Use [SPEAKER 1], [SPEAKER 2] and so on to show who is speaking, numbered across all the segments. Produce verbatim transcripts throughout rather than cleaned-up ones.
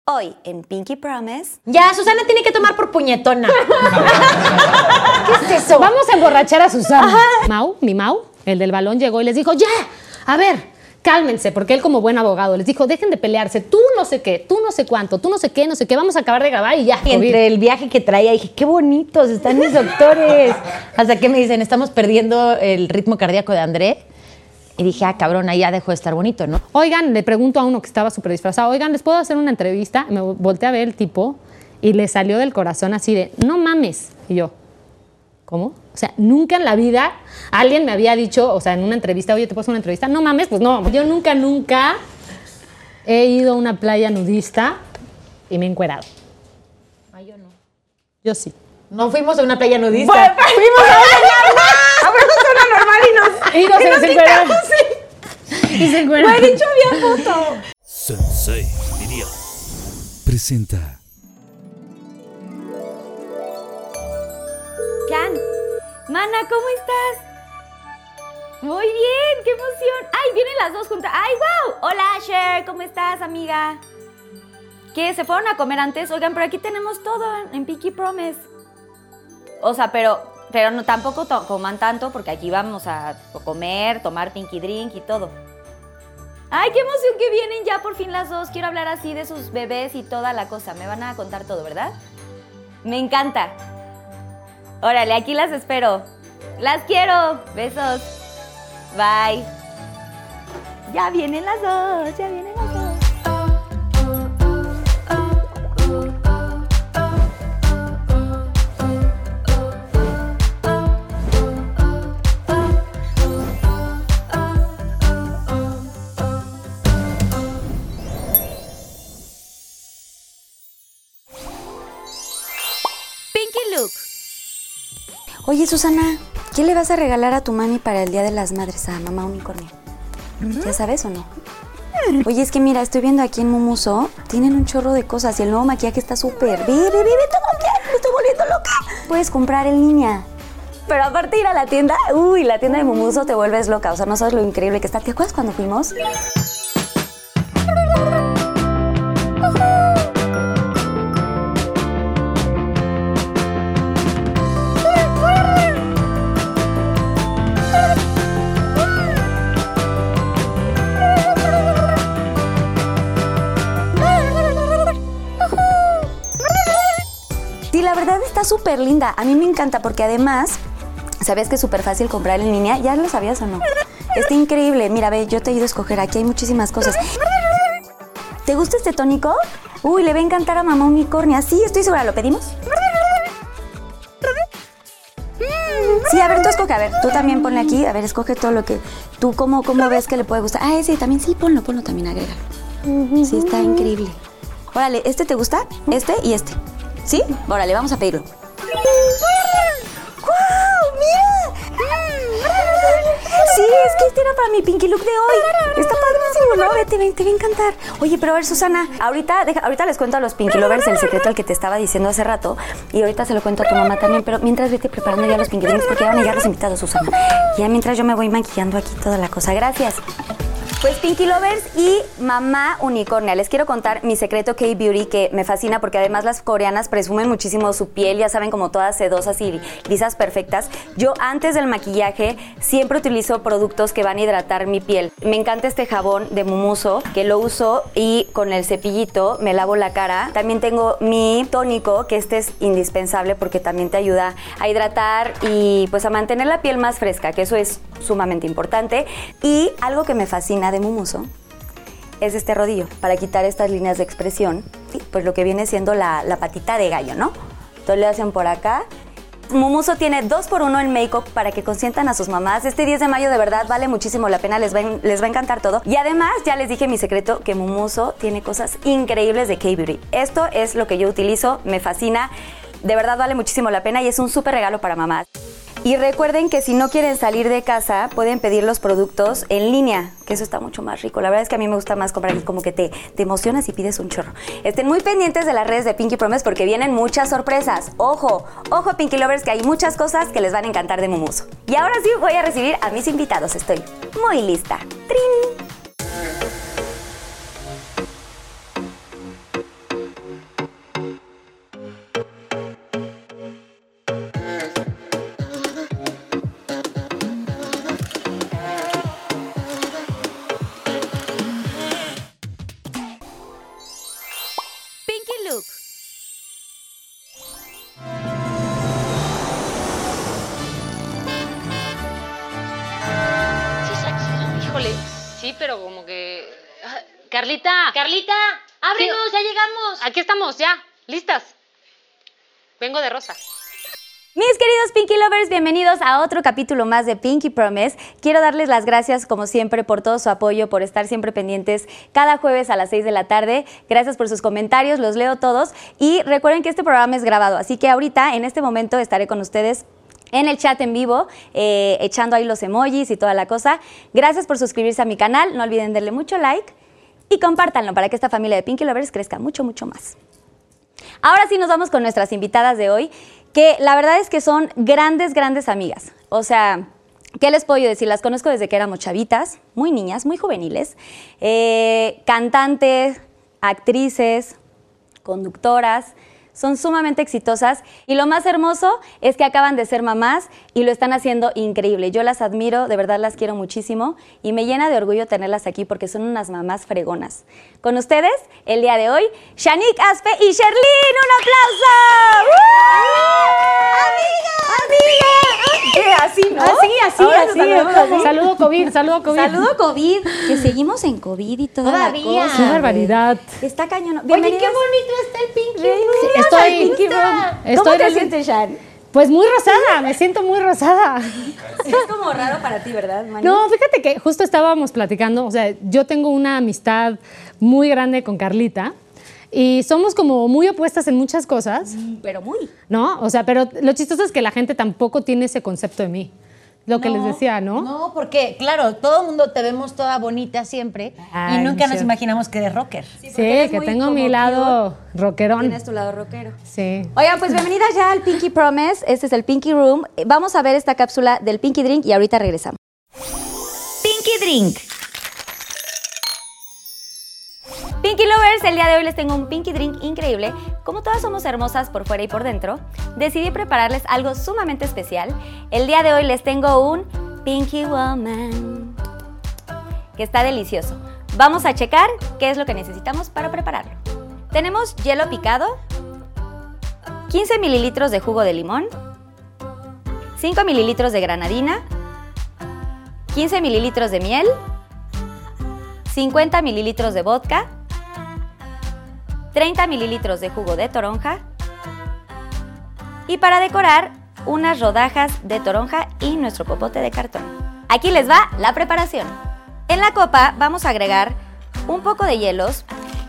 [SPEAKER 1] Hoy en Pinky Promise.
[SPEAKER 2] Ya, Susana tiene que tomar por puñetona. ¿Qué es eso?
[SPEAKER 3] Vamos a emborrachar a Susana. Ajá. Mau, mi Mau, el del balón, llegó y les dijo, ya, a ver, cálmense, porque él como buen abogado les dijo, dejen de pelearse, tú no sé qué, tú no sé cuánto, tú no sé qué, no sé qué, vamos a acabar de grabar y ya.
[SPEAKER 2] Y entre el viaje que traía dije, qué bonitos están mis doctores. Hasta que me dicen, estamos perdiendo el ritmo cardíaco de André. Y dije, ah, cabrón, ahí ya dejó de estar bonito, ¿no?
[SPEAKER 3] Oigan, le pregunto a uno que estaba súper disfrazado, oigan, ¿les puedo hacer una entrevista? Me volteé a ver el tipo y le salió del corazón así de, no mames. Y yo, ¿cómo? O sea, nunca en la vida alguien me había dicho, o sea, en una entrevista, oye, ¿te puedo hacer una entrevista? No mames, pues no. Yo nunca, nunca he ido a una playa nudista y me he encuerado.
[SPEAKER 2] Ay, yo no.
[SPEAKER 3] Yo sí.
[SPEAKER 2] No fuimos a una playa nudista.
[SPEAKER 1] Bueno, fuimos a una normal. Fuimos a una normal y nos,
[SPEAKER 3] y nos,
[SPEAKER 1] y nos
[SPEAKER 3] encueraron. Y se encueraron.
[SPEAKER 1] Bueno, de hecho había foto.
[SPEAKER 4] Sensei diría. Presenta.
[SPEAKER 1] Can, mana, ¿cómo estás? Muy bien, qué emoción. Ay, vienen las dos juntas. Ay, wow. Hola, Cher, ¿cómo estás, amiga? ¿Qué? ¿Se fueron a comer antes? Oigan, pero aquí tenemos todo en, en Pinky Promise. O sea, pero, pero no, tampoco to- coman tanto porque aquí vamos a comer, tomar Pinky Drink y todo. Ay, qué emoción que vienen ya por fin las dos. Quiero hablar así de sus bebés y toda la cosa. Me van a contar todo, ¿verdad? Me encanta. Órale, aquí las espero. Las quiero. Besos. Bye. Ya vienen las dos, ya vienen las dos. Pinky Look. Oye, Susana, ¿qué le vas a regalar a tu mami para el Día de las Madres a mamá unicornio? ¿Mm? ¿Ya sabes o no? Mm. Oye, es que mira, estoy viendo aquí en Mumuso, tienen un chorro de cosas y el nuevo maquillaje está súper. Ve, ve, ve, ve todo bien, me estoy volviendo loca. Puedes comprar en línea. Pero aparte ir a la tienda, uy, la tienda de Mumuso te vuelves loca. O sea, no sabes lo increíble que está. ¿Te acuerdas cuando fuimos? Sí, la verdad está súper linda. A mí me encanta porque además, ¿sabes que es súper fácil comprar en línea? ¿Ya lo sabías o no? Está increíble. Mira, ve, yo te he ido a escoger. Aquí hay muchísimas cosas. ¿Te gusta este tónico? Uy, le va a encantar a mamá unicornia. Sí, estoy segura. ¿Lo pedimos? Sí, a ver, tú escoge. A ver, tú también ponle aquí. A ver, escoge todo lo que... ¿Tú cómo, cómo ves que le puede gustar? Ah, ese también. Sí, ponlo, ponlo también. Agrégalo. Sí, está increíble. Órale, ¿este te gusta? Este y este. ¿Sí? Órale, vamos a pedirlo. ¡Guau! ¡Mira! Sí, es que este era para mi Pinky Look de hoy. Está padrísimo, ¿no? Vete, ven, te va a encantar. Oye, pero a ver, Susana, ahorita, deja, ahorita les cuento a los Pinky Lovers el secreto al que te estaba diciendo hace rato. Y ahorita se lo cuento a tu mamá también. Pero mientras vete preparando ya los Pinky Drinks porque ya van a llegar los invitados, Susana. Ya mientras yo me voy maquillando aquí toda la cosa. Gracias. Pues Pinky Lovers y mamá unicornia, les quiero contar mi secreto K-Beauty que me fascina porque además las coreanas presumen muchísimo su piel, ya saben, como todas sedosas y lisas perfectas. Yo antes del maquillaje siempre utilizo productos que van a hidratar mi piel. Me encanta este jabón de Mumuso que lo uso y con el cepillito me lavo la cara. También tengo mi tónico, que este es indispensable porque también te ayuda a hidratar y pues a mantener la piel más fresca, que eso es sumamente importante. Y algo que me fascina de Mumuso es este rodillo para quitar estas líneas de expresión, pues lo que viene siendo la, la patita de gallo, ¿no? Entonces le hacen por acá. Mumuso tiene dos por uno en make-up para que consientan a sus mamás. Este diez de mayo de verdad vale muchísimo la pena, les va, les va a encantar todo. Y además ya les dije mi secreto que Mumuso tiene cosas increíbles de K-Beauty. Esto es lo que yo utilizo, me fascina, de verdad vale muchísimo la pena y es un súper regalo para mamás. Y recuerden que si no quieren salir de casa, pueden pedir los productos en línea, que eso está mucho más rico. La verdad es que a mí me gusta más comprar aquí, como que te, te emocionas y pides un chorro. Estén muy pendientes de las redes de Pinky Promise porque vienen muchas sorpresas. Ojo, ojo Pinky Lovers, que hay muchas cosas que les van a encantar de Mumuso. Y ahora sí voy a recibir a mis invitados. Estoy muy lista. ¡Trin! Look.
[SPEAKER 3] Sí, es aquí. Híjole, sí, pero como que... Ah, Carlita.
[SPEAKER 5] Carlita, ábrenos,
[SPEAKER 3] Sí.
[SPEAKER 5] ya llegamos.
[SPEAKER 3] Aquí estamos, ya, listas. Vengo de rosa.
[SPEAKER 1] Mis queridos Pinky Lovers, bienvenidos a otro capítulo más de Pinky Promise. Quiero darles las gracias, como siempre, por todo su apoyo, por estar siempre pendientes cada jueves a las seis de la tarde. Gracias por sus comentarios, los leo todos. Y recuerden que este programa es grabado, así que ahorita, en este momento, estaré con ustedes en el chat en vivo, eh, echando ahí los emojis y toda la cosa. Gracias por suscribirse a mi canal, no olviden darle mucho like y compártanlo para que esta familia de Pinky Lovers crezca mucho, mucho más. Ahora sí nos vamos con nuestras invitadas de hoy, que la verdad es que son grandes, grandes amigas. O sea, ¿qué les puedo decir? Las conozco desde que éramos chavitas, muy niñas, muy juveniles, eh, cantantes, actrices, conductoras. Son sumamente exitosas y lo más hermoso es que acaban de ser mamás y lo están haciendo increíble. Yo las admiro, de verdad las quiero muchísimo y me llena de orgullo tenerlas aquí porque son unas mamás fregonas. Con ustedes, el día de hoy, Shanique Aspe y Sherlyn. ¡Un aplauso! ¡Uh! ¡Amiga! ¡Amiga! Así, ¿no?
[SPEAKER 2] Así, así,
[SPEAKER 1] Ahora nos
[SPEAKER 2] así.
[SPEAKER 1] saludamos así.
[SPEAKER 3] Saludo COVID, saludo COVID.
[SPEAKER 1] Saludo COVID, que seguimos en COVID y toda
[SPEAKER 2] Todavía.
[SPEAKER 1] la cosa.
[SPEAKER 3] Qué barbaridad.
[SPEAKER 1] Está cañón.
[SPEAKER 2] Oye, qué
[SPEAKER 1] Bienvenidas.
[SPEAKER 2] bonito está el Pinky
[SPEAKER 1] Bienvenidas
[SPEAKER 2] Room.
[SPEAKER 3] Estoy-
[SPEAKER 1] al Pinky Room.
[SPEAKER 3] estoy
[SPEAKER 1] ¿Cómo te
[SPEAKER 3] en-
[SPEAKER 1] sientes, Shan?
[SPEAKER 3] Pues muy rosada, me siento muy rosada.
[SPEAKER 1] Es como raro para ti, ¿verdad, Mani?
[SPEAKER 3] No, fíjate que justo estábamos platicando, o sea, yo tengo una amistad muy grande con Carlita y somos como muy opuestas en muchas cosas,
[SPEAKER 1] Pero muy.
[SPEAKER 3] ¿no? O sea, pero lo chistoso es que la gente tampoco tiene ese concepto de mí. Lo que les decía, ¿no?
[SPEAKER 2] No, porque, claro, todo el mundo te vemos toda bonita siempre
[SPEAKER 3] Ay,
[SPEAKER 2] y nunca
[SPEAKER 3] no
[SPEAKER 2] nos
[SPEAKER 3] sé.
[SPEAKER 2] imaginamos que eres rocker.
[SPEAKER 3] Sí,
[SPEAKER 1] porque eres
[SPEAKER 3] que
[SPEAKER 1] muy
[SPEAKER 3] tengo
[SPEAKER 1] como
[SPEAKER 3] mi lado rockerón.
[SPEAKER 1] Tienes tu lado rockero.
[SPEAKER 3] Sí.
[SPEAKER 1] Oigan, pues bienvenidas ya al Pinky Promise. Este es el Pinky Room. Eh, Vamos a ver esta cápsula del Pinky Drink y ahorita regresamos. Pinky Drink. Pinky Lovers, el día de hoy les tengo un Pinky Drink increíble. Como todas somos hermosas por fuera y por dentro, decidí prepararles algo sumamente especial. El día de hoy les tengo un Pinky Woman, que está delicioso. Vamos a checar qué es lo que necesitamos para prepararlo. Tenemos hielo picado, quince mililitros de jugo de limón, cinco mililitros de granadina, quince mililitros de miel, cincuenta mililitros de vodka, treinta mililitros de jugo de toronja y para decorar unas rodajas de toronja y nuestro popote de cartón. Aquí les va la preparación. En la copa vamos a agregar un poco de hielos,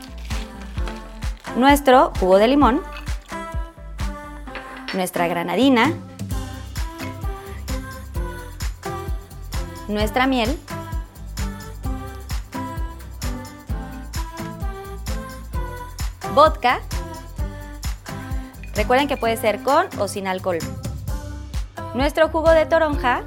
[SPEAKER 1] nuestro jugo de limón, nuestra granadina, nuestra miel, vodka, recuerden que puede ser con o sin alcohol, nuestro jugo de toronja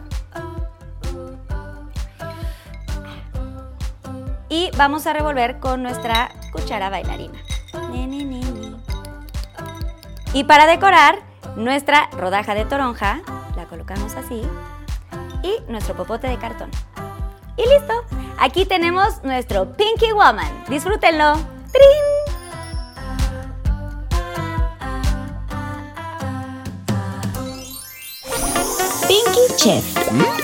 [SPEAKER 1] y vamos a revolver con nuestra cuchara bailarina. Ni, ni, ni, ni. Y para decorar, nuestra rodaja de toronja, la colocamos así, y nuestro popote de cartón. Y listo, aquí tenemos nuestro Pinky Woman. Disfrútenlo. ¡Trin! Pinky Chef.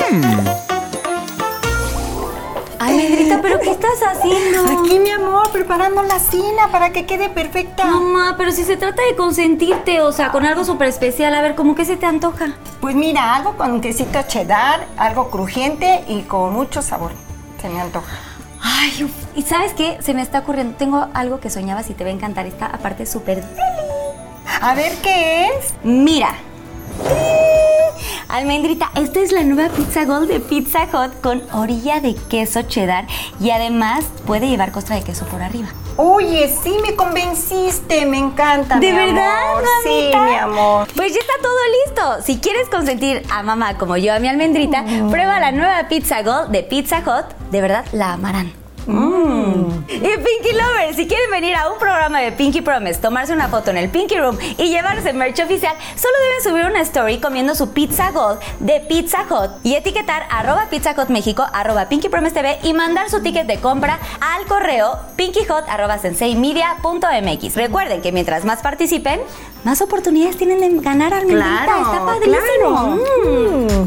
[SPEAKER 1] Ay, Medrita, ¿pero qué estás haciendo?
[SPEAKER 6] Aquí, mi amor, preparando la cena para que quede perfecta.
[SPEAKER 1] Mamá, pero si se trata de consentirte, o sea, con algo súper especial, a ver, ¿cómo que se te antoja?
[SPEAKER 6] Pues mira, algo con quesito cheddar, algo crujiente y con mucho sabor. Se me antoja.
[SPEAKER 1] Ay, uf. ¿Y sabes qué? Se me está ocurriendo, tengo algo que soñaba, si te va a encantar, esta aparte súper deli.
[SPEAKER 6] A ver, ¿qué es?
[SPEAKER 1] Mira. Almendrita, esta es la nueva Pizza Gold de Pizza Hut con orilla de queso cheddar y además puede llevar costra de queso por arriba.
[SPEAKER 6] Oye, sí me convenciste, me encanta,
[SPEAKER 1] ¿De
[SPEAKER 6] mi
[SPEAKER 1] verdad,
[SPEAKER 6] amor.
[SPEAKER 1] mamita?
[SPEAKER 6] Sí, mi amor.
[SPEAKER 1] Pues ya está todo listo. Si quieres consentir a mamá como yo a mi Almendrita, prueba la nueva Pizza Gold de Pizza Hut. De verdad, la amarán. Mm. Y Pinky Lovers, si quieren venir a un programa de Pinky Promise, tomarse una foto en el Pinky Room y llevarse merch oficial, solo deben subir una story comiendo su Pizza Gold de Pizza Hut y etiquetar arroba Pizza Hut México, arroba Pinky Promise T V y mandar su ticket de compra al correo pinkyhut arroba sensei media punto m x. Recuerden que mientras más participen, más oportunidades tienen de ganar almendrita.
[SPEAKER 6] Claro,
[SPEAKER 1] Está padrísimo.
[SPEAKER 6] claro.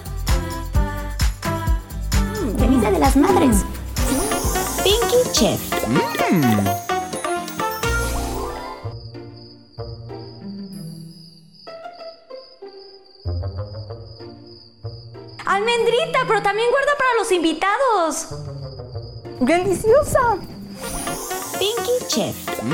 [SPEAKER 1] Mm. Mm, Feliz Día de las Madres. Pinky Chef. Almendrita, pero también guarda para los invitados.
[SPEAKER 6] ¡Deliciosa!
[SPEAKER 1] Pinky Chef.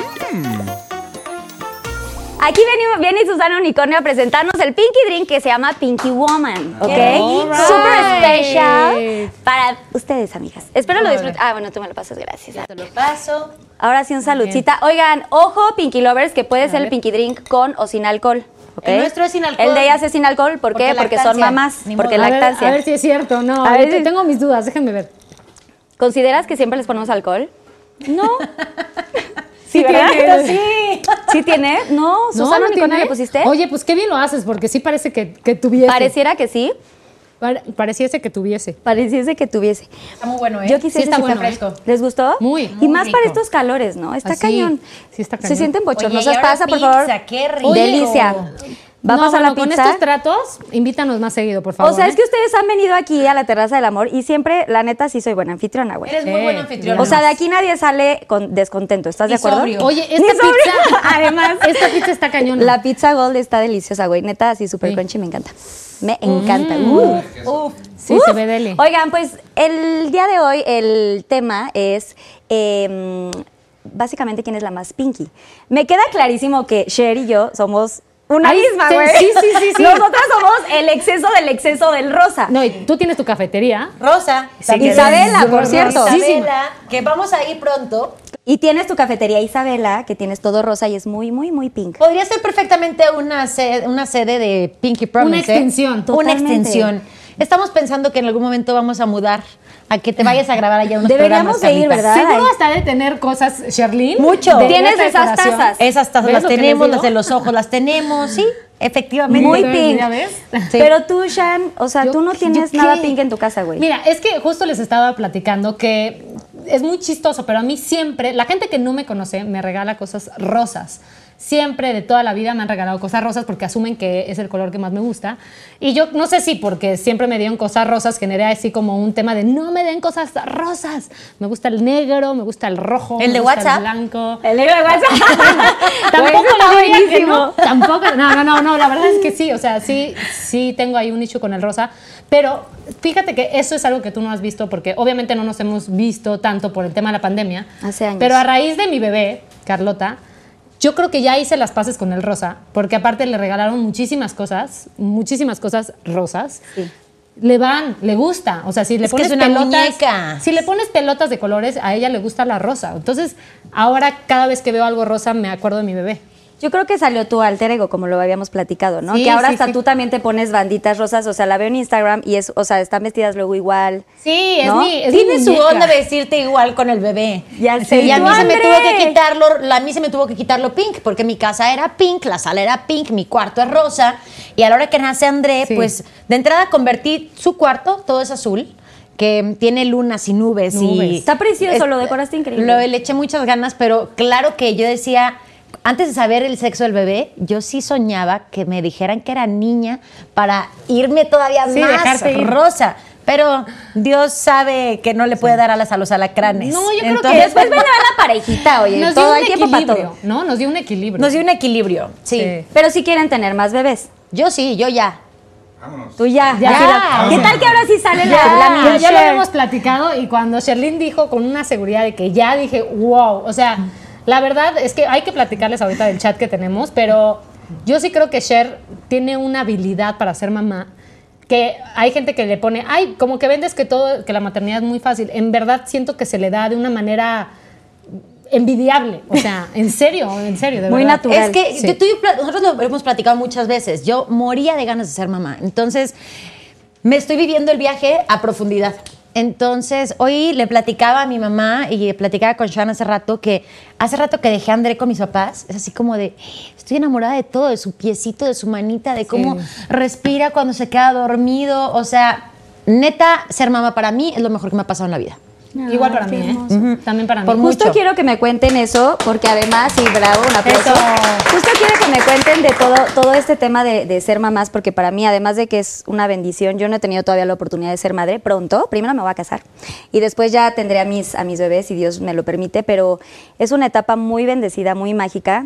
[SPEAKER 1] Aquí viene, viene Susana Unicornio a presentarnos el Pinky Drink que se llama Pinky Woman, ¿ok?
[SPEAKER 3] Alright.
[SPEAKER 1] Super special para ustedes, amigas. Espero lo disfruten. Ah, bueno, tú me lo pasas, gracias.
[SPEAKER 2] Te lo paso.
[SPEAKER 1] Ahora sí, un saludcita. Oigan, ojo, Pinky Lovers, que puede ser el
[SPEAKER 3] ver.
[SPEAKER 1] Pinky Drink con o sin alcohol. ¿ok?
[SPEAKER 2] El nuestro es sin alcohol.
[SPEAKER 1] El de ellas es sin alcohol. ¿Por qué?
[SPEAKER 2] Porque
[SPEAKER 1] Porque son
[SPEAKER 2] lactancia.
[SPEAKER 1] mamás.
[SPEAKER 2] Ni
[SPEAKER 1] Porque
[SPEAKER 2] modo.
[SPEAKER 3] A ver,
[SPEAKER 1] lactancia.
[SPEAKER 3] a ver si es cierto, no.
[SPEAKER 1] A ver
[SPEAKER 3] yo
[SPEAKER 1] si-
[SPEAKER 3] tengo mis dudas, déjenme ver.
[SPEAKER 1] ¿Consideras que siempre les ponemos alcohol? No.
[SPEAKER 3] Sí,
[SPEAKER 1] ¿verdad?
[SPEAKER 3] tiene.
[SPEAKER 1] Sí. ¿Sí tiene? No,
[SPEAKER 3] No,
[SPEAKER 1] Susana
[SPEAKER 3] no
[SPEAKER 1] Unicornio
[SPEAKER 3] tiene.
[SPEAKER 1] le pusiste.
[SPEAKER 3] Oye, pues qué bien lo haces, porque sí parece que, que tuviese.
[SPEAKER 1] Pareciera que sí.
[SPEAKER 3] Pare- pareciese que tuviese.
[SPEAKER 1] Pareciese que tuviese.
[SPEAKER 2] Está muy bueno, ¿eh?
[SPEAKER 1] Yo quisiera
[SPEAKER 3] Sí está
[SPEAKER 1] si
[SPEAKER 3] bueno,
[SPEAKER 2] fresco.
[SPEAKER 1] ¿Les gustó?
[SPEAKER 3] Muy,
[SPEAKER 1] Y
[SPEAKER 3] muy
[SPEAKER 1] más para
[SPEAKER 2] rico.
[SPEAKER 1] estos calores, ¿no? Está
[SPEAKER 3] Así,
[SPEAKER 1] cañón.
[SPEAKER 3] sí está
[SPEAKER 1] Se
[SPEAKER 3] cañón.
[SPEAKER 1] sienten
[SPEAKER 2] Oye,
[SPEAKER 1] bochornosas.
[SPEAKER 2] y ahora
[SPEAKER 1] Pasa, por
[SPEAKER 2] pizza,
[SPEAKER 1] favor.
[SPEAKER 2] qué rico.
[SPEAKER 1] Delicia. Va a
[SPEAKER 3] No,
[SPEAKER 1] pasar
[SPEAKER 3] bueno,
[SPEAKER 1] la
[SPEAKER 3] con
[SPEAKER 1] pizza.
[SPEAKER 3] estos tratos, invítanos más seguido, por favor.
[SPEAKER 1] O sea, es
[SPEAKER 3] ¿eh?
[SPEAKER 1] que ustedes han venido aquí a la Terraza del Amor y siempre, la neta, sí soy buena anfitriona, güey.
[SPEAKER 2] Eres muy
[SPEAKER 3] Eh,
[SPEAKER 2] buen anfitrión.
[SPEAKER 1] O sea, de aquí nadie sale con descontento. ¿Estás de
[SPEAKER 2] Y
[SPEAKER 1] acuerdo?
[SPEAKER 2] sobrio.
[SPEAKER 3] Oye,
[SPEAKER 1] Ni
[SPEAKER 3] esta
[SPEAKER 1] sobrio.
[SPEAKER 3] pizza,
[SPEAKER 1] Además,
[SPEAKER 3] esta pizza está cañona.
[SPEAKER 1] la pizza Gold está deliciosa, güey. Neta, así súper
[SPEAKER 3] Sí.
[SPEAKER 1] crunchy, me encanta. Me encanta. Uh.
[SPEAKER 2] Uf.
[SPEAKER 3] Sí, se ve deli.
[SPEAKER 1] Oigan, pues el día de hoy el tema es eh, básicamente quién es la más pinky. Me queda clarísimo que Cher y yo somos una
[SPEAKER 3] Ay,
[SPEAKER 1] misma,
[SPEAKER 3] sí,
[SPEAKER 1] güey.
[SPEAKER 3] sí, sí, sí, sí.
[SPEAKER 1] Nosotras somos el exceso del exceso del rosa.
[SPEAKER 3] No, y tú tienes tu cafetería.
[SPEAKER 2] Rosa. también.
[SPEAKER 1] Isabela, por cierto.
[SPEAKER 2] Isabela, que vamos a ir pronto.
[SPEAKER 1] Y tienes tu cafetería Isabela, que tienes todo rosa y es muy, muy, muy pink.
[SPEAKER 2] Podría ser perfectamente una sede, una sede de Pinky Promise.
[SPEAKER 3] Una
[SPEAKER 2] ¿eh?
[SPEAKER 3] extensión.
[SPEAKER 2] Una
[SPEAKER 1] Totalmente.
[SPEAKER 2] extensión. Estamos pensando que en algún momento vamos a mudar a que te vayas a grabar allá unos
[SPEAKER 1] Deberíamos
[SPEAKER 2] programas,
[SPEAKER 1] de ir,
[SPEAKER 2] Carlita.
[SPEAKER 1] ¿verdad?
[SPEAKER 3] Seguro
[SPEAKER 1] Ay.
[SPEAKER 3] hasta de tener cosas, Sherlyn.
[SPEAKER 2] Mucho.
[SPEAKER 3] de
[SPEAKER 1] Tienes
[SPEAKER 3] esta
[SPEAKER 1] esas
[SPEAKER 3] decoración.
[SPEAKER 1] tazas.
[SPEAKER 2] Esas tazas
[SPEAKER 3] ¿Ves
[SPEAKER 2] las
[SPEAKER 3] lo que les
[SPEAKER 2] tenemos,
[SPEAKER 3] digo?
[SPEAKER 2] las de los ojos las tenemos, sí, efectivamente.
[SPEAKER 1] Muy
[SPEAKER 3] ¿Ya
[SPEAKER 1] pink.
[SPEAKER 3] ves?
[SPEAKER 2] Sí.
[SPEAKER 1] Pero tú, Shan, o sea,
[SPEAKER 3] Yo-
[SPEAKER 1] tú no
[SPEAKER 3] yo
[SPEAKER 1] tienes
[SPEAKER 3] qué.
[SPEAKER 1] nada pink en tu casa, güey.
[SPEAKER 3] Mira, es que justo les estaba platicando que es muy chistoso, pero a mí siempre, la gente que no me conoce me regala cosas rosas. Siempre, de toda la vida, me han regalado cosas rosas porque asumen que es el color que más me gusta. Y yo no sé si porque siempre me dieron cosas rosas, generé así como un tema de no me den cosas rosas. Me gusta el negro, me gusta el rojo,
[SPEAKER 2] ¿El
[SPEAKER 3] me
[SPEAKER 2] de
[SPEAKER 3] gusta
[SPEAKER 2] WhatsApp?
[SPEAKER 3] el blanco.
[SPEAKER 1] El negro de WhatsApp.
[SPEAKER 3] Tampoco
[SPEAKER 1] Güey, está
[SPEAKER 3] le diría que
[SPEAKER 1] buenísimo.
[SPEAKER 3] no. Tampoco, no, no, no, no, la verdad es que sí, o sea, sí, sí tengo ahí un nicho con el rosa, pero fíjate que eso es algo que tú no has visto porque obviamente no nos hemos visto tanto por el tema de la pandemia.
[SPEAKER 1] Hace años.
[SPEAKER 3] Pero a raíz de mi bebé, Carlota, yo creo que ya hice las paces con el rosa, porque aparte le regalaron muchísimas cosas, muchísimas cosas rosas.
[SPEAKER 1] Sí.
[SPEAKER 3] Le van, le gusta. O sea, si le
[SPEAKER 2] Es que
[SPEAKER 3] pones
[SPEAKER 2] es una
[SPEAKER 3] pelotas,
[SPEAKER 2] muñeca.
[SPEAKER 3] si le pones pelotas de colores, a ella le gusta la rosa. Entonces, ahora cada vez que veo algo rosa me acuerdo de mi bebé.
[SPEAKER 1] Yo creo que salió tu alter ego, como lo habíamos platicado, ¿no?
[SPEAKER 3] Sí,
[SPEAKER 1] que ahora
[SPEAKER 3] sí,
[SPEAKER 1] hasta
[SPEAKER 3] sí.
[SPEAKER 1] tú también te pones banditas rosas, o sea, la veo en Instagram y es, o sea, están vestidas luego igual.
[SPEAKER 3] Sí, es
[SPEAKER 1] ¿No?
[SPEAKER 3] mi es mi
[SPEAKER 2] Tiene su
[SPEAKER 3] muñeca.
[SPEAKER 2] onda vestirte igual con el bebé.
[SPEAKER 1] Ya sé.
[SPEAKER 2] Y a
[SPEAKER 1] ¿Y
[SPEAKER 2] mí
[SPEAKER 1] tú,
[SPEAKER 2] se me
[SPEAKER 1] André?
[SPEAKER 2] tuvo que quitarlo, a mí se me tuvo que quitarlo pink, porque mi casa era pink, la sala era pink, mi cuarto es rosa. Y a la hora que nace André,
[SPEAKER 3] Sí.
[SPEAKER 2] pues de entrada convertí su cuarto, todo es azul, que tiene lunas y nubes.
[SPEAKER 3] Nubes.
[SPEAKER 2] Y
[SPEAKER 1] Está precioso, lo decoraste increíble.
[SPEAKER 2] Lo, le eché muchas ganas, pero claro que yo decía, antes de saber el sexo del bebé, yo sí soñaba que me dijeran que era niña para irme todavía
[SPEAKER 3] Sí,
[SPEAKER 2] más
[SPEAKER 3] dejarte ir.
[SPEAKER 2] rosa. Pero Dios sabe que no le puede dar alas a los alacranes.
[SPEAKER 3] No, yo creo que
[SPEAKER 2] Entonces,
[SPEAKER 1] Después vendrá la parejita, oye,
[SPEAKER 3] Nos
[SPEAKER 1] todo
[SPEAKER 3] dio
[SPEAKER 1] hay
[SPEAKER 3] un
[SPEAKER 1] tiempo para
[SPEAKER 3] equilibrio,
[SPEAKER 1] todo.
[SPEAKER 3] ¿no? Nos dio un equilibrio.
[SPEAKER 2] nos dio un equilibrio. Sí.
[SPEAKER 3] Sí.
[SPEAKER 1] Pero si quieren tener más bebés.
[SPEAKER 2] Yo sí, yo ya.
[SPEAKER 1] Tú ya.
[SPEAKER 3] Ya.
[SPEAKER 1] Así la- ¿Qué tal que ahora sí sale la,
[SPEAKER 2] Ya.
[SPEAKER 1] la
[SPEAKER 3] Ya,
[SPEAKER 1] mini
[SPEAKER 3] ya lo
[SPEAKER 1] Cher?
[SPEAKER 3] habíamos platicado y cuando Sherlyn dijo con una seguridad de que ya dije, wow, o sea, la verdad es que hay que platicarles ahorita del chat que tenemos, pero yo sí creo que Cher tiene una habilidad para ser mamá, que hay gente que le pone, ay, como que vendes que todo, que la maternidad es muy fácil. En verdad siento que se le da de una manera envidiable, o sea, en serio, en serio, de
[SPEAKER 1] Muy
[SPEAKER 3] verdad.
[SPEAKER 1] natural.
[SPEAKER 2] Es que
[SPEAKER 3] Sí.
[SPEAKER 2] yo- tú y yo pla- nosotros lo hemos platicado muchas veces. Yo moría de ganas de ser mamá. Entonces, me estoy viviendo el viaje a profundidad. Entonces, hoy le platicaba a mi mamá y le platicaba con Sean hace rato que hace rato que dejé a André con mis papás, es así como de, estoy enamorada de todo, de su piecito, de su manita, de cómo sí. respira cuando se queda dormido. O sea, neta, ser mamá para mí es lo mejor que me ha pasado en la vida.
[SPEAKER 3] Ah, igual para mí, ¿eh? Uh-huh. También para mí.
[SPEAKER 1] Por Justo mucho. Quiero que me cuenten eso, porque además, sí, bravo, un aplauso. Eso. Justo quiero que me cuenten de todo, todo este tema de, de ser mamás, porque para mí, además de que es una bendición, yo no he tenido todavía la oportunidad de ser madre. Pronto, primero me voy a casar y después ya tendré a mis, a mis bebés, si Dios me lo permite, pero es una etapa muy bendecida, muy mágica.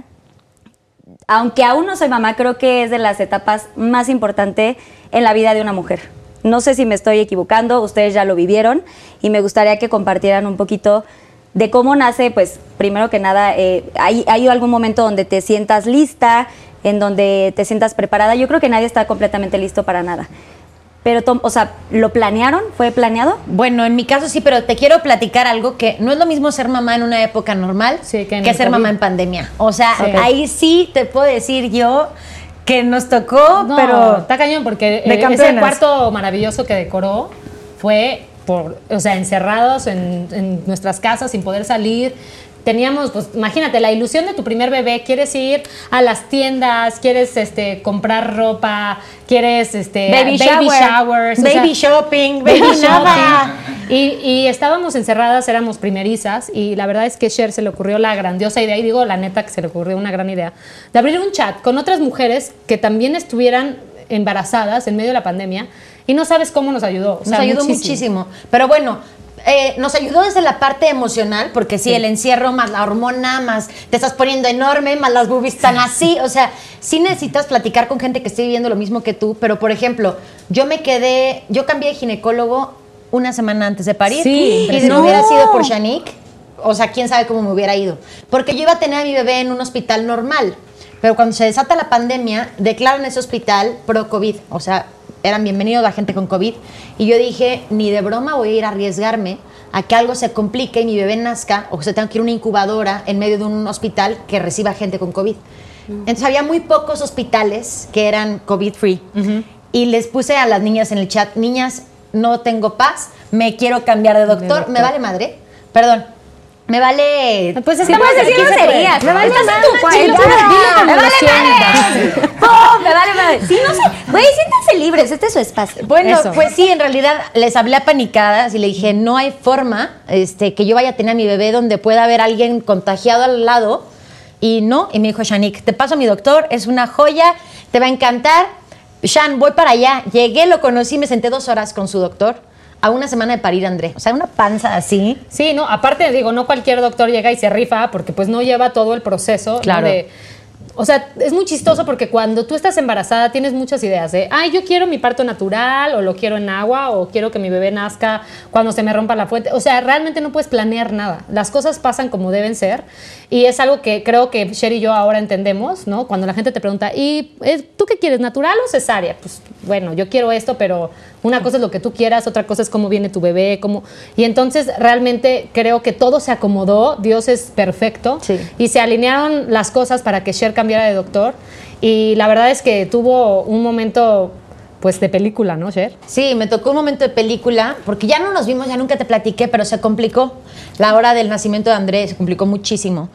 [SPEAKER 1] Aunque aún no soy mamá, creo que es de las etapas más importantes en la vida de una mujer. No sé si me estoy equivocando, ustedes ya lo vivieron y me gustaría que compartieran un poquito de cómo nace, pues, primero que nada, eh, ¿hay, ¿hay algún momento donde te sientas lista, en donde te sientas preparada? Yo creo que nadie está completamente listo para nada. Pero, Tom, o sea, ¿lo planearon? ¿Fue planeado?
[SPEAKER 2] Bueno, en mi caso sí, pero te quiero platicar algo que no es lo mismo ser mamá en una época normal sí, que, que ser COVID. Mamá en pandemia. O sea, okay. ahí sí te puedo decir yo... que nos tocó,
[SPEAKER 3] no,
[SPEAKER 2] pero...
[SPEAKER 3] está cañón, porque ese cuarto maravilloso que decoró fue, por, o sea, encerrados en, en nuestras casas sin poder salir. Teníamos, pues, imagínate, la ilusión de tu primer bebé. Quieres ir a las tiendas, quieres este, comprar ropa, quieres este,
[SPEAKER 2] baby, baby shower,
[SPEAKER 3] showers.
[SPEAKER 2] Baby o sea, shopping, baby, baby shopping.
[SPEAKER 3] Y, y estábamos encerradas, éramos primerizas, y la verdad es que Cher se le ocurrió la grandiosa idea, y digo la neta que se le ocurrió una gran idea, de abrir un chat con otras mujeres que también estuvieran embarazadas en medio de la pandemia, y no sabes cómo nos ayudó. O sea,
[SPEAKER 2] nos ayudó muchísimo. muchísimo. Pero bueno, eh, nos ayudó desde la parte emocional, porque sí, sí, el encierro, más la hormona, más te estás poniendo enorme, más las boobies están así. O sea, sí necesitas platicar con gente que esté viviendo lo mismo que tú. Pero, por ejemplo, yo me quedé, yo cambié de ginecólogo una semana antes de parir.
[SPEAKER 3] Sí,
[SPEAKER 2] y si no hubiera sido por Shanique, o sea, quién sabe cómo me hubiera ido. Porque yo iba a tener a mi bebé en un hospital normal. Pero cuando se desata la pandemia, declaran ese hospital pro-COVID. O sea, eran bienvenidos la gente con COVID. Y yo dije, ni de broma voy a ir a arriesgarme a que algo se complique y mi bebé nazca, o que se tenga que ir a una incubadora en medio de un hospital que reciba gente con COVID. Uh-huh. Entonces había muy pocos hospitales que eran COVID-free. Uh-huh. Y les puse a las niñas en el chat, niñas, no tengo paz, me quiero cambiar de doctor, de doctor. me vale madre, perdón. Me vale...
[SPEAKER 1] Pues estamos diciendo serías.
[SPEAKER 2] Me vale
[SPEAKER 1] madre.
[SPEAKER 2] Me
[SPEAKER 1] vale madre. Oh, me vale madre. Sí, no sé. Güey, siéntanse libres. Este es su espacio.
[SPEAKER 2] Bueno, Eso. pues sí, en realidad les hablé apanicadas y le dije, no hay forma este, que yo vaya a tener a mi bebé donde pueda haber alguien contagiado al lado. Y no. Y me dijo Shanique, te paso a mi doctor, es una joya, te va a encantar. Shan, voy para allá. Llegué, lo conocí, me senté dos horas con su doctor. A una semana de parir, André. O sea, una panza así.
[SPEAKER 3] Sí, no, aparte, digo, no cualquier doctor llega y se rifa porque pues no lleva todo el proceso.
[SPEAKER 2] Claro.
[SPEAKER 3] ¿no? de, o sea, es muy chistoso porque cuando tú estás embarazada tienes muchas ideas de, ay, yo quiero mi parto natural, o lo quiero en agua, o quiero que mi bebé nazca cuando se me rompa la fuente. O sea, realmente no puedes planear nada. Las cosas pasan como deben ser. Y es algo que creo que Cher y yo ahora entendemos, ¿no? Cuando la gente te pregunta, ¿y tú qué quieres, natural o cesárea? Pues bueno, yo quiero esto, pero una cosa es lo que tú quieras, otra cosa es cómo viene tu bebé, cómo... Y entonces realmente creo que todo se acomodó, Dios es perfecto,
[SPEAKER 2] sí.
[SPEAKER 3] y se alinearon las cosas para que Cher cambiara de doctor. Y la verdad es que tuvo un momento... pues de película, ¿no, Cher?
[SPEAKER 2] Sí, me tocó un momento de película, porque ya no nos vimos, ya nunca te platiqué, pero se complicó. La hora del nacimiento de André se complicó muchísimo.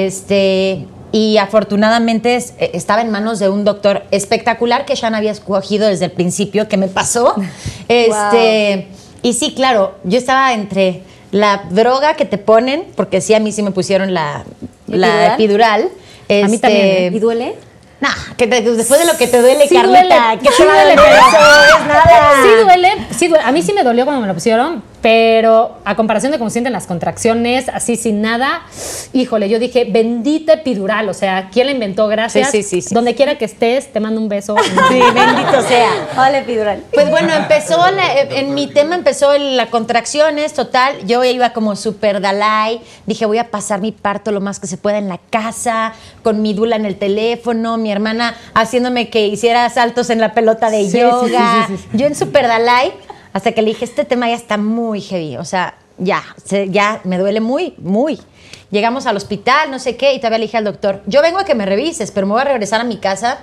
[SPEAKER 2] Este, y afortunadamente es, estaba en manos de un doctor espectacular que Shan había escogido desde el principio, que me pasó. Este, wow. Y sí, claro, yo estaba entre la droga que te ponen, porque sí, a mí sí me pusieron la, la epidural. Este,
[SPEAKER 3] a mí también.
[SPEAKER 1] ¿Y duele?
[SPEAKER 2] No, que te, después de lo que te duele,
[SPEAKER 3] sí
[SPEAKER 2] Carlita,
[SPEAKER 3] duele,
[SPEAKER 2] que
[SPEAKER 3] sí
[SPEAKER 2] te
[SPEAKER 3] duele,
[SPEAKER 2] pero
[SPEAKER 3] pero
[SPEAKER 2] eso es nada.
[SPEAKER 3] Sí duele, sí duele. A mí sí me dolió cuando me lo pusieron, pero a comparación de cómo sienten las contracciones, así sin nada, híjole, yo dije, bendita epidural, o sea, ¿quién la inventó? Gracias.
[SPEAKER 2] Sí, sí, sí, sí.
[SPEAKER 3] Donde quiera que estés, te mando un beso.
[SPEAKER 2] Sí, bendito sea.
[SPEAKER 1] Hola, epidural.
[SPEAKER 2] Pues bueno, empezó, la, en mi tema empezó la contracciones, total, yo iba como súper Dalai, dije, voy a pasar mi parto lo más que se pueda en la casa, con mi dula en el teléfono, mi hermana haciéndome que hiciera saltos en la pelota de
[SPEAKER 3] sí,
[SPEAKER 2] yoga,
[SPEAKER 3] sí, sí, sí, sí.
[SPEAKER 2] Yo en súper Dalai, hasta que le dije, este tema ya está muy heavy, o sea, ya, se, ya me duele muy, muy. Llegamos al hospital, no sé qué, y todavía le dije al doctor, yo vengo a que me revises, pero me voy a regresar a mi casa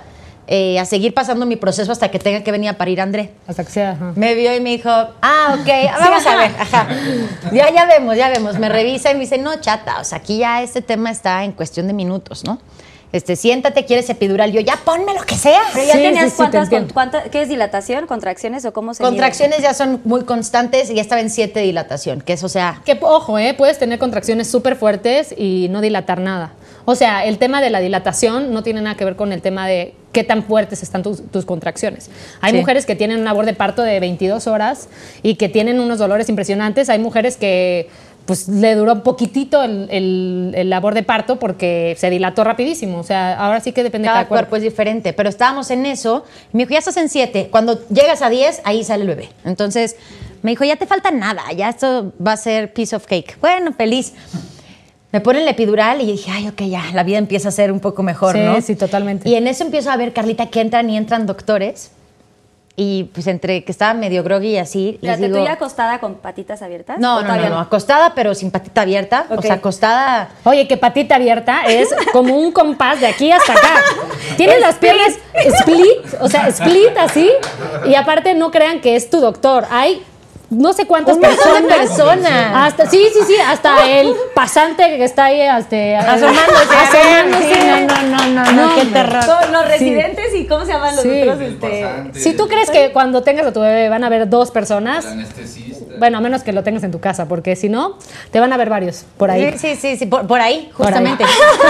[SPEAKER 2] eh, a seguir pasando mi proceso hasta que tenga que venir a parir a André.
[SPEAKER 3] Hasta que sea. Ajá.
[SPEAKER 2] Me vio y me dijo, ah, ok, vamos a ver, ajá. Ya, ya vemos, ya vemos. Me revisa y me dice, no, chata, o sea, aquí ya este tema está en cuestión de minutos, ¿no? Este, siéntate, ¿quieres epidural? Yo, ya ponme lo que sea.
[SPEAKER 1] Pero ya
[SPEAKER 3] Sí,
[SPEAKER 1] tenías
[SPEAKER 3] sí, sí,
[SPEAKER 1] cuántas,
[SPEAKER 3] te entiendo.
[SPEAKER 1] cuántas, ¿qué es dilatación? ¿Contracciones o cómo se
[SPEAKER 2] Contracciones ya son muy constantes y ya estaba en siete dilatación, que es, o sea,
[SPEAKER 3] Que, ojo, ¿eh? Puedes tener contracciones súper fuertes y no dilatar nada. O sea, el tema de la dilatación no tiene nada que ver con el tema de qué tan fuertes están tus, tus contracciones. Hay
[SPEAKER 2] Sí.
[SPEAKER 3] mujeres que tienen una labor de parto de veintidós horas y que tienen unos dolores impresionantes. Hay mujeres que pues le duró un poquitito el, el- el labor de parto porque se dilató rapidísimo. O sea, ahora sí que depende de
[SPEAKER 2] cada
[SPEAKER 3] cada cuerpo.
[SPEAKER 2] cuerpo es diferente, pero estábamos en eso. Y me dijo, ya estás en siete. Cuando llegas a diez, ahí sale el bebé. Entonces, me dijo, ya te falta nada, ya esto va a ser piece of cake. Bueno, feliz. Me ponen la epidural y dije, ay, ok, ya, la vida empieza a ser un poco mejor,
[SPEAKER 3] Sí,
[SPEAKER 2] ¿no?
[SPEAKER 3] sí, totalmente.
[SPEAKER 2] Y en eso empiezo a ver, Carlita, que entran y entran doctores. Y pues entre que estaba medio groggy y así, les
[SPEAKER 1] Espérate,
[SPEAKER 2] digo...
[SPEAKER 1] ¿tú ya acostada con patitas abiertas?
[SPEAKER 2] No,
[SPEAKER 1] ¿O
[SPEAKER 2] no,
[SPEAKER 1] todavía
[SPEAKER 2] no, no, acostada, pero sin patita abierta.
[SPEAKER 1] Ok.
[SPEAKER 2] O sea, acostada...
[SPEAKER 3] Oye, que patita abierta es como un compás de aquí hasta acá. Tienes las piernas split, o sea, split así, y aparte no crean que es tu doctor. Hay no sé cuántas
[SPEAKER 2] Un montón de
[SPEAKER 3] personas.
[SPEAKER 2] personas.
[SPEAKER 3] Hasta, sí, sí, sí, hasta el pasante que está ahí este,
[SPEAKER 2] Asomándose.
[SPEAKER 3] asomándose.
[SPEAKER 2] Sí, no, no, no, no, no, qué
[SPEAKER 3] hombre.
[SPEAKER 2] terror.
[SPEAKER 1] Son los residentes y cómo se llaman los
[SPEAKER 3] Sí.
[SPEAKER 1] otros, este.
[SPEAKER 3] Si tú crees que cuando tengas a tu bebé van a ver dos personas,
[SPEAKER 5] El anestesista.
[SPEAKER 3] bueno, a menos que lo tengas en tu casa, porque si no, te van a ver varios por ahí.
[SPEAKER 2] Sí, sí, sí, sí, por, por ahí,
[SPEAKER 3] Por ahí.
[SPEAKER 2] justamente.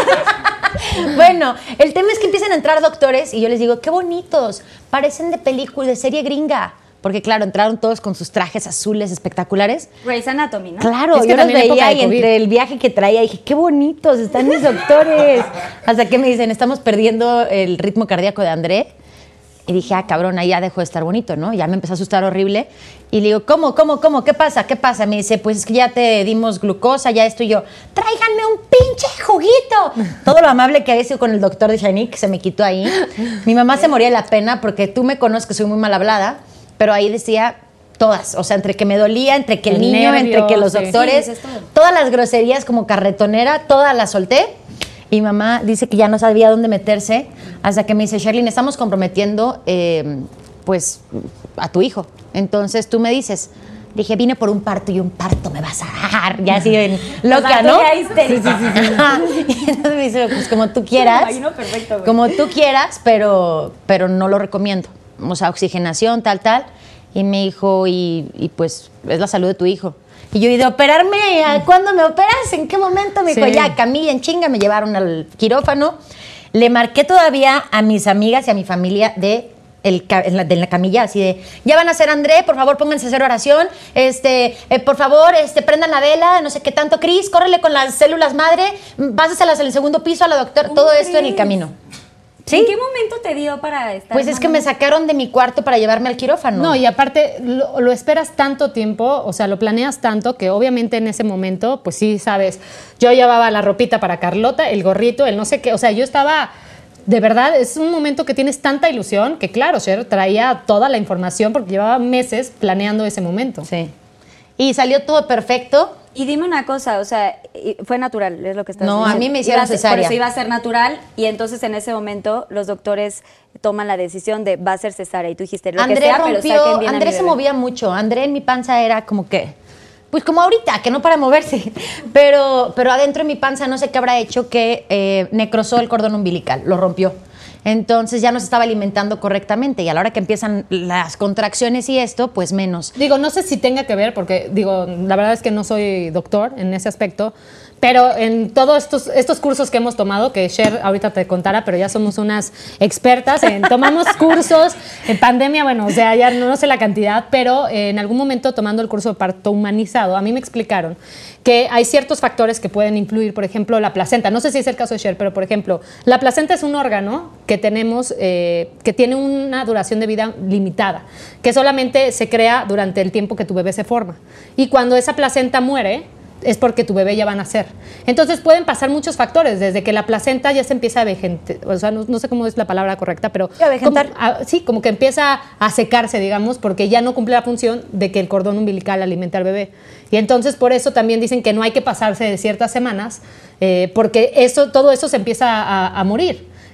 [SPEAKER 2] Bueno, el tema es que empiezan a entrar doctores y yo les digo, qué bonitos, parecen de película, de serie gringa. Porque claro, entraron todos con sus trajes azules espectaculares.
[SPEAKER 1] Grey's Anatomy, ¿no?
[SPEAKER 2] Claro,
[SPEAKER 3] Es que
[SPEAKER 2] yo los
[SPEAKER 3] también época
[SPEAKER 2] veía
[SPEAKER 3] de
[SPEAKER 2] y
[SPEAKER 3] COVID.
[SPEAKER 2] entre el viaje que traía dije, qué bonitos, están mis doctores. Hasta que me dicen, estamos perdiendo el ritmo cardíaco de André. Y dije, ah, cabrón, ahí ya dejó de estar bonito, ¿no? Ya me empezó a asustar horrible. Y le digo, ¿cómo, cómo, cómo? ¿Qué pasa? ¿Qué pasa? Me dice, pues es que ya te dimos glucosa, ya esto y yo. ¡Tráiganme un pinche juguito! Todo lo amable que había sido con el doctor de Shanique se me quitó ahí. Mi mamá se moría de la pena porque tú me conoces que soy muy mal hablada, pero ahí decía todas. O sea, entre que me dolía, entre que el,
[SPEAKER 3] El
[SPEAKER 2] niño,
[SPEAKER 3] nervio,
[SPEAKER 2] entre que los
[SPEAKER 3] sí.
[SPEAKER 2] doctores,
[SPEAKER 1] Sí, dices todo.
[SPEAKER 2] todas las groserías como carretonera, todas las solté. Y mamá dice que ya no sabía dónde meterse hasta que me dice, Sherlyn, estamos comprometiendo eh, pues a tu hijo. Entonces tú me dices, dije, vine por un parto y un parto me vas a dar. Ya así en loca,
[SPEAKER 1] sea, tú
[SPEAKER 2] ¿no?
[SPEAKER 1] ya histérica.
[SPEAKER 2] Ajá. Y entonces me dice, pues como tú
[SPEAKER 1] Me
[SPEAKER 2] quieras.
[SPEAKER 1] imagino perfecto, güey.
[SPEAKER 2] Como tú quieras, pero, pero no lo recomiendo. O sea, oxigenación, tal, tal. Y me dijo, y, y pues es la salud de tu hijo. Y yo, ¿y de operarme? ¿A ¿Cuándo me operas? ¿En qué momento? Me dijo,
[SPEAKER 3] Sí.
[SPEAKER 2] ya, camilla en chinga, me llevaron al quirófano. Le marqué todavía a mis amigas y a mi familia de, el, ca- en la, de la camilla, así de, ya van a hacer André, por favor, pónganse a hacer oración. Este, eh, por favor, este, prendan la vela, no sé qué tanto. Cris, córrele con las células madre, pásaselas en el segundo piso a la doctora. Todo esto en el
[SPEAKER 1] crees?
[SPEAKER 2] camino. ¿Sí?
[SPEAKER 1] ¿En qué momento te dio para estar?
[SPEAKER 2] Pues es que me
[SPEAKER 1] mamando?
[SPEAKER 2] sacaron de mi cuarto para llevarme al quirófano.
[SPEAKER 3] No, y aparte lo, lo esperas tanto tiempo, o sea, lo planeas tanto que obviamente en ese momento, pues sí, sabes, yo llevaba la ropita para Carlota, el gorrito, el no sé qué, o sea, yo estaba, de verdad, es un momento que tienes tanta ilusión que claro, Cher traía toda la información porque llevaba meses planeando ese momento.
[SPEAKER 2] Sí. Y salió todo perfecto.
[SPEAKER 1] Y dime una cosa, o sea, y- fue natural, es lo que estás
[SPEAKER 2] No,
[SPEAKER 1] diciendo.
[SPEAKER 2] a mí me hicieron
[SPEAKER 1] Iba a ser-
[SPEAKER 2] cesárea.
[SPEAKER 1] Por eso iba a ser natural y entonces en ese momento los doctores toman la decisión de va a ser cesárea y tú dijiste lo
[SPEAKER 2] André
[SPEAKER 1] que sea, pero
[SPEAKER 2] rompió,
[SPEAKER 1] saquen bien a
[SPEAKER 2] André
[SPEAKER 1] mi
[SPEAKER 2] se
[SPEAKER 1] bebé.
[SPEAKER 2] movía mucho. André en mi panza era como que, pues como ahorita, que no para moverse. Pero, pero adentro de mi panza no sé qué habrá hecho que eh, necrosó el cordón umbilical, lo rompió. Entonces ya no se estaba alimentando correctamente y a la hora que empiezan las contracciones y esto, pues menos.
[SPEAKER 3] Digo, no sé si tenga que ver, porque digo, la verdad es que no soy doctor en ese aspecto, pero en todos estos, estos cursos que hemos tomado, que Cher ahorita te contara, pero ya somos unas expertas, en, tomamos cursos en pandemia, bueno, o sea, ya no, no sé la cantidad, pero eh, en algún momento tomando el curso de parto humanizado, a mí me explicaron que hay ciertos factores que pueden influir, por ejemplo, la placenta. No sé si es el caso de Cher, pero por ejemplo, la placenta es un órgano que tenemos, eh, que tiene una duración de vida limitada, que solamente se crea durante el tiempo que tu bebé se forma. Y cuando esa placenta muere, es porque tu bebé ya va a nacer. Entonces pueden pasar muchos factores, desde que la placenta ya se empieza a vegetar, o sea, no, no sé cómo es la palabra correcta, pero
[SPEAKER 2] A vegetar.
[SPEAKER 3] como- a- sí, como que empieza a secarse, digamos, porque ya no cumple la función de que el cordón umbilical alimente al bebé. Y entonces por eso también dicen que no hay que pasarse de ciertas semanas, eh, porque eso, todo eso se empieza a, a morir.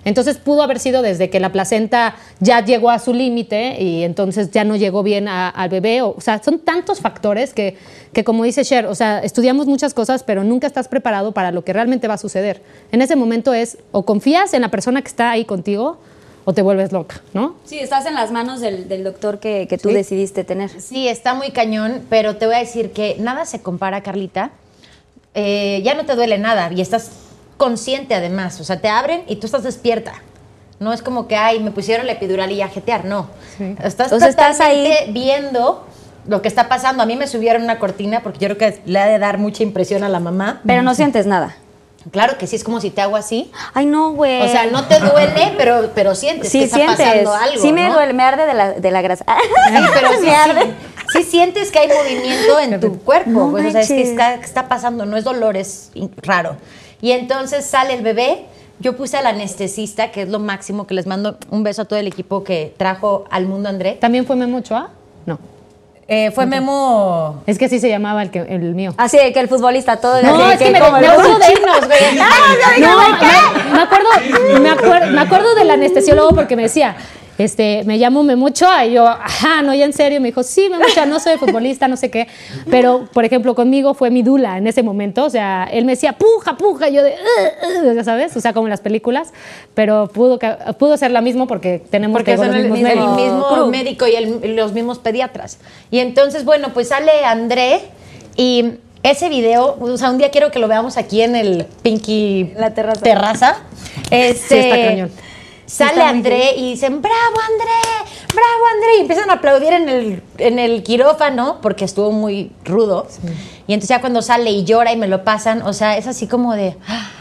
[SPEAKER 3] Entonces pudo haber sido desde que la placenta ya llegó a su límite y entonces ya no llegó bien a, al bebé. O, o sea, son tantos factores que, que, como dice Cher, o sea, estudiamos muchas cosas, pero nunca estás preparado para lo que realmente va a suceder. En ese momento es o confías en la persona que está ahí contigo o te vuelves loca, ¿no?
[SPEAKER 1] Sí, estás en las manos del, del doctor que, que tú
[SPEAKER 2] Sí.
[SPEAKER 1] decidiste tener.
[SPEAKER 2] Sí, está muy cañón, pero te voy a decir que nada se compara, Carlita. Eh, ya no te duele nada y estás consciente además. O sea, te abren y tú estás despierta. No es como que, ay, me pusieron la epidural y ya jetear, no.
[SPEAKER 3] Sí.
[SPEAKER 2] Estás
[SPEAKER 1] O sea, estás
[SPEAKER 2] totalmente
[SPEAKER 1] ahí
[SPEAKER 2] viendo lo que está pasando. A mí me subieron una cortina porque yo creo que le ha de dar mucha impresión a la mamá.
[SPEAKER 1] Pero no sientes nada.
[SPEAKER 2] Claro que sí, es como si te hago así.
[SPEAKER 1] Ay, no, güey.
[SPEAKER 2] O sea, no te duele, pero, pero sientes
[SPEAKER 1] sí
[SPEAKER 2] que está
[SPEAKER 1] sientes.
[SPEAKER 2] pasando algo,
[SPEAKER 1] Sí me
[SPEAKER 2] ¿no?
[SPEAKER 1] duele, me arde de la, de la grasa.
[SPEAKER 2] Sí, pero sí,
[SPEAKER 1] me arde.
[SPEAKER 2] sí, sí sientes que hay movimiento en tu cuerpo.
[SPEAKER 1] No
[SPEAKER 2] Pues, o sea, es que
[SPEAKER 1] manches.
[SPEAKER 2] está, que está pasando, no es dolor, es in- raro. Y entonces sale el bebé. Yo puse al anestesista, que es lo máximo, que les mando un beso a todo el equipo que trajo al mundo André.
[SPEAKER 3] ¿También fue Memo Ochoa? No.
[SPEAKER 2] Eh, fue Memo.
[SPEAKER 3] Es que así se llamaba el, que, el mío.
[SPEAKER 1] Así que el futbolista todo.
[SPEAKER 3] No,
[SPEAKER 1] así
[SPEAKER 3] es que me,
[SPEAKER 1] como
[SPEAKER 3] me
[SPEAKER 1] el-
[SPEAKER 3] acuerdo de
[SPEAKER 2] Chinos, güey.
[SPEAKER 3] No, me, me acuerdo, me, acuer- me acuerdo del anestesiólogo porque me decía, este, me llamo Memo Ochoa, y yo, ajá, no, ya en serio, me dijo, sí, Memo Ochoa, no soy futbolista, no sé qué, pero, por ejemplo, conmigo fue mi dula en ese momento, o sea, él me decía, puja, puja, y yo de, "Ugh, ugh", ya sabes, o sea, como en las películas, pero pudo, ca- pudo ser la misma porque tenemos
[SPEAKER 2] Porque
[SPEAKER 3] digo,
[SPEAKER 2] son
[SPEAKER 3] los
[SPEAKER 2] el,
[SPEAKER 3] mismos
[SPEAKER 2] el
[SPEAKER 3] médicos.
[SPEAKER 2] mismo
[SPEAKER 1] crew.
[SPEAKER 2] médico y el- los mismos pediatras. Y entonces, bueno, pues sale André y ese video, o sea, un día quiero que lo veamos aquí en el Pinky
[SPEAKER 1] La terraza.
[SPEAKER 2] terraza. Este,
[SPEAKER 3] Sí, está cañón.
[SPEAKER 2] Sale
[SPEAKER 1] está muy
[SPEAKER 2] André y dicen, bravo André, bravo André, y empiezan a aplaudir en el, en el quirófano porque estuvo muy rudo. Y entonces ya cuando sale y llora y me lo pasan, o sea, es así como de...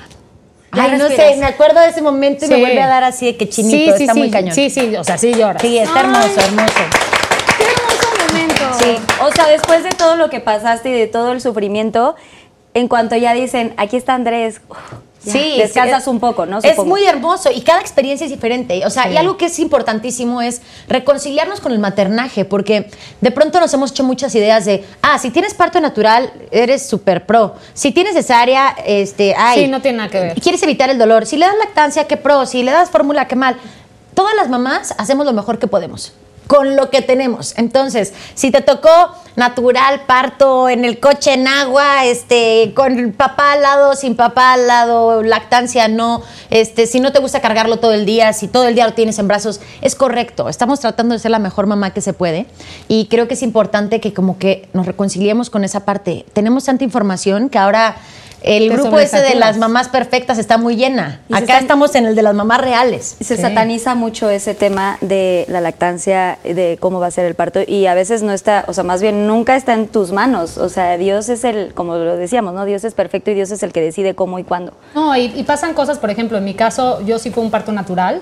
[SPEAKER 1] Ya
[SPEAKER 2] Ay, no
[SPEAKER 1] respiras.
[SPEAKER 2] sé, me acuerdo de ese momento y me
[SPEAKER 3] Sí.
[SPEAKER 2] vuelve a dar así de que chinito,
[SPEAKER 3] Sí, sí,
[SPEAKER 2] está
[SPEAKER 3] sí,
[SPEAKER 2] muy cañón.
[SPEAKER 3] sí, sí, o sea, sí llora.
[SPEAKER 2] Sí, está hermoso, hermoso.
[SPEAKER 1] Qué hermoso momento.
[SPEAKER 2] Sí.
[SPEAKER 1] O sea, después de todo lo que pasaste y de todo el sufrimiento, en cuanto ya dicen, aquí está Andrés, uf, ya,
[SPEAKER 2] Sí,
[SPEAKER 1] descansas
[SPEAKER 2] sí,
[SPEAKER 1] un poco, ¿no?
[SPEAKER 2] Es
[SPEAKER 1] Supongo.
[SPEAKER 2] muy hermoso y cada experiencia es diferente. O sea, y algo que es importantísimo es reconciliarnos con el maternaje, porque de pronto nos hemos hecho muchas ideas de, ah, si tienes parto natural, eres súper pro. Si tienes cesárea, este, ay.
[SPEAKER 3] Sí, no tiene nada que ver.
[SPEAKER 2] Quieres evitar el dolor. Si le das lactancia, qué pro. Si le das fórmula, qué mal. Todas las mamás hacemos lo mejor que podemos con lo que tenemos. Entonces, si te tocó natural, parto, en el coche, en agua, este, con el papá al lado, sin papá al lado, lactancia, no, este, si no te gusta cargarlo todo el día, si todo el día lo tienes en brazos, es correcto. Estamos tratando de ser la mejor mamá que se puede y creo que es importante que como que nos reconciliemos con esa parte. Tenemos tanta información que ahora el
[SPEAKER 3] Te
[SPEAKER 2] grupo ese de
[SPEAKER 3] sobresaturas.
[SPEAKER 2] las mamás perfectas está muy llena.
[SPEAKER 1] Y se
[SPEAKER 2] Acá
[SPEAKER 1] están-
[SPEAKER 2] estamos en el de las mamás reales.
[SPEAKER 1] Se
[SPEAKER 3] Sí.
[SPEAKER 1] sataniza mucho ese tema de la lactancia, de cómo va a ser el parto y a veces no está, o sea, más bien nunca está en tus manos. O sea, Dios es el, como lo decíamos, ¿no? Dios es perfecto y Dios es el que decide cómo y cuándo.
[SPEAKER 3] No, y, y pasan cosas, por ejemplo, en mi caso, yo sí fue un parto natural,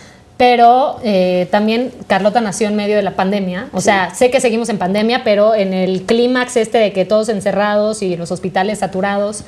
[SPEAKER 3] pero eh, también Carlota nació en medio de la pandemia. O sea, sé que seguimos en pandemia, pero en el clímax este de que todos encerrados y los hospitales saturados.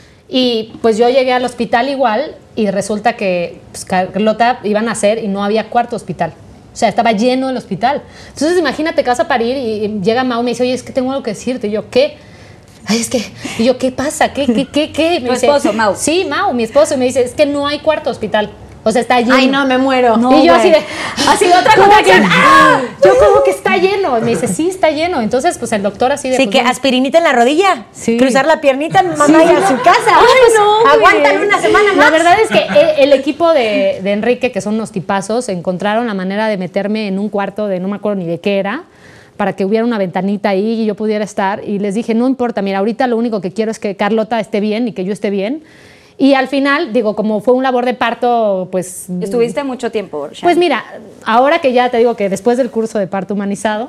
[SPEAKER 3] Y pues yo llegué al hospital igual y resulta que pues, Carlota iba a nacer y no había cuarto hospital. O sea, estaba lleno el hospital. Entonces imagínate que vas a parir y, y llega Mau y me dice, oye, es que tengo algo que decirte. Y yo, ¿qué? Ay, es que, y yo, ¿qué pasa? ¿Qué, qué, qué, qué? Me
[SPEAKER 1] Tu
[SPEAKER 3] dice,
[SPEAKER 1] esposo, Mau.
[SPEAKER 3] Sí, Mau, mi esposo. Y me dice, es que no hay cuarto hospital. O sea, está lleno.
[SPEAKER 2] Ay, no, me muero.
[SPEAKER 1] No,
[SPEAKER 3] y yo
[SPEAKER 1] güey.
[SPEAKER 3] así de, así de otra
[SPEAKER 1] ¿Cómo
[SPEAKER 3] contracción.
[SPEAKER 1] que-
[SPEAKER 3] ¡Ah! Yo como que está lleno. Y me dice, sí, está lleno. Entonces, pues el doctor así de...
[SPEAKER 2] Sí,
[SPEAKER 3] pues,
[SPEAKER 2] que
[SPEAKER 3] bueno.
[SPEAKER 2] aspirinita en la rodilla.
[SPEAKER 3] Sí.
[SPEAKER 2] Cruzar la piernita, mamá
[SPEAKER 3] Sí,
[SPEAKER 2] y a
[SPEAKER 3] no.
[SPEAKER 2] su casa.
[SPEAKER 3] Ay,
[SPEAKER 2] Pues,
[SPEAKER 3] no, güey.
[SPEAKER 2] aguántale una semana más.
[SPEAKER 3] La verdad es que el, el equipo de, de Enrique, que son unos tipazos, encontraron la manera de meterme en un cuarto de no me acuerdo ni de qué era, para que hubiera una ventanita ahí y yo pudiera estar. Y les dije, no importa, mira, ahorita lo único que quiero es que Carlota esté bien y que yo esté bien. Y al final, digo, como fue un labor de parto, pues...
[SPEAKER 1] Estuviste mucho tiempo, Shani.
[SPEAKER 3] Pues mira, ahora que ya te digo que después del curso de parto humanizado,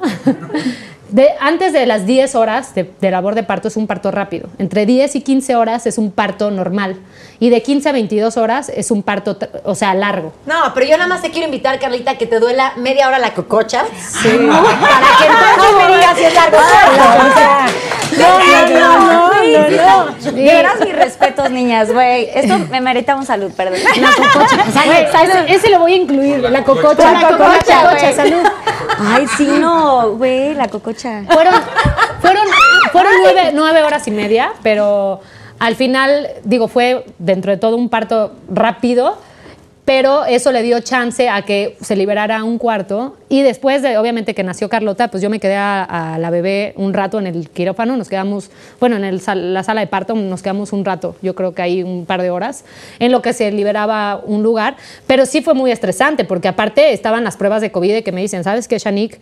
[SPEAKER 3] de, antes de las diez horas de, de labor de parto es un parto rápido. Entre diez y quince horas es un parto normal. Y de quince a veintidós horas es un parto, tr- o sea, largo.
[SPEAKER 2] No, pero yo nada más te quiero invitar, Carlita, que te duela media hora la cococha. Sí. Para que entonces me digas si es largo o corto. O sea, no, no, no, no, no, no.
[SPEAKER 1] De veras, mis respetos, niñas, güey. Esto me merita un salud, perdón.
[SPEAKER 3] La cococha. Güey, ese, ese lo voy a incluir. La cococha.
[SPEAKER 1] La cococha, güey.
[SPEAKER 3] salud.
[SPEAKER 1] Ay, sí, no, güey, la cococha.
[SPEAKER 3] Fueron, fueron, fueron nueve, nueve horas y media, pero al final, digo, fue dentro de todo un parto rápido pero eso le dio chance a que se liberara un cuarto y después de, obviamente, que nació Carlota, pues yo me quedé a, a la bebé un rato en el quirófano, nos quedamos, bueno, en el sal, la sala de parto nos quedamos un rato, yo creo que ahí un par de horas, en lo que se liberaba un lugar, pero sí fue muy estresante, porque aparte estaban las pruebas de COVID que me dicen, ¿sabes qué, Shanique?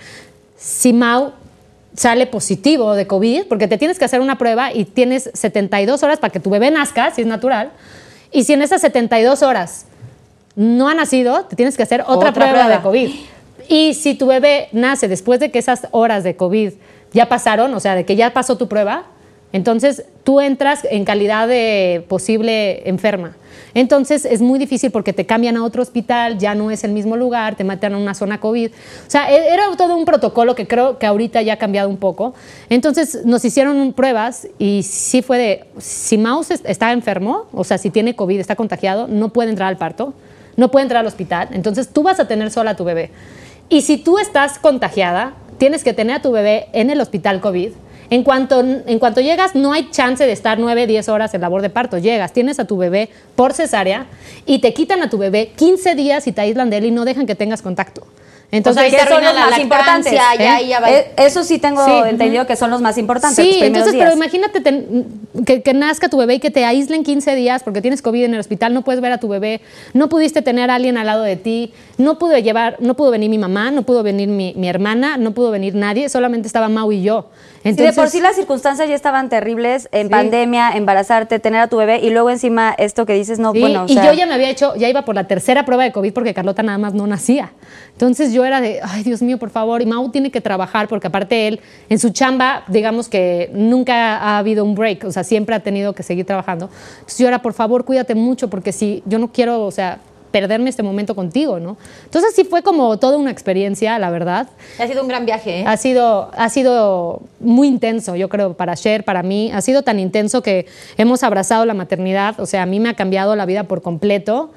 [SPEAKER 3] Si Mau sale positivo de COVID, porque te tienes que hacer una prueba y tienes setenta y dos horas para que tu bebé nazca, si es natural, y si en esas setenta y dos horas no ha nacido, te tienes que hacer otra,
[SPEAKER 1] Otra
[SPEAKER 3] prueba,
[SPEAKER 1] prueba
[SPEAKER 3] de COVID. Y si tu bebé nace después de que esas horas de COVID ya pasaron, o sea, de que ya pasó tu prueba, entonces tú entras en calidad de posible enferma. Entonces es muy difícil porque te cambian a otro hospital, ya no es el mismo lugar, te meten a una zona COVID. O sea, era todo un protocolo que creo que ahorita ya ha cambiado un poco. Entonces nos hicieron pruebas y sí fue de, si Maus está enfermo, o sea, si tiene COVID, está contagiado, no puede entrar al parto, no puede entrar al hospital, entonces tú vas a tener sola a tu bebé. Y si tú estás contagiada, tienes que tener a tu bebé en el hospital COVID. En cuanto, en cuanto llegas, no hay chance de estar nueve, diez horas en labor de parto. Llegas, tienes a tu bebé por cesárea y te quitan a tu bebé quince días y te aíslan de él y no dejan que tengas contacto. Entonces,
[SPEAKER 2] o sea,
[SPEAKER 1] que son los más importantes.
[SPEAKER 2] Ya,
[SPEAKER 1] ¿eh?
[SPEAKER 2] ya va.
[SPEAKER 1] Eh, Eso sí tengo
[SPEAKER 3] Sí.
[SPEAKER 1] entendido que son los más importantes.
[SPEAKER 3] Sí,
[SPEAKER 1] los primeros
[SPEAKER 3] entonces,
[SPEAKER 1] días.
[SPEAKER 3] pero imagínate ten- que, que nazca tu bebé y que te aíslen quince días porque tienes COVID en el hospital, no puedes ver a tu bebé, no pudiste tener a alguien al lado de ti, no pude llevar, no pudo venir mi mamá, no pudo venir mi, mi hermana, no pudo venir nadie, solamente estaba Mau y yo. Entonces,
[SPEAKER 1] Sí, de por sí las circunstancias ya estaban terribles, en
[SPEAKER 3] Sí.
[SPEAKER 1] pandemia, embarazarte, tener a tu bebé y luego encima esto que dices, no,
[SPEAKER 3] sí,
[SPEAKER 1] bueno, o
[SPEAKER 3] y
[SPEAKER 1] sea,
[SPEAKER 3] yo ya me había hecho, ya iba por la tercera prueba de COVID porque Carlota nada más no nacía. Entonces yo era de, ay Dios mío, por favor, y Mau tiene que trabajar porque aparte él, en su chamba, digamos que nunca ha habido un break, o sea, siempre ha tenido que seguir trabajando. Entonces yo era, por favor, cuídate mucho porque si yo no quiero, o sea, perderme este momento contigo, ¿no? Entonces sí fue como toda una experiencia, la verdad.
[SPEAKER 2] Ha sido un gran viaje, ¿eh?
[SPEAKER 3] Ha sido, ha sido muy intenso, yo creo, para Cher, para mí. Ha sido tan intenso que hemos abrazado la maternidad. O sea, a mí me ha cambiado la vida por completo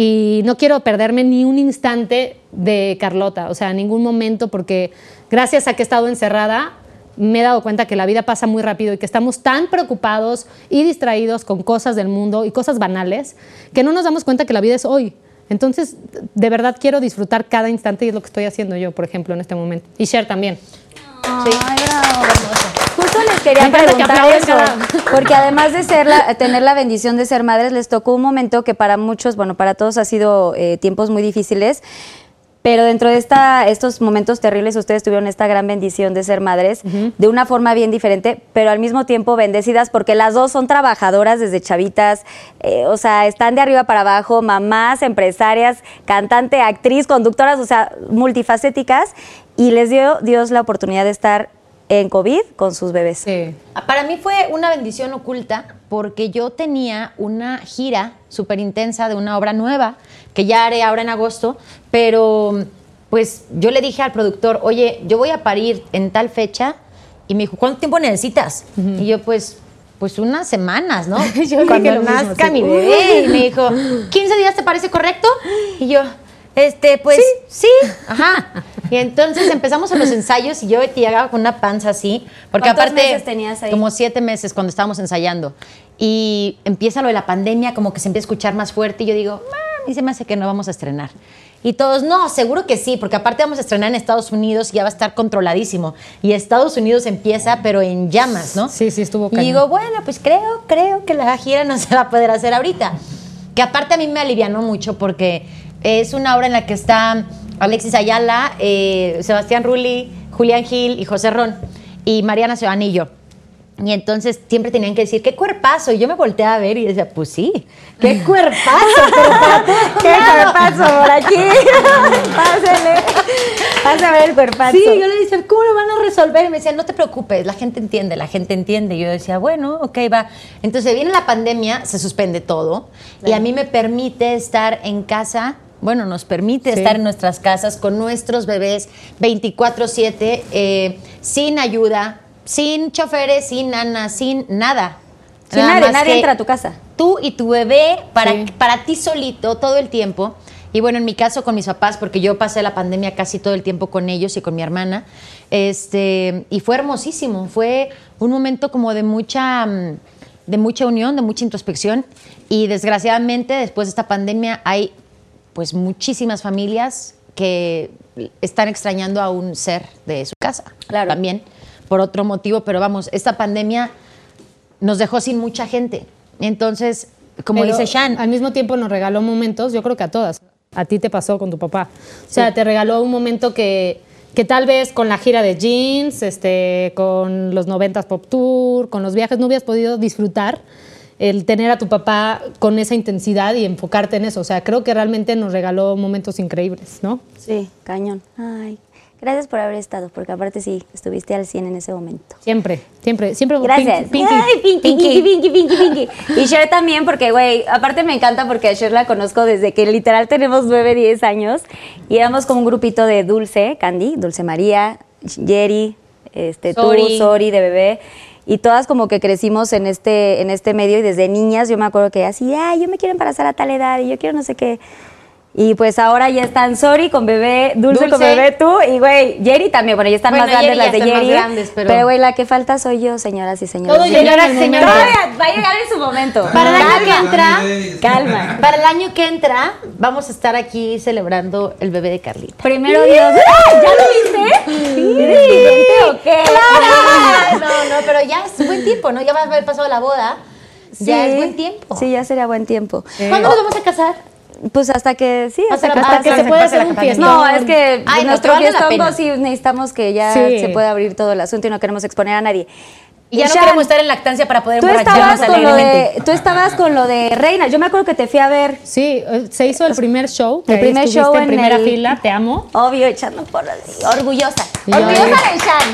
[SPEAKER 3] y no quiero perderme ni un instante de Carlota, o sea, ningún momento, porque gracias a que he estado encerrada, me he dado cuenta que la vida pasa muy rápido y que estamos tan preocupados y distraídos con cosas del mundo y cosas banales que no nos damos cuenta que la vida es hoy. Entonces, de verdad quiero disfrutar cada instante y es lo que estoy haciendo yo, por ejemplo, en este momento. Y Cher también.
[SPEAKER 1] Ay, bravo. Justo les quería
[SPEAKER 3] Me encanta que
[SPEAKER 1] preguntar
[SPEAKER 3] aplauden
[SPEAKER 1] eso,
[SPEAKER 3] cada-
[SPEAKER 1] porque además de ser la, tener la bendición de ser madres, les tocó un momento que para muchos, bueno, para todos ha sido eh, tiempos muy difíciles, pero dentro de esta, estos momentos terribles ustedes tuvieron esta gran bendición de ser madres de una forma bien diferente, pero al mismo tiempo bendecidas porque las dos son trabajadoras desde chavitas, eh, o sea, están de arriba para abajo, mamás, empresarias, cantante, actriz, conductoras, o sea, multifacéticas, y les dio Dios la oportunidad de estar en COVID con sus bebés.
[SPEAKER 3] Sí.
[SPEAKER 2] Para mí fue una bendición oculta porque yo tenía una gira súper intensa de una obra nueva que ya haré ahora en agosto, pero pues yo le dije al productor, oye, yo voy a parir en tal fecha, y me dijo, ¿cuánto tiempo necesitas? Uh-huh. Y yo pues, pues unas semanas, ¿no?
[SPEAKER 3] Yo
[SPEAKER 2] Cuando
[SPEAKER 3] dije lo mismo,
[SPEAKER 2] nazca
[SPEAKER 3] sí.
[SPEAKER 2] mi bebé, y me dijo, ¿quince días te parece correcto? Y yo, este, pues sí, sí, ajá. Y entonces empezamos a los ensayos y yo llegaba con una panza así, porque
[SPEAKER 1] ¿Cuántos
[SPEAKER 2] aparte
[SPEAKER 1] meses tenías ahí?
[SPEAKER 2] como siete meses cuando estábamos ensayando, y empieza lo de la pandemia, como que se empieza a escuchar más fuerte, y yo digo, a mí se me hace que no vamos a estrenar. Y todos, no, seguro que sí, porque aparte vamos a estrenar en Estados Unidos y ya va a estar controladísimo. Y Estados Unidos empieza, pero en llamas, ¿no?
[SPEAKER 3] Sí, sí, estuvo
[SPEAKER 2] Y
[SPEAKER 3] cañón.
[SPEAKER 2] digo, bueno, pues creo, creo que la gira no se va a poder hacer ahorita. Que aparte a mí me alivianó mucho porque es una obra en la que está Alexis Ayala, eh, Sebastián Rulli, Julián Gil y José Ron, y Mariana Sebanillo. Y entonces siempre tenían que decir, ¡qué cuerpazo! Y yo me volteaba a ver y decía, pues sí, ¡qué cuerpazo! Pero para todo
[SPEAKER 1] ¡Qué cuerpazo por aquí! Pásale. Pásale a ver el cuerpazo.
[SPEAKER 2] Sí, yo le decía, ¿cómo lo van a resolver? Y me decían, no te preocupes, la gente entiende, la gente entiende. Y yo decía, bueno, ok, va. Entonces viene la pandemia, se suspende todo, y a mí me permite estar en casa. Bueno, nos permite
[SPEAKER 3] Sí.
[SPEAKER 2] estar en nuestras casas con nuestros bebés veinticuatro siete, eh, sin ayuda, sin choferes, sin nana, sin nada.
[SPEAKER 1] Sin
[SPEAKER 2] Nada
[SPEAKER 1] nadie,
[SPEAKER 2] más
[SPEAKER 1] nadie
[SPEAKER 2] que
[SPEAKER 1] entra a tu casa.
[SPEAKER 2] Tú y tu bebé para,
[SPEAKER 3] Sí.
[SPEAKER 2] para ti solito todo el tiempo. Y bueno, en mi caso con mis papás, porque yo pasé la pandemia casi todo el tiempo con ellos y con mi hermana, este, y fue hermosísimo. Fue un momento como de mucha, mm, de mucha unión, de mucha introspección. Y desgraciadamente, después de esta pandemia, hay pues muchísimas familias que están extrañando a un ser de su casa.
[SPEAKER 1] Claro.
[SPEAKER 2] También por otro motivo, pero vamos, esta pandemia nos dejó sin mucha gente. Entonces, como
[SPEAKER 3] Pero
[SPEAKER 2] dice Shan,
[SPEAKER 3] al mismo tiempo nos regaló momentos, yo creo que a todas. A ti te pasó con tu papá. O sea, sí. te regaló un momento que, que tal vez con la gira de Jeans, este, con los noventas Pop Tour, con los viajes, no hubieras podido disfrutar el tener a tu papá con esa intensidad y enfocarte en eso. O sea, creo que realmente nos regaló momentos increíbles, ¿no?
[SPEAKER 1] Sí, cañón. Ay, gracias por haber estado, porque aparte sí, estuviste al cien en ese momento.
[SPEAKER 3] Siempre, siempre, siempre.
[SPEAKER 1] Gracias.
[SPEAKER 3] Pinky,
[SPEAKER 1] Ay, Pinky, Pinky, Pinky, Pinky, Pinky. Y Cher también, porque, güey, aparte me encanta porque a Cher la conozco desde que literal tenemos nueve, diez años y éramos como un grupito de Dulce, Candy, Dulce María, Jerry, este,
[SPEAKER 2] Sori.
[SPEAKER 1] tú, Sori, de bebé. Y todas como que crecimos en este, en este medio y desde niñas yo me acuerdo que así, ay, yo me quiero embarazar a tal edad y yo quiero no sé qué. Y pues ahora ya están Sori con bebé, Dulce,
[SPEAKER 2] Dulce.
[SPEAKER 1] con bebé tú y güey, Jerry también, bueno, ya están
[SPEAKER 2] Bueno,
[SPEAKER 1] más grandes
[SPEAKER 2] Jerry
[SPEAKER 1] las
[SPEAKER 2] ya
[SPEAKER 1] de
[SPEAKER 2] están más
[SPEAKER 1] Jerry.
[SPEAKER 2] grandes, pero-
[SPEAKER 1] Pero güey, la que falta soy yo, señoras y señores.
[SPEAKER 3] Todo llega
[SPEAKER 2] Señoras,
[SPEAKER 3] en el
[SPEAKER 2] señores.
[SPEAKER 3] momento.
[SPEAKER 1] Todavía va a llegar en su momento.
[SPEAKER 2] para el año que
[SPEAKER 1] Calma.
[SPEAKER 2] entra,
[SPEAKER 1] Calma.
[SPEAKER 2] para el año que entra, vamos a estar aquí celebrando el bebé de Carlita.
[SPEAKER 1] Primero Dios. ¡Ah! ¿Ya lo viste? ¿Eres vidente o qué?
[SPEAKER 2] Ah, no, no, pero ya es buen tiempo, ¿no? Ya va a haber pasado la boda. Ya
[SPEAKER 1] Sí.
[SPEAKER 2] es buen tiempo.
[SPEAKER 1] Sí, ya sería buen tiempo.
[SPEAKER 2] ¿Cuándo nos vamos a casar?
[SPEAKER 1] Pues hasta que, sí, hasta,
[SPEAKER 2] Hasta
[SPEAKER 1] que,
[SPEAKER 2] la-
[SPEAKER 1] hasta
[SPEAKER 2] hasta
[SPEAKER 1] que
[SPEAKER 2] que
[SPEAKER 1] se
[SPEAKER 2] pueda
[SPEAKER 1] pase
[SPEAKER 2] hacer
[SPEAKER 1] la
[SPEAKER 2] un
[SPEAKER 1] pandemia.
[SPEAKER 2] fiestón.
[SPEAKER 1] No, es que
[SPEAKER 2] Ay, no,
[SPEAKER 1] nuestro
[SPEAKER 2] que vale la
[SPEAKER 1] fiestón
[SPEAKER 2] pena.
[SPEAKER 1] pues, sí necesitamos que ya
[SPEAKER 3] Sí.
[SPEAKER 1] se pueda abrir todo el asunto y no queremos exponer a nadie.
[SPEAKER 2] Y ya no
[SPEAKER 1] Shan,
[SPEAKER 2] queremos estar en lactancia para poder
[SPEAKER 1] tú
[SPEAKER 2] emborracharnos
[SPEAKER 1] estabas, con lo
[SPEAKER 2] alegremente.
[SPEAKER 1] de, tú estabas con lo de Reina. Yo me acuerdo que te fui a ver,
[SPEAKER 3] Sí, eh, se hizo el primer show. que
[SPEAKER 1] El
[SPEAKER 3] ahí
[SPEAKER 1] primer
[SPEAKER 3] estuviste
[SPEAKER 1] show
[SPEAKER 3] en
[SPEAKER 1] en
[SPEAKER 3] primera
[SPEAKER 1] el-
[SPEAKER 3] fila, te amo.
[SPEAKER 1] obvio, echando por orgullosa.
[SPEAKER 3] Y yo-
[SPEAKER 1] Orgullosa de Shan.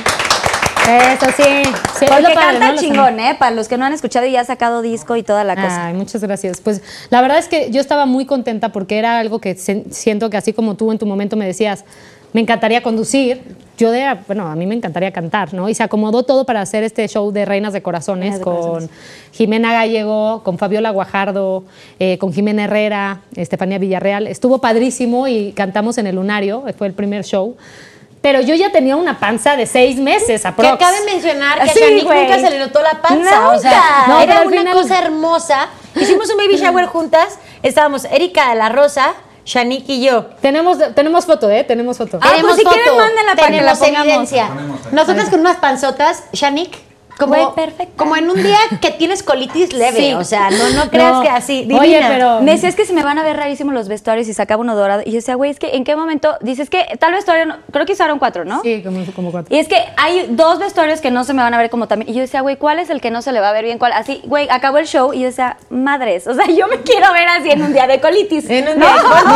[SPEAKER 3] Eso sí. sí es
[SPEAKER 1] Porque
[SPEAKER 3] lo padre,
[SPEAKER 1] canta
[SPEAKER 3] ¿no? Los
[SPEAKER 1] chingón, ¿eh? Para los que no han escuchado y ya ha sacado disco y toda la cosa.
[SPEAKER 3] Ay, muchas gracias. Pues la verdad es que yo estaba muy contenta porque era algo que se- siento que así como tú en tu momento me decías, me encantaría conducir, yo de, bueno, a mí me encantaría cantar, ¿no? Y se acomodó todo para hacer este show de Reinas de Corazones
[SPEAKER 1] Reinas de
[SPEAKER 3] con
[SPEAKER 1] Corazones.
[SPEAKER 3] Jimena Gallego, con Fabiola Guajardo, eh, con Jimena Herrera, Estefanía Villarreal. Estuvo padrísimo y cantamos en el Lunario, fue el primer show. Pero yo ya tenía una panza de seis meses,
[SPEAKER 2] Que
[SPEAKER 3] aprox.
[SPEAKER 2] cabe mencionar que
[SPEAKER 1] Sí,
[SPEAKER 2] a Shanique
[SPEAKER 1] güey.
[SPEAKER 2] nunca se le notó la panza.
[SPEAKER 1] Nunca.
[SPEAKER 2] O sea,
[SPEAKER 3] No, pero
[SPEAKER 2] era
[SPEAKER 3] al
[SPEAKER 2] una
[SPEAKER 3] final-
[SPEAKER 2] cosa hermosa. Hicimos un baby shower juntas. Estábamos Erika de la Rosa, Shanique y yo.
[SPEAKER 3] Tenemos, tenemos foto, ¿eh? Tenemos foto.
[SPEAKER 1] Ah, pues si quieren, mándenla para que la
[SPEAKER 2] tenemos
[SPEAKER 1] pongamos.
[SPEAKER 2] evidencia. Nosotras con unas panzotas, Shanique, como,
[SPEAKER 1] Güey, perfecta.
[SPEAKER 2] como en un día que tienes colitis leve.
[SPEAKER 1] Sí.
[SPEAKER 2] O sea, no, no creas
[SPEAKER 3] No.
[SPEAKER 2] que así.
[SPEAKER 3] Oye,
[SPEAKER 2] divina.
[SPEAKER 3] pero-
[SPEAKER 1] Me decía, es que se me van a ver rarísimos los vestuarios y sacaba uno dorado. Y yo decía, güey, es que ¿en qué momento? Dices que tal vestuario, no- creo que usaron cuatro, ¿no?
[SPEAKER 3] Sí, como, como cuatro.
[SPEAKER 1] Y es que hay dos vestuarios que no se me van a ver como también. Y yo decía, güey, ¿cuál es el que no se le va a ver bien? ¿Cuál? Así, güey, acabó el show y yo decía, madres, o sea, yo me quiero ver así en un día de colitis.
[SPEAKER 2] En un
[SPEAKER 1] ¿no?
[SPEAKER 2] día de colitis.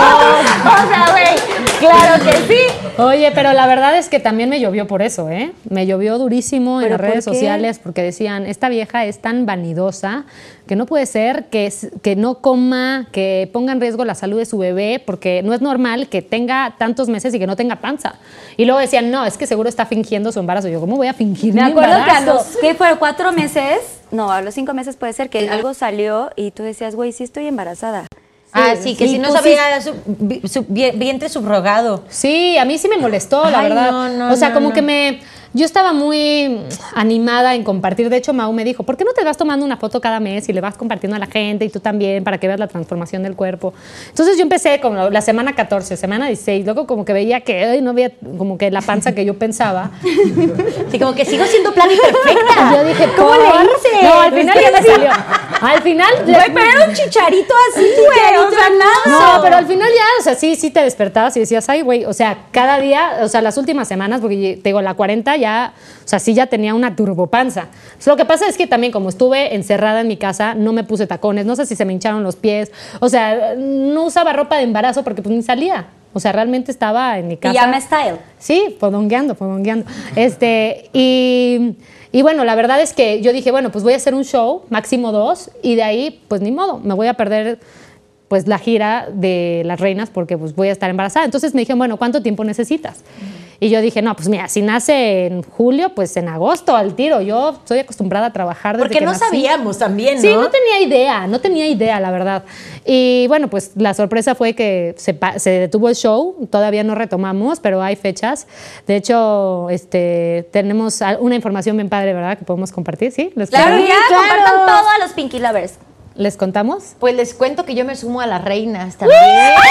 [SPEAKER 1] O sea, güey, claro que sí.
[SPEAKER 3] Oye, pero la verdad es que también me llovió por eso, ¿eh? Me llovió durísimo en
[SPEAKER 1] ¿Pero
[SPEAKER 3] las
[SPEAKER 1] por
[SPEAKER 3] redes
[SPEAKER 1] qué?
[SPEAKER 3] sociales porque decían, esta vieja es tan vanidosa que no puede ser que, es- que no coma, que ponga en riesgo la salud de su bebé, porque no es normal que tenga tantos meses y que no tenga panza. Y luego decían, no, es que seguro está fingiendo su embarazo. Yo, ¿cómo voy a fingir
[SPEAKER 1] Me
[SPEAKER 3] mi
[SPEAKER 1] acuerdo que a
[SPEAKER 3] embarazo?
[SPEAKER 1] los, ¿qué fue? ¿Cuatro meses? No, a los cinco meses puede ser que algo salió y tú decías, güey, sí estoy embarazada.
[SPEAKER 2] Ah, sí, que
[SPEAKER 1] Y
[SPEAKER 2] si no
[SPEAKER 1] pusiste-
[SPEAKER 2] sabía su, vi- su vi- vientre subrogado.
[SPEAKER 3] Sí, a mí sí me molestó, la
[SPEAKER 2] Ay,
[SPEAKER 3] verdad.
[SPEAKER 2] no, no,
[SPEAKER 3] o sea,
[SPEAKER 2] no,
[SPEAKER 3] como
[SPEAKER 2] no.
[SPEAKER 3] que me... Yo estaba muy animada en compartir. De hecho, Mau me dijo, ¿por qué no te vas tomando una foto cada mes y le vas compartiendo a la gente y tú también para que veas la transformación del cuerpo? Entonces yo empecé como la semana catorce, semana dieciséis, luego como que veía que ay, no había como que la panza que yo pensaba.
[SPEAKER 2] Así como que sigo siendo plan y
[SPEAKER 3] Y
[SPEAKER 2] perfecta.
[SPEAKER 3] yo dije,
[SPEAKER 1] ¿Cómo
[SPEAKER 3] ¿por?
[SPEAKER 1] le hice?
[SPEAKER 3] No, al final ya me salió. Al final...
[SPEAKER 1] Güey, pero era un chicharito así, güey, o sea, nada.
[SPEAKER 3] No, pero al final ya, o sea, sí, sí te despertabas y decías, ay, güey, o sea, cada día, o sea, las últimas semanas, porque te digo, la cuarenta ya, o sea, sí ya tenía una turbopanza. Entonces, lo que pasa es que también como estuve encerrada en mi casa, no me puse tacones, no sé si se me hincharon los pies, o sea, no usaba ropa de embarazo porque pues ni salía. O sea, realmente estaba en mi casa.
[SPEAKER 1] Pijama style.
[SPEAKER 3] Sí, podongueando, podongueando. Este, y, y bueno, la verdad es que yo dije, bueno, pues voy a hacer un show, máximo dos, y de ahí, pues ni modo, me voy a perder pues la gira de las reinas porque pues voy a estar embarazada. Entonces me dijeron, bueno, ¿cuánto tiempo necesitas? Y yo dije, no, pues mira, si nace en julio, pues en agosto al tiro. Yo estoy acostumbrada a trabajar desde
[SPEAKER 2] Porque
[SPEAKER 3] que
[SPEAKER 2] no
[SPEAKER 3] nací.
[SPEAKER 2] sabíamos también, ¿no?
[SPEAKER 3] Sí, no tenía idea, no tenía idea, la verdad. Y bueno, pues la sorpresa fue que se, pa- se detuvo el show, todavía no retomamos, pero hay fechas. De hecho, este, tenemos a- una información bien padre, ¿verdad? Que podemos compartir, ¿sí? ¿Les,
[SPEAKER 1] Claro,
[SPEAKER 3] contamos?
[SPEAKER 1] ya,
[SPEAKER 2] claro.
[SPEAKER 1] compartan todo a los Pinky Lovers.
[SPEAKER 3] ¿Les contamos?
[SPEAKER 2] Pues les cuento que yo me sumo a las reinas también.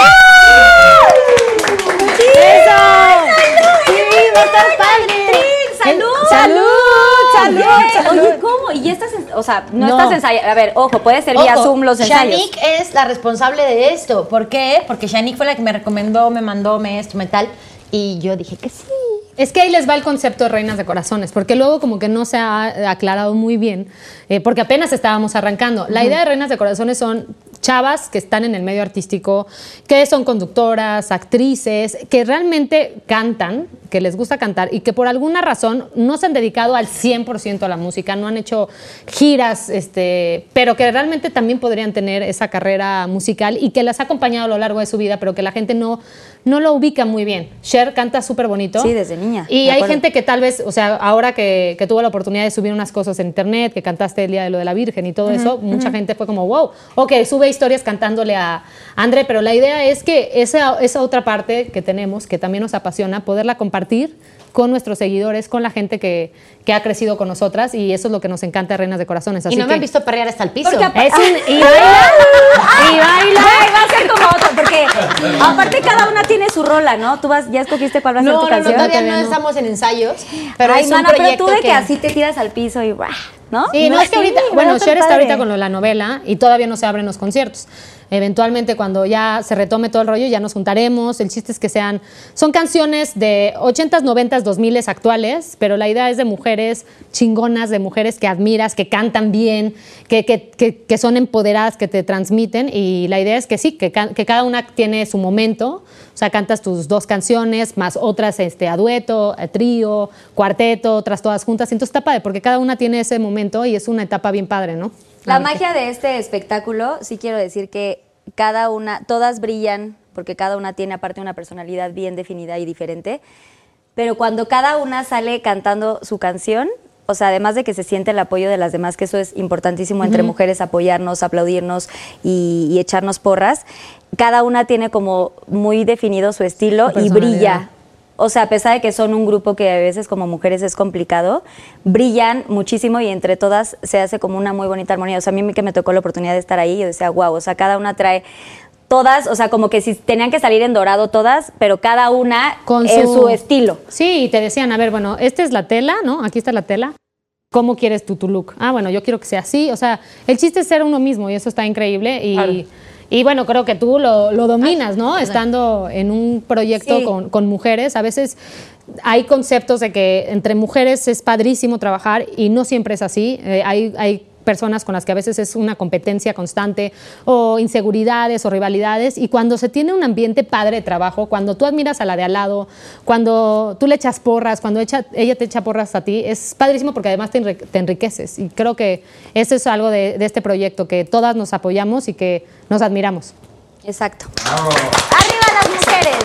[SPEAKER 2] va a estar padre.
[SPEAKER 1] ¡Salud!
[SPEAKER 2] ¡Salud! ¡Salud!
[SPEAKER 1] Oye,
[SPEAKER 2] ¡Salud!
[SPEAKER 1] Oye, ¿cómo? Y estás, en- o sea, no,
[SPEAKER 2] No.
[SPEAKER 1] estás ensayando. A ver, ojo, puede ser vía
[SPEAKER 2] Ojo,
[SPEAKER 1] Zoom los ensayos.
[SPEAKER 2] Shanique es la responsable de esto. ¿Por qué? Porque Shanique fue la que me recomendó, me mandó, me esto, me tal. Y yo dije que sí.
[SPEAKER 3] Es que ahí les va el concepto de reinas de corazones, porque luego como que no se ha aclarado muy bien, eh, porque apenas estábamos arrancando. La idea de reinas de corazones son chavas que están en el medio artístico, que son conductoras, actrices, que realmente cantan, que les gusta cantar y que por alguna razón no se han dedicado al cien por ciento a la música, no han hecho giras, este, pero que realmente también podrían tener esa carrera musical y que las ha acompañado a lo largo de su vida, pero que la gente no, no lo ubica muy bien. Cher canta súper bonito.
[SPEAKER 1] Sí, desde niña.
[SPEAKER 3] Y
[SPEAKER 1] de
[SPEAKER 3] hay
[SPEAKER 1] acuerdo.
[SPEAKER 3] gente que tal vez, o sea, ahora que, que tuvo la oportunidad de subir unas cosas en internet, que cantaste el Día de lo de la Virgen y todo eso, mucha gente fue como, wow, ok, sube historias cantándole a André, pero la idea es que esa, esa otra parte que tenemos, que también nos apasiona, poderla compartir con nuestros seguidores, con la gente que, que ha crecido con nosotras, y eso es lo que nos encanta de Reinas de Corazones. Así
[SPEAKER 2] Y no me
[SPEAKER 3] que
[SPEAKER 2] han visto perrear hasta el piso.
[SPEAKER 1] Porque apa-
[SPEAKER 3] es un, y baila, y baila.
[SPEAKER 1] Ay, va a ser como otro, porque aparte cada una tiene su rola, ¿no? Tú vas, ya escogiste cuál va a ser
[SPEAKER 2] No,
[SPEAKER 1] tu
[SPEAKER 2] no, no,
[SPEAKER 1] canción.
[SPEAKER 2] todavía no,
[SPEAKER 3] Todavía no.
[SPEAKER 2] estamos en ensayos, pero
[SPEAKER 1] Ay,
[SPEAKER 2] es un
[SPEAKER 1] mana, pero
[SPEAKER 2] proyecto
[SPEAKER 1] tú de que... así te tiras al piso y ¡buah! ¿No?
[SPEAKER 3] Sí, no, es que
[SPEAKER 1] sí,
[SPEAKER 3] ahorita,
[SPEAKER 1] va a
[SPEAKER 3] bueno,
[SPEAKER 1] estar
[SPEAKER 3] Cher está
[SPEAKER 1] padre.
[SPEAKER 3] ahorita con lo de la novela y todavía no se abren los conciertos. Eventualmente, cuando ya se retome todo el rollo, ya nos juntaremos. El chiste es que sean, son canciones de ochentas, noventas, dos miles actuales, pero la idea es de mujeres chingonas, de mujeres que admiras, que cantan bien, que, que, que, que son empoderadas, que te transmiten. Y la idea es que sí, que, ca- que cada una tiene su momento. O sea, cantas tus dos canciones, más otras este, a dueto, a trío, cuarteto, otras todas juntas. Entonces está padre, porque cada una tiene ese momento y es una etapa bien padre, ¿no?
[SPEAKER 1] La
[SPEAKER 3] A ver,
[SPEAKER 1] magia de este espectáculo, sí quiero decir que cada una, todas brillan, porque cada una tiene aparte una personalidad bien definida y diferente, pero cuando cada una sale cantando su canción, o sea, además de que se siente el apoyo de las demás, que eso es importantísimo entre mujeres, apoyarnos, aplaudirnos y, y echarnos porras, cada una tiene como muy definido su estilo
[SPEAKER 3] Su
[SPEAKER 1] y
[SPEAKER 3] personalidad.
[SPEAKER 1] brilla. O sea, a pesar de que son un grupo que a veces como mujeres es complicado, brillan muchísimo y entre todas se hace como una muy bonita armonía. O sea, a mí que me tocó la oportunidad de estar ahí, yo decía, wow, o sea, cada una trae todas, o sea, como que si tenían que salir en dorado todas, pero cada una
[SPEAKER 3] Con
[SPEAKER 1] en
[SPEAKER 3] su-
[SPEAKER 1] su estilo.
[SPEAKER 3] Sí, y te decían, a ver, bueno, esta es la tela, ¿no? Aquí está la tela. ¿Cómo quieres tú tu look? Ah, bueno, yo quiero que sea así. O sea, el chiste es ser uno mismo y eso está increíble. Y,
[SPEAKER 2] Claro.
[SPEAKER 3] y bueno, creo que tú lo, lo dominas, ¿no? Estando en un proyecto
[SPEAKER 1] Sí.
[SPEAKER 3] con, con mujeres, a veces hay conceptos de que entre mujeres es padrísimo trabajar y no siempre es así. Eh, hay, hay personas con las que a veces es una competencia constante o inseguridades o rivalidades, y cuando se tiene un ambiente padre de trabajo, cuando tú admiras a la de al lado, cuando tú le echas porras, cuando echa, ella te echa porras a ti, es padrísimo porque además te, enrique- te enriqueces, y creo que eso es algo de, de este proyecto, que todas nos apoyamos y que nos admiramos.
[SPEAKER 1] Exacto. ¡Arriba las mujeres!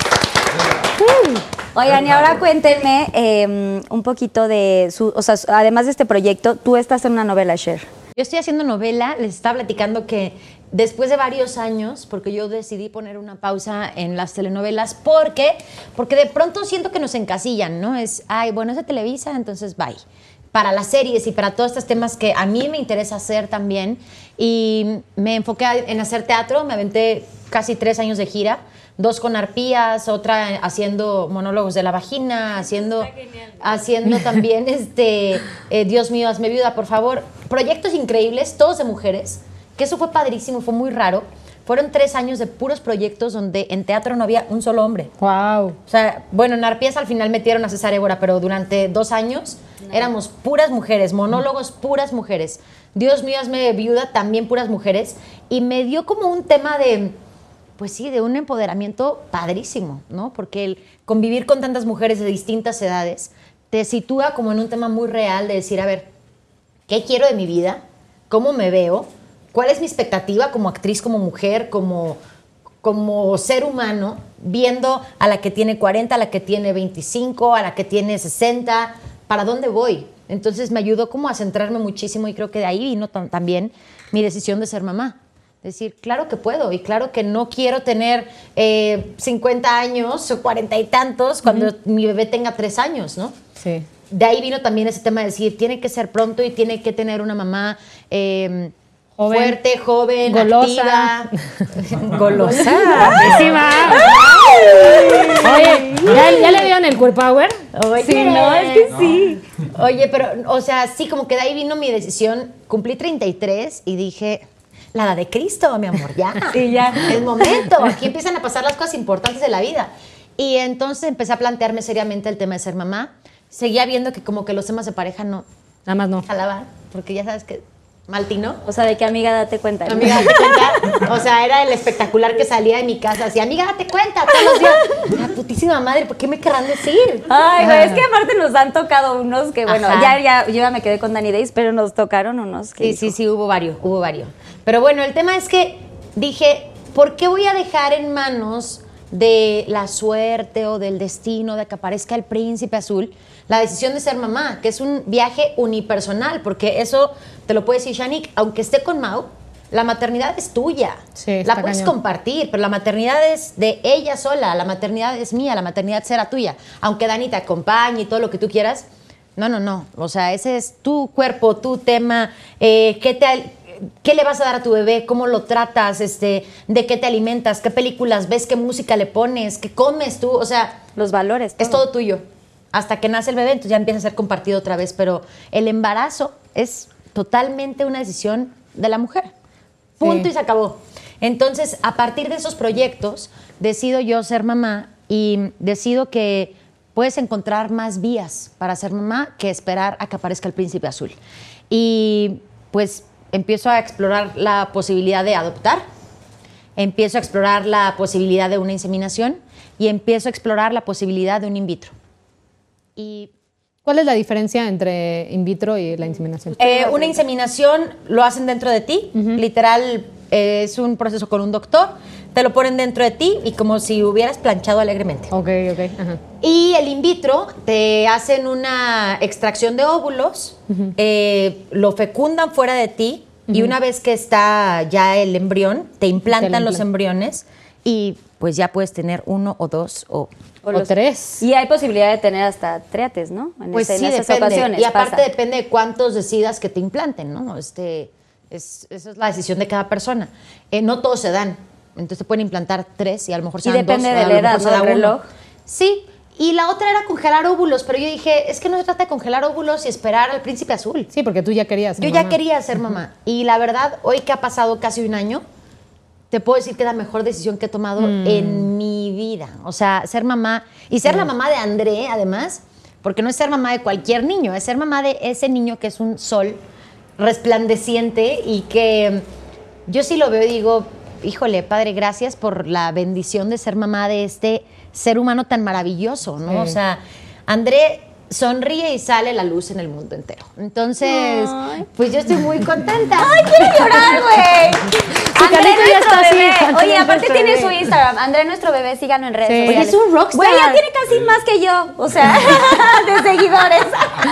[SPEAKER 1] Mm. Oigan, y ahora cuéntenme eh, un poquito de su, o sea, además de este proyecto, tú estás en una novela, Cher.
[SPEAKER 2] Yo estoy haciendo novela, les estaba platicando que después de varios años, porque yo decidí poner una pausa en las telenovelas, ¿por qué? Porque de pronto siento que nos encasillan, ¿no? Es, ay, bueno, es de Televisa, entonces bye. Para las series y para todos estos temas que a mí me interesa hacer también, y me enfoqué en hacer teatro, me aventé casi tres años de gira, dos con arpías, otra haciendo monólogos de la vagina, haciendo, haciendo también, este, eh, Dios mío, hazme viuda, por favor. Proyectos increíbles, todos de mujeres, que eso fue padrísimo, fue muy raro. Fueron tres años de puros proyectos donde en teatro no había un solo hombre.
[SPEAKER 3] ¡Wow!
[SPEAKER 2] O sea, bueno, en arpías al final metieron a César Évora, pero durante dos años éramos puras mujeres, monólogos puras mujeres. Dios mío, hazme viuda, también puras mujeres. Y me dio como un tema de, pues sí, de un empoderamiento padrísimo, ¿no? Porque el convivir con tantas mujeres de distintas edades te sitúa como en un tema muy real de decir, a ver, ¿qué quiero de mi vida? ¿Cómo me veo? ¿Cuál es mi expectativa como actriz, como mujer, como, como ser humano, viendo a la que tiene cuarenta, a la que tiene veinticinco, a la que tiene sesenta? ¿Para dónde voy? Entonces me ayudó como a centrarme muchísimo, y creo que de ahí vino tam- también mi decisión de ser mamá. Decir, claro que puedo, y claro que no quiero tener eh, cincuenta años o cuarenta y tantos cuando mi bebé tenga tres años, ¿no?
[SPEAKER 3] Sí.
[SPEAKER 2] De ahí vino también ese tema de decir, tiene que ser pronto y tiene que tener una mamá eh,
[SPEAKER 3] Joven.
[SPEAKER 2] Fuerte, joven,
[SPEAKER 3] Golosa.
[SPEAKER 2] activa.
[SPEAKER 1] Golosa.
[SPEAKER 3] Guapísima. Oye, ¿ya, ¿ya le vieron el Queer Power?
[SPEAKER 2] Oye,
[SPEAKER 1] Sí, no, es que sí.
[SPEAKER 2] Oye, pero, o sea, sí, como que de ahí vino mi decisión. Cumplí treinta y tres y dije, la edad de Cristo, mi amor, ya.
[SPEAKER 1] Sí, ya.
[SPEAKER 2] Es momento. Aquí empiezan a pasar las cosas importantes de la vida. Y entonces empecé a plantearme seriamente el tema de ser mamá. Seguía viendo que como que los temas de pareja no
[SPEAKER 3] Nada más no.
[SPEAKER 2] jalaban, porque ya sabes que Maltino.
[SPEAKER 1] O sea, de que amiga, date cuenta. ¿no?
[SPEAKER 2] Amiga, date cuenta. O sea, era el espectacular que salía de mi casa. Así, amiga, date cuenta todos los días. La putísima madre, ¿por qué me querrán decir?
[SPEAKER 1] Ay, güey, es que aparte nos han tocado unos que, bueno,
[SPEAKER 2] Ajá.
[SPEAKER 1] ya, ya, yo ya me quedé con Danny Days, pero nos tocaron unos que.
[SPEAKER 2] Sí, sí, sí, hubo varios, hubo varios. Pero bueno, el tema es que dije, ¿por qué voy a dejar en manos de la suerte o del destino de que aparezca el príncipe azul la decisión de ser mamá, que es un viaje unipersonal? Porque eso te lo puede decir Shanique, aunque esté con Mau, la maternidad es tuya.
[SPEAKER 3] Sí, está
[SPEAKER 2] la puedes
[SPEAKER 3] cañón.
[SPEAKER 2] compartir, pero la maternidad es de ella sola, la maternidad es mía, la maternidad será tuya. Aunque Dani te acompañe y todo lo que tú quieras, no, no, no. O sea, ese es tu cuerpo, tu tema, eh, ¿qué te... ¿Qué le vas a dar a tu bebé? ¿Cómo lo tratas? Este, ¿de qué te alimentas? ¿Qué películas ves? ¿Qué música le pones? ¿Qué comes tú? O sea,
[SPEAKER 1] Los valores.
[SPEAKER 2] es todo tuyo. Hasta que nace el bebé, entonces ya empieza a ser compartido otra vez. Pero el embarazo es totalmente una decisión de la mujer. Punto
[SPEAKER 3] Sí.
[SPEAKER 2] y se acabó. Entonces, a partir de esos proyectos, decido yo ser mamá y decido que puedes encontrar más vías para ser mamá que esperar a que aparezca el príncipe azul. Y pues empiezo a explorar la posibilidad de adoptar, empiezo a explorar la posibilidad de una inseminación y empiezo a explorar la posibilidad de un in vitro. Y
[SPEAKER 3] ¿Cuál es la diferencia entre in vitro y la inseminación?
[SPEAKER 2] eh, una inseminación lo hacen dentro de ti, literal eh, es un proceso con un doctor, te lo ponen dentro de ti y como si hubieras planchado alegremente.
[SPEAKER 3] Ok, ok. Ajá.
[SPEAKER 2] Y el in vitro, te hacen una extracción de óvulos, eh, lo fecundan fuera de ti y una vez que está ya el embrión, te implantan
[SPEAKER 3] Te lo
[SPEAKER 2] los
[SPEAKER 3] implantan.
[SPEAKER 2] embriones y pues ya puedes tener uno o dos o...
[SPEAKER 3] O
[SPEAKER 1] los-
[SPEAKER 3] tres.
[SPEAKER 1] Y hay posibilidad de tener hasta triates, ¿no? En
[SPEAKER 2] Pues
[SPEAKER 1] ese-
[SPEAKER 2] sí,
[SPEAKER 1] en esas
[SPEAKER 2] depende.
[SPEAKER 1] ocasiones.
[SPEAKER 2] Y aparte
[SPEAKER 1] pasa.
[SPEAKER 2] depende de cuántos decidas que te implanten, ¿no? Este, es, esa es la decisión de cada persona. Eh, no todos se dan. Entonces te pueden implantar tres y a lo mejor se
[SPEAKER 1] Y
[SPEAKER 2] dan
[SPEAKER 1] depende
[SPEAKER 2] dos,
[SPEAKER 1] de
[SPEAKER 2] o a
[SPEAKER 1] la
[SPEAKER 2] lo
[SPEAKER 1] edad,
[SPEAKER 2] mejor se
[SPEAKER 1] ¿no?
[SPEAKER 2] da
[SPEAKER 1] Del
[SPEAKER 2] uno.
[SPEAKER 1] reloj.
[SPEAKER 2] Sí. Y la otra era congelar óvulos, pero yo dije, es que no se trata de congelar óvulos y esperar al príncipe azul.
[SPEAKER 3] Sí, porque tú ya querías.
[SPEAKER 2] Yo
[SPEAKER 3] mamá.
[SPEAKER 2] ya quería ser mamá. Y la verdad, hoy que ha pasado casi un año, te puedo decir que es la mejor decisión que he tomado
[SPEAKER 3] Mm.
[SPEAKER 2] en mi vida. O sea, ser mamá, y ser la mamá de André, además, porque no es ser mamá de cualquier niño, es ser mamá de ese niño que es un sol resplandeciente y que yo sí lo veo y digo, híjole, padre, gracias por la bendición de ser mamá de este ser humano tan maravilloso, ¿no?
[SPEAKER 3] Sí.
[SPEAKER 2] O sea, André sonríe y sale la luz en el mundo entero. Entonces,
[SPEAKER 1] Ay.
[SPEAKER 2] pues yo estoy muy contenta.
[SPEAKER 1] ¡Ay, quiero llorar, güey! André,
[SPEAKER 3] Carlito ya
[SPEAKER 1] nuestro
[SPEAKER 3] está así.
[SPEAKER 1] bebé.
[SPEAKER 3] André,
[SPEAKER 1] Oye, aparte
[SPEAKER 3] nuestro
[SPEAKER 1] tiene
[SPEAKER 3] bebé.
[SPEAKER 1] su Instagram. André, nuestro bebé, síganlo en redes
[SPEAKER 3] Sí.
[SPEAKER 1] sociales.
[SPEAKER 2] Oye, es un rockstar.
[SPEAKER 1] Güey, ya tiene casi más que yo. O sea, de seguidores.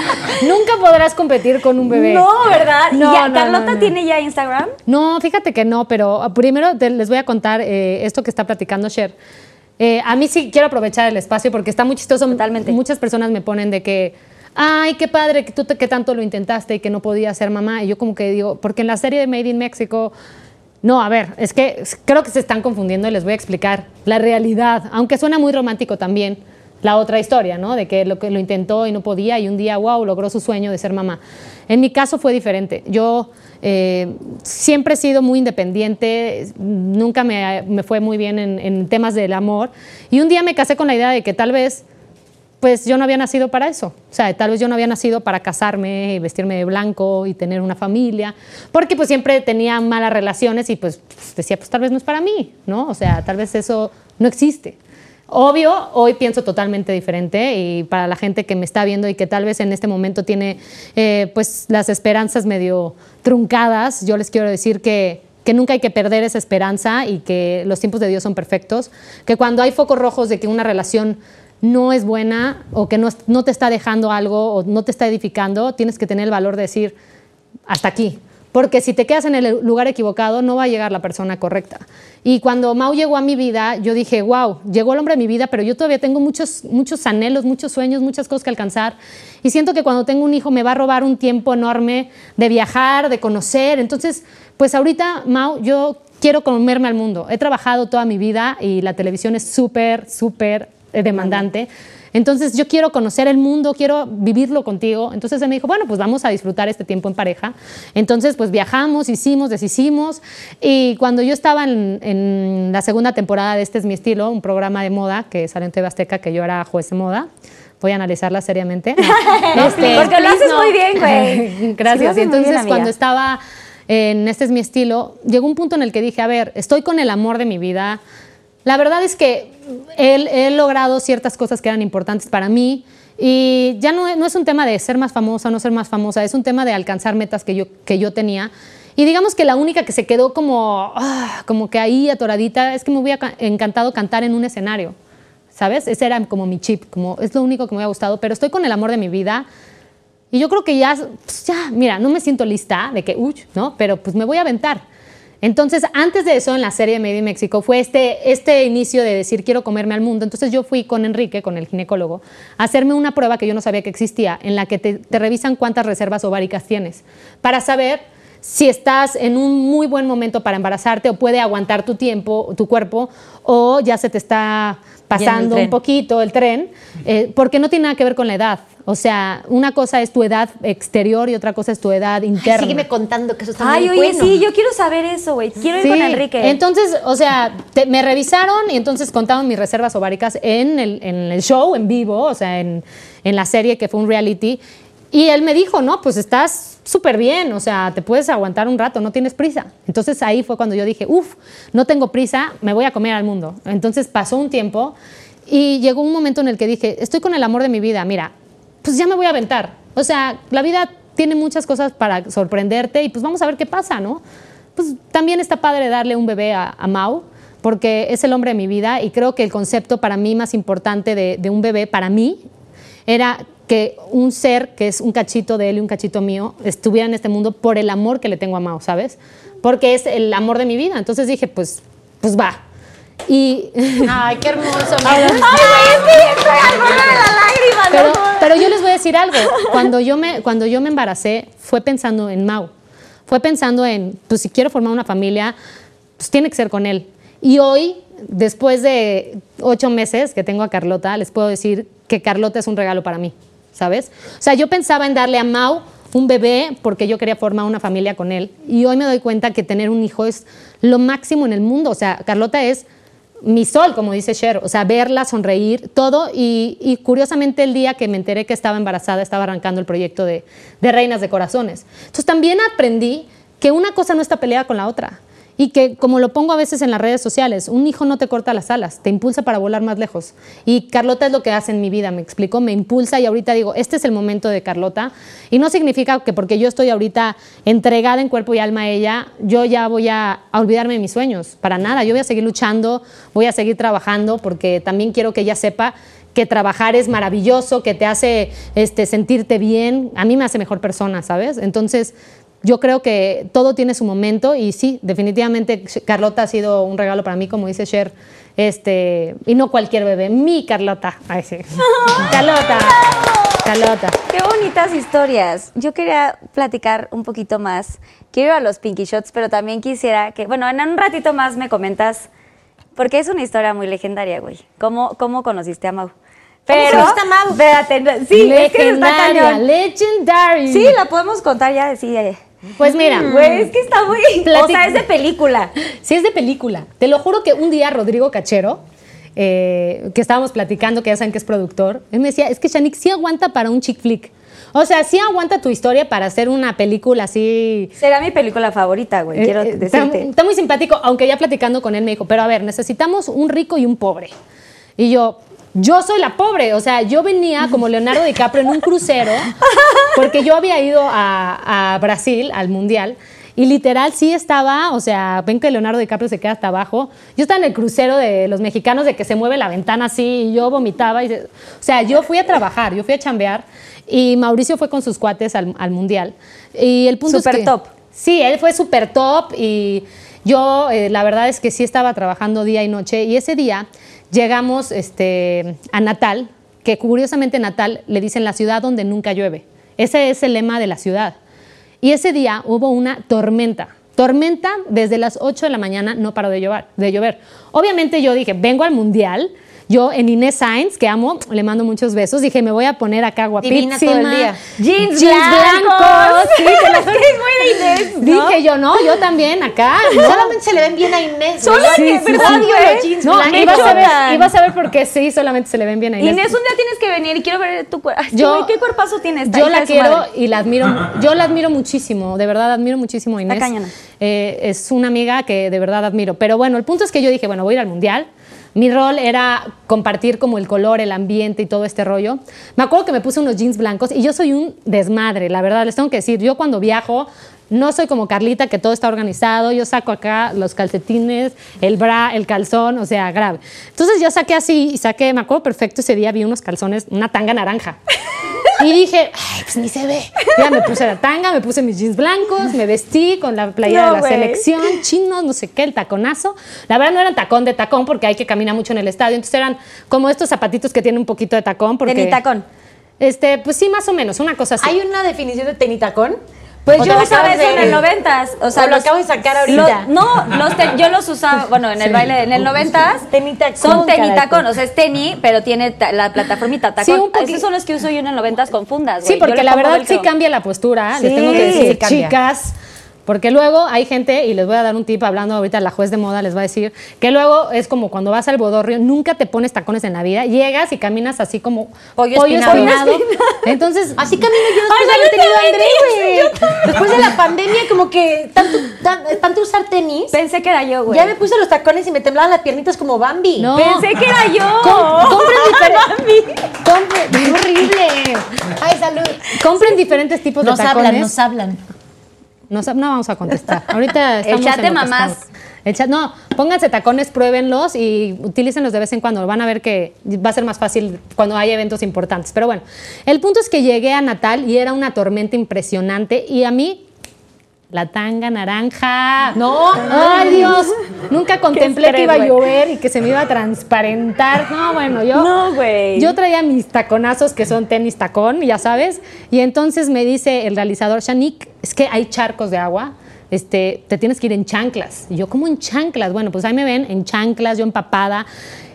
[SPEAKER 3] Nunca podrás competir con un bebé.
[SPEAKER 1] No, ¿verdad?
[SPEAKER 3] No,
[SPEAKER 1] ¿Y ya
[SPEAKER 3] no,
[SPEAKER 1] Carlota
[SPEAKER 3] no, no.
[SPEAKER 1] tiene ya Instagram?
[SPEAKER 3] No, fíjate que no, pero primero te- les voy a contar eh, esto que está platicando Cher. Eh, a mí sí quiero aprovechar el espacio porque está muy chistoso.
[SPEAKER 1] Totalmente.
[SPEAKER 3] Muchas personas me ponen de que, ay, qué padre que tú te- que tanto lo intentaste y que no podías ser mamá. Y yo como que digo, porque en la serie de Made in Mexico, no, a ver, es que creo que se están confundiendo y les voy a explicar la realidad, aunque suena muy romántico también. La otra historia, ¿no? De que lo, que lo intentó y no podía y un día, wow, logró su sueño de ser mamá. En mi caso fue diferente. Yo eh, siempre he sido muy independiente, nunca me, me fue muy bien en, en temas del amor. Y un día me casé con la idea de que tal vez, pues yo no había nacido para eso. O sea, tal vez yo no había nacido para casarme y vestirme de blanco y tener una familia, porque pues siempre tenía malas relaciones y pues, pues decía, pues tal vez no es para mí, ¿no? O sea, tal vez eso no existe. Obvio, hoy pienso totalmente diferente y para la gente que me está viendo y que tal vez en este momento tiene eh, pues las esperanzas medio truncadas, yo les quiero decir que, que nunca hay que perder esa esperanza y que los tiempos de Dios son perfectos, que cuando hay focos rojos de que una relación no es buena o que no, no te está dejando algo o no te está edificando, tienes que tener el valor de decir hasta aquí. Porque si te quedas en el lugar equivocado, no va a llegar la persona correcta. Y cuando Mau llegó a mi vida, yo dije, wow, llegó el hombre a mi vida, pero yo todavía tengo muchos, muchos anhelos, muchos sueños, muchas cosas que alcanzar. Y siento que cuando tengo un hijo me va a robar un tiempo enorme de viajar, de conocer. Entonces, pues ahorita, Mau, yo quiero comerme al mundo. He trabajado toda mi vida y la televisión es súper, súper demandante. Entonces yo quiero conocer el mundo, quiero vivirlo contigo. Entonces él me dijo, bueno, pues vamos a disfrutar este tiempo en pareja. Entonces pues viajamos, hicimos, deshicimos. Y cuando yo estaba en, en la segunda temporada de Este es mi estilo, un programa de moda que salió en T V Azteca, que yo era juez de moda, voy a analizarla seriamente.
[SPEAKER 1] No, este, porque lo haces muy bien, güey.
[SPEAKER 3] Gracias.
[SPEAKER 1] Sí,
[SPEAKER 3] y entonces
[SPEAKER 1] bien,
[SPEAKER 3] cuando estaba en Este es mi estilo, llegó un punto en el que dije, a ver, estoy con el amor de mi vida. La verdad es que he, he logrado ciertas cosas que eran importantes para mí y ya no, no es un tema de ser más famosa o no ser más famosa, es un tema de alcanzar metas que yo, que yo tenía. Y digamos que la única que se quedó como, ah, como que ahí atoradita es que me hubiera encantado cantar en un escenario, ¿sabes? Ese era como mi chip, como es lo único que me hubiera gustado, pero estoy con el amor de mi vida y yo creo que ya, pues ya, mira, no me siento lista de que, uy, ¿no? Pero pues me voy a aventar. Entonces, antes de eso, en la serie Made in Mexico, fue este, este inicio de decir, quiero comerme al mundo. Entonces, yo fui con Enrique, con el ginecólogo, a hacerme una prueba que yo no sabía que existía, en la que te, te revisan cuántas reservas ováricas tienes, para saber si estás en un muy buen momento para embarazarte o puede aguantar tu tiempo, tu cuerpo, o ya se te está pasando un poquito el tren, eh, porque no tiene nada que ver con la edad. O sea, una cosa es tu edad exterior y otra cosa es tu edad interna.
[SPEAKER 2] Ay, sígueme contando que eso está
[SPEAKER 1] Ay,
[SPEAKER 2] muy
[SPEAKER 1] oye,
[SPEAKER 2] bueno.
[SPEAKER 1] sí, yo quiero saber eso, güey. Quiero ir
[SPEAKER 3] Sí.
[SPEAKER 1] con Enrique.
[SPEAKER 3] Entonces, o sea, te- me revisaron y entonces contaron mis reservas ováricas en el, en el show, en vivo, o sea, en, en la serie que fue un reality. Y él me dijo, no, pues estás súper bien, o sea, te puedes aguantar un rato, no tienes prisa. Entonces ahí fue cuando yo dije, uff, no tengo prisa, me voy a comer al mundo. Entonces pasó un tiempo y llegó un momento en el que dije, estoy con el amor de mi vida, mira, pues ya me voy a aventar. O sea, la vida tiene muchas cosas para sorprenderte y pues vamos a ver qué pasa, ¿no? Pues también está padre darle un bebé a, a Mau, porque es el hombre de mi vida y creo que el concepto para mí más importante de, de un bebé, para mí, era que un ser que es un cachito de él y un cachito mío estuviera en este mundo por el amor que le tengo a Mau, ¿sabes? Porque es el amor de mi vida. Entonces dije, pues, pues va. Y...
[SPEAKER 2] Ay, qué hermoso.
[SPEAKER 1] Ay, güey, sí, estoy al borde de la lágrima,
[SPEAKER 3] Pero,
[SPEAKER 1] no jodas.
[SPEAKER 3] pero yo les voy a decir algo. Cuando yo, me, cuando yo me embaracé, fue pensando en Mau. Fue pensando en, pues si quiero formar una familia, pues tiene que ser con él. Y hoy, después de ocho meses que tengo a Carlota, les puedo decir que Carlota es un regalo para mí, ¿sabes? O sea, yo pensaba en darle a Mau un bebé porque yo quería formar una familia con él. Y hoy me doy cuenta que tener un hijo es lo máximo en el mundo. O sea, Carlota es mi sol, como dice Cher, o sea, verla, sonreír, todo. Y, y curiosamente el día que me enteré que estaba embarazada, estaba arrancando el proyecto de, de Reinas de Corazones. Entonces también aprendí que una cosa no está peleada con la otra. Y que, como lo pongo a veces en las redes sociales, un hijo no te corta las alas, te impulsa para volar más lejos. Y Carlota es lo que hace en mi vida, me explico, me impulsa y ahorita digo, este es el momento de Carlota. Y no significa que porque yo estoy ahorita entregada en cuerpo y alma a ella, yo ya voy a, a olvidarme de mis sueños, para nada. Yo voy a seguir luchando, voy a seguir trabajando, porque también quiero que ella sepa que trabajar es maravilloso, que te hace este, sentirte bien, a mí me hace mejor persona, ¿sabes? Entonces, yo creo que todo tiene su momento y sí, definitivamente Carlota ha sido un regalo para mí, como dice Cher, este, y no cualquier bebé, mi Carlota. Ay, sí. Carlota, Carlota.
[SPEAKER 1] Qué bonitas historias. Yo quería platicar un poquito más. Quiero ir a los Pinky Shots, pero también quisiera que, bueno, en un ratito más me comentas, porque es una historia muy legendaria, güey. ¿Cómo, cómo conociste a Mau? Pero,
[SPEAKER 2] conociste a Mau?
[SPEAKER 1] Espérate, sí, es que está
[SPEAKER 3] Legendaria,
[SPEAKER 1] cañón.
[SPEAKER 3] legendary.
[SPEAKER 1] Sí, la podemos contar ya, sí. eh.
[SPEAKER 3] Pues mira,
[SPEAKER 1] Güey, es que está muy...
[SPEAKER 3] Platic-
[SPEAKER 1] O sea, es de película.
[SPEAKER 3] sí es de película. Te lo juro que un día Rodrigo Cachero, eh, que estábamos platicando, que ya saben que es productor, él me decía, es que Shanique sí aguanta para un chick flick. O sea, sí aguanta tu historia para hacer una película así...
[SPEAKER 1] Será mi película favorita, güey, quiero
[SPEAKER 3] Eh, eh, está,
[SPEAKER 1] decirte.
[SPEAKER 3] está muy simpático, aunque ya platicando con él me dijo, pero a ver, necesitamos un rico y un pobre. Y yo, yo soy la pobre, o sea, yo venía como Leonardo DiCaprio en un crucero, porque yo había ido a, a Brasil, al Mundial, y literal sí estaba, o sea, ven que Leonardo DiCaprio se queda hasta abajo. Yo estaba en el crucero de los mexicanos de que se mueve la ventana así y yo vomitaba. Y se- o sea, yo fui a trabajar, yo fui a chambear y Mauricio fue con sus cuates al, al Mundial. Y el punto
[SPEAKER 1] Súper
[SPEAKER 3] es que...
[SPEAKER 1] top.
[SPEAKER 3] Sí, él fue súper top y yo eh, la verdad es que sí estaba trabajando día y noche y ese día llegamos este, a Natal, que curiosamente Natal le dicen la ciudad donde nunca llueve. Ese es el lema de la ciudad. Y ese día hubo una tormenta, Tormenta desde las ocho de la mañana, no paró de llover, de llover. Obviamente yo dije, vengo al Mundial. Yo en Inés Sainz, que amo, le mando muchos besos, dije, me voy a poner acá guapísima.
[SPEAKER 2] Divina todo el día.
[SPEAKER 1] Jeans,
[SPEAKER 3] Jeans blancos.
[SPEAKER 1] blancos.
[SPEAKER 3] Sí, te lo
[SPEAKER 1] Es que es muy de Inés, ¿no?
[SPEAKER 3] Dije yo, no, yo también acá. ¿no?
[SPEAKER 2] Solamente se le ven bien a Inés.
[SPEAKER 1] Solo
[SPEAKER 2] güey.
[SPEAKER 1] a Inés, ¿verdad,
[SPEAKER 2] Odio
[SPEAKER 1] güey?
[SPEAKER 2] los jeans
[SPEAKER 3] No,
[SPEAKER 2] blancos.
[SPEAKER 3] y vas a ver,
[SPEAKER 1] chocan.
[SPEAKER 3] y vas a ver por qué sí, solamente se le ven bien a Inés.
[SPEAKER 1] Inés, un día tienes que venir y quiero ver tu cuerpo.
[SPEAKER 3] Yo-
[SPEAKER 1] ¿Qué cuerpazo tienes? esta
[SPEAKER 3] Yo
[SPEAKER 1] hija
[SPEAKER 3] la
[SPEAKER 1] de su
[SPEAKER 3] quiero
[SPEAKER 1] madre?
[SPEAKER 3] y la admiro, yo la admiro muchísimo, de verdad admiro muchísimo a Inés.
[SPEAKER 1] Está cañona.
[SPEAKER 3] Eh, es una amiga que de verdad admiro. Pero bueno, el punto es que yo dije, bueno, voy a ir al Mundial. Mi rol era compartir como el color, el ambiente y todo este rollo. Me acuerdo que me puse unos jeans blancos y yo soy un desmadre, la verdad, les tengo que decir. Yo cuando viajo no soy como Carlita, que todo está organizado. Yo saco acá los calcetines, el bra, el calzón, o sea, grave. Entonces yo saqué así y saqué, me acuerdo perfecto, ese día vi unos calzones, una tanga naranja. Y dije, ay, pues ni se ve. Ya me puse la tanga, me puse mis jeans blancos, me vestí con la playera
[SPEAKER 1] No,
[SPEAKER 3] de la
[SPEAKER 1] güey.
[SPEAKER 3] selección, chinos, no sé qué, el taconazo. La verdad no eran tacón de tacón porque hay que caminar mucho en el estadio. Entonces eran como estos zapatitos que tienen un poquito de tacón. Porque,
[SPEAKER 1] Tenitacón.
[SPEAKER 3] Este, pues sí, más o menos, una cosa así.
[SPEAKER 2] ¿Hay una definición de tenitacón?
[SPEAKER 1] Pues
[SPEAKER 2] ¿O te
[SPEAKER 1] yo
[SPEAKER 2] la
[SPEAKER 1] usaba
[SPEAKER 2] acabas
[SPEAKER 1] eso
[SPEAKER 2] de-
[SPEAKER 1] en el noventas. O sea,
[SPEAKER 2] ¿O lo
[SPEAKER 1] los-
[SPEAKER 2] acabo de sacar ahorita?
[SPEAKER 1] los- no, los te- yo los usaba, bueno, en el
[SPEAKER 3] Sí.
[SPEAKER 1] baile, en el noventas.
[SPEAKER 2] Tenitacón,
[SPEAKER 1] Son tenitacón,
[SPEAKER 2] carajo.
[SPEAKER 1] o sea, es tenis, pero tiene ta- la plataformita tacón.
[SPEAKER 3] Sí, un poqui-
[SPEAKER 1] Esos son los que uso yo en el noventas con fundas,
[SPEAKER 3] Sí,
[SPEAKER 1] güey. Yo
[SPEAKER 3] porque
[SPEAKER 1] le
[SPEAKER 3] la
[SPEAKER 1] pongo
[SPEAKER 3] verdad sí
[SPEAKER 1] velcro.
[SPEAKER 3] cambia la postura, les
[SPEAKER 1] Sí,
[SPEAKER 3] tengo que decir,
[SPEAKER 2] sí cambia.
[SPEAKER 3] chicas, porque luego hay gente, y les voy a dar un tip hablando ahorita, la juez de moda les va a decir, que luego es como cuando vas al bodorrio, nunca te pones tacones en la vida, llegas y caminas así como
[SPEAKER 2] Pollo espinado.
[SPEAKER 3] Entonces,
[SPEAKER 2] Así camino yo después
[SPEAKER 1] Ay,
[SPEAKER 2] de haber
[SPEAKER 1] yo
[SPEAKER 2] tenido a
[SPEAKER 1] también,
[SPEAKER 2] André, güey. Después de la pandemia, como que tanto, tan- tanto usar tenis,
[SPEAKER 1] Pensé que era yo, güey.
[SPEAKER 2] ya me puse los tacones y me temblaban las piernitas como Bambi.
[SPEAKER 3] no.
[SPEAKER 1] Pensé que era yo.
[SPEAKER 3] Com- compren diferentes. Compren, horrible.
[SPEAKER 2] Ay, salud.
[SPEAKER 3] Compren diferentes tipos
[SPEAKER 2] Nos
[SPEAKER 3] de tacones.
[SPEAKER 2] hablan, nos hablan.
[SPEAKER 3] No, sab- no vamos a contestar. Ahorita estamos
[SPEAKER 1] chat
[SPEAKER 3] en
[SPEAKER 1] de
[SPEAKER 3] lo que
[SPEAKER 1] mamás.
[SPEAKER 3] estamos. El chat, no, pónganse tacones, pruébenlos y utilícenlos de vez en cuando. Van a ver que va a ser más fácil cuando hay eventos importantes. Pero bueno, el punto es que llegué a Natal y era una tormenta impresionante y a mí la tanga naranja.
[SPEAKER 2] No.
[SPEAKER 3] Ay, Dios. Nunca contemplé
[SPEAKER 1] estrés,
[SPEAKER 3] que iba a
[SPEAKER 1] güey.
[SPEAKER 3] llover y que se me iba a transparentar. No, bueno, yo.
[SPEAKER 1] No, güey.
[SPEAKER 3] Yo traía mis taconazos que son tenis tacón, ya sabes. Y entonces me dice el realizador, Shanique, es que hay charcos de agua. Este, te tienes que ir en chanclas. Y yo, ¿cómo en chanclas? Bueno, pues ahí me ven en chanclas, yo empapada.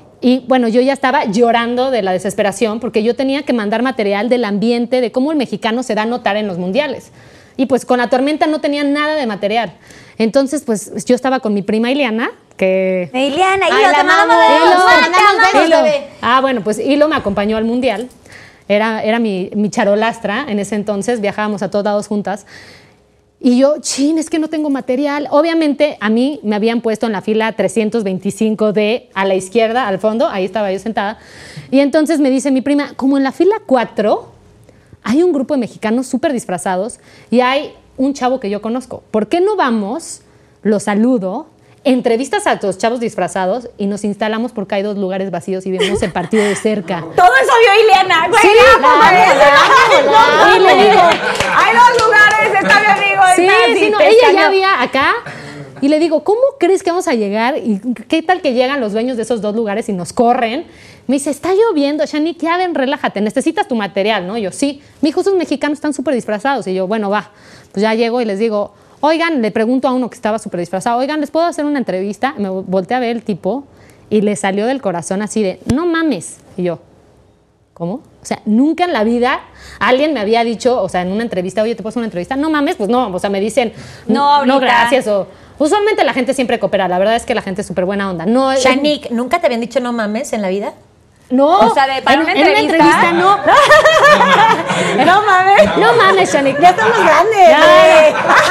[SPEAKER 3] Y bueno, yo ya estaba llorando de la desesperación porque yo tenía que mandar material del ambiente, de cómo el mexicano se da a notar en los mundiales. Y pues con la tormenta no tenía nada de material. Entonces, pues yo estaba con mi prima Ileana, que...
[SPEAKER 1] Ileana,
[SPEAKER 2] Ay,
[SPEAKER 1] Hilo,
[SPEAKER 2] la
[SPEAKER 1] te
[SPEAKER 2] amamos.
[SPEAKER 1] amamos.
[SPEAKER 2] Hilo,
[SPEAKER 1] Te
[SPEAKER 2] te mandamos
[SPEAKER 1] amamos.
[SPEAKER 2] besos,
[SPEAKER 3] Hilo.
[SPEAKER 2] bebé.
[SPEAKER 3] Ah, bueno, pues Hilo me acompañó al mundial. Era, era mi, mi charolastra en ese entonces, viajábamos a todos lados juntas. Y yo, chin, es que no tengo material. Obviamente, a mí me habían puesto en la fila trescientos veinticinco D a la izquierda, al fondo, ahí estaba yo sentada. Y entonces me dice mi prima, como en la fila cuatro hay un grupo de mexicanos súper disfrazados y hay un chavo que yo conozco. ¿Por qué no vamos, lo saludo, entrevistas a los chavos disfrazados y nos instalamos porque hay dos lugares vacíos y vemos el partido de cerca?
[SPEAKER 1] Todo eso vio Ileana, güey.
[SPEAKER 3] Sí,
[SPEAKER 1] la amo,
[SPEAKER 3] la
[SPEAKER 1] güey.
[SPEAKER 3] amo, la amo, la amo.
[SPEAKER 1] Y le digo, hay dos lugares, está mi amigo.
[SPEAKER 3] Sí,
[SPEAKER 1] está así,
[SPEAKER 3] sí, no,
[SPEAKER 1] te
[SPEAKER 3] ella
[SPEAKER 1] escaneó.
[SPEAKER 3] ya había acá y le digo, ¿cómo crees que vamos a llegar? ¿Y qué tal que llegan los dueños de esos dos lugares y nos corren? Me dice, está lloviendo, Shanique, ya ven, relájate, necesitas tu material, ¿no? Yo, sí. Mi hijo, esos mexicanos están súper disfrazados. Y yo, bueno, va. Pues ya llego y les digo, oigan, le pregunto a uno que estaba súper disfrazado, oigan, ¿les puedo hacer una entrevista? Me volteé a ver el tipo y le salió del corazón así de, no mames. Y yo, ¿cómo? O sea, nunca en la vida alguien me había dicho, o sea, en una entrevista, oye, ¿te puedo hacer una entrevista? No mames, pues no, o sea, me dicen,
[SPEAKER 1] No,
[SPEAKER 3] no,
[SPEAKER 1] ahorita.
[SPEAKER 3] gracias, o usualmente la gente siempre coopera, la verdad es que la gente es súper buena onda. No, es-
[SPEAKER 2] Shanique, ¿nunca te habían dicho no mames en la vida?
[SPEAKER 3] no,
[SPEAKER 1] O sea, de- para
[SPEAKER 3] en,
[SPEAKER 1] una
[SPEAKER 3] en una
[SPEAKER 1] entrevista,
[SPEAKER 3] entrevista no.
[SPEAKER 1] No mames.
[SPEAKER 3] No mames, Shanique.
[SPEAKER 2] Ya estamos grandes.
[SPEAKER 3] Ya.
[SPEAKER 2] güey.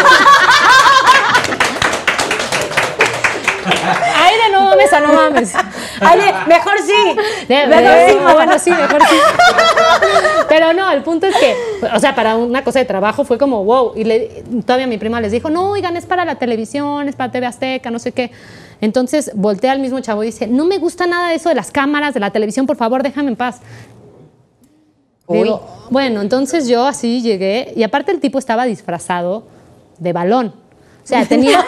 [SPEAKER 3] Ay, de no mames a no mames.
[SPEAKER 2] Ay, de- mejor sí.
[SPEAKER 3] De-
[SPEAKER 2] Mejor
[SPEAKER 3] de-
[SPEAKER 2] sí.
[SPEAKER 3] ah, bueno, sí, mejor sí. Pero no, el punto es que, o sea, para una cosa de trabajo fue como, wow. Y le- todavía mi prima les dijo, no, oigan, es para la televisión, es para T V Azteca, no sé qué. Entonces voltea al mismo chavo y dice, no me gusta nada de eso de las cámaras, de la televisión, por favor, déjame en paz.
[SPEAKER 2] Uy.
[SPEAKER 3] Digo, bueno, entonces yo así llegué, y aparte el tipo estaba disfrazado de balón. O sea, tenía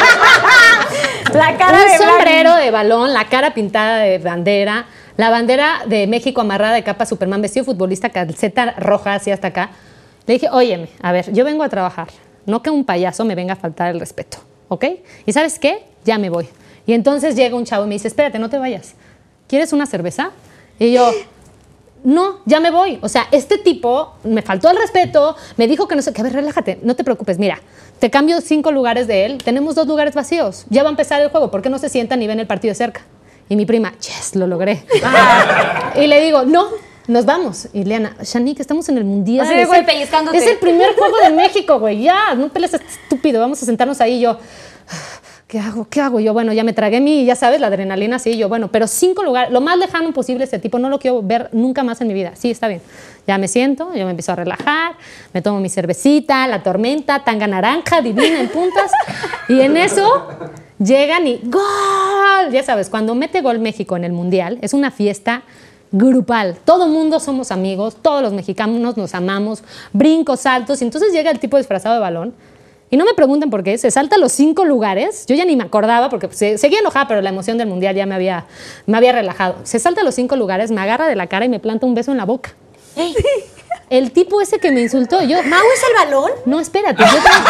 [SPEAKER 1] La cara
[SPEAKER 3] un
[SPEAKER 1] de Blanca.
[SPEAKER 3] sombrero de balón, la cara pintada de bandera, la bandera de México amarrada de capa Superman, vestido de futbolista, calceta roja así hasta acá. Le dije, óyeme, a ver, yo vengo a trabajar, no que un payaso me venga a faltar el respeto. ¿ok? ¿Y sabes qué? Ya me voy. Y entonces llega un chavo y me dice, espérate, no te vayas. ¿Quieres una cerveza? Y yo, no, ya me voy. O sea, este tipo me faltó el respeto, me dijo que no sé, que a ver, relájate, no te preocupes, mira, te cambio cinco lugares de él, tenemos dos lugares vacíos, ya va a empezar el juego, ¿por qué no se sientan y ven el partido de cerca? Y mi prima, yes, lo logré. Ah. Y le digo, no, nos vamos. Y Liana, Shanique, estamos en el mundial.
[SPEAKER 1] Así de güey, pellizcándote.
[SPEAKER 3] Es el primer juego de México, güey, ya, no pelees estúpido, vamos a sentarnos ahí. Y yo, ¿qué hago? ¿Qué hago? Yo, bueno, ya me tragué mi, ya sabes, la adrenalina, sí, yo, bueno, pero cinco lugares, lo más lejano posible este tipo, no lo quiero ver nunca más en mi vida. Sí, está bien. Ya me siento, yo me empiezo a relajar, me tomo mi cervecita, la tormenta, tanga naranja, divina en puntas, y en eso llegan y ¡gol! Ya sabes, cuando mete gol México en el Mundial, es una fiesta grupal. Todo mundo somos amigos, todos los mexicanos nos amamos, brincos, saltos, y entonces llega el tipo disfrazado de balón. Y no me pregunten por qué, se salta los cinco lugares, yo ya ni me acordaba porque pues, seguía enojada, pero la emoción del mundial ya me había, me había relajado. Se salta los cinco lugares, me agarra de la cara y me planta un beso en la boca.
[SPEAKER 2] Ey.
[SPEAKER 3] El tipo ese que me insultó, yo...
[SPEAKER 2] ¿Mau es el balón?
[SPEAKER 3] No, espérate, yo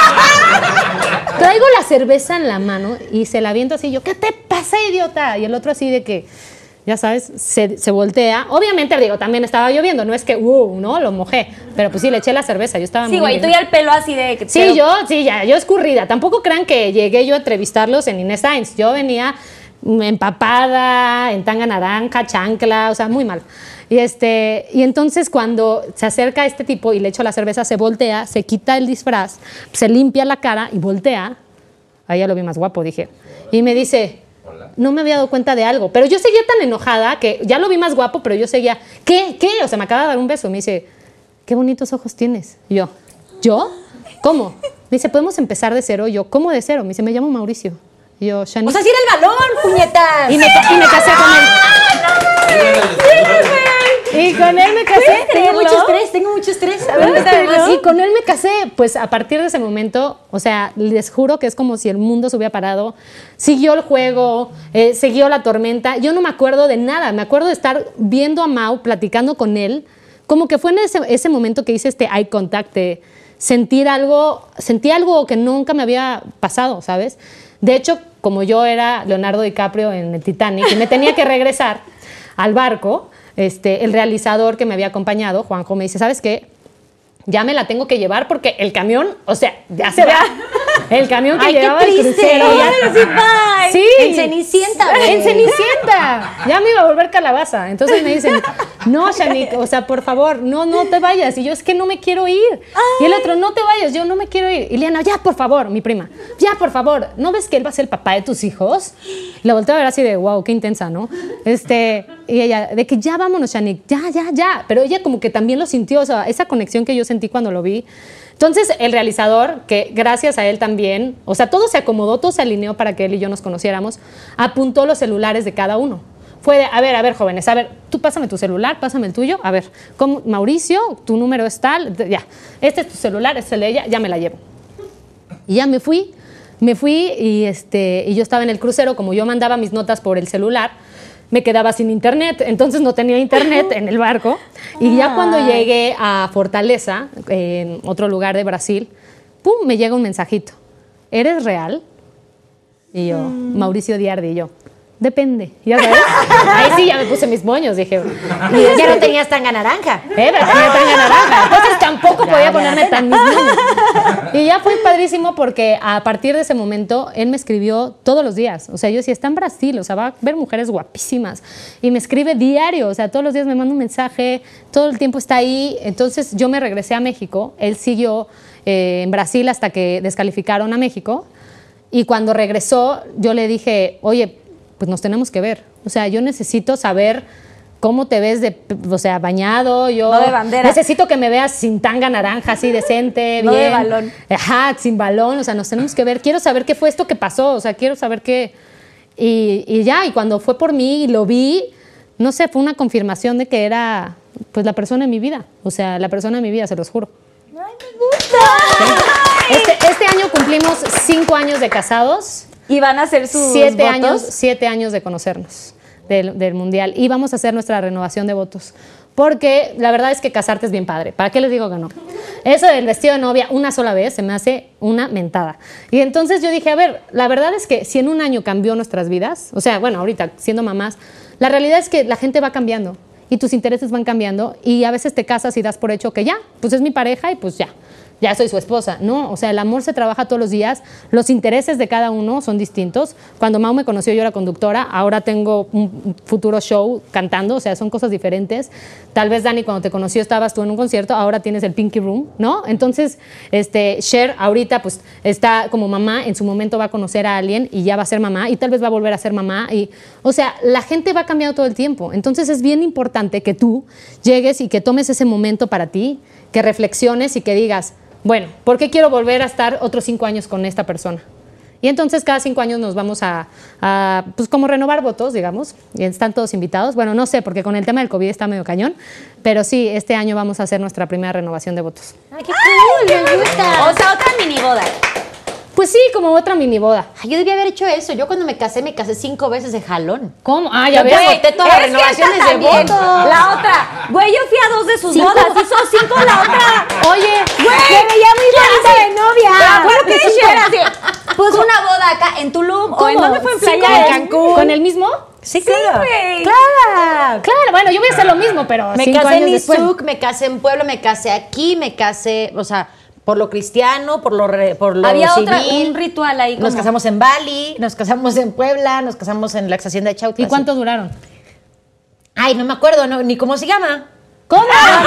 [SPEAKER 3] traigo, traigo la cerveza en la mano y se la aviento así, yo, ¿qué te pasa, idiota? Y el otro así de que, ya sabes, se, se voltea. Obviamente, digo, también estaba lloviendo, no es que, uh, no, lo mojé, pero pues sí, le eché la cerveza, yo estaba
[SPEAKER 1] Sí,
[SPEAKER 3] muy
[SPEAKER 1] güey, tú
[SPEAKER 3] bien.
[SPEAKER 1] ya el pelo así de... Que
[SPEAKER 3] Sí,
[SPEAKER 1] pero-
[SPEAKER 3] yo, sí, ya, yo escurrida. Tampoco crean que llegué yo a entrevistarlos en Inés Sainz. Yo venía empapada, en tanga naranja, chancla, o sea, muy mal. Y, este, y entonces cuando se acerca este tipo y le echo la cerveza, se voltea, se quita el disfraz, se limpia la cara y voltea. Ahí ya lo vi más guapo, dije. Y me dice, no me había dado cuenta de algo. Pero yo seguía tan enojada que ya lo vi más guapo, pero yo seguía, ¿qué? ¿Qué? O sea, me acaba de dar un beso. Me dice, qué bonitos ojos tienes. Y yo, ¿yo? ¿Cómo? Me dice, ¿podemos empezar de cero? Y yo, ¿cómo de cero? Me dice, me llamo Mauricio. Y yo, Shanique.
[SPEAKER 2] O sea, sí era el balón, puñetas.
[SPEAKER 3] Y me, y me casé con él. Y con él me casé.
[SPEAKER 2] Tengo mucho estrés, tengo mucho estrés. A ver, cuéntame más.
[SPEAKER 3] Y con él me casé. Pues a partir de ese momento, o sea, les juro que es como si el mundo se hubiera parado. Siguió el juego, eh, siguió la tormenta. Yo no me acuerdo de nada. Me acuerdo de estar viendo a Mau, platicando con él. Como que fue en ese, ese momento que hice este eye contact, de sentir algo, sentí algo que nunca me había pasado, ¿sabes? De hecho, como yo era Leonardo DiCaprio en el Titanic y me tenía que regresar al barco, este, el realizador que me había acompañado, Juanjo, me dice, ¿sabes qué? Ya me la tengo que llevar porque el camión, o sea, ya se va. El camión que
[SPEAKER 2] Ay, qué
[SPEAKER 3] llevaba el
[SPEAKER 2] triste.
[SPEAKER 3] crucero. Ya,
[SPEAKER 1] Pero sí, bye.
[SPEAKER 3] sí.
[SPEAKER 2] En Cenicienta, güey.
[SPEAKER 3] En Cenicienta. Ya me iba a volver calabaza. Entonces me dicen, no, Shanique, o sea, por favor, no, no te vayas. Y yo, es que no me quiero ir. Y el otro, no te vayas, yo no me quiero ir. Y Liana, ya, por favor, mi prima, ya, por favor. ¿No ves que él va a ser el papá de tus hijos? La volteé a ver así de, wow, qué intensa, ¿no? Este, y ella, de que ya vámonos, Shanique, ya, ya, ya. Pero ella como que también lo sintió, o sea, esa conexión que yo sentí cuando lo vi. Entonces, el realizador, que gracias a él también, o sea, todo se acomodó, todo se alineó para que él y yo nos conociéramos, apuntó los celulares de cada uno. Fue de, a ver, a ver, jóvenes, a ver, tú pásame tu celular, pásame el tuyo, a ver, ¿cómo, Mauricio, tu número es tal, ya, este es tu celular, este es el de ella, ya me la llevo. Y ya me fui, me fui y, este, y yo estaba en el crucero, como yo mandaba mis notas por el celular, me quedaba sin internet, entonces no tenía internet en el barco. Y ya cuando llegué a Fortaleza, en otro lugar de Brasil, pum, me llega un mensajito. ¿Eres real? Y yo, mm. Mauricio Diardi, y yo, depende. Ya sabes, ahí sí ya me puse mis moños, dije.
[SPEAKER 2] Y ya no tenías tanga naranja.
[SPEAKER 3] Eh, pero tenía tanga naranja. Entonces tampoco podía ponerme tan mis moños. Y ya fue padrísimo porque a partir de ese momento él me escribió todos los días. O sea, yo decía, está en Brasil, o sea, va a ver mujeres guapísimas. Y me escribe diario, o sea, todos los días me manda un mensaje, todo el tiempo está ahí. Entonces yo me regresé a México, él siguió eh, en Brasil hasta que descalificaron a México. Y cuando regresó, yo le dije, oye, pues nos tenemos que ver. O sea, yo necesito saber cómo te ves, de, o sea, bañado. Yo
[SPEAKER 1] no de bandera.
[SPEAKER 3] Necesito que me veas sin tanga naranja, así decente,
[SPEAKER 1] no
[SPEAKER 3] bien.
[SPEAKER 1] de balón.
[SPEAKER 3] Ajá, sin balón. O sea, nos tenemos que ver. Quiero saber qué fue esto que pasó. O sea, quiero saber qué... Y, y ya, y cuando fue por mí y lo vi, no sé, fue una confirmación de que era, pues, la persona de mi vida. O sea, la persona de mi vida, se los juro.
[SPEAKER 1] ¡Ay, me gusta!
[SPEAKER 3] ¿Sí? Este, este año cumplimos cinco años de casados.
[SPEAKER 1] ¿Y van a hacer sus
[SPEAKER 3] siete
[SPEAKER 1] votos?
[SPEAKER 3] años, siete años de conocernos. del, del Mundial. Y vamos a hacer nuestra renovación de votos. Porque la verdad es que casarte es bien padre. ¿Para qué les digo que no? Eso del vestido de novia una sola vez se me hace una mentada. Y entonces yo dije, a ver, la verdad es que si en un año cambió nuestras vidas, o sea, bueno, ahorita siendo mamás, la realidad es que la gente va cambiando y tus intereses van cambiando y a veces te casas y das por hecho que ya, pues es mi pareja y pues ya. Ya soy su esposa. No, o sea, el amor se trabaja todos los días. Los intereses de cada uno son distintos. Cuando Mau me conoció, yo era conductora. Ahora tengo un futuro show cantando. O sea, son cosas diferentes. Tal vez, Dani, cuando te conoció estabas tú en un concierto. Ahora tienes el Pinky Room, ¿no? Entonces, este, Cher ahorita pues está como mamá. En su momento va a conocer a alguien y ya va a ser mamá. Y tal vez va a volver a ser mamá. Y, o sea, la gente va cambiando todo el tiempo. Entonces, es bien importante que tú llegues y que tomes ese momento para ti, que reflexiones y que digas, bueno, ¿por qué quiero volver a estar otros cinco años con esta persona? Y entonces cada cinco años nos vamos a, a, pues como renovar votos, digamos, y están todos invitados. Bueno, no sé, porque con el tema del COVID está medio cañón, pero sí, este año vamos a hacer nuestra primera renovación de votos.
[SPEAKER 2] ¡Ay, qué cool! ¡Me gusta!
[SPEAKER 1] O sea, otra mini boda.
[SPEAKER 3] Pues sí, como otra mini boda.
[SPEAKER 2] Ay, yo debía haber hecho eso. Yo cuando me casé, me casé cinco veces de jalón.
[SPEAKER 3] ¿Cómo? Ah, ya
[SPEAKER 2] Yo
[SPEAKER 3] ves.
[SPEAKER 2] voté todas las
[SPEAKER 1] Es que
[SPEAKER 2] renovaciones
[SPEAKER 1] esta
[SPEAKER 2] de
[SPEAKER 1] también.
[SPEAKER 2] votos.
[SPEAKER 1] La otra. Güey, yo fui a dos de sus
[SPEAKER 2] ¿Cinco?
[SPEAKER 1] bodas. Hizo cinco la otra.
[SPEAKER 3] Oye,
[SPEAKER 1] Güey,
[SPEAKER 2] me veía muy bonita de novia.
[SPEAKER 1] Pero aparte, Cher, así, pues una boda acá en Tulum o en dónde fue en
[SPEAKER 3] ¿Cinco
[SPEAKER 1] playa.
[SPEAKER 3] en Cancún? ¿Con el mismo?
[SPEAKER 2] Sí,
[SPEAKER 1] Sí, güey.
[SPEAKER 2] Claro.
[SPEAKER 3] Claro, bueno, yo voy a hacer lo mismo, pero
[SPEAKER 2] Me
[SPEAKER 3] cinco
[SPEAKER 2] casé
[SPEAKER 3] años
[SPEAKER 2] en
[SPEAKER 3] después.
[SPEAKER 2] Izuc, me casé en Puebla, me casé aquí, me casé, o sea, por lo cristiano, por lo, re- por lo
[SPEAKER 1] Había
[SPEAKER 2] civil.
[SPEAKER 1] otra, un ritual ahí.
[SPEAKER 2] Nos
[SPEAKER 1] como-
[SPEAKER 2] casamos en Bali, nos casamos en Puebla, nos casamos en la ex hacienda de Chautla.
[SPEAKER 3] ¿Y cuánto duraron?
[SPEAKER 2] Ay, no me acuerdo, no, ni cómo se llama.
[SPEAKER 3] ¿Cómo?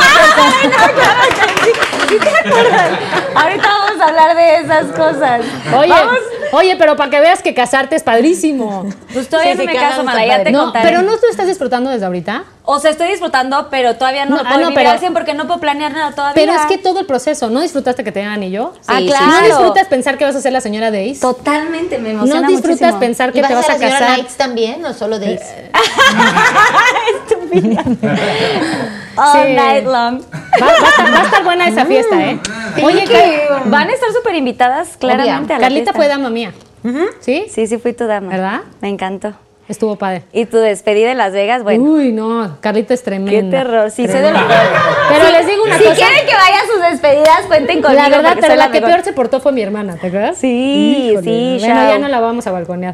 [SPEAKER 1] ¿Sí te acuerdas? Ahorita vamos a hablar de esas cosas.
[SPEAKER 3] Oye,
[SPEAKER 1] Vamos.
[SPEAKER 3] oye, pero para que veas que casarte es padrísimo.
[SPEAKER 1] Pues todavía
[SPEAKER 2] Sí,
[SPEAKER 1] no
[SPEAKER 2] sí,
[SPEAKER 1] me
[SPEAKER 2] cada
[SPEAKER 1] caso,
[SPEAKER 2] uno
[SPEAKER 1] Mara,
[SPEAKER 2] está
[SPEAKER 1] ya
[SPEAKER 2] padre.
[SPEAKER 1] te
[SPEAKER 3] No,
[SPEAKER 1] contaré.
[SPEAKER 3] pero no tú estás disfrutando desde ahorita.
[SPEAKER 1] O sea, estoy disfrutando, pero todavía no
[SPEAKER 3] No,
[SPEAKER 1] lo puedo
[SPEAKER 3] ah, no,
[SPEAKER 1] vivir
[SPEAKER 3] pero-
[SPEAKER 1] al cien porque no puedo planear nada todavía.
[SPEAKER 3] Pero es que todo el proceso, ¿no disfrutaste que te digan anillo?
[SPEAKER 1] Ah,
[SPEAKER 2] Sí,
[SPEAKER 1] claro.
[SPEAKER 3] ¿No disfrutas pensar que vas a ser la señora Days?
[SPEAKER 1] Totalmente, me emociona
[SPEAKER 3] ¿No disfrutas
[SPEAKER 1] muchísimo.
[SPEAKER 3] pensar que
[SPEAKER 2] ¿Y vas
[SPEAKER 3] te vas
[SPEAKER 2] a
[SPEAKER 3] a
[SPEAKER 2] la señora
[SPEAKER 3] casar?
[SPEAKER 2] Nights también o solo Days?
[SPEAKER 1] All
[SPEAKER 3] Sí.
[SPEAKER 1] night long.
[SPEAKER 3] Va, va a estar, va a estar buena esa fiesta, ¿eh? Oye, Car-
[SPEAKER 1] Van a estar súper invitadas, claramente, a la
[SPEAKER 3] Carlita
[SPEAKER 1] fiesta.
[SPEAKER 3] fue dama mía. ¿Sí?
[SPEAKER 1] Sí, sí fui tu dama.
[SPEAKER 3] ¿Verdad?
[SPEAKER 1] Me encantó.
[SPEAKER 3] Estuvo padre.
[SPEAKER 1] Y tu despedida en Las Vegas, bueno.
[SPEAKER 3] Uy, no, Carlita es tremenda.
[SPEAKER 1] Qué terror. Sí, sé de lo
[SPEAKER 3] Tremenda. Pero les digo una
[SPEAKER 1] Si
[SPEAKER 3] cosa.
[SPEAKER 1] quieren que vaya a sus despedidas, cuenten conmigo.
[SPEAKER 3] La verdad,
[SPEAKER 1] porque
[SPEAKER 3] pero
[SPEAKER 1] soy
[SPEAKER 3] la que
[SPEAKER 1] mejor.
[SPEAKER 3] peor se portó fue mi hermana, ¿te acuerdas?
[SPEAKER 1] Sí,
[SPEAKER 3] Híjole,
[SPEAKER 1] sí,
[SPEAKER 3] Bueno,
[SPEAKER 1] Shao.
[SPEAKER 3] ya no la vamos a balconear.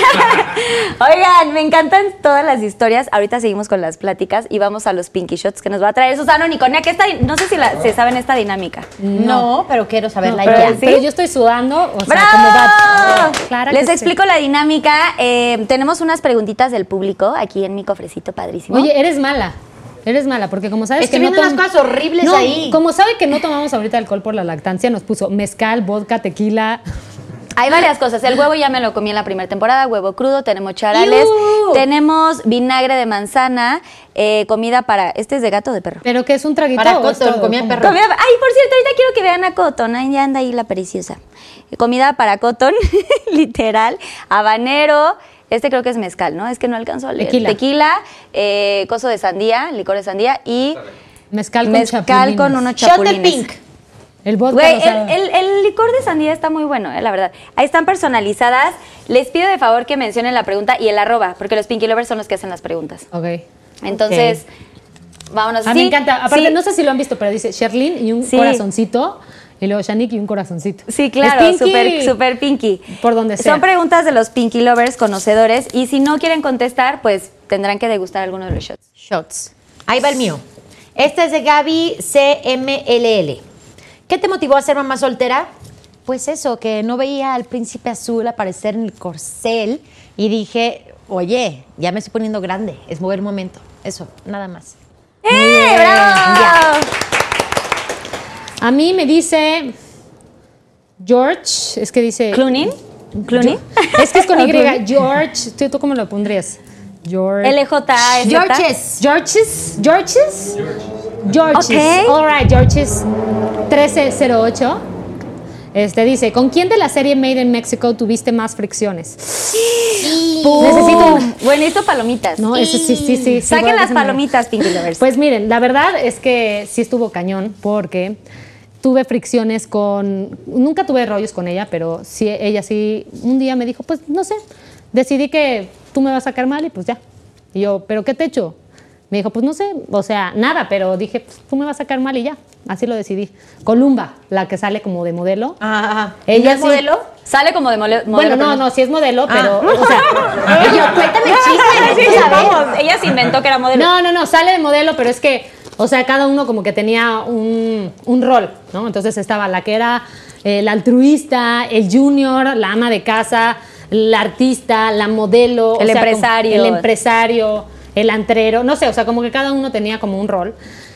[SPEAKER 1] Oigan, me encantan todas las historias. Ahorita seguimos con las pláticas y vamos a los Pinky Shots que nos va a traer Susana Unicornia, que esta, no sé si la- se saben esta dinámica.
[SPEAKER 2] No, pero quiero saberla
[SPEAKER 3] pero,
[SPEAKER 2] ya.
[SPEAKER 1] ¿sí?
[SPEAKER 3] pero yo estoy sudando, o sea,
[SPEAKER 1] ¡Bravo!
[SPEAKER 3] como va. Claro
[SPEAKER 1] Les
[SPEAKER 3] que sí.
[SPEAKER 1] explico la dinámica. Eh, tenemos unas preguntitas del público aquí en mi cofrecito padrísimo.
[SPEAKER 3] Oye, eres mala. Eres mala, porque como sabes
[SPEAKER 2] Estoy
[SPEAKER 3] que no
[SPEAKER 2] viendo unas
[SPEAKER 3] tom-
[SPEAKER 2] cosas horribles
[SPEAKER 3] No,
[SPEAKER 2] ahí.
[SPEAKER 3] Como sabe que no tomamos ahorita alcohol por la lactancia, nos puso mezcal, vodka, tequila.
[SPEAKER 1] Hay varias cosas. El huevo ya me lo comí en la primera temporada, huevo crudo, tenemos charales,
[SPEAKER 2] ¡Iu!
[SPEAKER 1] tenemos vinagre de manzana, eh, comida para... ¿Este es de gato o de perro?
[SPEAKER 3] ¿Pero qué es un traguito?
[SPEAKER 2] Para
[SPEAKER 3] o es
[SPEAKER 2] Cotton,
[SPEAKER 3] todo?
[SPEAKER 2] comida
[SPEAKER 3] ¿Cómo?
[SPEAKER 2] perro.
[SPEAKER 1] Comida- Ay, por cierto, ahorita quiero que vean a Cotton. Ahí ya anda ahí la preciosa. Comida para Cotton, literal. Habanero. Este creo que es mezcal, ¿no? Es que no alcanzo a leer.
[SPEAKER 3] Tequila.
[SPEAKER 1] Tequila, eh, coso de sandía, licor de sandía y
[SPEAKER 3] Mezcal con
[SPEAKER 1] mezcal
[SPEAKER 3] chapulines.
[SPEAKER 1] con unos
[SPEAKER 2] Shot
[SPEAKER 1] chapulines.
[SPEAKER 2] de pink.
[SPEAKER 3] El vodka
[SPEAKER 1] Güey,
[SPEAKER 3] rosado.
[SPEAKER 1] el, el- el licor de sandía está muy bueno, eh, la verdad. Ahí están personalizadas. Les pido de favor que mencionen la pregunta y el arroba, porque los Pinky Lovers son los que hacen las preguntas.
[SPEAKER 3] Ok.
[SPEAKER 1] Entonces, vámonos.
[SPEAKER 3] A mí
[SPEAKER 1] Sí,
[SPEAKER 3] me encanta. Aparte,
[SPEAKER 1] sí.
[SPEAKER 3] no sé si lo han visto, pero dice Sherlyn y un
[SPEAKER 1] Sí.
[SPEAKER 3] corazoncito. Y luego Shanique y un corazoncito.
[SPEAKER 1] Sí, claro,
[SPEAKER 3] Es Pinky.
[SPEAKER 1] súper super pinky.
[SPEAKER 3] Por donde sea.
[SPEAKER 1] Son preguntas de los Pinky Lovers conocedores y si no quieren contestar, pues tendrán que degustar alguno de los shots.
[SPEAKER 2] Shots. Ahí va el mío. Este es de Gaby C M L L. ¿Qué te motivó a ser mamá soltera? Pues eso, que no veía al príncipe azul aparecer en el corcel y dije, oye, ya me estoy poniendo grande, es mover momento. Eso, nada más.
[SPEAKER 1] ¡Eh, bravo!
[SPEAKER 3] A mí me dice George, es que dice...
[SPEAKER 1] ¿Clooney? ¿Clooney?
[SPEAKER 3] Es que es con Y. George, ¿tú, tú cómo lo pondrías? George.
[SPEAKER 1] L J A S.
[SPEAKER 2] Georges.
[SPEAKER 3] Georges. Georges. Georges.
[SPEAKER 1] Ok.
[SPEAKER 3] All right, Georges. trece cero ocho. Este dice, ¿con quién de la serie Made in Mexico tuviste más fricciones?
[SPEAKER 1] ¡Pum!
[SPEAKER 3] Necesito-
[SPEAKER 1] Bueno, necesito palomitas.
[SPEAKER 3] No, eso sí, sí, sí. sí, voy
[SPEAKER 1] Saquen
[SPEAKER 3] a
[SPEAKER 1] las
[SPEAKER 3] dejarme-
[SPEAKER 1] palomitas, Pinky Lovers.
[SPEAKER 3] Pues miren, la verdad es que sí estuvo cañón porque tuve fricciones con... Nunca tuve rollos con ella, pero sí, ella sí, un día me dijo, pues no sé, decidí que tú me vas a sacar mal y pues ya. Y yo, ¿pero qué te echo? Me dijo, pues no sé, o sea, nada, pero dije, pues tú me vas a sacar mal y ya. Así lo decidí. Columba, la que sale como de modelo.
[SPEAKER 2] Ajá.
[SPEAKER 3] Ella
[SPEAKER 2] ¿Es
[SPEAKER 3] sí-
[SPEAKER 2] modelo?
[SPEAKER 1] Sale como de mole- modelo.
[SPEAKER 3] Bueno, no,
[SPEAKER 1] pero
[SPEAKER 3] no, sí es modelo,
[SPEAKER 2] Ah.
[SPEAKER 3] pero, o sea...
[SPEAKER 2] Yo, cuéntame el chiste.
[SPEAKER 1] Sí,
[SPEAKER 2] necesito saber.
[SPEAKER 1] vamos, ella se inventó que era modelo.
[SPEAKER 3] No, no, no, sale de modelo, pero es que, o sea, cada uno como que tenía un, un rol, ¿no? Entonces estaba la que era eh, la altruista, el junior, la ama de casa, la artista, la modelo.
[SPEAKER 1] El
[SPEAKER 3] o sea, como-
[SPEAKER 1] empresario.
[SPEAKER 3] el empresario, el antrero, no sé, o sea, como que cada uno tenía como un rol.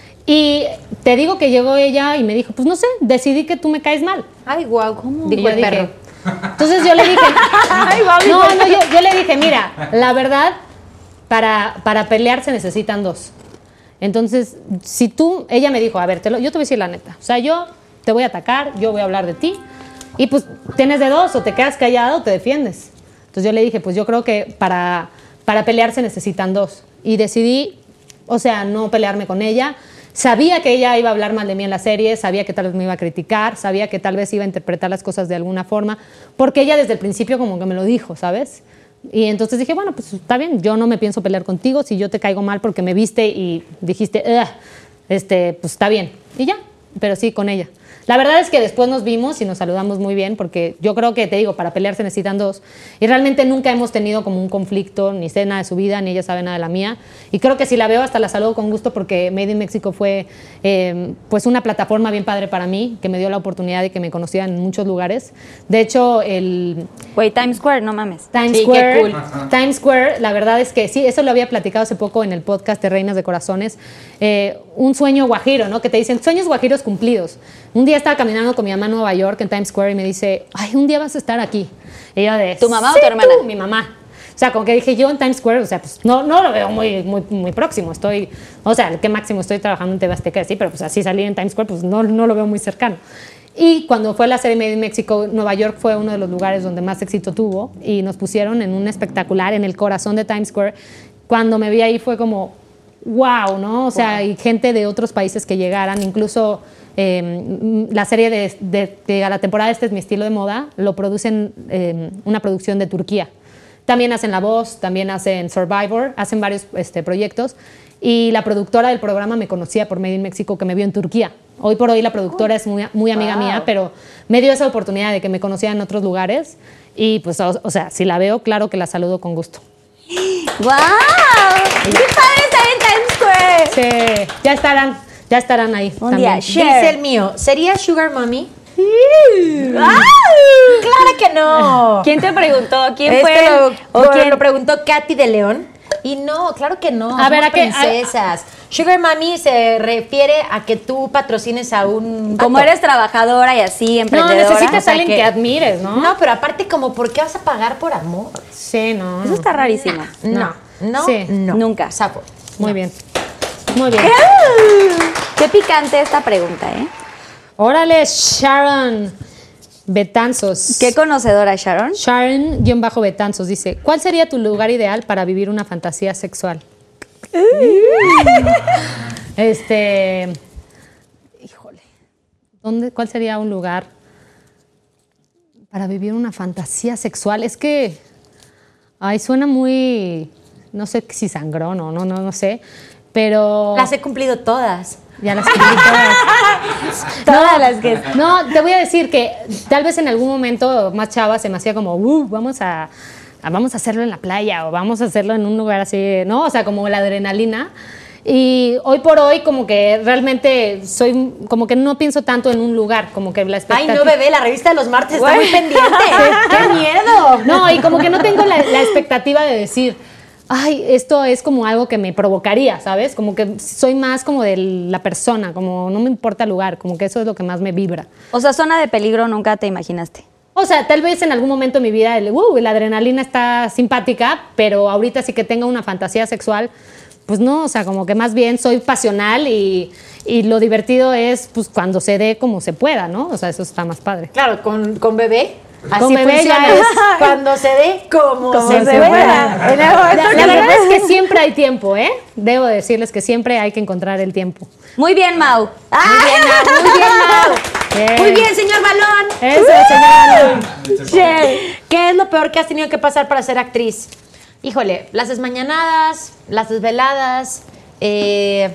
[SPEAKER 3] Y te digo que llegó ella y me dijo, pues no sé, decidí que tú me caes mal.
[SPEAKER 2] Ay, guau.
[SPEAKER 3] Y
[SPEAKER 2] Dijo
[SPEAKER 3] yo
[SPEAKER 2] el
[SPEAKER 3] dije,
[SPEAKER 2] perro.
[SPEAKER 3] entonces yo le dije,
[SPEAKER 1] Ay, guau, dijo
[SPEAKER 3] no,
[SPEAKER 1] el
[SPEAKER 3] no, yo, yo le dije, mira, la verdad, para, para pelear se necesitan dos. Entonces, si tú, ella me dijo, a ver, te lo- yo te voy a decir la neta, o sea, yo te voy a atacar, yo voy a hablar de ti, y pues tienes de dos, o te quedas callado o te defiendes. Entonces yo le dije, pues yo creo que para, para pelear se necesitan dos. Y decidí, o sea, no pelearme con ella. Sabía que ella iba a hablar mal de mí en la serie, sabía que tal vez me iba a criticar, sabía que tal vez iba a interpretar las cosas de alguna forma, porque ella desde el principio como que me lo dijo, ¿sabes? Y entonces dije, bueno, pues está bien, yo no me pienso pelear contigo, si yo te caigo mal porque me viste y dijiste, "Ugh", este, pues está bien. Y ya, pero sí, con ella. La verdad es que después nos vimos y nos saludamos muy bien, porque yo creo que, te digo, para pelear se necesitan dos. Y realmente nunca hemos tenido como un conflicto, ni sé nada de su vida, ni ella sabe nada de la mía. Y creo que si la veo hasta la saludo con gusto, porque Made in Mexico fue eh, pues una plataforma bien padre para mí, que me dio la oportunidad de que me conocieran en muchos lugares. De hecho, el
[SPEAKER 1] Güey, Times Square, no mames.
[SPEAKER 3] Times
[SPEAKER 2] Sí, qué
[SPEAKER 3] Square,
[SPEAKER 2] cool.
[SPEAKER 3] Times Square, la verdad es que sí, eso lo había platicado hace poco en el podcast de Reinas de Corazones, eh, un sueño guajiro, ¿no? Que te dicen sueños guajiros cumplidos. Un día estaba caminando con mi mamá en Nueva York, en Times Square, y me dice, ay, un día vas a estar aquí. Y yo de,
[SPEAKER 1] ¿Tu mamá o
[SPEAKER 3] "Sí,
[SPEAKER 1] tu hermana?"
[SPEAKER 3] tú", mi mamá. O sea, como que dije yo en Times Square, o sea, pues no, no lo veo muy, muy, muy próximo. Estoy, o sea, el que máximo estoy trabajando en T V Azteca, sí, pero pues así salir en Times Square, pues no, no lo veo muy cercano. Y cuando fue la serie Made in Mexico, Nueva York fue uno de los lugares donde más éxito tuvo y nos pusieron en un espectacular, en el corazón de Times Square. Cuando me vi ahí fue como, wow, ¿no? O sea, y gente de otros países que llegaran, incluso eh, la serie de, de, de a la temporada Este es mi estilo de moda, lo producen eh, una producción de Turquía. También hacen La Voz, también hacen Survivor, hacen varios este, proyectos. Y la productora del programa me conocía por Made in Mexico, que me vio en Turquía. Hoy por hoy la productora es muy, muy amiga
[SPEAKER 1] Wow.
[SPEAKER 3] mía, pero me dio esa oportunidad de que me conociera en otros lugares. Y pues, o, o sea, si la veo, claro que la saludo con gusto.
[SPEAKER 1] ¡Wow! ¡Qué padre estar en Times Square!
[SPEAKER 3] Sí, ya estarán, ya estarán ahí.
[SPEAKER 1] Un
[SPEAKER 3] también.
[SPEAKER 1] día, share.
[SPEAKER 2] Dice el mío, ¿sería Sugar Mommy?
[SPEAKER 1] ¡Ah!
[SPEAKER 2] ¡Claro que no!
[SPEAKER 1] ¿Quién te preguntó? ¿Quién
[SPEAKER 2] Este
[SPEAKER 1] fue?
[SPEAKER 2] lo,
[SPEAKER 1] ¿O
[SPEAKER 2] bueno,
[SPEAKER 1] quién?
[SPEAKER 2] lo preguntó Katy de León. Y no, claro que no.
[SPEAKER 3] A ver,
[SPEAKER 2] somos
[SPEAKER 3] ¿a qué?
[SPEAKER 2] princesas. Sugar Mommy se refiere a que tú patrocines a un...
[SPEAKER 1] Como
[SPEAKER 2] vato.
[SPEAKER 1] eres trabajadora y así,
[SPEAKER 3] No,
[SPEAKER 1] emprendedora.
[SPEAKER 3] necesitas
[SPEAKER 2] o sea
[SPEAKER 3] a alguien
[SPEAKER 2] que-
[SPEAKER 3] que, admires, ¿no?
[SPEAKER 2] No, pero aparte como, ¿por qué vas a pagar por amor?
[SPEAKER 3] Sí, no.
[SPEAKER 1] Eso
[SPEAKER 3] no.
[SPEAKER 1] está rarísimo.
[SPEAKER 2] No, no,
[SPEAKER 3] Sí.
[SPEAKER 2] no.
[SPEAKER 1] Nunca.
[SPEAKER 2] Sapo.
[SPEAKER 3] Muy bien. Muy bien.
[SPEAKER 1] Qué picante esta pregunta, ¿eh?
[SPEAKER 3] Órale, Sharon Betanzos.
[SPEAKER 1] Qué conocedora, Sharon.
[SPEAKER 3] Sharon-Betanzos dice, ¿cuál sería tu lugar ideal para vivir una fantasía sexual? este, híjole, ¿dónde, ¿cuál sería un lugar para vivir una fantasía sexual? Es que, ay, suena muy, no sé si sangrón o no, no, no sé, pero...
[SPEAKER 2] Las he cumplido todas.
[SPEAKER 3] Ya las cumplí todas.
[SPEAKER 1] Todas las que...
[SPEAKER 3] No, te voy a decir que tal vez en algún momento más chava se me hacía como, uh, vamos a, a- vamos a hacerlo en la playa o vamos a hacerlo en un lugar así, ¿no? O sea, como la adrenalina. Y hoy por hoy como que realmente soy, como que no pienso tanto en un lugar, como que la
[SPEAKER 2] Ay,
[SPEAKER 3] expectativa...
[SPEAKER 2] no, bebé, la revista de los martes está
[SPEAKER 1] Güey.
[SPEAKER 2] muy pendiente. ¡Qué miedo!
[SPEAKER 3] No, y como que no tengo la, la expectativa de decir, ay, esto es como algo que me provocaría, ¿sabes? Como que soy más como de la persona, como no me importa el lugar, como que eso es lo que más me vibra.
[SPEAKER 1] O sea, zona de peligro nunca te imaginaste.
[SPEAKER 3] O sea, tal vez en algún momento de mi vida el, uh, la adrenalina está simpática, pero ahorita sí que tenga una fantasía sexual, pues no, o sea, como que más bien soy pasional y, y lo divertido es pues cuando se dé como se pueda, ¿no? O sea, eso está más padre.
[SPEAKER 2] Claro, con, con bebé. Así
[SPEAKER 3] Con bebé
[SPEAKER 2] funciona.
[SPEAKER 3] ya es.
[SPEAKER 2] Cuando se dé, como,
[SPEAKER 1] Como
[SPEAKER 2] se,
[SPEAKER 1] se
[SPEAKER 2] pueda.
[SPEAKER 1] pueda. En el momento
[SPEAKER 3] La,
[SPEAKER 1] que
[SPEAKER 3] la
[SPEAKER 1] se
[SPEAKER 3] verdad
[SPEAKER 1] pueda.
[SPEAKER 3] es que siempre hay tiempo, ¿eh? Debo decirles que siempre hay que encontrar el tiempo.
[SPEAKER 1] Muy bien, Mau.
[SPEAKER 2] Muy bien, Mau, muy bien, Mau.
[SPEAKER 3] Bien.
[SPEAKER 2] Muy bien, señor Balón.
[SPEAKER 3] Eso, señora.
[SPEAKER 2] ¿Qué es lo peor que has tenido que pasar para ser actriz? Híjole, las desmañanadas, las desveladas, eh,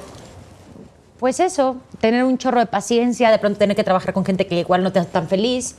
[SPEAKER 2] pues eso, tener un chorro de paciencia, de pronto tener que trabajar con gente que igual no te hace tan feliz.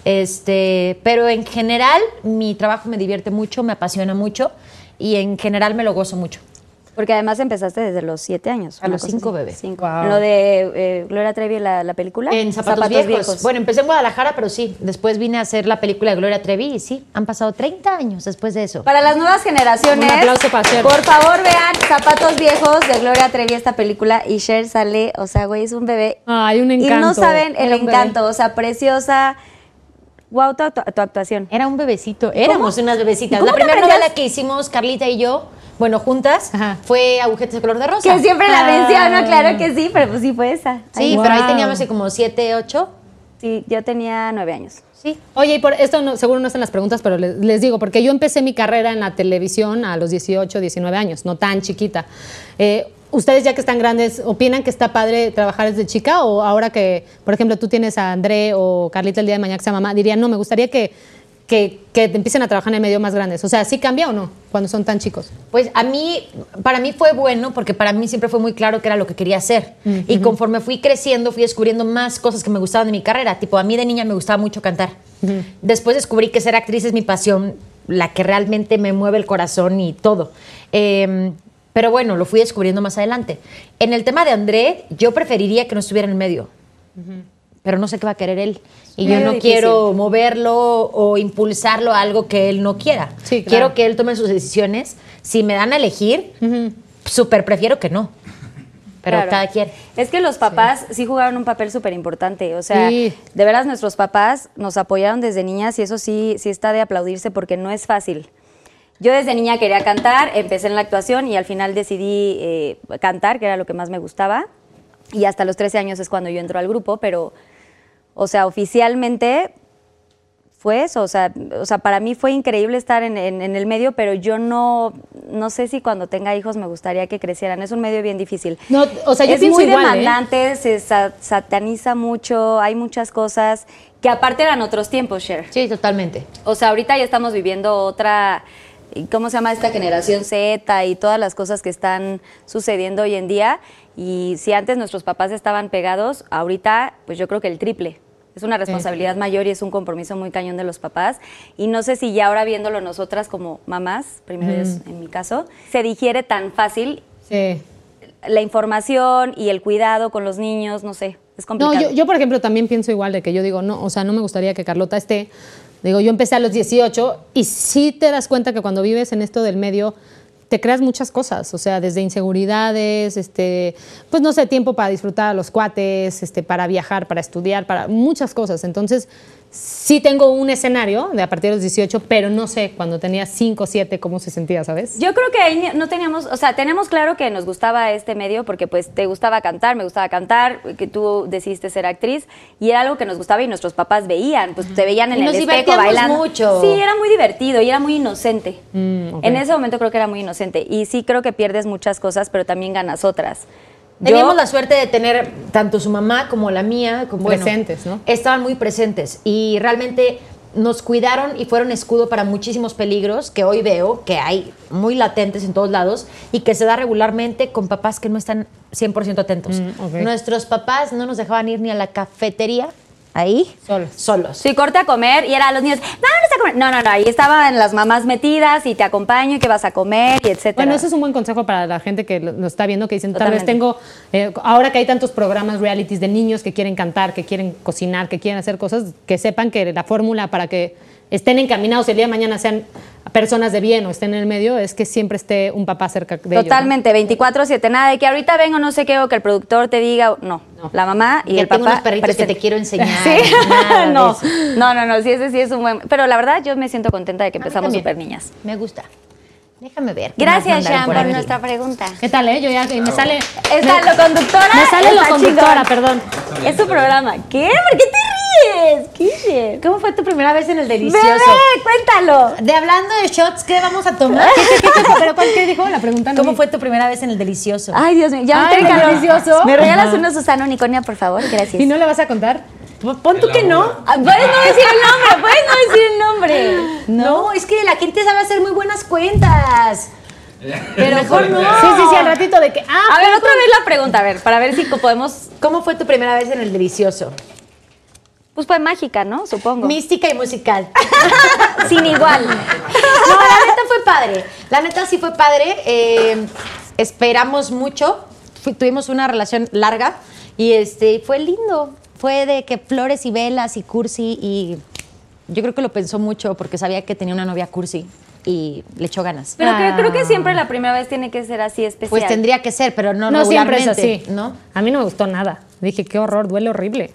[SPEAKER 2] Este, pero en general, mi trabajo me divierte mucho, me apasiona mucho y en general me lo gozo mucho.
[SPEAKER 1] Porque además empezaste desde los siete años.
[SPEAKER 2] A los cinco, bebé.
[SPEAKER 1] Cinco.
[SPEAKER 3] Wow.
[SPEAKER 1] Lo de eh, Gloria Trevi, la, la película.
[SPEAKER 2] En Zapatos, viejos. Bueno, empecé en Guadalajara, pero sí. Después vine a hacer la película de Gloria Trevi y sí, han pasado treinta años después de eso.
[SPEAKER 1] Para las nuevas generaciones,
[SPEAKER 3] Un aplauso para Cher.
[SPEAKER 1] por favor vean Zapatos Viejos de Gloria Trevi, esta película, y Cher sale, o sea, güey, es un bebé.
[SPEAKER 3] Ay, un encanto.
[SPEAKER 1] Y no saben el
[SPEAKER 3] Era un
[SPEAKER 1] encanto,
[SPEAKER 3] bebé.
[SPEAKER 1] o sea, preciosa. Wow, tu, tu- tu actuación.
[SPEAKER 2] Era un bebecito. Éramos unas bebecitas.
[SPEAKER 1] ¿Cómo
[SPEAKER 2] La
[SPEAKER 1] te
[SPEAKER 2] primera
[SPEAKER 1] aprendías?
[SPEAKER 2] novela que hicimos Carlita y yo, bueno, juntas,
[SPEAKER 3] Ajá.
[SPEAKER 2] fue Agujetas de color de rosa.
[SPEAKER 1] Que siempre la
[SPEAKER 3] Ah.
[SPEAKER 1] menciono, claro que sí, pero pues sí fue esa.
[SPEAKER 2] Sí,
[SPEAKER 1] Ay,
[SPEAKER 2] pero ahí
[SPEAKER 3] wow.
[SPEAKER 2] teníamos así como siete, ocho.
[SPEAKER 1] sí, yo tenía nueve años.
[SPEAKER 2] Sí.
[SPEAKER 3] Oye, y por esto no, seguro no están las preguntas, pero les, les digo, porque yo empecé mi carrera en la televisión a los dieciocho, diecinueve años, no tan chiquita. Eh, ¿Ustedes ya que están grandes, opinan que está padre trabajar desde chica? O ahora que, por ejemplo, tú tienes a André o Carlita el día de mañana que sea mamá, dirían, no, me gustaría que, que, que te empiecen a trabajar en el medio más grandes. O sea, ¿sí cambia o no cuando son tan chicos?
[SPEAKER 2] Pues a mí, para mí fue bueno porque para mí siempre fue muy claro que era lo que quería hacer. Y conforme fui creciendo, fui descubriendo más cosas que me gustaban de mi carrera. Tipo, a mí de niña me gustaba mucho cantar. Después descubrí que ser actriz es mi pasión, la que realmente me mueve el corazón y todo. Eh, pero bueno, lo fui descubriendo más adelante. En el tema de André, yo preferiría que no estuviera en el medio. Pero no sé qué va a querer él. Y yo
[SPEAKER 1] Medio
[SPEAKER 2] no
[SPEAKER 1] difícil.
[SPEAKER 2] quiero moverlo o impulsarlo a algo que él no quiera.
[SPEAKER 3] Sí, claro.
[SPEAKER 2] Quiero que él tome sus decisiones. Si me dan a elegir, súper prefiero que no. Pero
[SPEAKER 1] Claro.
[SPEAKER 2] cada quien.
[SPEAKER 1] Es que los papás sí, jugaron un papel súper importante. O sea,
[SPEAKER 3] Sí.
[SPEAKER 1] de veras nuestros papás nos apoyaron desde niñas y eso sí, sí está de aplaudirse porque no es fácil. Yo desde niña quería cantar, empecé en la actuación y al final decidí eh, cantar, que era lo que más me gustaba. Y hasta los trece años es cuando yo entro al grupo, pero, o sea, oficialmente fue eso. O sea, o sea para mí fue increíble estar en, en- en el medio, pero yo no, no sé si cuando tenga hijos me gustaría que crecieran. Es un medio bien difícil.
[SPEAKER 3] No, o sea, yo
[SPEAKER 1] es
[SPEAKER 3] pienso
[SPEAKER 1] muy
[SPEAKER 3] igual, ¿eh?
[SPEAKER 1] demandante, se sa- sataniza mucho, hay muchas cosas que aparte eran otros tiempos, Cher.
[SPEAKER 2] Sí, totalmente.
[SPEAKER 1] O sea, ahorita ya estamos viviendo otra, ¿cómo se llama esta generación Z y todas las cosas que están sucediendo hoy en día? Y si antes nuestros papás estaban pegados, ahorita pues yo creo que el triple. Es una responsabilidad mayor y es un compromiso muy cañón de los papás. Y no sé si ya ahora viéndolo nosotras como mamás, primero es en mi caso, se digiere tan fácil
[SPEAKER 3] Sí.
[SPEAKER 1] la información y el cuidado con los niños, no sé, es
[SPEAKER 3] No,
[SPEAKER 1] complicado.
[SPEAKER 3] yo, yo, por ejemplo, también pienso igual de que yo digo, no, o sea, no me gustaría que Carlota esté. Digo, yo empecé a los dieciocho y sí te das cuenta que cuando vives en esto del medio te creas muchas cosas, o sea, desde inseguridades, este, pues no sé, tiempo para disfrutar a los cuates, este, para viajar, para estudiar, para muchas cosas. Entonces, sí tengo un escenario de a partir de los dieciocho, pero no sé, cuando tenía cinco, siete, cómo se sentía, ¿sabes?
[SPEAKER 1] Yo creo que ahí no teníamos, o sea, tenemos claro que nos gustaba este medio porque pues te gustaba cantar, me gustaba cantar, que tú decidiste ser actriz y era algo que nos gustaba y nuestros papás veían, pues te veían en
[SPEAKER 2] Y
[SPEAKER 1] el
[SPEAKER 2] nos
[SPEAKER 1] espejo
[SPEAKER 2] divertíamos
[SPEAKER 1] bailando.
[SPEAKER 2] mucho.
[SPEAKER 1] Sí, era muy divertido y era muy inocente.
[SPEAKER 3] Mm, ok.
[SPEAKER 1] En ese momento creo que era muy inocente y sí creo que pierdes muchas cosas, pero también ganas otras.
[SPEAKER 2] Teníamos
[SPEAKER 1] Yo-
[SPEAKER 2] la suerte de tener tanto su mamá como la mía como, bueno,
[SPEAKER 3] Presentes, ¿no?
[SPEAKER 2] estaban muy presentes y realmente nos cuidaron y fueron escudo para muchísimos peligros que hoy veo que hay muy latentes en todos lados y que se da regularmente con papás que no están cien por ciento atentos.
[SPEAKER 3] Mm, ok.
[SPEAKER 2] Nuestros papás no nos dejaban ir ni a la cafetería ahí
[SPEAKER 3] Solos.
[SPEAKER 2] solos.
[SPEAKER 1] Sí, corte a comer y era a los niños, vámonos a comer. No, no, no, ahí estaban las mamás metidas y te acompaño y que vas a comer y etcétera.
[SPEAKER 3] Bueno, ese es un buen consejo para la gente que lo, lo está viendo, que dicen, tal vez
[SPEAKER 1] Totalmente.
[SPEAKER 3] tengo, eh, ahora que hay tantos programas realities de niños que quieren cantar, que quieren cocinar, que quieren hacer cosas, que sepan que la fórmula para que estén encaminados y el día de mañana sean personas de bien o estén en el medio, es que siempre esté un papá cerca de ellos.
[SPEAKER 1] Totalmente, veinticuatro siete, nada de que ahorita vengo no sé qué o que el productor te diga, no,
[SPEAKER 3] No.
[SPEAKER 1] la mamá y
[SPEAKER 2] Que
[SPEAKER 1] el
[SPEAKER 2] tengo
[SPEAKER 1] papá
[SPEAKER 2] unos perritos que
[SPEAKER 1] presente.
[SPEAKER 2] te quiero enseñar.
[SPEAKER 1] Sí,
[SPEAKER 2] nada de
[SPEAKER 1] no,
[SPEAKER 2] eso.
[SPEAKER 1] no, no, no, sí, ese sí es un buen, pero la verdad yo me siento contenta de que
[SPEAKER 2] A mí
[SPEAKER 1] empezamos
[SPEAKER 2] también.
[SPEAKER 1] súper niñas.
[SPEAKER 2] Me gusta. Déjame ver. ¿qué más
[SPEAKER 1] Gracias,
[SPEAKER 2] mandaron
[SPEAKER 1] Jean,
[SPEAKER 2] por
[SPEAKER 1] por
[SPEAKER 2] aquí?
[SPEAKER 1] nuestra pregunta.
[SPEAKER 3] ¿Qué tal, eh? Yo ya me sale...
[SPEAKER 1] Está
[SPEAKER 3] me,
[SPEAKER 1] lo conductora.
[SPEAKER 3] me sale lo
[SPEAKER 1] está
[SPEAKER 3] conductora,
[SPEAKER 1] chingón.
[SPEAKER 3] perdón.
[SPEAKER 1] Es tu programa. ¿Qué? ¿Por qué te ríes? ¿Qué?
[SPEAKER 2] ¿Cómo fue tu primera vez en el delicioso?
[SPEAKER 1] Bebé, cuéntalo.
[SPEAKER 2] De hablando de shots, ¿qué vamos a tomar?
[SPEAKER 3] ¿Qué, qué, qué, qué, pero cuál qué dijo? La pregunta no
[SPEAKER 2] ¿Cómo
[SPEAKER 3] vi.
[SPEAKER 2] fue tu primera vez en el delicioso?
[SPEAKER 1] Ay, Dios mío, ya
[SPEAKER 3] Ay,
[SPEAKER 1] me tengo calor.
[SPEAKER 3] delicioso.
[SPEAKER 1] ¿Me regalas
[SPEAKER 3] Ajá.
[SPEAKER 1] una Susana Unicornia, por favor? Gracias.
[SPEAKER 3] ¿Y no le vas a contar?
[SPEAKER 2] Pon tú que no.
[SPEAKER 1] Ah, puedes no decir el nombre, puedes no decir el nombre.
[SPEAKER 2] No, es que la gente sabe hacer muy buenas cuentas. Pero mejor no.
[SPEAKER 3] Sí, sí, sí, al ratito de que. Ah,
[SPEAKER 1] A ver, otra vez la pregunta, a ver, para ver si podemos.
[SPEAKER 2] ¿Cómo fue tu primera vez en el delicioso?
[SPEAKER 1] Pues fue mágica, ¿no? Supongo.
[SPEAKER 2] Mística y musical.
[SPEAKER 1] Sin igual.
[SPEAKER 2] No, la neta fue padre. La neta sí fue padre. Eh, esperamos mucho. Fu- tuvimos una relación larga y este fue lindo. Fue de que flores y velas y cursi y yo creo que lo pensó mucho porque sabía que tenía una novia cursi y le echó ganas.
[SPEAKER 1] Pero creo,
[SPEAKER 3] Ah.
[SPEAKER 1] creo que siempre la primera vez tiene que ser así especial.
[SPEAKER 2] Pues tendría que ser, pero no,
[SPEAKER 3] No siempre es
[SPEAKER 2] regularmente,
[SPEAKER 3] así.
[SPEAKER 2] ¿no?
[SPEAKER 3] A mí no me gustó nada. Dije, qué horror, duele horrible.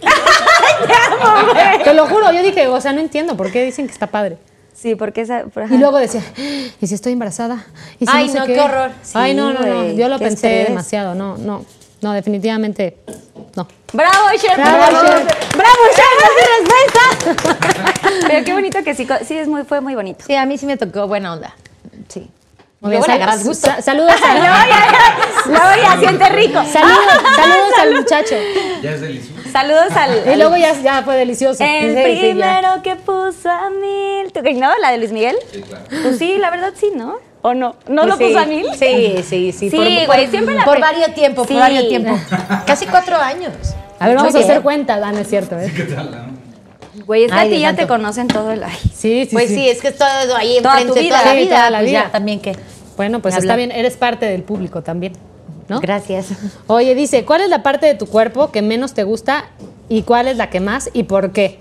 [SPEAKER 3] Te lo juro, yo dije, o sea, no entiendo por qué dicen que está padre.
[SPEAKER 1] Sí, porque esa. por-
[SPEAKER 3] Y luego decía, ¿y si estoy embarazada? ¿Y si
[SPEAKER 2] Ay,
[SPEAKER 3] sé
[SPEAKER 2] no, qué horror.
[SPEAKER 3] Ay, no, no, no.
[SPEAKER 1] güey,
[SPEAKER 3] Yo lo
[SPEAKER 1] qué
[SPEAKER 3] pensé
[SPEAKER 1] estrés.
[SPEAKER 3] demasiado. No, no. No, definitivamente no.
[SPEAKER 1] ¡Bravo, Cher!
[SPEAKER 3] Bravo, Cher.
[SPEAKER 1] ¡Bravo, Cher! ¡No se respuesta! Pero qué bonito que sí, co- sí es muy, fue muy bonito.
[SPEAKER 2] Sí, a mí sí me tocó buena onda. Sí.
[SPEAKER 3] Muy
[SPEAKER 2] Luego
[SPEAKER 3] bien,
[SPEAKER 2] le agarras gusto.
[SPEAKER 3] sa- saludos al,
[SPEAKER 1] Luego ya siente rico.
[SPEAKER 3] saludos, saludos al muchacho.
[SPEAKER 4] Ya es delicioso.
[SPEAKER 1] Saludos al.
[SPEAKER 3] Y luego ya, ya fue delicioso.
[SPEAKER 1] El
[SPEAKER 3] Sí, sí, ya.
[SPEAKER 1] primero que puso a mil. ¿Tú qué, no? ¿La de Luis Miguel? Sí, claro. Pues sí, la verdad sí, ¿no? ¿O no? ¿No lo
[SPEAKER 2] Sí.
[SPEAKER 1] puso a mil?
[SPEAKER 2] Sí, sí, sí.
[SPEAKER 1] Sí,
[SPEAKER 2] por,
[SPEAKER 1] güey,
[SPEAKER 2] por-
[SPEAKER 1] siempre la
[SPEAKER 2] Por
[SPEAKER 1] pe-
[SPEAKER 2] varios tiempo,
[SPEAKER 1] Sí.
[SPEAKER 2] por varios tiempo. Casi cuatro años.
[SPEAKER 3] A ver, vamos
[SPEAKER 2] Muy
[SPEAKER 3] a hacer
[SPEAKER 2] bien.
[SPEAKER 3] cuentas. Ah, no es cierto, ¿eh?
[SPEAKER 4] ¿Qué tal? no?
[SPEAKER 1] Güey, es que
[SPEAKER 2] Ay,
[SPEAKER 1] a ti
[SPEAKER 2] Dios
[SPEAKER 1] ya
[SPEAKER 2] santo.
[SPEAKER 1] te conocen todo el. Ay.
[SPEAKER 3] Sí, sí,
[SPEAKER 2] Pues sí.
[SPEAKER 3] sí.
[SPEAKER 2] es que es todo ahí
[SPEAKER 1] Toda
[SPEAKER 2] enfrente,
[SPEAKER 1] tu vida.
[SPEAKER 2] toda la
[SPEAKER 3] Sí,
[SPEAKER 2] vida.
[SPEAKER 3] toda la
[SPEAKER 2] pues
[SPEAKER 3] vida.
[SPEAKER 2] ya, también que.
[SPEAKER 3] Bueno, pues
[SPEAKER 2] Ni
[SPEAKER 3] está
[SPEAKER 2] hablar.
[SPEAKER 3] bien. Eres parte del público también, ¿no?
[SPEAKER 2] Gracias.
[SPEAKER 3] Oye, dice, ¿cuál es la parte de tu cuerpo que menos te gusta y cuál es la que más y por qué?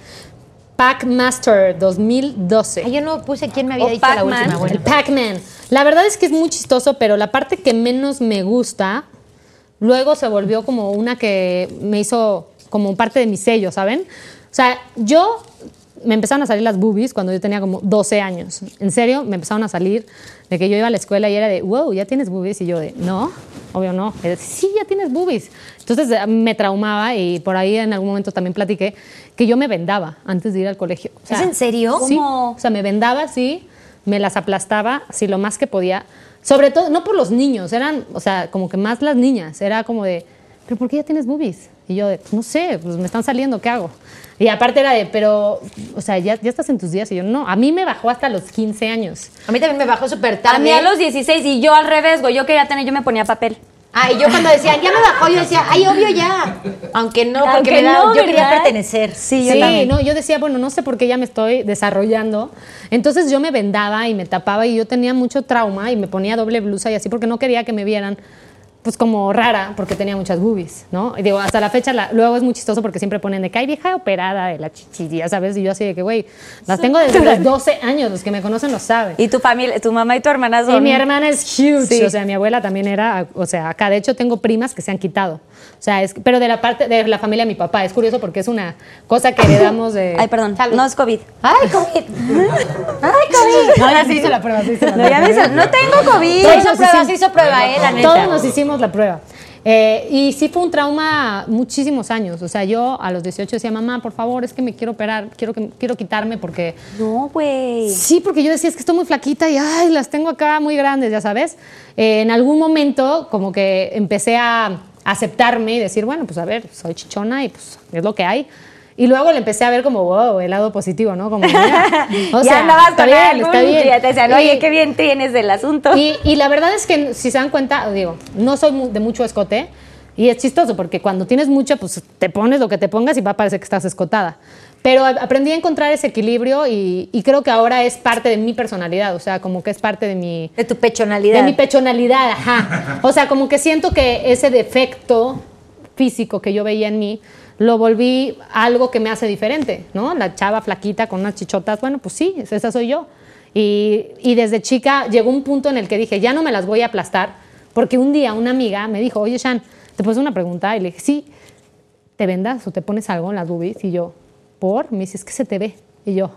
[SPEAKER 3] Pac-Master dos mil doce.
[SPEAKER 2] Ay, yo no puse quién me había
[SPEAKER 1] O
[SPEAKER 2] dicho la
[SPEAKER 1] Pac-Man.
[SPEAKER 2] última. Bueno.
[SPEAKER 3] El Pac-Man. La verdad es que es muy chistoso, pero la parte que menos me gusta, luego se volvió como una que me hizo como parte de mi sello, ¿saben? O sea, yo me empezaron a salir las boobies cuando yo tenía como doce años. En serio, me empezaron a salir de que yo iba a la escuela y era de, wow, ¿ya tienes boobies? Y yo de, no, obvio no. Y de, sí, ya tienes boobies. Entonces eh, me traumaba y por ahí en algún momento también platiqué que yo me vendaba antes de ir al colegio. O sea,
[SPEAKER 2] ¿Es en serio?
[SPEAKER 3] Sí,
[SPEAKER 1] ¿Cómo?
[SPEAKER 3] o sea, me vendaba así, me las aplastaba así lo más que podía. Sobre todo, no por los niños, eran, o sea, como que más las niñas. Era como de, ¿pero por qué ya tienes boobies? Y yo de, no sé, pues me están saliendo, ¿qué hago? Y aparte era de, pero, o sea, ya, ya estás en tus días. Y yo, no, a mí me bajó hasta los quince años.
[SPEAKER 2] A mí también me bajó súper tarde.
[SPEAKER 1] A mí a los dieciséis y yo al revés, güey. Yo quería tener, yo me ponía papel.
[SPEAKER 2] Ah, y yo cuando decían, ya me bajó, yo decía, ay, obvio ya. Aunque no, porque
[SPEAKER 1] Aunque
[SPEAKER 2] me da-
[SPEAKER 1] no,
[SPEAKER 2] yo quería
[SPEAKER 1] ¿verdad?
[SPEAKER 2] pertenecer.
[SPEAKER 1] Sí, yo
[SPEAKER 3] Sí,
[SPEAKER 1] también.
[SPEAKER 3] no, yo decía, bueno, no sé por qué ya me estoy desarrollando. Entonces yo me vendaba y me tapaba y yo tenía mucho trauma y me ponía doble blusa y así porque no quería que me vieran pues como rara porque tenía muchas boobies, ¿no? Y digo, hasta la fecha, la- luego es muy chistoso porque siempre ponen de que hay vieja operada de la chichi, ya sabes, y yo así de que, güey, las tengo desde los doce años, los que me conocen lo saben.
[SPEAKER 1] Y tu familia, tu mamá y tu hermana son.
[SPEAKER 3] Y mi hermana es huge,
[SPEAKER 1] Sí.
[SPEAKER 3] o sea, mi abuela también era, o sea, acá de hecho tengo primas que se han quitado, o sea, es, pero de la parte de la familia de mi papá, es curioso porque es una cosa que heredamos de...
[SPEAKER 1] Ay, perdón.
[SPEAKER 2] Salud.
[SPEAKER 1] No es COVID.
[SPEAKER 2] Ay, COVID. Ay, COVID.
[SPEAKER 3] No, ya se hizo la prueba, se hizo la
[SPEAKER 1] No, ya
[SPEAKER 3] prueba.
[SPEAKER 1] me hizo- no tengo COVID.
[SPEAKER 2] Se
[SPEAKER 3] Todos
[SPEAKER 2] hizo
[SPEAKER 3] nos
[SPEAKER 2] prueba,
[SPEAKER 3] hicimos-
[SPEAKER 2] se hizo prueba, eh, la neta.
[SPEAKER 3] Todos nos hicimos la prueba. Eh, y sí fue un trauma muchísimos años. O sea, yo a los dieciocho decía, mamá, por favor, es que me quiero operar, quiero, que, quiero quitarme porque...
[SPEAKER 1] No, güey.
[SPEAKER 3] Sí, porque yo decía, es que estoy muy flaquita y ay, las tengo acá muy grandes, ya sabes. Eh, en algún momento como que empecé a aceptarme y decir, bueno, pues a ver, soy chichona y pues es lo que hay. Y luego le empecé a ver como, wow, el lado positivo, ¿no? Como, mira, o
[SPEAKER 1] ya
[SPEAKER 3] sea,
[SPEAKER 1] andabas
[SPEAKER 3] está
[SPEAKER 1] con
[SPEAKER 3] bien,
[SPEAKER 1] algún
[SPEAKER 3] está bien.
[SPEAKER 1] y ya te decían,
[SPEAKER 3] Y-
[SPEAKER 1] oye, qué bien tienes del asunto.
[SPEAKER 3] y, y la verdad es que, si se dan cuenta, digo, no soy mu- de mucho escote y es chistoso porque cuando tienes mucho, pues te pones lo que te pongas y va a parecer que estás escotada. Pero a- aprendí a encontrar ese equilibrio y, y creo que ahora es parte de mi personalidad, o sea, como que es parte de mi,
[SPEAKER 2] De tu pechonalidad.
[SPEAKER 3] de mi pechonalidad, ajá. O sea, como que siento que ese defecto físico que yo veía en mí lo volví algo que me hace diferente, ¿no? La chava flaquita con unas chichotas, bueno, pues sí, esa soy yo. Y, y desde chica llegó un punto en el que dije, ya no me las voy a aplastar, porque un día una amiga me dijo, oye, Shan, ¿te puedo hacer una pregunta? Y le dije, sí, ¿te vendas o te pones algo en las boobies? Y yo, ¿por? Me dice, es que se te ve. Y yo,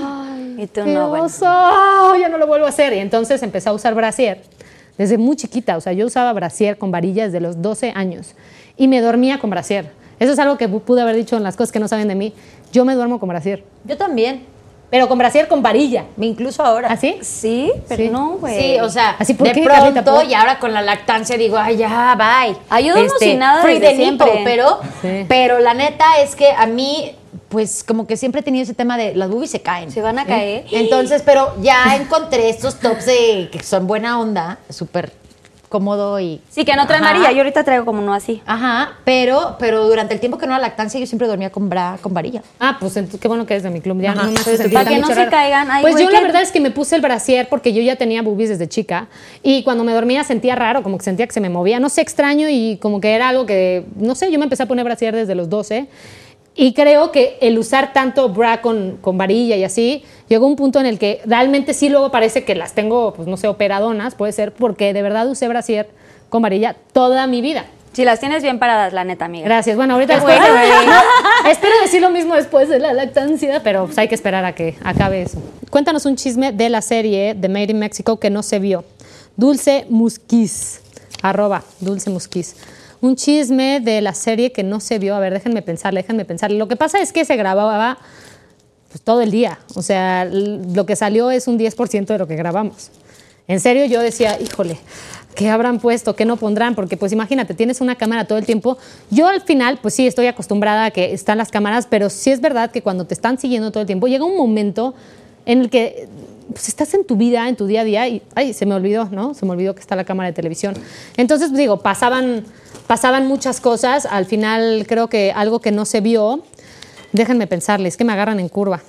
[SPEAKER 1] Y tú
[SPEAKER 3] ¡qué
[SPEAKER 1] no, bueno.
[SPEAKER 3] oso! Ya no lo vuelvo a hacer. Y entonces empecé a usar brasier desde muy chiquita. O sea, yo usaba brasier con varillas desde los doce años y me dormía con brasier. Eso es algo que pude haber dicho en las cosas que no saben de mí. Yo me duermo con brasier.
[SPEAKER 2] Yo también.
[SPEAKER 3] Pero con brasier con varilla.
[SPEAKER 2] Incluso ahora.
[SPEAKER 3] ¿Así?
[SPEAKER 1] Sí, pero
[SPEAKER 3] Sí.
[SPEAKER 1] no, güey.
[SPEAKER 2] Sí, o sea,
[SPEAKER 3] ¿Así por
[SPEAKER 2] de
[SPEAKER 3] qué,
[SPEAKER 2] pronto
[SPEAKER 3] Carlita? ¿Por?
[SPEAKER 2] y ahora con la lactancia digo, ay, ya, bye.
[SPEAKER 1] Ay, yo duermo sin nada
[SPEAKER 2] free
[SPEAKER 1] desde
[SPEAKER 2] the nipple,
[SPEAKER 1] siempre.
[SPEAKER 2] pero,
[SPEAKER 3] Sí.
[SPEAKER 2] pero la neta es que a mí, pues como que siempre he tenido ese tema de las boobies se caen.
[SPEAKER 1] Se van a caer.
[SPEAKER 2] Entonces, pero ya encontré estos tops de que son buena onda, súper cómodo y...
[SPEAKER 1] Sí, que no trae
[SPEAKER 2] Ajá.
[SPEAKER 1] amarilla. Yo ahorita traigo como uno así.
[SPEAKER 2] Ajá, pero, pero durante el tiempo que no era lactancia yo siempre dormía con bra, con varilla.
[SPEAKER 3] Ah, pues entonces, qué bueno que eres de mi club. Ya
[SPEAKER 2] Ajá.
[SPEAKER 3] no me hace
[SPEAKER 2] Para
[SPEAKER 3] sentir
[SPEAKER 1] que
[SPEAKER 3] tan
[SPEAKER 1] no
[SPEAKER 3] mucho
[SPEAKER 1] se
[SPEAKER 3] raro.
[SPEAKER 1] caigan. Ay,
[SPEAKER 3] Pues
[SPEAKER 1] güey,
[SPEAKER 3] yo la
[SPEAKER 1] ¿qué?
[SPEAKER 3] verdad es que me puse el brasier porque yo ya tenía boobies desde chica y cuando me dormía sentía raro, como que sentía que se me movía, no sé, extraño y como que era algo que, no sé, yo me empecé a poner brasier desde los doce y creo que el usar tanto bra con, con varilla y así, llegó un punto en el que realmente sí luego parece que las tengo, pues no sé, operadonas, puede ser, porque de verdad usé brasier con varilla toda mi vida.
[SPEAKER 1] Si las tienes bien paradas, la neta, amiga.
[SPEAKER 3] Gracias. Bueno, ahorita
[SPEAKER 1] Qué
[SPEAKER 3] después de-
[SPEAKER 1] bueno.
[SPEAKER 3] no, espero decir lo mismo después de la lactancia, pero pues hay que esperar a que acabe eso. Cuéntanos un chisme de la serie de Made in Mexico que no se vio. Dulce Musquiz, arroba Dulce Musquiz. Un chisme de la serie que no se vio. A ver, déjenme pensarle, déjenme pensarle. Lo que pasa es que se grababa pues, todo el día. O sea, l- lo que salió es un diez por ciento de lo que grabamos. En serio, yo decía, híjole, ¿qué habrán puesto? ¿Qué no pondrán? Porque pues imagínate, tienes una cámara todo el tiempo. Yo al final, pues sí, estoy acostumbrada a que están las cámaras, pero sí es verdad que cuando te están siguiendo todo el tiempo, llega un momento en el que pues, estás en tu vida, en tu día a día, y ay, se me olvidó, ¿no? Se me olvidó que está la cámara de televisión. Entonces, digo, pasaban, pasaban muchas cosas. Al final, creo que algo que no se vio, déjenme pensarles, que me agarran en curva.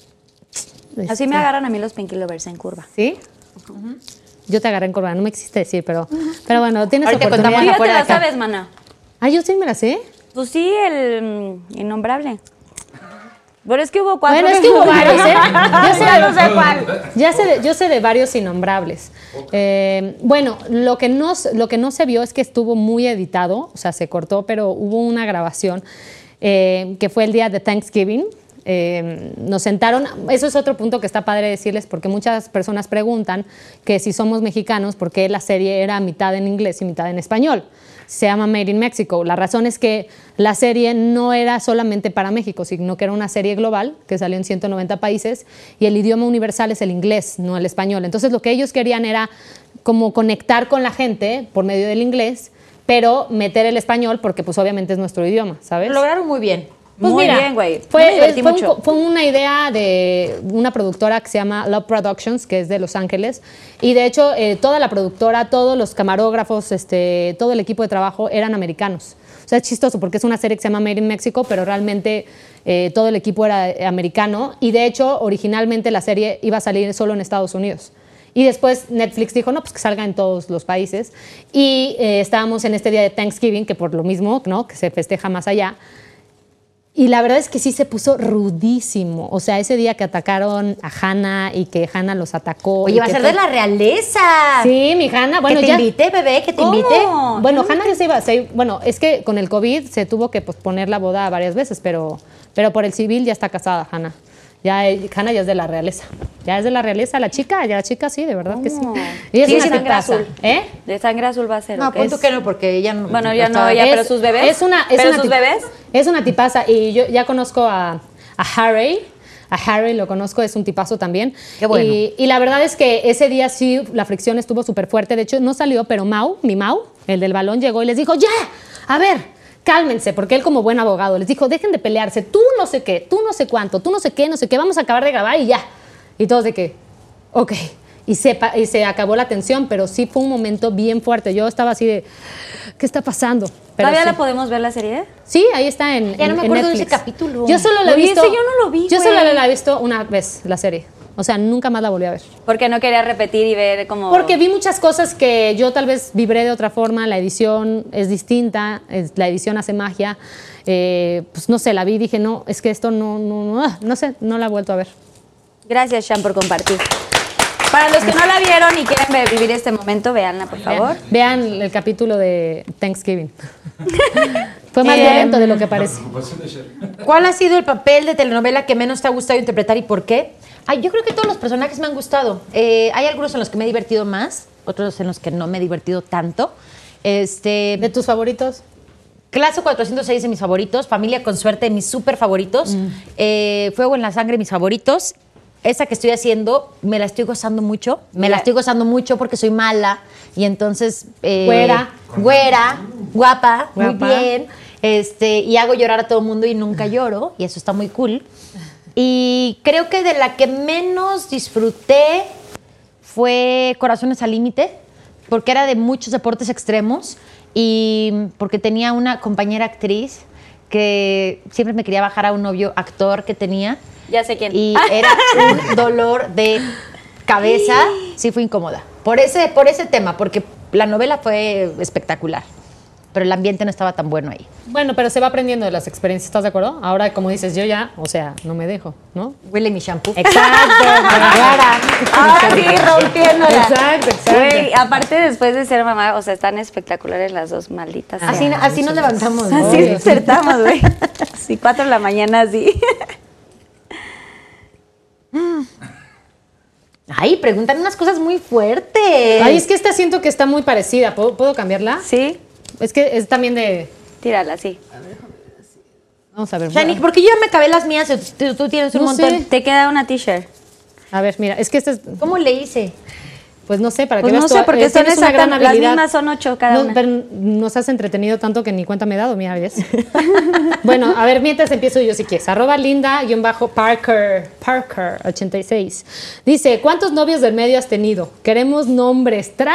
[SPEAKER 1] Así me agarran a mí los Pinky Lovers en curva.
[SPEAKER 3] ¿Sí? Yo te agarré en curva, no me existe decir, pero, pero bueno, tienes
[SPEAKER 2] Ahorita
[SPEAKER 3] oportunidad.
[SPEAKER 2] contamos
[SPEAKER 1] Tú ya te
[SPEAKER 2] afuera
[SPEAKER 1] la
[SPEAKER 2] de acá.
[SPEAKER 1] sabes, mana.
[SPEAKER 3] Ah, yo sí me la sé.
[SPEAKER 1] Pues sí, el mm, innombrable. Pero es que hubo cuatro.
[SPEAKER 3] Bueno, es que hubo varios, ¿eh? Yo sé,
[SPEAKER 1] Ya no sé cuál.
[SPEAKER 3] ya sé de, yo sé de varios innombrables. Eh, bueno, lo que, no, lo que no se vio es que estuvo muy editado, o sea, se cortó, pero hubo una grabación eh, que fue el día de Thanksgiving. Eh, nos sentaron, eso es otro punto que está padre decirles, porque muchas personas preguntan que si somos mexicanos, ¿por qué la serie era mitad en inglés y mitad en español? Se llama Made in Mexico. La razón es que la serie no era solamente para México, sino que era una serie global que salió en ciento noventa países y el idioma universal es el inglés, no el español. Entonces lo que ellos querían era como conectar con la gente por medio del inglés, pero meter el español porque pues obviamente es nuestro idioma, ¿sabes?
[SPEAKER 2] Lo lograron muy bien.
[SPEAKER 3] Pues
[SPEAKER 1] Muy
[SPEAKER 3] mira,
[SPEAKER 1] bien, güey.
[SPEAKER 3] Fue,
[SPEAKER 1] Yo me divertí
[SPEAKER 3] fue un
[SPEAKER 1] mucho.
[SPEAKER 3] co- fue una idea de una productora que se llama Love Productions, que es de Los Ángeles. Y de hecho, eh, toda la productora, todos los camarógrafos, este, todo el equipo de trabajo eran americanos. O sea, es chistoso porque es una serie que se llama Made in Mexico, pero realmente eh, todo el equipo era eh, americano. Y de hecho, originalmente la serie iba a salir solo en Estados Unidos. Y después Netflix dijo, no, pues que salga en todos los países. Y eh, estábamos en este día de Thanksgiving, que por lo mismo, ¿no? Que se festeja más allá. Y la verdad es que sí se puso rudísimo. O sea, ese día que atacaron a Hannah y que Hannah los atacó.
[SPEAKER 2] Oye,
[SPEAKER 3] y
[SPEAKER 2] va a
[SPEAKER 3] que
[SPEAKER 2] ser
[SPEAKER 3] fue-
[SPEAKER 2] de la realeza.
[SPEAKER 3] Sí, mi Hannah. Bueno,
[SPEAKER 2] que te
[SPEAKER 3] ya.
[SPEAKER 2] invite, bebé, que te
[SPEAKER 1] ¿Cómo?
[SPEAKER 2] invite.
[SPEAKER 3] Bueno, Hannah ya se iba. se- bueno, es que con el COVID se tuvo que posponer la boda varias veces, pero, pero por el civil ya está casada Hannah. Ya, eh, Hannah ya es de la realeza. Ya es de la realeza la chica, ya la chica sí, de verdad que sí.
[SPEAKER 1] ¿Cómo?
[SPEAKER 3] Y es
[SPEAKER 1] Sí,
[SPEAKER 3] una
[SPEAKER 1] de sangre
[SPEAKER 3] tipaza,
[SPEAKER 1] azul.
[SPEAKER 3] ¿eh?
[SPEAKER 1] De sangre azul va a ser.
[SPEAKER 2] No,
[SPEAKER 1] ¿o qué?
[SPEAKER 2] punto que no, porque ella no.
[SPEAKER 1] Bueno, ya no,
[SPEAKER 2] estaba-
[SPEAKER 1] ya,
[SPEAKER 3] Es-
[SPEAKER 1] pero sus bebés.
[SPEAKER 3] Es una, es
[SPEAKER 1] ¿Pero
[SPEAKER 3] una
[SPEAKER 1] sus
[SPEAKER 3] tip-
[SPEAKER 1] bebés?
[SPEAKER 3] Es una tipaza y yo ya conozco a, a Harry. A Harry lo conozco, es un tipazo también.
[SPEAKER 2] Qué bueno.
[SPEAKER 3] Y, y la verdad es que ese día sí la fricción estuvo súper fuerte. De hecho, no salió, pero Mau, mi Mau, el del balón, llegó y les dijo, ya, a ver, cálmense, porque él como buen abogado les dijo, dejen de pelearse, tú no sé qué, tú no sé cuánto, tú no sé qué, no sé qué, vamos a acabar de grabar y ya. Y todos de que, ok. Y se, pa- y se acabó la tensión, pero sí fue un momento bien fuerte. Yo estaba así de, ¿qué está pasando? Pero
[SPEAKER 1] ¿Todavía
[SPEAKER 3] sí.
[SPEAKER 1] la podemos ver la serie?
[SPEAKER 3] Sí, ahí está en
[SPEAKER 2] Ya no
[SPEAKER 3] en-
[SPEAKER 2] me
[SPEAKER 3] en
[SPEAKER 2] acuerdo de ese
[SPEAKER 3] Netflix.
[SPEAKER 2] capítulo.
[SPEAKER 3] Yo solo la he
[SPEAKER 1] Oye,
[SPEAKER 3] visto.
[SPEAKER 1] ese yo no lo vi,
[SPEAKER 3] Yo
[SPEAKER 1] güey.
[SPEAKER 3] solo la he visto una vez, la serie. O sea, nunca más la volví a ver.
[SPEAKER 1] Porque no quería repetir y ver como...
[SPEAKER 3] Porque vi muchas cosas que yo tal vez vibré de otra forma. La edición es distinta, es- la edición hace magia. Eh, pues no sé, la vi y dije, no, es que esto no, no, no, ah, no sé, no la he vuelto a ver.
[SPEAKER 1] Gracias, Sean, por compartir. Para los que no la vieron y quieren ver- vivir este momento, véanla, por favor.
[SPEAKER 3] Vean, vean el capítulo de Thanksgiving. Fue más
[SPEAKER 1] Eh,
[SPEAKER 3] violento de lo que parece.
[SPEAKER 2] ¿Cuál ha sido el papel de telenovela que menos te ha gustado interpretar y por qué? Ay, yo creo que todos los personajes me han gustado. Eh, hay algunos en los que me he divertido más, otros en los que no me he divertido tanto. Este,
[SPEAKER 3] ¿De tus favoritos?
[SPEAKER 2] Clase cuatrocientos seis de mis favoritos, Familia con Suerte de mis súper favoritos, eh, Fuego en la Sangre mis favoritos esa que estoy haciendo, me la estoy gozando mucho. Me la estoy gozando mucho porque soy mala. Y entonces... Eh,
[SPEAKER 3] Güera.
[SPEAKER 2] Güera, guapa, muy
[SPEAKER 3] Guapa.
[SPEAKER 2] bien. Este, y hago llorar a todo el mundo y nunca lloro. Y eso está muy cool. Y creo que de la que menos disfruté fue Corazones al Límite, porque era de muchos deportes extremos y porque tenía una compañera actriz que siempre me quería bajar a un novio actor que tenía.
[SPEAKER 1] Ya sé quién.
[SPEAKER 2] Y era un dolor de cabeza. Sí, fue incómoda. Por ese, por ese tema, porque la novela fue espectacular, pero el ambiente no estaba tan bueno ahí.
[SPEAKER 3] Bueno, pero se va aprendiendo de las experiencias, ¿estás de acuerdo? Ahora, como dices, yo ya, o sea, no me dejo, ¿no?
[SPEAKER 2] Huele mi shampoo.
[SPEAKER 3] Exacto,
[SPEAKER 1] Ahora sí, rompiéndola.
[SPEAKER 3] Exacto, exacto.
[SPEAKER 1] Güey, aparte después de ser mamá, o sea, están espectaculares las dos malditas.
[SPEAKER 2] Así,
[SPEAKER 1] sean.
[SPEAKER 2] así nos levantamos.
[SPEAKER 1] Así
[SPEAKER 2] ¿no?
[SPEAKER 1] despertamos, güey. Sí, cuatro de la mañana, sí.
[SPEAKER 2] Ay, preguntan unas cosas muy fuertes.
[SPEAKER 3] Ay, es que esta siento que está muy parecida. ¿Puedo, ¿puedo cambiarla?
[SPEAKER 1] Sí,
[SPEAKER 3] Es que es también de...
[SPEAKER 1] tírala, sí.
[SPEAKER 3] Vamos a ver.
[SPEAKER 2] Shanique, porque yo ya me acabé las mías y tú, tú tienes un
[SPEAKER 3] No
[SPEAKER 2] montón.
[SPEAKER 3] sé.
[SPEAKER 1] Te queda una t-shirt.
[SPEAKER 3] A ver, mira, es que esta es...
[SPEAKER 2] ¿Cómo le hice?
[SPEAKER 3] Pues no sé, para
[SPEAKER 1] Pues
[SPEAKER 3] que
[SPEAKER 1] no
[SPEAKER 3] veas tú,
[SPEAKER 1] sé, porque
[SPEAKER 3] eh,
[SPEAKER 1] son
[SPEAKER 3] tienes una gran
[SPEAKER 1] exactamente- las
[SPEAKER 3] habilidad.
[SPEAKER 1] mismas son ocho cada
[SPEAKER 3] No,
[SPEAKER 1] una.
[SPEAKER 3] Pero nos has entretenido tanto que ni cuenta me he dado, mira, ¿ves? Bueno, a ver, mientras empiezo yo si quieres. Arroba Linda-Parker, Parker, ochenta y seis. Dice, ¿cuántos novios del medio has tenido? Queremos nombres. ¡Tra!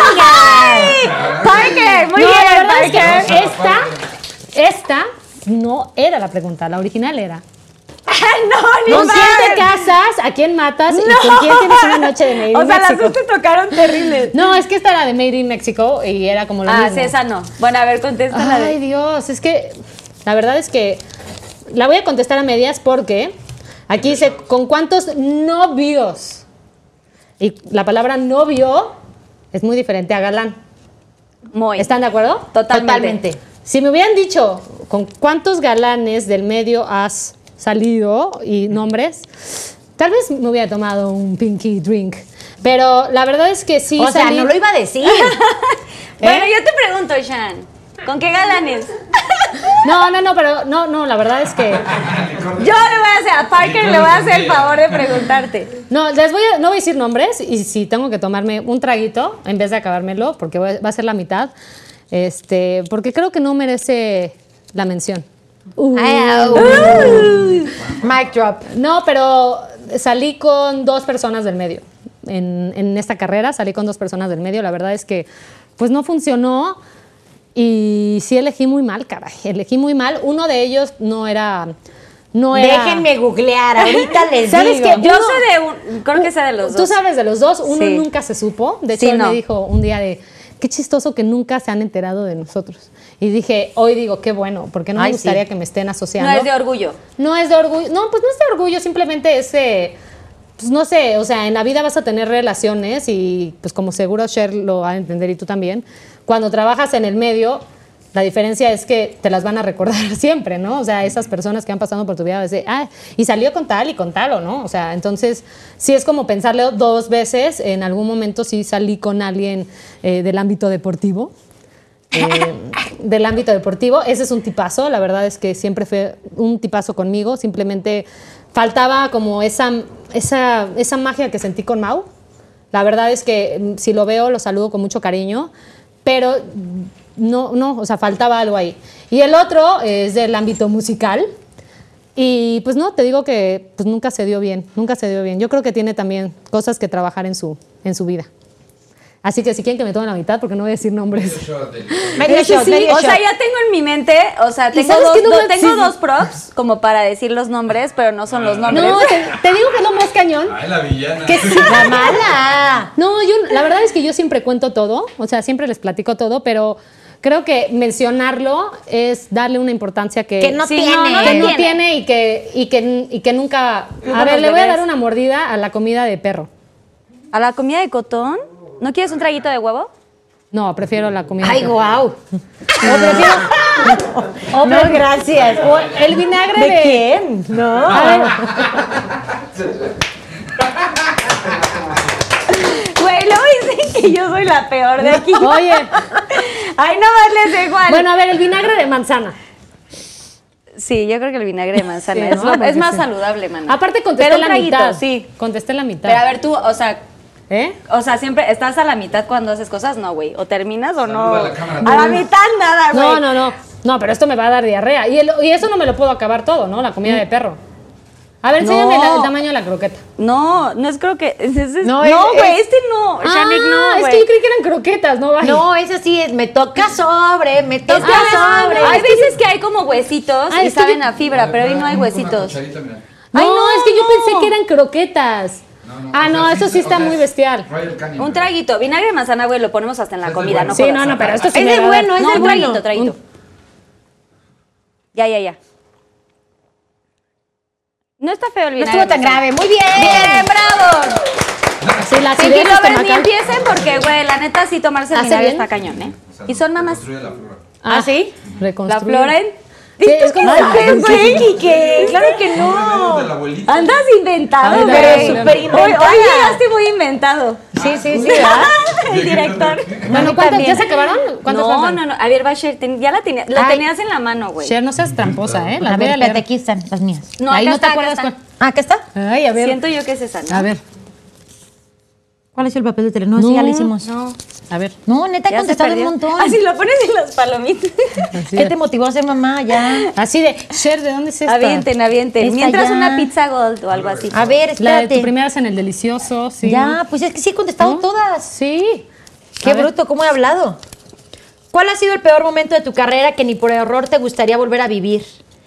[SPEAKER 1] Parker, muy
[SPEAKER 3] No, la
[SPEAKER 1] bien,
[SPEAKER 3] verdad es que
[SPEAKER 1] Parker.
[SPEAKER 3] esta, esta no era la pregunta, la original era.
[SPEAKER 1] no, ni
[SPEAKER 3] ¿Con quién
[SPEAKER 1] madre.
[SPEAKER 3] te casas? ¿A quién matas? ¿Y con quién tienes una noche de Made in
[SPEAKER 1] O sea, las
[SPEAKER 3] Mexico?
[SPEAKER 1] dos te tocaron terribles.
[SPEAKER 3] No, es que esta era de Made in Mexico y era como lo
[SPEAKER 1] Ah,
[SPEAKER 3] mismo.
[SPEAKER 1] sí, esa no. Bueno, a ver, contesta la
[SPEAKER 3] Ay,
[SPEAKER 1] de...
[SPEAKER 3] Dios, es que la verdad es que la voy a contestar a medias porque aquí dice, ¿con cuántos novios? Y la palabra novio es muy diferente a galán.
[SPEAKER 1] Muy.
[SPEAKER 3] ¿Están de acuerdo?
[SPEAKER 1] Totalmente.
[SPEAKER 3] Si me hubieran dicho, ¿con cuántos galanes del medio has salido y nombres? Tal vez me hubiera tomado un pinky drink. Pero la verdad es que sí
[SPEAKER 2] O sea,
[SPEAKER 3] salí-
[SPEAKER 2] no lo iba a decir.
[SPEAKER 1] Bueno, yo te pregunto, Shan, ¿con qué galanes?
[SPEAKER 3] No, no, no, pero no, no, la verdad es que...
[SPEAKER 1] Yo le voy a hacer, a Parker le voy a hacer el favor de preguntarte.
[SPEAKER 3] No, les voy a, no voy a decir nombres y si tengo que tomarme un traguito en vez de acabármelo, porque voy a- va a ser la mitad, este, porque creo que no merece la mención.
[SPEAKER 2] Ay, au. Mic drop.
[SPEAKER 3] No, pero salí con dos personas del medio. En, en esta carrera salí con dos personas del medio. La verdad es que pues no funcionó y sí elegí muy mal, caray. Elegí muy mal. Uno de ellos no era... No era
[SPEAKER 2] Déjenme googlear, ahorita les
[SPEAKER 3] ¿Sabes
[SPEAKER 2] digo.
[SPEAKER 3] qué?
[SPEAKER 1] Yo
[SPEAKER 3] Uno-
[SPEAKER 1] sé de un, creo que sé de los
[SPEAKER 3] Tú
[SPEAKER 1] dos.
[SPEAKER 3] sabes de los dos, uno
[SPEAKER 1] Sí.
[SPEAKER 3] nunca se supo. De hecho,
[SPEAKER 1] Sí,
[SPEAKER 3] él
[SPEAKER 1] no.
[SPEAKER 3] me dijo un día de, qué chistoso que nunca se han enterado de nosotros. Y dije, hoy digo, qué bueno, porque no
[SPEAKER 2] Ay,
[SPEAKER 3] me gustaría
[SPEAKER 2] sí.
[SPEAKER 3] que me estén asociando.
[SPEAKER 1] No es de orgullo.
[SPEAKER 3] No es de orgullo. No, pues no es de orgullo, simplemente es, eh, pues no sé, o sea, en la vida vas a tener relaciones y pues como seguro Cher lo va a entender y tú también, cuando trabajas en el medio, la diferencia es que te las van a recordar siempre, ¿no? O sea, esas personas que han pasado por tu vida, a ah, y salió con tal y con tal, ¿o no? O sea, entonces sí es como pensarlo dos veces. En algún momento sí salí con alguien eh, del ámbito deportivo. Eh, del ámbito deportivo. Ese es un tipazo, la verdad es que siempre fue un tipazo conmigo, simplemente faltaba como esa, esa, esa magia que sentí con Mau. La verdad es que mm, si lo veo lo saludo con mucho cariño, pero no, no, o sea, faltaba algo ahí. Y el otro es del ámbito musical y pues no, te digo que pues nunca se dio bien, nunca se dio bien. Yo creo que tiene también cosas que trabajar en su, en su vida. Así que si quieren que me tome la mitad, porque no voy a decir nombres.
[SPEAKER 2] Medio
[SPEAKER 3] Ese
[SPEAKER 2] shot,
[SPEAKER 3] sí,
[SPEAKER 2] medio
[SPEAKER 1] O sea,
[SPEAKER 2] shot.
[SPEAKER 1] ya tengo en mi mente, o sea, tengo,
[SPEAKER 3] sabes
[SPEAKER 1] dos,
[SPEAKER 3] qué no
[SPEAKER 1] do-
[SPEAKER 3] me-
[SPEAKER 1] tengo
[SPEAKER 3] sí.
[SPEAKER 1] dos props como para decir los nombres, pero no son los nombres.
[SPEAKER 3] No, te, te digo que es lo más cañón.
[SPEAKER 5] Ay, la villana.
[SPEAKER 3] Que sí.
[SPEAKER 2] La mala.
[SPEAKER 3] No, yo la verdad es que yo siempre cuento todo, o sea, siempre les platico todo, pero creo que mencionarlo es darle una importancia que,
[SPEAKER 2] Que no
[SPEAKER 1] Sí,
[SPEAKER 2] tiene.
[SPEAKER 1] no, no
[SPEAKER 3] que
[SPEAKER 1] le
[SPEAKER 3] no
[SPEAKER 1] tiene.
[SPEAKER 3] tiene y que, y que, y que nunca...
[SPEAKER 1] Club
[SPEAKER 3] A
[SPEAKER 1] de
[SPEAKER 3] ver,
[SPEAKER 1] los
[SPEAKER 3] le voy a
[SPEAKER 1] bebés.
[SPEAKER 3] dar una mordida a la comida de perro.
[SPEAKER 1] ¿A la comida de cotón? ¿No quieres un traguito de huevo?
[SPEAKER 3] No, prefiero la comida
[SPEAKER 2] Ay,
[SPEAKER 3] de perro.
[SPEAKER 2] guau.
[SPEAKER 3] O prefiero... o
[SPEAKER 2] No,
[SPEAKER 3] pre-
[SPEAKER 2] gracias.
[SPEAKER 3] o el vinagre de...
[SPEAKER 2] ¿De quién? No.
[SPEAKER 3] A ver,
[SPEAKER 1] Güey, luego dicen que yo soy la peor de aquí.
[SPEAKER 3] oye,
[SPEAKER 1] Ay, no más les dejo al...
[SPEAKER 3] bueno, a ver, el vinagre de manzana.
[SPEAKER 1] Sí, yo creo que el vinagre de manzana
[SPEAKER 3] Sí,
[SPEAKER 1] es,
[SPEAKER 3] ¿no?
[SPEAKER 1] lo-
[SPEAKER 3] Porque
[SPEAKER 1] es más
[SPEAKER 3] sí.
[SPEAKER 1] saludable, man.
[SPEAKER 3] Aparte contesté
[SPEAKER 1] Pero un
[SPEAKER 3] la
[SPEAKER 1] traguito,
[SPEAKER 3] mitad.
[SPEAKER 1] sí.
[SPEAKER 3] Contesté la mitad.
[SPEAKER 1] Pero a ver tú, o sea,
[SPEAKER 3] ¿Eh?
[SPEAKER 1] o sea, siempre estás a la mitad cuando haces cosas, no, güey. O terminas o no.
[SPEAKER 5] Saluda a la cámara.
[SPEAKER 1] A la mitad nada, güey.
[SPEAKER 3] No, no, no. No, pero esto me va a dar diarrea. Y, el- y eso no me lo puedo acabar todo, ¿no? La comida de perro. A ver,
[SPEAKER 1] No.
[SPEAKER 3] enséñame la- el tamaño de la croqueta.
[SPEAKER 1] No, no es creo que. es- es- es-
[SPEAKER 2] No,
[SPEAKER 1] No,
[SPEAKER 2] es-
[SPEAKER 1] güey,
[SPEAKER 2] es-
[SPEAKER 1] este no. Shanik, no,
[SPEAKER 3] Ah, es
[SPEAKER 1] güey.
[SPEAKER 3] que yo creí que eran croquetas, no vaya.
[SPEAKER 2] No, es así, es, me toca sobre, me toca
[SPEAKER 1] Ah,
[SPEAKER 2] sobre.
[SPEAKER 1] no, hay veces que hay como huesitos
[SPEAKER 3] Ah,
[SPEAKER 1] y
[SPEAKER 3] es que
[SPEAKER 1] saben
[SPEAKER 3] yo-
[SPEAKER 1] a fibra, pero hoy no hay
[SPEAKER 5] Una
[SPEAKER 1] huesitos.
[SPEAKER 5] cucharita, mira.
[SPEAKER 3] No,
[SPEAKER 1] Ay, no,
[SPEAKER 3] es que yo
[SPEAKER 1] no.
[SPEAKER 3] pensé que eran croquetas.
[SPEAKER 5] No, no,
[SPEAKER 3] ah,
[SPEAKER 5] o
[SPEAKER 3] no,
[SPEAKER 5] sea,
[SPEAKER 3] eso sí
[SPEAKER 5] sí,
[SPEAKER 3] está
[SPEAKER 5] o sea,
[SPEAKER 3] muy
[SPEAKER 5] es
[SPEAKER 3] bestial.
[SPEAKER 5] Royal Canin,
[SPEAKER 1] Un
[SPEAKER 5] pero-
[SPEAKER 1] traguito, vinagre de manzana, güey, lo ponemos hasta en la
[SPEAKER 5] Es de
[SPEAKER 1] comida,
[SPEAKER 5] bueno.
[SPEAKER 1] no
[SPEAKER 3] Sí,
[SPEAKER 1] jodas.
[SPEAKER 3] no, no, pero esto sí
[SPEAKER 2] Es
[SPEAKER 3] me
[SPEAKER 2] de
[SPEAKER 3] va a dar-
[SPEAKER 2] bueno, es
[SPEAKER 1] No,
[SPEAKER 2] de
[SPEAKER 1] un
[SPEAKER 2] bueno.
[SPEAKER 1] traguito, traguito. Ya, ya, ya. No está feo el
[SPEAKER 2] No
[SPEAKER 1] vinagre.
[SPEAKER 2] estuvo tan
[SPEAKER 1] de manzana.
[SPEAKER 2] grave, muy bien.
[SPEAKER 1] ¡Bien, bravo!
[SPEAKER 3] Sí, la
[SPEAKER 1] Pinky
[SPEAKER 3] acidez
[SPEAKER 1] lovers, ni
[SPEAKER 3] estomacal.
[SPEAKER 1] empiecen porque, güey, la neta sí tomarse el
[SPEAKER 3] ¿Hace
[SPEAKER 1] vinagre
[SPEAKER 3] bien?
[SPEAKER 1] está cañón, ¿eh?
[SPEAKER 5] O sea,
[SPEAKER 1] Y son
[SPEAKER 5] no,
[SPEAKER 1] mamás.
[SPEAKER 5] reconstruye la flora.
[SPEAKER 1] ¿Ah, sí? La
[SPEAKER 3] Reconstruir.
[SPEAKER 1] flora en...
[SPEAKER 3] Sí, es como-
[SPEAKER 1] ¿Qué
[SPEAKER 3] Ay,
[SPEAKER 1] haces, güey, Quique? Claro que
[SPEAKER 5] No,
[SPEAKER 1] no.
[SPEAKER 5] de la abuelita.
[SPEAKER 1] Andas inventado,
[SPEAKER 3] Ay,
[SPEAKER 1] güey.
[SPEAKER 3] pero
[SPEAKER 1] Súper
[SPEAKER 2] súper
[SPEAKER 1] inventado.
[SPEAKER 2] inventada.
[SPEAKER 1] Hoy llegaste muy inventado.
[SPEAKER 2] Sí, sí, sí, ¿verdad?
[SPEAKER 1] El director.
[SPEAKER 3] Bueno, ¿cuántas? ¿Ya se acabaron? ¿Cuántas
[SPEAKER 1] No,
[SPEAKER 3] faltan?
[SPEAKER 1] no, no. A ver, va, Cher, ten- ya la, tenía, la
[SPEAKER 2] Ay.
[SPEAKER 1] tenías en la mano, güey.
[SPEAKER 3] Cher, no seas tramposa, ¿eh? Las
[SPEAKER 2] A
[SPEAKER 3] voy
[SPEAKER 2] ver,
[SPEAKER 3] a leer.
[SPEAKER 2] espérate, aquí están las mías.
[SPEAKER 1] No,
[SPEAKER 3] Ahí
[SPEAKER 1] acá
[SPEAKER 3] no
[SPEAKER 1] está,
[SPEAKER 3] te
[SPEAKER 1] acá
[SPEAKER 3] acuerdas
[SPEAKER 1] está.
[SPEAKER 3] cuál.
[SPEAKER 2] Ah, ¿acá está?
[SPEAKER 3] Ay, a ver.
[SPEAKER 1] Siento yo que es esa, ¿no?
[SPEAKER 3] A ver.
[SPEAKER 2] ¿Cuál es el papel de tele? No, ese ya lo hicimos.
[SPEAKER 1] No.
[SPEAKER 3] A ver.
[SPEAKER 2] No, neta, he
[SPEAKER 1] Ya se
[SPEAKER 2] contestado un
[SPEAKER 1] perdió.
[SPEAKER 2] montón.
[SPEAKER 1] Así lo pones en las palomitas.
[SPEAKER 3] Así
[SPEAKER 2] ¿Qué
[SPEAKER 3] de-
[SPEAKER 2] te motivó a ser mamá? Ya.
[SPEAKER 3] Así de, Cher, ¿de dónde es esta?
[SPEAKER 1] Avienten, avienten.
[SPEAKER 2] Esta
[SPEAKER 1] Mientras
[SPEAKER 2] ya.
[SPEAKER 1] una pizza gold o algo así.
[SPEAKER 2] A ver,
[SPEAKER 3] La de
[SPEAKER 2] espérate.
[SPEAKER 3] tu primera es en el delicioso, sí.
[SPEAKER 2] Ya, pues es que sí he contestado
[SPEAKER 3] ¿No?
[SPEAKER 2] todas.
[SPEAKER 3] Sí.
[SPEAKER 2] Qué
[SPEAKER 3] A ver.
[SPEAKER 2] bruto, ¿cómo he hablado? ¿Cuál ha sido el peor momento de tu carrera que ni por error te gustaría volver a vivir?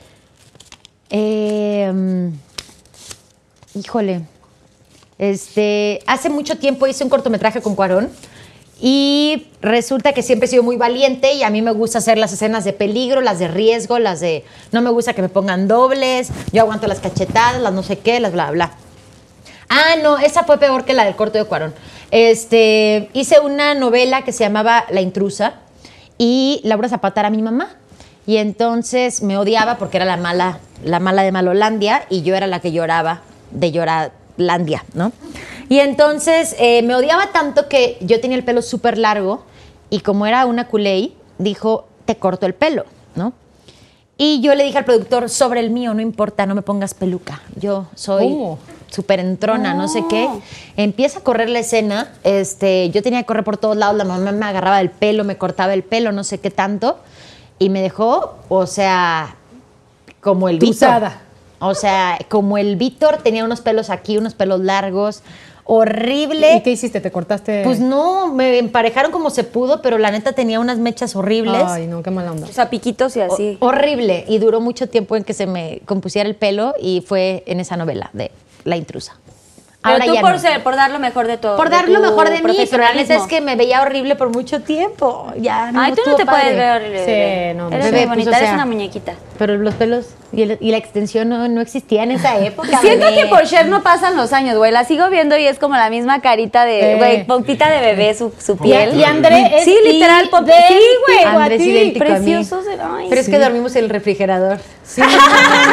[SPEAKER 2] Eh, mm, híjole. Este, hace mucho tiempo hice un cortometraje con Cuarón y resulta que siempre he sido muy valiente y a mí me gusta hacer las escenas de peligro, las de riesgo, las de no me gusta que me pongan dobles, yo aguanto las cachetadas, las no sé qué, las bla, bla. Ah, no, esa fue peor que la del corto de Cuarón. Este, hice una novela que se llamaba La Intrusa y Laura Zapata era mi mamá. Y entonces me odiaba porque era la mala, la mala de Malolandia y yo era la que lloraba de Lloralandia, ¿no? Y entonces eh, me odiaba tanto que yo tenía el pelo súper largo y como era una culé, dijo, te corto el pelo, ¿no? Y yo le dije al productor, sobre el mío, no importa, no me pongas peluca. Yo soy
[SPEAKER 3] ¿Cómo?
[SPEAKER 2] súper entrona, no. sé qué. Empieza a correr la escena, este, yo tenía que correr por todos lados, la mamá me agarraba del pelo, me cortaba el pelo, no sé qué tanto, y me dejó, o sea, como el Víctor.
[SPEAKER 3] Tuzada.
[SPEAKER 2] O sea, como el Víctor, tenía unos pelos aquí, unos pelos largos, horrible.
[SPEAKER 3] ¿Y qué hiciste? ¿Te cortaste?
[SPEAKER 2] Pues no, me emparejaron como se pudo, pero la neta tenía unas mechas horribles.
[SPEAKER 3] Ay, no, qué mala onda.
[SPEAKER 1] O sea, piquitos y así.
[SPEAKER 2] Ho- horrible. Y duró mucho tiempo en que se me compusiera el pelo y fue en esa novela de La Intrusa.
[SPEAKER 1] Pero
[SPEAKER 2] Ahora
[SPEAKER 1] tú
[SPEAKER 2] ya
[SPEAKER 1] por
[SPEAKER 2] no.
[SPEAKER 1] ser, por dar lo mejor de todo.
[SPEAKER 2] Por
[SPEAKER 1] de
[SPEAKER 2] dar lo
[SPEAKER 1] tu
[SPEAKER 2] mejor de mí, pero la neta es
[SPEAKER 1] profesionalismo.
[SPEAKER 2] que me veía horrible por mucho tiempo. Ya no
[SPEAKER 1] Ay, tú no
[SPEAKER 2] estuvo
[SPEAKER 1] te
[SPEAKER 2] padre.
[SPEAKER 1] puedes ver horrible.
[SPEAKER 3] Sí,
[SPEAKER 1] bebé.
[SPEAKER 3] no,
[SPEAKER 1] Eres
[SPEAKER 2] bebé,
[SPEAKER 1] muy
[SPEAKER 2] pues,
[SPEAKER 1] bonita,
[SPEAKER 2] o
[SPEAKER 1] eres
[SPEAKER 2] sea,
[SPEAKER 1] una muñequita.
[SPEAKER 2] Pero los pelos y, el- y la extensión no, no existía en esa época.
[SPEAKER 1] Siento
[SPEAKER 2] bebé.
[SPEAKER 1] que por Cher no pasan los años, güey. La sigo viendo y es como la misma carita de,
[SPEAKER 3] Eh.
[SPEAKER 1] güey, pompita de bebé, su, su
[SPEAKER 3] Y,
[SPEAKER 1] piel.
[SPEAKER 3] y André es
[SPEAKER 1] Sí, literal, pop- sí, güey.
[SPEAKER 2] André es
[SPEAKER 3] a ti.
[SPEAKER 2] idéntico a mí.
[SPEAKER 1] Preciosos. Ay,
[SPEAKER 2] Pero es
[SPEAKER 1] sí.
[SPEAKER 2] que dormimos en el refrigerador.
[SPEAKER 3] Sí, no, no,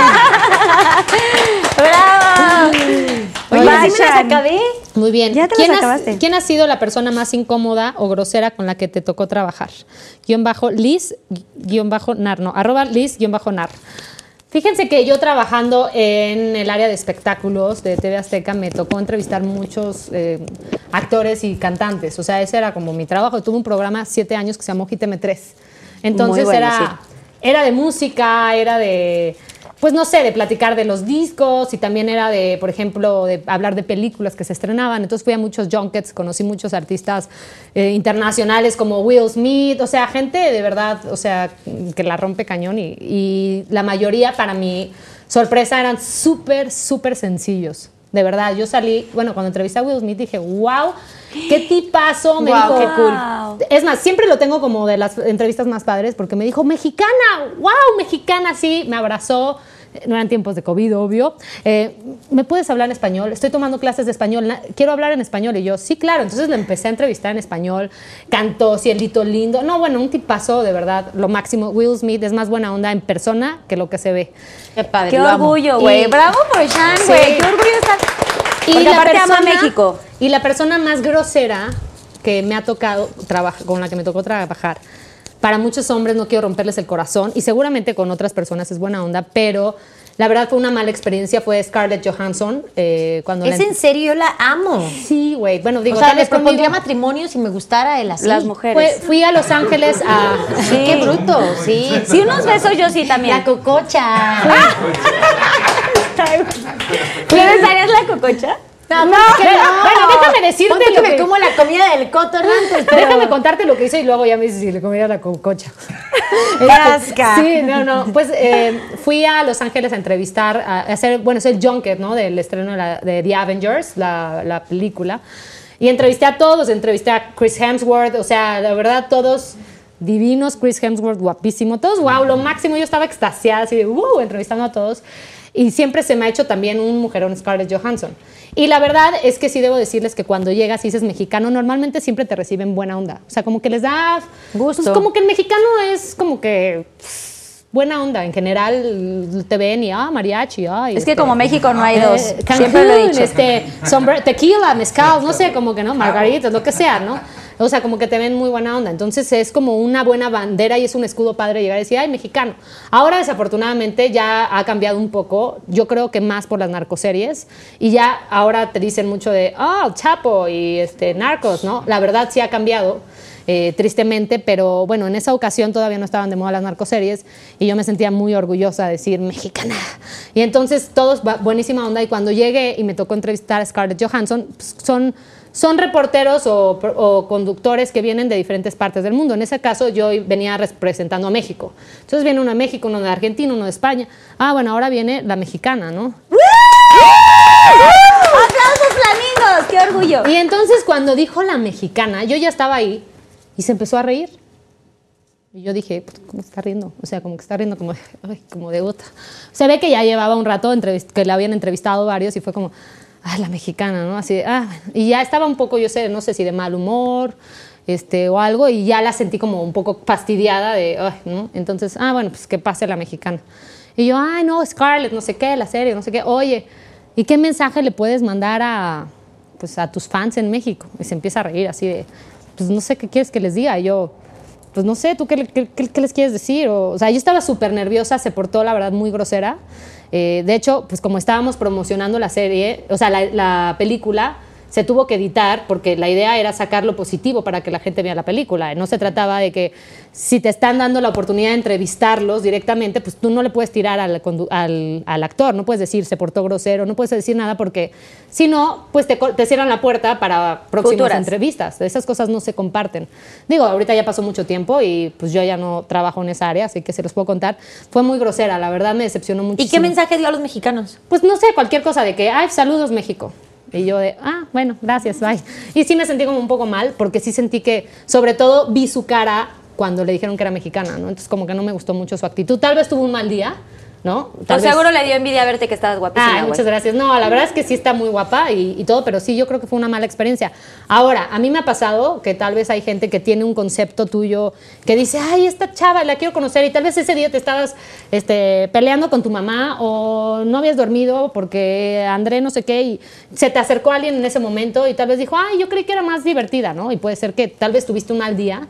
[SPEAKER 1] ¡Bravo!
[SPEAKER 2] Oye,
[SPEAKER 1] Bye,
[SPEAKER 2] así me las
[SPEAKER 1] Shan.
[SPEAKER 2] acabé.
[SPEAKER 3] no. Muy bien.
[SPEAKER 1] Ya te las
[SPEAKER 3] ¿Quién,
[SPEAKER 1] acabaste.
[SPEAKER 3] has, ¿Quién ha sido la persona más incómoda o grosera con la que te tocó trabajar? Guión bajo Liz, guión bajo Nar, no, arroba Liz, guión bajo Nar. Fíjense que yo trabajando en el área de espectáculos de T V Azteca me tocó entrevistar muchos eh, actores y cantantes. O sea, ese era como mi trabajo. Tuve un programa siete años que se llamó Hit M tres. Entonces
[SPEAKER 1] Muy bueno,
[SPEAKER 3] era, era de música, era de, pues no sé, de platicar de los discos y también era de, por ejemplo, de hablar de películas que se estrenaban. Entonces fui a muchos junkets, conocí muchos artistas eh, internacionales como Will Smith, o sea, gente de verdad, o sea, que la rompe cañón y, y la mayoría para mi sorpresa eran súper, súper sencillos. De verdad, yo salí, bueno, cuando entrevisté a Will Smith dije, wow, qué tipazo, me
[SPEAKER 2] Guau,
[SPEAKER 3] dijo,
[SPEAKER 2] qué cool.
[SPEAKER 1] Wow.
[SPEAKER 3] es más, siempre lo tengo como de las entrevistas más padres porque me dijo, mexicana, wow, mexicana, sí, me abrazó. No eran tiempos de COVID, obvio. Eh, ¿Me puedes hablar en español? Estoy tomando clases de español. na- Quiero hablar en español. Y yo, sí, claro. Entonces le empecé a entrevistar en español. Cantó, Cielito lindo. No, bueno, un tipazo, de verdad. Lo máximo. Will Smith es más buena onda en persona que lo que se ve.
[SPEAKER 2] Qué padre.
[SPEAKER 1] Qué
[SPEAKER 2] lo amo.
[SPEAKER 1] orgullo, güey.
[SPEAKER 3] Y-
[SPEAKER 1] Bravo por Shan,
[SPEAKER 3] Sí.
[SPEAKER 1] güey. Qué orgullo estar. Porque aparte ama a México.
[SPEAKER 3] Y la persona más grosera que me ha tocado trabajar, con la que me tocó trabajar, para muchos hombres no quiero romperles el corazón y seguramente con otras personas es buena onda, pero la verdad fue una mala experiencia, fue Scarlett Johansson. Eh, cuando
[SPEAKER 2] Es
[SPEAKER 3] la...
[SPEAKER 2] en serio, yo la amo.
[SPEAKER 3] Sí, güey. Bueno, digo,
[SPEAKER 2] O sea,
[SPEAKER 3] tal
[SPEAKER 2] le
[SPEAKER 3] vez conmigo-
[SPEAKER 2] propondría matrimonio si me gustara él así.
[SPEAKER 1] Las mujeres.
[SPEAKER 3] Fue- fui a Los Ángeles a...
[SPEAKER 2] Sí, qué bruto, sí.
[SPEAKER 1] Sí, unos besos yo sí también.
[SPEAKER 2] La cococha.
[SPEAKER 1] ¿Le besarías la cococha?
[SPEAKER 3] No, no, bueno, déjame decirte
[SPEAKER 2] Ponte que
[SPEAKER 3] lo
[SPEAKER 2] me
[SPEAKER 3] que...
[SPEAKER 2] como la comida del coto antes, pero...
[SPEAKER 3] Déjame contarte lo que hice y luego ya me dices si le comería la cococha.
[SPEAKER 2] Casca.
[SPEAKER 3] Sí, no, no. Pues eh, fui a Los Ángeles a entrevistar, a hacer, bueno, es el junket, ¿no? Del estreno de, la- de The Avengers, la, la película. Y entrevisté a todos, entrevisté a Chris Hemsworth, o sea, la verdad, todos divinos, Chris Hemsworth, guapísimo, todos, wow, lo máximo. Yo estaba extasiada, así de, uh, entrevistando a todos. Y siempre se me ha hecho también un mujerón Scarlett Johansson. Y la verdad es que sí debo decirles que cuando llegas y dices mexicano, normalmente siempre te reciben buena onda. O sea, como que les da
[SPEAKER 2] Gusto.
[SPEAKER 3] Pues como que el mexicano es como que pff, buena onda. En general te ven y, ah, mariachi, ay.
[SPEAKER 1] Es que
[SPEAKER 3] este,
[SPEAKER 1] como México no hay dos.
[SPEAKER 3] eh,
[SPEAKER 1] Siempre lo he
[SPEAKER 3] Cancún,
[SPEAKER 1] dicho.
[SPEAKER 3] este, sombre- tequila, mezcal, no sé, como que no, margaritas, lo que sea, ¿no? O sea, como que te ven muy buena onda. Entonces es como una buena bandera y es un escudo padre llegar y decir, ay, mexicano. Ahora, desafortunadamente, ya ha cambiado un poco. Yo creo que más por las narcoseries. Y ya ahora te dicen mucho de, oh, Chapo y este, narcos, ¿no? La verdad sí ha cambiado. Eh, tristemente, pero bueno, en esa ocasión todavía no estaban de moda las narcoseries y yo me sentía muy orgullosa de decir mexicana. Y entonces todos, va- buenísima onda, y cuando llegué y me tocó entrevistar a Scarlett Johansson, pues, son, son reporteros o, o conductores que vienen de diferentes partes del mundo. En ese caso yo venía representando a México. Entonces viene uno de México, uno de Argentina, uno de España. Ah, bueno, ahora viene la mexicana, ¿no?
[SPEAKER 1] ¡Aplausos flamingos! ¡Qué orgullo!
[SPEAKER 3] Y entonces cuando dijo la mexicana, yo ya estaba ahí y se empezó a reír. Y yo dije, pues, ¿cómo está riendo? O sea, como que está riendo como, ay, como de otra. Se ve que ya llevaba un rato entrevist- que la habían entrevistado varios y fue como, ah, la mexicana, ¿no? Así, de, ah, bueno. Y ya estaba un poco, yo sé, no sé si de mal humor este, o algo, y ya la sentí como un poco fastidiada de, ay, ¿no? Entonces, ah, bueno, pues que pase la mexicana. Y yo, ay, no, Scarlett, no sé qué, la serie, no sé qué. Oye, ¿y qué mensaje le puedes mandar a, pues, a tus fans en México? Y se empieza a reír así de, pues no sé qué quieres que les diga. Y yo, pues no sé, ¿tú qué, qué- qué- qué les quieres decir? O, o sea, yo estaba súper nerviosa, se portó, la verdad, muy grosera. Eh, de hecho, pues como estábamos promocionando la serie, o sea, la, la película, se tuvo que editar porque la idea era sacar lo positivo para que la gente vea la película. No se trataba de que si te están dando la oportunidad de entrevistarlos directamente, pues tú no le puedes tirar al, condu- al, al actor, no puedes decir se portó grosero, no puedes decir nada porque si no, pues te, co- te cierran la puerta para próximas
[SPEAKER 1] Futuras.
[SPEAKER 3] entrevistas. Esas cosas no se comparten. Digo, ahorita ya pasó mucho tiempo y pues yo ya no trabajo en esa área, así que se los puedo contar. Fue muy grosera, la verdad me decepcionó muchísimo.
[SPEAKER 2] ¿Y qué mensaje dio a los mexicanos?
[SPEAKER 3] Pues no sé, cualquier cosa de que, ay, saludos México. Y yo de, ah, bueno, gracias, bye. Y sí me sentí como un poco mal, porque sí sentí que, sobre todo, vi su cara cuando le dijeron que era mexicana, ¿no? Entonces como que no me gustó mucho su actitud. Tal vez tuvo un mal día, ¿no? Tal
[SPEAKER 1] Pues
[SPEAKER 3] vez-
[SPEAKER 1] seguro le dio envidia verte que estabas guapísima,
[SPEAKER 3] Ay,
[SPEAKER 1] güey.
[SPEAKER 3] muchas gracias. No, la verdad es que sí está muy guapa y, y todo, pero sí, yo creo que fue una mala experiencia. Ahora, a mí me ha pasado que tal vez hay gente que tiene un concepto tuyo que dice, ay, esta chava la quiero conocer, y tal vez ese día te estabas este, peleando con tu mamá o no habías dormido porque André no sé qué, y se te acercó alguien en ese momento y tal vez dijo, ay, yo creí que era más divertida, ¿no? Y puede ser que tal vez tuviste un mal día.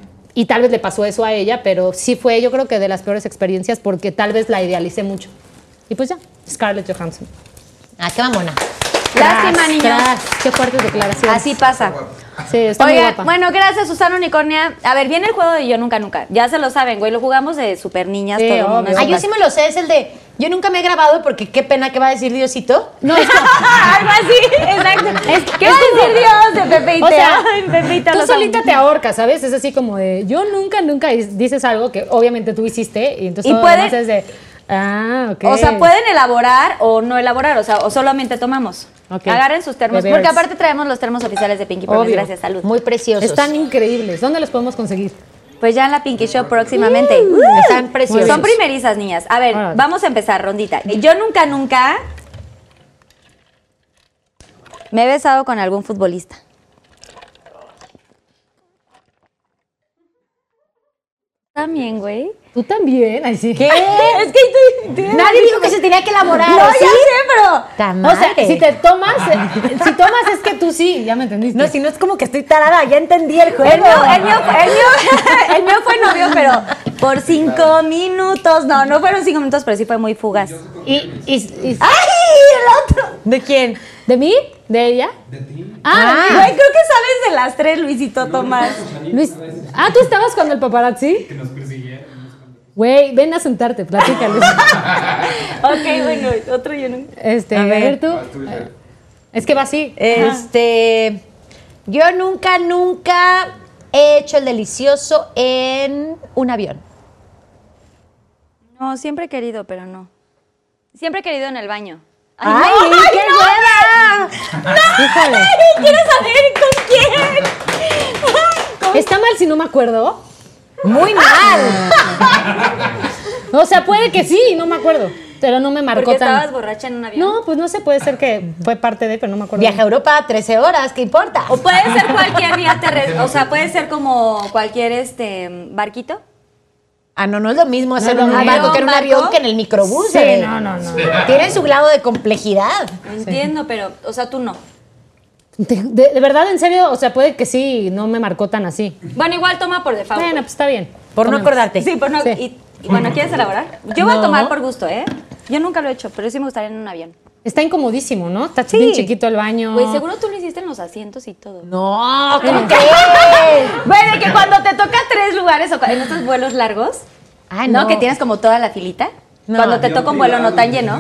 [SPEAKER 3] Y tal vez le pasó eso a ella, pero sí fue, yo creo que de las peores experiencias porque tal vez la idealicé mucho. Y pues ya, Scarlett Johansson.
[SPEAKER 2] Ah, qué mamona.
[SPEAKER 1] Lástima,
[SPEAKER 3] Tras,
[SPEAKER 1] niños.
[SPEAKER 3] tras. Qué fuertes declaraciones.
[SPEAKER 1] Así pasa.
[SPEAKER 3] Sí, está muy
[SPEAKER 1] Oigan,
[SPEAKER 3] guapa.
[SPEAKER 1] bueno, gracias Susana Unicornia. A ver, viene el juego de Yo Nunca Nunca. Ya se lo saben, güey, lo jugamos de super niñas.
[SPEAKER 3] Sí,
[SPEAKER 1] todo el mundo.
[SPEAKER 3] obvio.
[SPEAKER 2] Ah, yo sí me lo sé, es el de, yo nunca me he grabado porque qué pena que va a decir Diosito.
[SPEAKER 3] No, es que,
[SPEAKER 1] Algo así, exacto.
[SPEAKER 3] Es-
[SPEAKER 1] ¿Qué
[SPEAKER 3] es
[SPEAKER 1] va a
[SPEAKER 3] como-
[SPEAKER 1] decir Dios de Pepe y
[SPEAKER 3] o
[SPEAKER 1] Tea?
[SPEAKER 3] sea,
[SPEAKER 1] Ay, Pepe y Tea
[SPEAKER 3] tú
[SPEAKER 1] los
[SPEAKER 3] solita
[SPEAKER 1] amo.
[SPEAKER 3] te ahorcas, ¿sabes? Es así como de, yo nunca, nunca y dices algo que obviamente tú hiciste y entonces
[SPEAKER 1] Y
[SPEAKER 3] todo
[SPEAKER 1] puede-
[SPEAKER 3] lo demás es de, ah, ok.
[SPEAKER 1] O sea, pueden elaborar o no elaborar, o sea, o solamente tomamos.
[SPEAKER 3] Ok.
[SPEAKER 1] Agarren sus termos,
[SPEAKER 3] The
[SPEAKER 1] porque
[SPEAKER 3] Bears.
[SPEAKER 1] aparte traemos los termos oficiales de Pinky Promise.
[SPEAKER 3] Obvio.
[SPEAKER 1] Gracias, salud.
[SPEAKER 2] Muy preciosos.
[SPEAKER 3] Están increíbles. ¿Dónde los podemos conseguir?
[SPEAKER 1] Pues ya en la Pinky Show próximamente.
[SPEAKER 2] Están preciosos.
[SPEAKER 1] Son primerizas, niñas. A ver,
[SPEAKER 3] Órale.
[SPEAKER 1] vamos a empezar, rondita. Yo nunca, nunca me he besado con algún futbolista. También, güey.
[SPEAKER 3] Tú también, ay sí.
[SPEAKER 2] ¿Qué?
[SPEAKER 1] Es que tú, tú-
[SPEAKER 2] Nadie dijo que se tenía que elaborar.
[SPEAKER 1] No, ya
[SPEAKER 2] ¿sí?
[SPEAKER 1] sé, pero...
[SPEAKER 2] Ta
[SPEAKER 3] O sea,
[SPEAKER 2] madre.
[SPEAKER 3] si te tomas, eh, si tomas es que tú sí, ya me entendiste.
[SPEAKER 2] No, si no es como que estoy tarada, ya entendí el juego.
[SPEAKER 1] El mío, el mío, el mío, el mío fue novio, pero por cinco minutos. No, no fueron cinco minutos, pero sí fue muy fugaz.
[SPEAKER 3] Y, y, y-
[SPEAKER 1] ¡Ay! El otro.
[SPEAKER 2] ¿De quién?
[SPEAKER 3] ¿De mí? ¿De ella?
[SPEAKER 5] ¿De ti?
[SPEAKER 3] Ah,
[SPEAKER 1] Güey, creo que sabes de las tres, Luisito Tomás.
[SPEAKER 3] Luis. Ah, ¿tú estabas cuando el paparazzi?
[SPEAKER 5] Que nos persiguieron.
[SPEAKER 3] Güey, ven a sentarte, platícales.
[SPEAKER 1] Ok, bueno, otro yo no.
[SPEAKER 3] Este,
[SPEAKER 2] A
[SPEAKER 3] a
[SPEAKER 2] ver.
[SPEAKER 3] ver, tú.
[SPEAKER 5] Vas tú, Isabel.
[SPEAKER 3] Es que va así.
[SPEAKER 2] Este. Yo nunca, nunca he hecho el delicioso en un avión.
[SPEAKER 1] No, siempre he querido, pero no. Siempre he querido en el baño.
[SPEAKER 2] ¡Ay,
[SPEAKER 1] no,
[SPEAKER 2] qué
[SPEAKER 1] no,
[SPEAKER 2] buena!
[SPEAKER 3] Híjole.
[SPEAKER 1] ¿Quieres saber con quién?
[SPEAKER 3] ¿Está mal si no me acuerdo?
[SPEAKER 2] Muy mal.
[SPEAKER 3] O sea, puede que sí, no me acuerdo. Pero no me marcó
[SPEAKER 1] Porque
[SPEAKER 3] tan.
[SPEAKER 1] estabas borracha en un avión.
[SPEAKER 3] No, pues no sé, puede ser que fue parte de, pero no me acuerdo.
[SPEAKER 2] Viaje a Europa trece horas, ¿qué importa?
[SPEAKER 1] O puede ser cualquier vía terrestre, o sea, puede ser como cualquier este barquito.
[SPEAKER 2] Ah, no, no es lo mismo hacerlo
[SPEAKER 3] No,
[SPEAKER 2] en
[SPEAKER 3] no,
[SPEAKER 2] un
[SPEAKER 3] no.
[SPEAKER 2] barco que en un
[SPEAKER 1] ¿Barco?
[SPEAKER 2] avión que en el microbús.
[SPEAKER 3] Sí,
[SPEAKER 2] bebé.
[SPEAKER 3] no, no, no.
[SPEAKER 2] Tiene su grado de complejidad.
[SPEAKER 1] Entiendo, pero, o sea, tú no.
[SPEAKER 3] De, de- de verdad, en serio, o sea, puede que sí, no me marcó tan así.
[SPEAKER 1] Bueno, igual toma por default.
[SPEAKER 3] Bueno, pues está bien.
[SPEAKER 2] Por no
[SPEAKER 3] Tomemos.
[SPEAKER 2] acordarte.
[SPEAKER 1] Sí, por no.
[SPEAKER 3] Sí.
[SPEAKER 1] Y, y bueno, ¿quieres elaborar? Yo voy a
[SPEAKER 2] No.
[SPEAKER 1] tomar por gusto, ¿eh? Yo nunca lo he hecho, pero sí me gustaría en un avión.
[SPEAKER 3] Está incomodísimo, ¿no? Está bien chiquito el baño.
[SPEAKER 1] Güey, seguro tú lo hiciste en los asientos y todo.
[SPEAKER 2] No, ¿cómo que?
[SPEAKER 1] Güey, de que cuando te toca tres lugares o cu- en estos vuelos largos,
[SPEAKER 2] Ay,
[SPEAKER 1] ¿no?
[SPEAKER 2] no.
[SPEAKER 1] Que tienes como toda la filita.
[SPEAKER 2] No.
[SPEAKER 1] Cuando te toca un vuelo no tan lleno.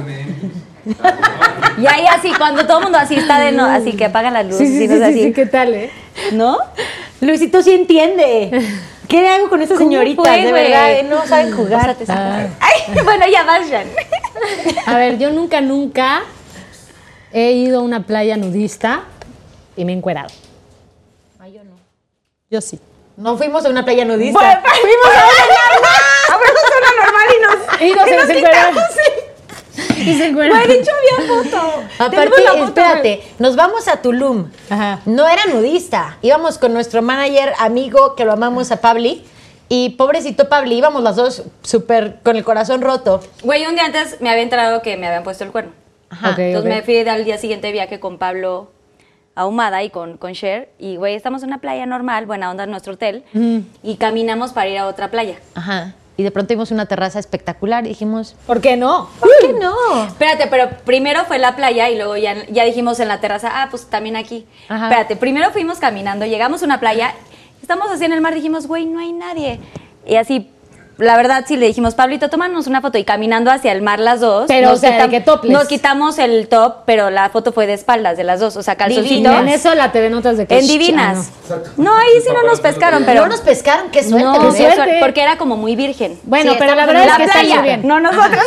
[SPEAKER 1] Y ahí así, cuando todo el mundo así está de no, así que apaga las luces
[SPEAKER 3] Sí, sí,
[SPEAKER 1] y
[SPEAKER 3] sí,
[SPEAKER 1] cosas
[SPEAKER 3] sí,
[SPEAKER 1] así.
[SPEAKER 3] sí, ¿qué tal, eh?
[SPEAKER 1] ¿No?
[SPEAKER 2] Luisito sí entiende. ¿Qué hago con estas
[SPEAKER 1] ¿Cómo
[SPEAKER 2] señoritas?
[SPEAKER 1] fue,
[SPEAKER 2] de
[SPEAKER 1] güey?
[SPEAKER 2] verdad, eh, no saben
[SPEAKER 1] O
[SPEAKER 2] jugar.
[SPEAKER 1] sea, te sacas-
[SPEAKER 3] Ah.
[SPEAKER 1] Ay, bueno, ya vas, Jan.
[SPEAKER 3] A ver, yo nunca, nunca he ido a una playa nudista y me he encuerado.
[SPEAKER 2] Ay, yo no.
[SPEAKER 3] Yo sí.
[SPEAKER 2] No fuimos a una playa nudista.
[SPEAKER 1] Bueno,
[SPEAKER 2] fuimos a una normal. Fuimos a una normal y nos...
[SPEAKER 3] Y no se, se encueraron.
[SPEAKER 1] quitamos,
[SPEAKER 3] Y se encueraron.
[SPEAKER 1] Güey, de hecho había foto.
[SPEAKER 2] Aparte,
[SPEAKER 1] Tenemos la foto,
[SPEAKER 2] espérate, nos vamos a Tulum.
[SPEAKER 3] Ajá.
[SPEAKER 2] No era nudista. Íbamos con nuestro manager, amigo, que lo amamos, a Pabli. Y pobrecito Pabli, íbamos las dos súper con el corazón roto.
[SPEAKER 1] Güey, un día antes me había enterado que me habían puesto el cuerno.
[SPEAKER 2] Ajá.
[SPEAKER 3] Ok.
[SPEAKER 1] Entonces me fui al día siguiente de viaje con Pablo Ahumada y con, con Cher. Y, güey, estamos en una playa normal, buena onda en nuestro hotel. Y caminamos para ir a otra playa.
[SPEAKER 2] Ajá. Y de pronto vimos una terraza espectacular y dijimos,
[SPEAKER 3] ¿Por qué no?
[SPEAKER 2] ¿por qué no?
[SPEAKER 1] Espérate, pero primero fue la playa y luego ya, ya dijimos en la terraza, ah, pues también aquí.
[SPEAKER 2] Ajá.
[SPEAKER 1] Espérate, primero fuimos caminando, llegamos a una playa, estamos así en el mar, dijimos, güey, no hay nadie. Y así, la verdad, sí le dijimos, Pablito, tómanos una foto. Y caminando hacia el mar las dos.
[SPEAKER 3] Pero,
[SPEAKER 1] nos
[SPEAKER 3] o sea, ¿de
[SPEAKER 1] quitam-
[SPEAKER 3] qué topless?
[SPEAKER 1] Nos quitamos el top, pero la foto fue de espaldas de las dos, o sea, calzoncito.
[SPEAKER 2] Divinas.
[SPEAKER 3] En eso la T V Notas de que...
[SPEAKER 1] En divinas.
[SPEAKER 3] Ah,
[SPEAKER 1] No, ahí sí no nos pescaron, pero...
[SPEAKER 2] No nos pescaron, qué suerte.
[SPEAKER 1] No,
[SPEAKER 2] bebé.
[SPEAKER 1] qué
[SPEAKER 3] suerte.
[SPEAKER 1] suerte, porque era como muy virgen.
[SPEAKER 3] no. Bueno,
[SPEAKER 2] Sí,
[SPEAKER 3] pero la
[SPEAKER 2] estamos
[SPEAKER 3] verdad
[SPEAKER 2] en
[SPEAKER 3] es
[SPEAKER 2] la
[SPEAKER 3] que está
[SPEAKER 2] playa.
[SPEAKER 3] muy bien.
[SPEAKER 1] No nosotros.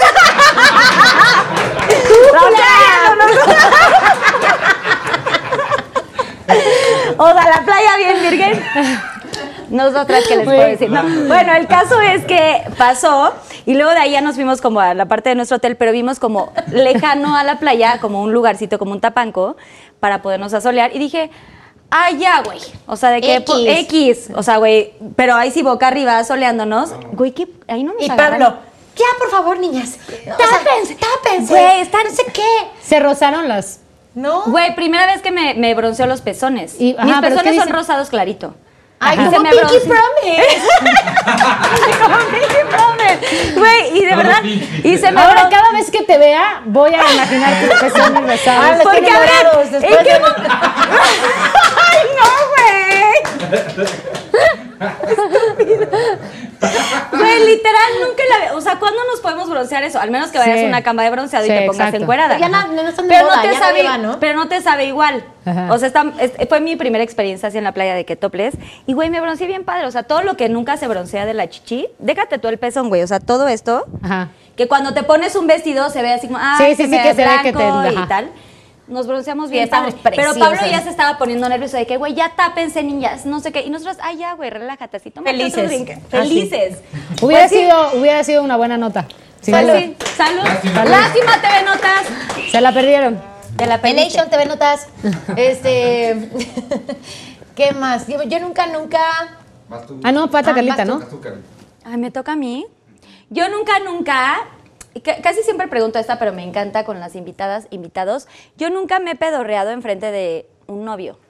[SPEAKER 1] O sea, la playa bien virgen. Nosotras, ¿qué les puedo decir? No. Bueno, el caso es que pasó y luego de ahí ya nos fuimos como a la parte de nuestro hotel, pero vimos como lejano a la playa, como un lugarcito, como un tapanco, para podernos asolear. Y dije, ah, ya, güey. O sea, de que
[SPEAKER 2] X.
[SPEAKER 1] po- X. O sea, güey, pero ahí sí boca arriba soleándonos. Güey, que ahí no nos
[SPEAKER 2] Y
[SPEAKER 1] agarraron.
[SPEAKER 2] Pablo, ya, por favor, niñas.
[SPEAKER 1] Tápense,
[SPEAKER 2] tápense.
[SPEAKER 1] Güey, están-
[SPEAKER 2] No sé qué.
[SPEAKER 3] Se rozaron las...
[SPEAKER 2] ¿No?
[SPEAKER 1] Güey, primera vez que me, me bronceó los pezones.
[SPEAKER 3] Y- ajá,
[SPEAKER 1] Mis
[SPEAKER 3] pero es que
[SPEAKER 1] pezones son
[SPEAKER 3] dicen-
[SPEAKER 1] rosados clarito.
[SPEAKER 2] Ay,
[SPEAKER 1] Ajá.
[SPEAKER 2] como
[SPEAKER 1] Se me
[SPEAKER 2] Pinky
[SPEAKER 1] bronce-
[SPEAKER 2] Promise.
[SPEAKER 1] Como Pinky Promise. Güey, y de verdad, y se me
[SPEAKER 3] Ahora,
[SPEAKER 1] bron-
[SPEAKER 3] cada vez que te vea, voy a imaginar tus pezones
[SPEAKER 2] Ah,
[SPEAKER 3] rosados.
[SPEAKER 2] los
[SPEAKER 1] Porque,
[SPEAKER 2] tiene
[SPEAKER 1] a ver,
[SPEAKER 2] morados
[SPEAKER 1] ¿en
[SPEAKER 2] después
[SPEAKER 1] qué
[SPEAKER 2] de-
[SPEAKER 1] mo- ¡Ay, no, güey! Güey, literal, nunca la ve. O sea, ¿cuándo nos podemos broncear eso? Al menos que vayas
[SPEAKER 3] Sí.
[SPEAKER 1] a una cama de bronceado y
[SPEAKER 3] Sí,
[SPEAKER 1] te pongas
[SPEAKER 3] exacto.
[SPEAKER 1] encuerada.
[SPEAKER 2] Pero ya no- no están de
[SPEAKER 1] pero
[SPEAKER 2] moda,
[SPEAKER 1] no te
[SPEAKER 2] ya
[SPEAKER 1] sabe,
[SPEAKER 2] nadie va, ¿no?
[SPEAKER 1] Pero no te sabe igual.
[SPEAKER 3] Ajá.
[SPEAKER 1] O sea, está- es- fue mi primera experiencia así en la playa de que topless. Y, güey, me bronceé bien padre. O sea, todo lo que nunca se broncea de la chichi, déjate tú el pezón, güey. O sea, todo esto,
[SPEAKER 3] Ajá.
[SPEAKER 1] que cuando te pones un vestido se ve así como, ah,
[SPEAKER 3] Sí, sí, sí, que se ve que te-
[SPEAKER 1] y
[SPEAKER 3] ajá.
[SPEAKER 1] tal. Nos bronceamos bien,
[SPEAKER 2] estamos
[SPEAKER 1] padre. Pero Pablo
[SPEAKER 2] preciosas.
[SPEAKER 1] ya se estaba poniendo nervioso de que, güey, ya tápense, niñas, no sé qué. Y nosotros, ay, ya, güey, relájate, así, tómate otro
[SPEAKER 2] Felices.
[SPEAKER 1] drink.
[SPEAKER 2] Así.
[SPEAKER 1] Felices.
[SPEAKER 3] Hubiera,
[SPEAKER 1] Pues sí.
[SPEAKER 3] sido, hubiera sido una buena nota. Sí,
[SPEAKER 1] Pues
[SPEAKER 3] ¿no?
[SPEAKER 1] sí. Salud.
[SPEAKER 5] Lástima.
[SPEAKER 1] Lástima, T V Notas.
[SPEAKER 3] Se la perdieron.
[SPEAKER 1] De la perdiste.
[SPEAKER 2] Elation, T V Notas. Este. ¿Qué más? Yo, yo nunca, nunca.
[SPEAKER 5] Vas tú.
[SPEAKER 3] Ah, no, pata
[SPEAKER 2] Ah,
[SPEAKER 3] Carlita,
[SPEAKER 2] vas tú.
[SPEAKER 3] ¿no?
[SPEAKER 5] Vas tú, Carlita.
[SPEAKER 1] Ay, me toca a mí. Yo nunca, nunca, c- casi siempre pregunto esta, pero me encanta con las invitadas, invitados. Yo nunca me he pedorreado enfrente de un novio.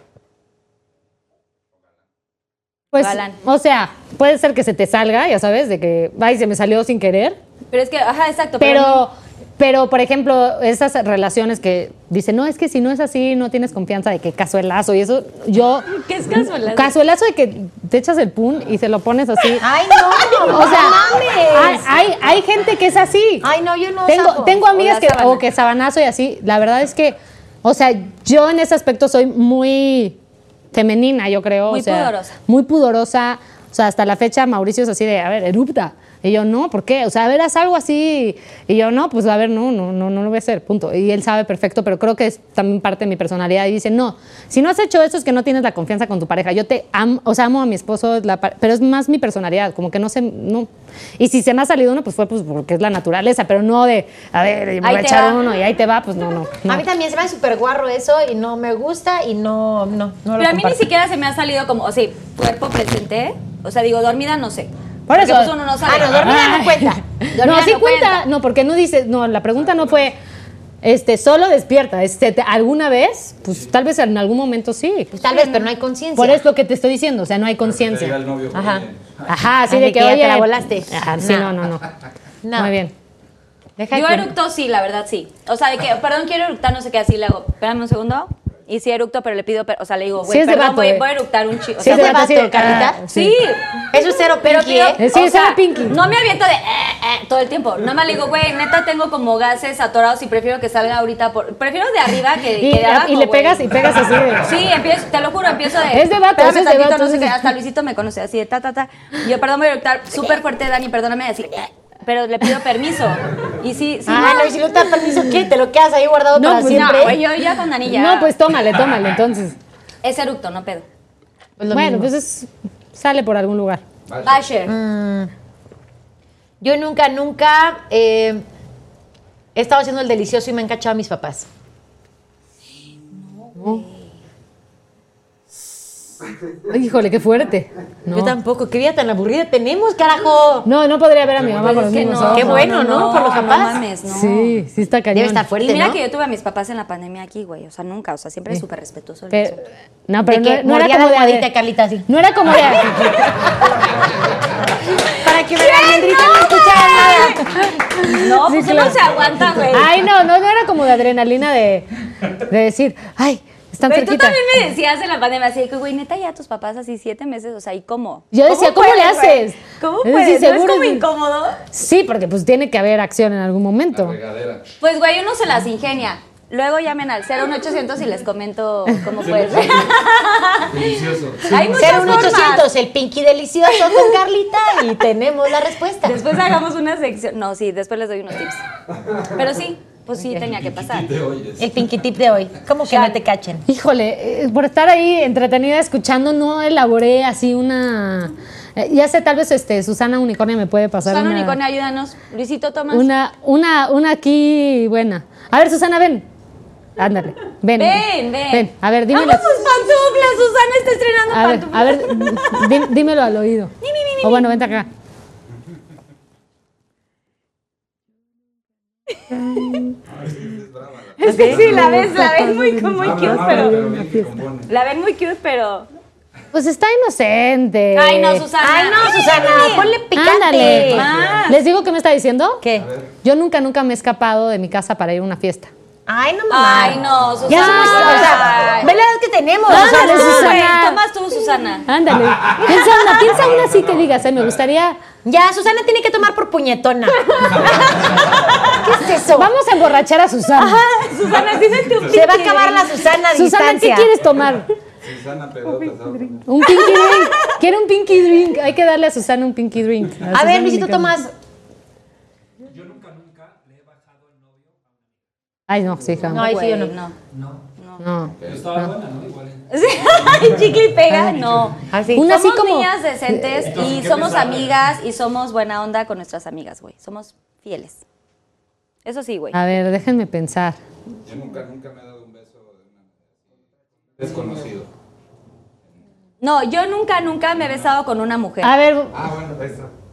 [SPEAKER 3] Pues,
[SPEAKER 1] Galán.
[SPEAKER 3] o sea, puede ser que se te salga, ya sabes, de que, ay, se me salió sin querer.
[SPEAKER 1] Pero es que, ajá, exacto.
[SPEAKER 3] Pero, pero, por ejemplo, esas relaciones que dicen, no, es que si no es así, no tienes confianza de que cazuelazo. Y eso, yo...
[SPEAKER 1] ¿Qué es cazuelazo?
[SPEAKER 3] Cazuelazo de que te echas el pun y se lo pones así.
[SPEAKER 2] Ay, no,
[SPEAKER 3] O sea,
[SPEAKER 2] no mames.
[SPEAKER 3] hay, hay, hay gente que es así.
[SPEAKER 2] Ay, no, yo no
[SPEAKER 3] Tengo,
[SPEAKER 2] zafo.
[SPEAKER 3] tengo amigas
[SPEAKER 1] O la
[SPEAKER 3] que,
[SPEAKER 1] sábana.
[SPEAKER 3] o que sabanazo y así. La verdad es que, o sea, yo en ese aspecto soy muy femenina, yo creo.
[SPEAKER 1] Muy
[SPEAKER 3] o sea,
[SPEAKER 1] pudorosa.
[SPEAKER 3] Muy pudorosa. O sea, hasta la fecha Mauricio es así de, a ver, erupta. Y yo, no, ¿por qué? O sea, a ver, haz algo así. Y yo, no, pues a ver, no, no, no, no lo voy a hacer, punto. Y él sabe perfecto, pero creo que es también parte de mi personalidad. Y dice, no, si no has hecho eso es que no tienes la confianza con tu pareja. Yo te amo, o sea, amo a mi esposo, la pa- pero es más mi personalidad, como que no sé, no. Y si se me ha salido uno, pues fue pues porque es la naturaleza, pero no de, a ver, me
[SPEAKER 1] Ahí
[SPEAKER 3] voy a
[SPEAKER 1] te
[SPEAKER 3] echar
[SPEAKER 1] va.
[SPEAKER 3] uno y ahí te va, pues no, no. no.
[SPEAKER 2] A mí también se me hace súper guarro eso y no me gusta y no, no, no lo
[SPEAKER 1] Pero a mí ni
[SPEAKER 2] comparto.
[SPEAKER 1] siquiera se me ha salido como, o sea, cuerpo presente. O sea, digo, dormida no sé.
[SPEAKER 3] Por
[SPEAKER 1] Porque,
[SPEAKER 3] eso.
[SPEAKER 1] pues, uno no sabe.
[SPEAKER 2] Ah, no, dormida no
[SPEAKER 3] Ay.
[SPEAKER 2] cuenta.
[SPEAKER 3] No,
[SPEAKER 1] Dormida
[SPEAKER 3] sí
[SPEAKER 1] no
[SPEAKER 3] cuenta.
[SPEAKER 1] cuenta.
[SPEAKER 3] No, porque no dice, no, la pregunta no fue, este, solo despierta. Este, te- ¿alguna vez? Pues tal vez en algún momento sí.
[SPEAKER 2] Pues tal vez, pero no hay conciencia.
[SPEAKER 3] Por eso lo que te estoy diciendo, o sea, no hay conciencia.
[SPEAKER 5] el novio.
[SPEAKER 2] Ajá.
[SPEAKER 3] Ajá, así
[SPEAKER 2] Ah,
[SPEAKER 3] de
[SPEAKER 2] de
[SPEAKER 3] que,
[SPEAKER 2] que ya
[SPEAKER 3] oye,
[SPEAKER 2] te la volaste.
[SPEAKER 3] Ajá, sí, no,
[SPEAKER 2] No.
[SPEAKER 3] no, no.
[SPEAKER 2] No.
[SPEAKER 3] Muy bien.
[SPEAKER 2] Deja
[SPEAKER 1] Yo
[SPEAKER 2] que-
[SPEAKER 1] eructo sí, la verdad sí. O sea, de que, perdón, quiero eructar, no sé qué, así le hago. Espérame un segundo. Y sí eructo, pero le pido, per- o sea, le digo,
[SPEAKER 3] Sí
[SPEAKER 1] güey,
[SPEAKER 3] es de
[SPEAKER 1] perdón,
[SPEAKER 3] vato,
[SPEAKER 1] voy,
[SPEAKER 3] eh.
[SPEAKER 1] voy a eructar un chico. O
[SPEAKER 3] Sí,
[SPEAKER 1] sea,
[SPEAKER 3] es de
[SPEAKER 2] de
[SPEAKER 3] vato, sí,
[SPEAKER 2] vato, Carlita?
[SPEAKER 3] ah,
[SPEAKER 1] sí.
[SPEAKER 2] Eso es cero
[SPEAKER 1] Pero
[SPEAKER 2] pinky,
[SPEAKER 1] pido,
[SPEAKER 2] ¿eh?
[SPEAKER 3] Eh, sí,
[SPEAKER 1] o
[SPEAKER 3] es
[SPEAKER 1] sea,
[SPEAKER 3] cero pinky.
[SPEAKER 1] no me aviento de eh, eh, todo el tiempo. Nada más le digo, güey, neta tengo como gases atorados y prefiero que salga ahorita por... Prefiero de arriba que,
[SPEAKER 3] Y,
[SPEAKER 1] que de abajo,
[SPEAKER 3] y le
[SPEAKER 1] güey.
[SPEAKER 3] pegas y pegas así de...
[SPEAKER 1] Sí, empiezo, te lo juro, empiezo de...
[SPEAKER 3] Es de vatos,
[SPEAKER 1] espérame
[SPEAKER 3] es de
[SPEAKER 1] tantito,
[SPEAKER 3] vatos,
[SPEAKER 1] no sé qué,
[SPEAKER 3] es-
[SPEAKER 1] hasta Luisito me conoce así de ta, ta, ta. Y yo, perdón, voy a eructar súper fuerte, Dani, perdóname, así... eh, pero le pido permiso. Y sí, sí.
[SPEAKER 2] Ah, no, y si no te da permiso, ¿qué? ¿Te lo quedas ahí guardado
[SPEAKER 3] No,
[SPEAKER 2] para
[SPEAKER 3] pues,
[SPEAKER 2] siempre?
[SPEAKER 1] No, güey, yo ya con Dani ya...
[SPEAKER 3] No, pues tómale, tómale, entonces.
[SPEAKER 1] Es eructo, no pedo.
[SPEAKER 2] Pues lo
[SPEAKER 3] Bueno,
[SPEAKER 2] mismo.
[SPEAKER 3] pues es, sale por algún lugar.
[SPEAKER 1] Basher.
[SPEAKER 2] Yo nunca, nunca eh, he estado haciendo el delicioso y me han cachado a mis papás.
[SPEAKER 3] Ay, híjole, qué fuerte. No.
[SPEAKER 2] Yo tampoco. ¿Qué vida tan aburrida tenemos, carajo?
[SPEAKER 3] No, no podría ver a mi mamá
[SPEAKER 1] Pues
[SPEAKER 3] con
[SPEAKER 1] es
[SPEAKER 3] los
[SPEAKER 1] que
[SPEAKER 3] mismos
[SPEAKER 1] no,
[SPEAKER 3] ojos.
[SPEAKER 2] Qué bueno, ¿no? Por los
[SPEAKER 1] No
[SPEAKER 2] papás.
[SPEAKER 1] mames, no.
[SPEAKER 3] Sí, sí está cañón.
[SPEAKER 2] Debe estar
[SPEAKER 1] Y
[SPEAKER 2] fuerte,
[SPEAKER 1] mira
[SPEAKER 2] ¿no?
[SPEAKER 1] que yo tuve a mis papás en la pandemia aquí, güey. O sea, nunca. O sea, siempre es súper respetuoso. el
[SPEAKER 3] Pero,
[SPEAKER 1] asunto.
[SPEAKER 3] no, pero
[SPEAKER 2] De
[SPEAKER 3] no,
[SPEAKER 2] que
[SPEAKER 3] no era
[SPEAKER 2] mordía
[SPEAKER 3] como
[SPEAKER 2] la
[SPEAKER 3] de...
[SPEAKER 2] almohadita, Carlita, así.
[SPEAKER 3] No era como de...
[SPEAKER 2] Para que la almendrita no escuchara nada.
[SPEAKER 1] No,
[SPEAKER 3] Sí,
[SPEAKER 1] pues
[SPEAKER 3] claro.
[SPEAKER 1] uno se aguanta, güey.
[SPEAKER 3] Ay, no, no, no era como de adrenalina de, de decir, ay, están
[SPEAKER 1] Güey, tú
[SPEAKER 3] cerquita.
[SPEAKER 1] también me decías en la pandemia así de que, güey, neta, ya tus papás así siete meses, o sea, ¿y cómo?
[SPEAKER 3] Yo decía, ¿cómo le
[SPEAKER 1] puedes, güey?
[SPEAKER 3] haces?
[SPEAKER 1] ¿Cómo
[SPEAKER 3] Es decir,
[SPEAKER 1] puedes? ¿No es
[SPEAKER 3] seguro
[SPEAKER 1] como
[SPEAKER 3] es-
[SPEAKER 1] incómodo?
[SPEAKER 3] Sí, porque pues tiene que haber acción en algún momento.
[SPEAKER 5] Regadera.
[SPEAKER 1] Pues, güey, uno se las ingenia. Luego llamen al cero uno ochocientos y les comento cómo puedes.
[SPEAKER 5] Delicioso.
[SPEAKER 1] Hay muchas
[SPEAKER 2] cero uno
[SPEAKER 1] formas.
[SPEAKER 2] ochocientos, el Pinky delicioso con Carlita y tenemos la respuesta.
[SPEAKER 1] Después hagamos una sección. No, sí, después les doy unos tips. Pero sí, pues sí, tenía que pasar.
[SPEAKER 5] Te oyes.
[SPEAKER 2] El Pinky tip de hoy. ¿Cómo que no te cachen?
[SPEAKER 3] Híjole, eh, por estar ahí entretenida escuchando, no elaboré así una... eh, ya sé, tal vez este, Susana Unicornia me puede pasar
[SPEAKER 1] Susana
[SPEAKER 3] una...
[SPEAKER 1] Unicornia, ayúdanos. Luisito, Tomás.
[SPEAKER 3] Una, una, una aquí buena. A ver, Susana, ven. Ándale, ven.
[SPEAKER 1] Ven, ven.
[SPEAKER 3] A ver, dime
[SPEAKER 1] Vamos sus pantuflas, Susana está estrenando
[SPEAKER 3] A ver,
[SPEAKER 1] pantuflas.
[SPEAKER 3] a ver, dí- dímelo al oído. O bueno, vente acá.
[SPEAKER 1] Es que sí, la ves, la ves muy, muy
[SPEAKER 5] Habla,
[SPEAKER 1] cute,
[SPEAKER 5] habla,
[SPEAKER 1] pero...
[SPEAKER 5] pero bien te compone.
[SPEAKER 1] La ven muy cute, pero...
[SPEAKER 3] Pues está inocente.
[SPEAKER 1] Ay, no, Susana.
[SPEAKER 2] Ay, no, Susana, ponle picante.
[SPEAKER 3] Ándale.
[SPEAKER 1] Más.
[SPEAKER 3] ¿Les digo qué me está diciendo?
[SPEAKER 2] ¿Qué?
[SPEAKER 3] Yo nunca, nunca me he escapado de mi casa para ir a una fiesta.
[SPEAKER 2] Ay, no mamá.
[SPEAKER 1] Ay, no, Susana.
[SPEAKER 2] Ya somos, o sea,
[SPEAKER 1] Ay.
[SPEAKER 2] ve la edad que tenemos.
[SPEAKER 3] Ándale,
[SPEAKER 2] Susana.
[SPEAKER 3] Susana.
[SPEAKER 1] Güey, tomas tú, Susana.
[SPEAKER 3] Ándale. Piensa una, piensa una así que digas, eh, me gustaría...
[SPEAKER 2] Ya, Susana tiene que tomar por puñetona. ¿Qué es eso?
[SPEAKER 3] Vamos a emborrachar a Susana.
[SPEAKER 1] Susana, dime tu
[SPEAKER 2] Se va a acabar la Susana a
[SPEAKER 3] Susana, ¿qué
[SPEAKER 2] distancia.
[SPEAKER 3] quieres tomar?
[SPEAKER 5] Susana Pedota, ¿sabes?
[SPEAKER 3] Un pinky drink. Quiero un pinky drink. Hay que darle a Susana un pinky drink.
[SPEAKER 2] A
[SPEAKER 3] Susana
[SPEAKER 2] ver, Luisito
[SPEAKER 3] Unicornia.
[SPEAKER 2] Tomás.
[SPEAKER 3] Ay, no, sí,
[SPEAKER 2] No,
[SPEAKER 3] jamás.
[SPEAKER 2] ahí sí yo
[SPEAKER 1] Güey,
[SPEAKER 2] no.
[SPEAKER 1] no.
[SPEAKER 3] No.
[SPEAKER 1] Sí, ay, chicle y pega, no.
[SPEAKER 2] Así.
[SPEAKER 3] Una así
[SPEAKER 1] somos
[SPEAKER 3] como-
[SPEAKER 1] niñas decentes y somos amigas y somos buena onda con nuestras amigas, güey. Somos fieles. Eso sí, güey.
[SPEAKER 3] A ver, déjenme pensar.
[SPEAKER 5] Yo nunca, nunca me he dado un beso de una desconocido.
[SPEAKER 1] No, yo nunca, nunca me he besado con una mujer.
[SPEAKER 3] A ver,
[SPEAKER 5] Ah, bueno, ahí está.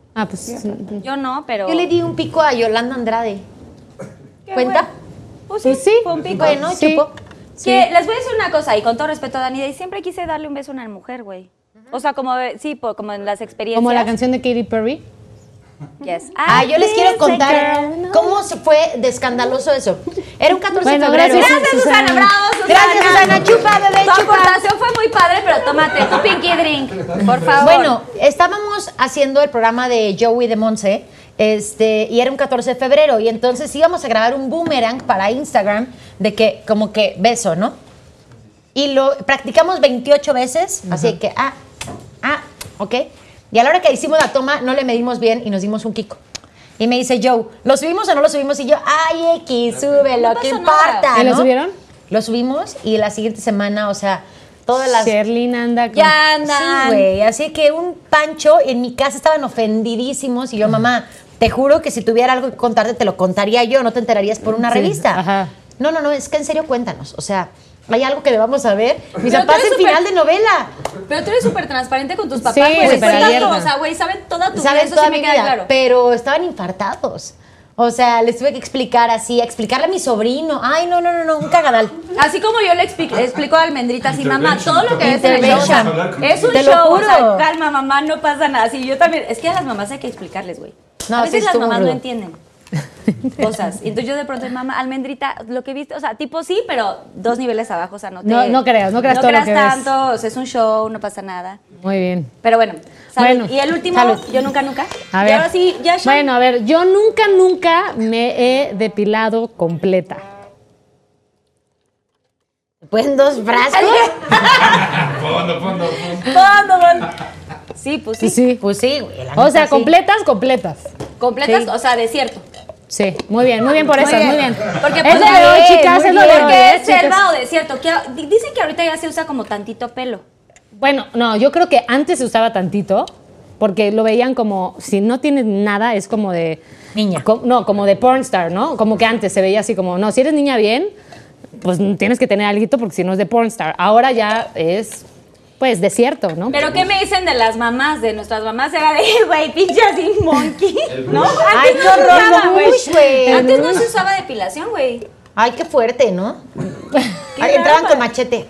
[SPEAKER 3] Ah, pues. Sí.
[SPEAKER 1] Yo no, pero...
[SPEAKER 2] Yo le di un pico a Yolanda Andrade. ¿Cuenta?
[SPEAKER 1] Pues sí,
[SPEAKER 3] Pues sí.
[SPEAKER 1] fue un pico.
[SPEAKER 2] Bueno,
[SPEAKER 3] Sí.
[SPEAKER 2] chupó.
[SPEAKER 1] Que les voy a decir una cosa, y con todo respeto a Dani, Day, siempre quise darle un beso a una mujer, güey. O sea, como, sí, po- como en las experiencias.
[SPEAKER 3] Como la canción de Katy Perry.
[SPEAKER 1] Yes.
[SPEAKER 2] Ah, yo les quiero
[SPEAKER 1] I
[SPEAKER 2] contar
[SPEAKER 1] think I
[SPEAKER 2] cómo se fue de escandaloso eso. Era un catorce
[SPEAKER 3] Bueno,
[SPEAKER 2] de febrero.
[SPEAKER 3] gracias,
[SPEAKER 1] Gracias, Susana.
[SPEAKER 3] Susana.
[SPEAKER 1] Bravo, Susana.
[SPEAKER 2] Gracias, Susana. Chupa, bebé,
[SPEAKER 1] Tu
[SPEAKER 2] chupa.
[SPEAKER 1] aportación fue muy padre, pero tómate tu pinky drink, por favor.
[SPEAKER 2] Bueno, estábamos haciendo el programa de Joey de Monse, este, y era un catorce de febrero, y entonces íbamos a grabar un boomerang para Instagram de que, como que, beso, ¿no? Y lo practicamos veintiocho veces, así que, ah, ah, ok. Y a la hora que hicimos la toma, no le medimos bien y nos dimos un kiko. Y me dice Joe, ¿lo subimos o no lo subimos? Y yo, ay, X, súbelo,
[SPEAKER 1] No
[SPEAKER 2] ¿qué
[SPEAKER 1] pasó
[SPEAKER 2] importa?
[SPEAKER 1] nada.
[SPEAKER 3] ¿Y lo
[SPEAKER 2] ¿no?
[SPEAKER 3] subieron?
[SPEAKER 2] Lo subimos y la siguiente semana, o sea, todas las...
[SPEAKER 3] Sherlyn anda con...
[SPEAKER 1] Ya andan.
[SPEAKER 2] Sí, güey. Así que un pancho, en mi casa estaban ofendidísimos y yo, mamá, te juro que si tuviera algo que contarte, te lo contaría yo, no te enterarías por una
[SPEAKER 3] Sí,
[SPEAKER 2] revista.
[SPEAKER 3] ajá.
[SPEAKER 2] No, no, no, es que en serio cuéntanos. O sea, hay algo que debamos saber. Mis
[SPEAKER 1] Pero tú
[SPEAKER 2] papás
[SPEAKER 1] eres
[SPEAKER 2] en
[SPEAKER 1] súper-
[SPEAKER 2] final de novela.
[SPEAKER 1] Pero tú eres súper transparente con tus papás,
[SPEAKER 3] Sí,
[SPEAKER 1] güey. Les
[SPEAKER 3] súper
[SPEAKER 1] cuentas
[SPEAKER 3] abierta.
[SPEAKER 1] todo, o sea, güey, saben toda tu vida,
[SPEAKER 2] Saben
[SPEAKER 1] eso
[SPEAKER 2] toda
[SPEAKER 1] sí me
[SPEAKER 2] mi
[SPEAKER 1] queda
[SPEAKER 2] vida,
[SPEAKER 1] claro.
[SPEAKER 2] pero estaban infartados. O sea, les tuve que explicar así, explicarle a mi sobrino. Ay, no, no, no, no, un cagadal.
[SPEAKER 1] Así como yo le explico, le explico a Almendrita, así, mamá, todo lo que ves en el show, o sea,
[SPEAKER 2] Intervention.
[SPEAKER 1] es un
[SPEAKER 2] Te lo
[SPEAKER 1] show, o
[SPEAKER 2] juro.
[SPEAKER 1] sea, calma, mamá, no pasa nada. Sí, yo también, es que a las mamás hay que explicarles, güey.
[SPEAKER 2] No,
[SPEAKER 1] a
[SPEAKER 2] sí
[SPEAKER 1] veces las
[SPEAKER 2] estuvo
[SPEAKER 1] mamás
[SPEAKER 2] rudo.
[SPEAKER 1] no entienden cosas. Y entonces yo de pronto, mamá, Almendrita, lo que viste, o sea, tipo sí, pero dos niveles abajo, o sea, no te...
[SPEAKER 3] No, no creas, no creas
[SPEAKER 1] no
[SPEAKER 3] todo lo
[SPEAKER 1] creas
[SPEAKER 3] que ves.
[SPEAKER 1] tanto, o sea, es un show, no pasa nada.
[SPEAKER 3] Muy bien.
[SPEAKER 1] Pero bueno, salud.
[SPEAKER 3] Bueno,
[SPEAKER 1] y el último,
[SPEAKER 3] salud.
[SPEAKER 1] yo nunca, nunca.
[SPEAKER 3] A
[SPEAKER 1] Y
[SPEAKER 3] ver.
[SPEAKER 1] ahora sí, ya, Sean.
[SPEAKER 3] Bueno, a ver, yo nunca, nunca me he depilado completa.
[SPEAKER 2] Pues en dos brazos.
[SPEAKER 5] Fondo, fondo, fondo.
[SPEAKER 1] Fondo, fondo. Sí, pues sí.
[SPEAKER 3] Sí.
[SPEAKER 2] Pues sí, güey. la
[SPEAKER 3] O
[SPEAKER 2] neta,
[SPEAKER 3] sea,
[SPEAKER 2] sí.
[SPEAKER 3] completas, completas.
[SPEAKER 1] Completas,
[SPEAKER 2] Sí.
[SPEAKER 1] o sea, desierto.
[SPEAKER 3] Sí, muy bien, muy bien por esas, muy bien.
[SPEAKER 1] Porque
[SPEAKER 3] Es
[SPEAKER 1] pues,
[SPEAKER 3] lo de hoy,
[SPEAKER 2] bien,
[SPEAKER 3] chicas,
[SPEAKER 2] muy
[SPEAKER 3] es lo de
[SPEAKER 2] bien.
[SPEAKER 3] hoy.
[SPEAKER 1] Porque
[SPEAKER 3] ¿eh,
[SPEAKER 1] es
[SPEAKER 3] chicas?
[SPEAKER 1] selva o desierto. Que, di- dicen que ahorita ya se usa como tantito pelo.
[SPEAKER 3] Bueno, no, yo creo que antes se usaba tantito, porque lo veían como, si no tienes nada, es como de...
[SPEAKER 2] Niña.
[SPEAKER 3] co- no, como de pornstar, ¿no? Como que antes se veía así como, no, si eres niña bien, pues tienes que tener alguito porque si no es de pornstar. Ahora ya es, pues, desierto, ¿no?
[SPEAKER 1] Pero ¿qué me dicen de las mamás? De nuestras mamás era de, güey, pinche así monkey. ¿No? Antes
[SPEAKER 2] Ay,
[SPEAKER 1] no
[SPEAKER 2] qué
[SPEAKER 1] se
[SPEAKER 2] horror,
[SPEAKER 1] usaba,
[SPEAKER 2] no,
[SPEAKER 1] güey.
[SPEAKER 2] uy, güey.
[SPEAKER 1] Antes no se usaba depilación, güey.
[SPEAKER 2] Ay, qué fuerte, ¿no?
[SPEAKER 1] Qué
[SPEAKER 2] Ay, entraban
[SPEAKER 1] raro.
[SPEAKER 2] con machete.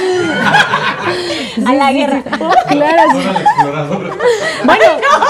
[SPEAKER 1] A la guerra.
[SPEAKER 3] Claro, sí.
[SPEAKER 5] Dora la exploradora.
[SPEAKER 3] Bueno,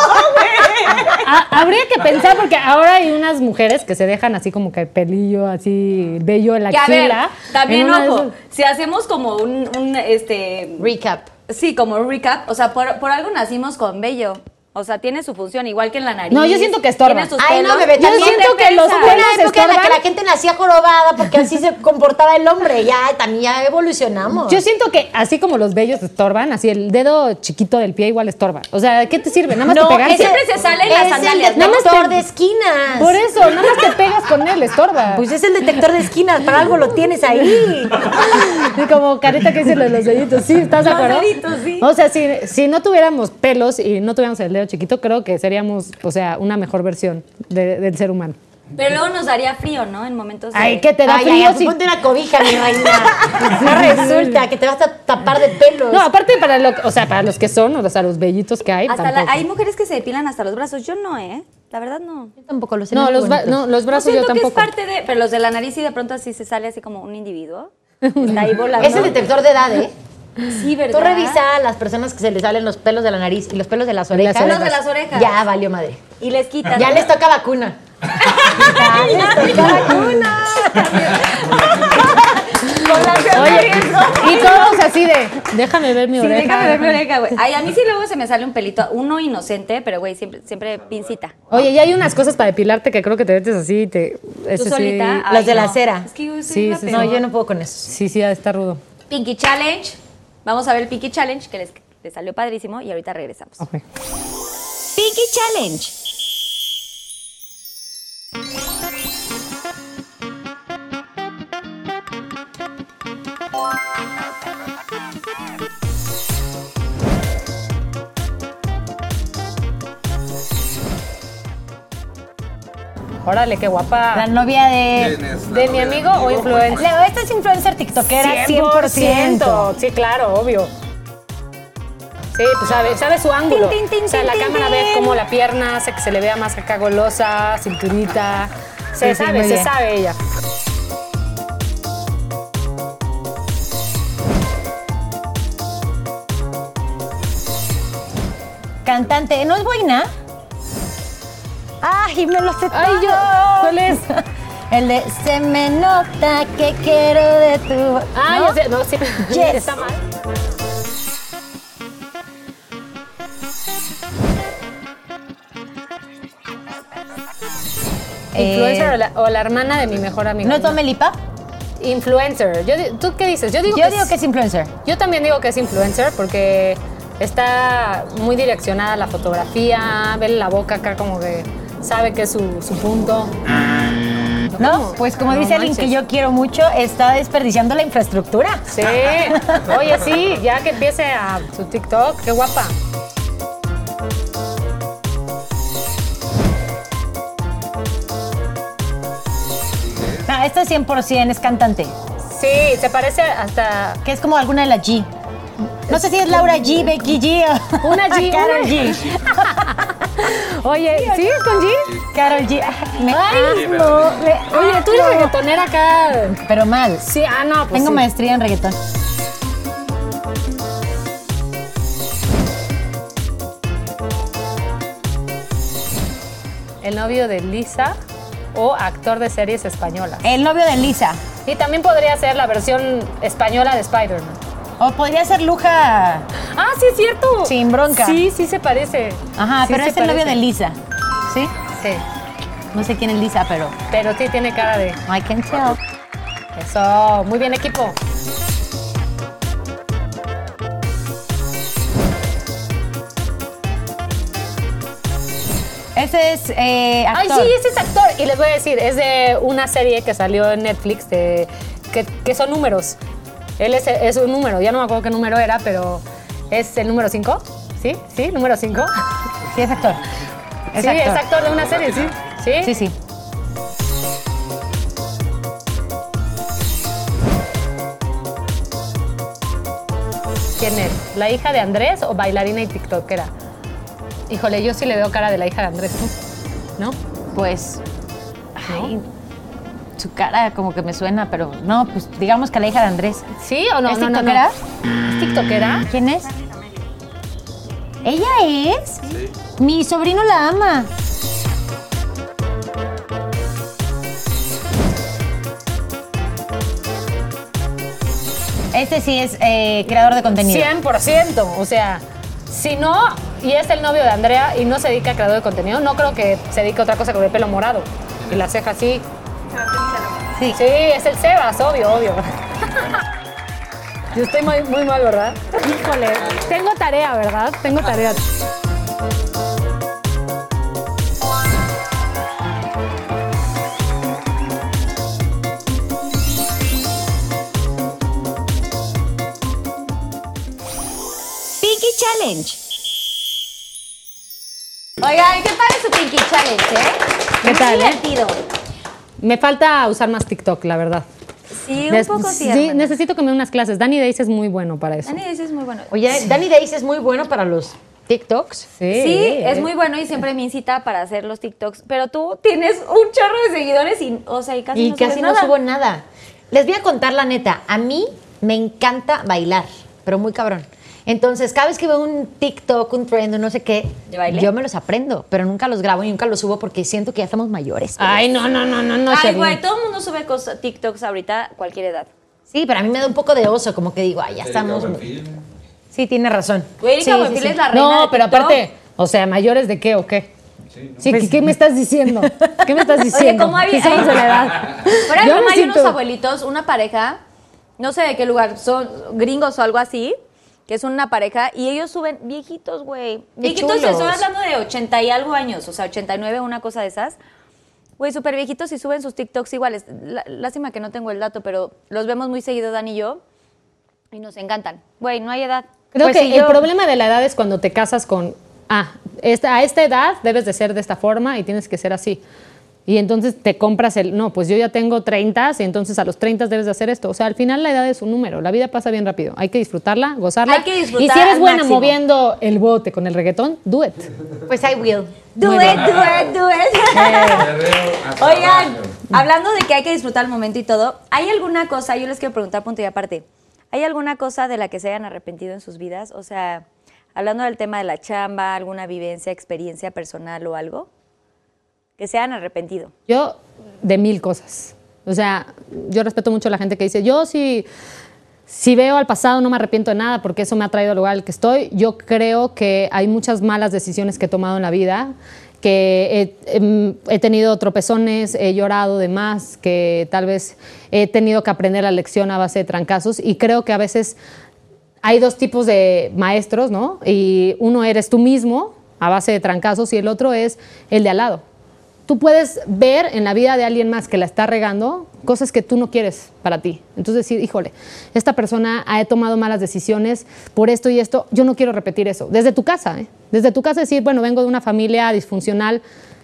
[SPEAKER 3] ha- habría que pensar porque ahora hay unas mujeres que se dejan así como que el pelillo así bello en la
[SPEAKER 1] Que a ver,
[SPEAKER 3] axila.
[SPEAKER 1] también
[SPEAKER 3] En una de
[SPEAKER 1] ojo,
[SPEAKER 3] esas-
[SPEAKER 1] si hacemos como un, un, este,
[SPEAKER 2] Recap.
[SPEAKER 1] sí, como un recap, o sea, por, por algo nacimos con vello. O sea, tiene su función, igual que en la nariz.
[SPEAKER 3] No, yo siento que estorba.
[SPEAKER 1] Tiene sus
[SPEAKER 2] Ay, no,
[SPEAKER 1] pelos.
[SPEAKER 2] bebé,
[SPEAKER 3] Yo
[SPEAKER 2] también
[SPEAKER 3] siento
[SPEAKER 2] te
[SPEAKER 3] que los
[SPEAKER 2] pesa.
[SPEAKER 3] pelos
[SPEAKER 2] Hubo una época en la que
[SPEAKER 3] estorban.
[SPEAKER 2] la gente nacía jorobada porque así se comportaba el hombre. Ya, también ya evolucionamos.
[SPEAKER 3] Yo siento que así como los vellos estorban, así el dedo chiquito del pie igual estorba. O sea, ¿qué te sirve? Nada más
[SPEAKER 2] no,
[SPEAKER 3] te pegas.
[SPEAKER 2] ese-
[SPEAKER 1] Siempre se salen las
[SPEAKER 2] es
[SPEAKER 1] sandalias,
[SPEAKER 2] el
[SPEAKER 3] Nada más
[SPEAKER 2] detector
[SPEAKER 3] te-
[SPEAKER 2] de esquinas.
[SPEAKER 3] Por eso, nada más te pegas con él, estorba.
[SPEAKER 2] Pues es el detector de esquinas, para algo lo tienes ahí.
[SPEAKER 3] Sí, como carita que dice lo de los deditos. Sí, ¿estás de
[SPEAKER 1] Los
[SPEAKER 3] acuerdo?
[SPEAKER 1] deditos, sí.
[SPEAKER 3] O sea, si, si no tuviéramos pelos y no tuviéramos el dedo chiquito, creo que seríamos, o sea, una mejor versión de- del ser humano.
[SPEAKER 1] Pero luego nos daría frío, ¿no? En momentos de...
[SPEAKER 3] Ay, ¿qué te da
[SPEAKER 2] Ay,
[SPEAKER 3] frío?
[SPEAKER 2] ay, ay,
[SPEAKER 3] si-
[SPEAKER 2] ponte una cobija, mi reina. No resulta que te vas a tapar de pelos.
[SPEAKER 3] No, aparte para lo, o sea, para los que son, o sea, los vellitos que hay.
[SPEAKER 1] Hasta la-
[SPEAKER 3] tampoco.
[SPEAKER 1] hay mujeres que se depilan hasta los brazos. Yo no, ¿eh? La verdad no.
[SPEAKER 2] Yo tampoco los
[SPEAKER 3] No, los, ba- no, los
[SPEAKER 1] No
[SPEAKER 3] brazos yo
[SPEAKER 1] siento que es
[SPEAKER 3] tampoco.
[SPEAKER 1] parte de... Pero los de la nariz sí de pronto así se sale así como un individuo. Está ahí volando.
[SPEAKER 2] Es el detector de edad, ¿eh?
[SPEAKER 1] Sí, ¿verdad?
[SPEAKER 2] Tú revisa a las personas que se les salen los pelos de la nariz y los pelos de las
[SPEAKER 3] De las
[SPEAKER 2] orejas.
[SPEAKER 1] Los de las orejas.
[SPEAKER 2] Ya valió madre.
[SPEAKER 1] Y les quitas.
[SPEAKER 2] Ya
[SPEAKER 1] ¿no?
[SPEAKER 2] les toca vacuna. Ya les toca vacuna.
[SPEAKER 1] Población de
[SPEAKER 3] Oye,
[SPEAKER 1] riesgo.
[SPEAKER 3] y todos así de, déjame ver mi
[SPEAKER 1] Sí,
[SPEAKER 3] oreja.
[SPEAKER 1] déjame ver mi oreja, güey. Ay, a mí sí luego se me sale un pelito, uno inocente, pero güey, siempre, siempre pincita.
[SPEAKER 3] Oye, y hay unas cosas para depilarte que creo que te metes así y te...
[SPEAKER 1] ¿Tú
[SPEAKER 3] ese sí-
[SPEAKER 1] solita?
[SPEAKER 2] Las
[SPEAKER 1] Ay,
[SPEAKER 2] de la
[SPEAKER 1] no.
[SPEAKER 2] cera.
[SPEAKER 1] Es que yo soy
[SPEAKER 3] Sí,
[SPEAKER 1] una
[SPEAKER 3] sí, sí.
[SPEAKER 1] peor.
[SPEAKER 2] No, yo no puedo con eso.
[SPEAKER 3] Sí, sí, está rudo.
[SPEAKER 1] Pinky Challenge. Vamos a ver el Pinky Challenge, que les, les salió padrísimo, y ahorita regresamos.
[SPEAKER 3] Ok.
[SPEAKER 1] Pinky Challenge.
[SPEAKER 3] Órale, qué guapa.
[SPEAKER 2] La novia de...
[SPEAKER 5] ¿Quién es la
[SPEAKER 3] ¿De mi
[SPEAKER 5] novia
[SPEAKER 3] amigo o influencer?
[SPEAKER 2] Leo, esta es influencer tiktokera cien por ciento.
[SPEAKER 3] Sí, claro, obvio. Sí, pues sabe, sabe su ángulo.
[SPEAKER 1] Tin, tin, tin,
[SPEAKER 3] o sea, la
[SPEAKER 1] tin,
[SPEAKER 3] cámara
[SPEAKER 1] tin.
[SPEAKER 3] ve como la pierna hace que se le vea más acá golosa, cinturita. Se
[SPEAKER 2] Sí, sí,
[SPEAKER 3] sabe,
[SPEAKER 2] muy
[SPEAKER 3] se
[SPEAKER 2] bien.
[SPEAKER 3] sabe ella.
[SPEAKER 2] Cantante, ¿no es Boina? Ay, me lo sé
[SPEAKER 3] Ay, yo,
[SPEAKER 2] todo.
[SPEAKER 3] ¿cuál es?
[SPEAKER 2] El de se me nota que quiero de tu...
[SPEAKER 3] Ah,
[SPEAKER 2] ¿no?
[SPEAKER 3] yo sé, no, sí.
[SPEAKER 2] Yes.
[SPEAKER 3] Está mal.
[SPEAKER 2] Eh,
[SPEAKER 3] Influencer o, la, o la hermana de mi mejor amigo.
[SPEAKER 2] ¿No es Dua Lipa?
[SPEAKER 3] Influencer. Yo, di- ¿Tú qué dices? Yo digo,
[SPEAKER 2] Yo
[SPEAKER 3] que,
[SPEAKER 2] digo
[SPEAKER 3] es,
[SPEAKER 2] que es influencer.
[SPEAKER 3] Yo también digo que es influencer porque está muy direccionada a la fotografía, ve la boca acá como que sabe que es su, su punto.
[SPEAKER 2] ¿No?
[SPEAKER 3] ¿Cómo?
[SPEAKER 2] Pues como
[SPEAKER 3] No
[SPEAKER 2] dice alguien que
[SPEAKER 3] manches.
[SPEAKER 2] yo quiero mucho, está desperdiciando la infraestructura.
[SPEAKER 3] Sí. Oye, sí, ya que empiece a su TikTok, qué guapa.
[SPEAKER 2] No, esto es cien por ciento, es cantante.
[SPEAKER 3] Sí, se parece hasta
[SPEAKER 2] Que es como alguna de la G. No sé si es Laura G, Becky G o...
[SPEAKER 3] una G.
[SPEAKER 2] Karol
[SPEAKER 3] una-
[SPEAKER 2] G.
[SPEAKER 3] Oye, ¿sí? ¿Con G?
[SPEAKER 2] Karol G. Me
[SPEAKER 3] Ay,
[SPEAKER 2] amo, me
[SPEAKER 3] Oye, tú eres
[SPEAKER 2] amo.
[SPEAKER 3] reggaetonera acá.
[SPEAKER 2] Pero mal.
[SPEAKER 3] Sí, ah, no, pues
[SPEAKER 2] Tengo
[SPEAKER 3] sí.
[SPEAKER 2] maestría en reggaetón.
[SPEAKER 3] El novio de Lisa o actor de series españolas.
[SPEAKER 2] El novio de Lisa.
[SPEAKER 3] Y también podría ser la versión española de Spider-Man.
[SPEAKER 2] O podría ser Luja.
[SPEAKER 3] Ah, sí, es cierto.
[SPEAKER 2] Sin bronca.
[SPEAKER 3] Sí, sí se parece.
[SPEAKER 2] Ajá,
[SPEAKER 3] Sí
[SPEAKER 2] pero
[SPEAKER 3] se
[SPEAKER 2] es el novio
[SPEAKER 3] parece.
[SPEAKER 2] de Lisa. ¿Sí?
[SPEAKER 3] Sí,
[SPEAKER 2] No sé quién es Lisa, pero
[SPEAKER 3] pero sí tiene cara de...
[SPEAKER 2] I can tell.
[SPEAKER 3] Eso, muy bien equipo.
[SPEAKER 2] Ese es eh,
[SPEAKER 3] Ay,
[SPEAKER 2] actor.
[SPEAKER 3] sí, ese es actor. Y les voy a decir, es de una serie que salió en Netflix de, que, que son números. Él es, es un número, ya no me acuerdo qué número era, pero es el número cinco. ¿Sí? ¿Sí? ¿Número cinco?
[SPEAKER 2] Sí, es actor. Es
[SPEAKER 3] Sí,
[SPEAKER 2] actor.
[SPEAKER 3] es actor de una serie, ¿sí? ¿Sí?
[SPEAKER 2] Sí, sí.
[SPEAKER 3] ¿Quién es? ¿La hija de Andrés o bailarina y tiktokera? Híjole, yo sí le veo cara de la hija de Andrés, ¿tú? ¿No?
[SPEAKER 2] Pues. Ay, su cara como que me suena, pero no, pues digamos que la hija de Andrés.
[SPEAKER 3] ¿Sí o no?
[SPEAKER 2] ¿Es
[SPEAKER 3] no, no, no.
[SPEAKER 2] tiktokera?
[SPEAKER 3] ¿Es tiktokera?
[SPEAKER 2] ¿Quién es? ¿Ella es? Mi sobrino la ama. Este sí es eh, creador de contenido.
[SPEAKER 3] cien por ciento. O sea, si no, y es el novio de Andrea y no se dedica a creador de contenido, no creo que se dedique a otra cosa con el pelo morado y la ceja así.
[SPEAKER 2] Sí.
[SPEAKER 3] Sí, es el Sebas, obvio, obvio. Yo estoy muy, muy mal, ¿verdad? Híjole, tengo tarea, ¿verdad? Tengo tarea.
[SPEAKER 1] Pinky Challenge.
[SPEAKER 2] Oigan, ¿qué tal su Pinky Challenge, eh?
[SPEAKER 3] ¿Qué tal, eh?
[SPEAKER 1] Divertido.
[SPEAKER 3] Me falta usar más TikTok, la verdad.
[SPEAKER 1] Sí, un
[SPEAKER 3] Des-
[SPEAKER 1] poco sí.
[SPEAKER 3] sí,
[SPEAKER 1] hermana.
[SPEAKER 3] necesito que me dé unas clases. Danny Days es muy bueno para eso.
[SPEAKER 1] Dani dice es muy bueno.
[SPEAKER 2] Oye, Danny Days es muy bueno para los TikToks.
[SPEAKER 3] Sí,
[SPEAKER 1] Sí,
[SPEAKER 3] eh.
[SPEAKER 1] es muy bueno y siempre me incita para hacer los TikToks. Pero tú tienes un chorro de seguidores y, o sea, y casi
[SPEAKER 2] Y
[SPEAKER 1] no
[SPEAKER 2] casi
[SPEAKER 1] subes
[SPEAKER 2] no
[SPEAKER 1] nada.
[SPEAKER 2] subo nada. Les voy a contar la neta. A mí me encanta bailar, pero muy cabrón. Entonces, cada vez que veo un TikTok, un trend o no sé qué,
[SPEAKER 1] ¿De baile?
[SPEAKER 2] yo me los aprendo, pero nunca los grabo y nunca los subo porque siento que ya estamos mayores.
[SPEAKER 3] Ay, no, no, no, no, no.
[SPEAKER 1] Ay,
[SPEAKER 3] Sherlyn.
[SPEAKER 1] güey, todo el mundo sube cosas, TikToks ahorita, cualquier edad.
[SPEAKER 2] Sí, pero a mí me da un poco de oso, como que digo, ay, ya estamos. Sí, tiene razón.
[SPEAKER 1] Güey, Erika
[SPEAKER 2] Sí,
[SPEAKER 1] Buenfil
[SPEAKER 2] sí, sí.
[SPEAKER 1] es la reina
[SPEAKER 3] No,
[SPEAKER 1] de
[SPEAKER 3] pero
[SPEAKER 1] TikTok.
[SPEAKER 3] aparte, o sea, ¿mayores de qué o qué? Sí, ¿qué, qué me estás diciendo? ¿Qué me estás
[SPEAKER 1] Oye,
[SPEAKER 3] diciendo?
[SPEAKER 1] ¿cómo había?
[SPEAKER 3] ¿Qué somos de la edad?
[SPEAKER 1] Por ahí
[SPEAKER 3] Yo me
[SPEAKER 1] hay
[SPEAKER 3] siento-
[SPEAKER 1] unos abuelitos, una pareja, no sé de qué lugar, son gringos o algo así, que es una pareja, y ellos suben viejitos, güey. Viejitos,
[SPEAKER 2] chulos.
[SPEAKER 1] estoy hablando de ochenta y algo años, o sea, ochenta y nueve, una cosa de esas. Güey, súper viejitos y suben sus TikToks iguales. Lá- Lástima que no tengo el dato, pero los vemos muy seguido, Dan y yo, y nos encantan. Güey, no hay edad.
[SPEAKER 3] Creo
[SPEAKER 2] Pues
[SPEAKER 3] que
[SPEAKER 2] sí,
[SPEAKER 3] el
[SPEAKER 2] yo-
[SPEAKER 3] problema de la edad es cuando te casas con, ah, esta, a esta edad debes de ser de esta forma y tienes que ser así. Y entonces te compras el, no, pues yo ya tengo treinta, y entonces a los treinta debes de hacer esto. O sea, al final la edad es un número, la vida pasa bien rápido. Hay que disfrutarla, gozarla.
[SPEAKER 1] Hay que disfrutar
[SPEAKER 3] y si eres
[SPEAKER 1] al
[SPEAKER 3] buena
[SPEAKER 1] máximo.
[SPEAKER 3] moviendo el bote con el reggaetón, do it.
[SPEAKER 2] Pues I will.
[SPEAKER 1] Do
[SPEAKER 3] Muy
[SPEAKER 1] it,
[SPEAKER 3] bien.
[SPEAKER 1] do it, do it. Oigan, hablando de que hay que disfrutar el momento y todo, ¿hay alguna cosa, yo les quiero preguntar punto y aparte, ¿hay alguna cosa de la que se hayan arrepentido en sus vidas? O sea, hablando del tema de la chamba, alguna vivencia, experiencia personal o algo, que se hayan arrepentido.
[SPEAKER 3] Yo, de mil cosas. O sea, yo respeto mucho a la gente que dice, yo si, si veo al pasado no me arrepiento de nada porque eso me ha traído al lugar al que estoy. Yo creo que hay muchas malas decisiones que he tomado en la vida, que he, he, he tenido tropezones, he llorado de más, que tal vez he tenido que aprender la lección a base de trancazos, y creo que a veces hay dos tipos de maestros, ¿no? Y uno eres tú mismo a base de trancazos y el otro es el de al lado. Tú puedes ver en la vida de alguien más que la está regando cosas que tú no quieres para ti. Entonces decir, híjole, esta persona ha tomado malas decisiones por esto y esto, yo no quiero repetir eso. Desde tu casa, ¿eh? Desde tu casa decir, bueno, vengo de una familia disfuncional,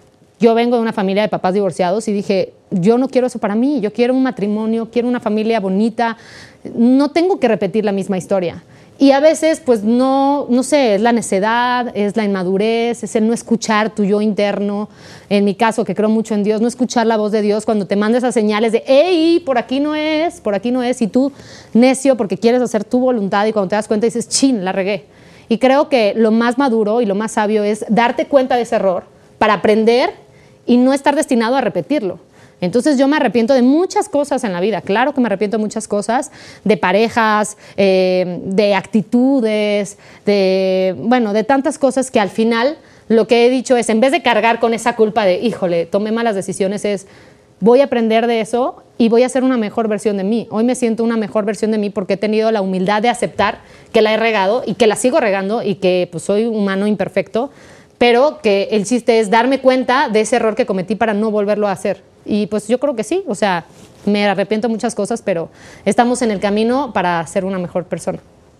[SPEAKER 3] yo vengo de una familia de papás divorciados y dije, yo no quiero eso para mí, yo quiero un matrimonio, quiero una familia bonita, no tengo que repetir la misma historia. Y a veces, pues no, no sé, es la necedad, es la inmadurez, es el no escuchar tu yo interno. En mi caso, que creo mucho en Dios, no escuchar la voz de Dios cuando te manda esas señales de, hey, por aquí no es, por aquí no es, y tú necio porque quieres hacer tu voluntad y cuando te das cuenta dices, chin, la regué. Y creo que lo más maduro y lo más sabio es darte cuenta de ese error para aprender y no estar destinado a repetirlo. Entonces yo me arrepiento de muchas cosas en la vida, claro que me arrepiento de muchas cosas, de parejas, eh, de actitudes, de, bueno, de tantas cosas que al final lo que he dicho es, en vez de cargar con esa culpa de, híjole, tomé malas decisiones, es, voy a aprender de eso y voy a ser una mejor versión de mí. Hoy me siento una mejor versión de mí porque he tenido la humildad de aceptar que la he regado y que la sigo regando y que pues, soy humano imperfecto, pero que el chiste es darme cuenta de ese error que cometí para no volverlo a hacer. Y pues yo creo que sí, o sea, me arrepiento de muchas cosas, pero estamos en el camino para ser una mejor persona.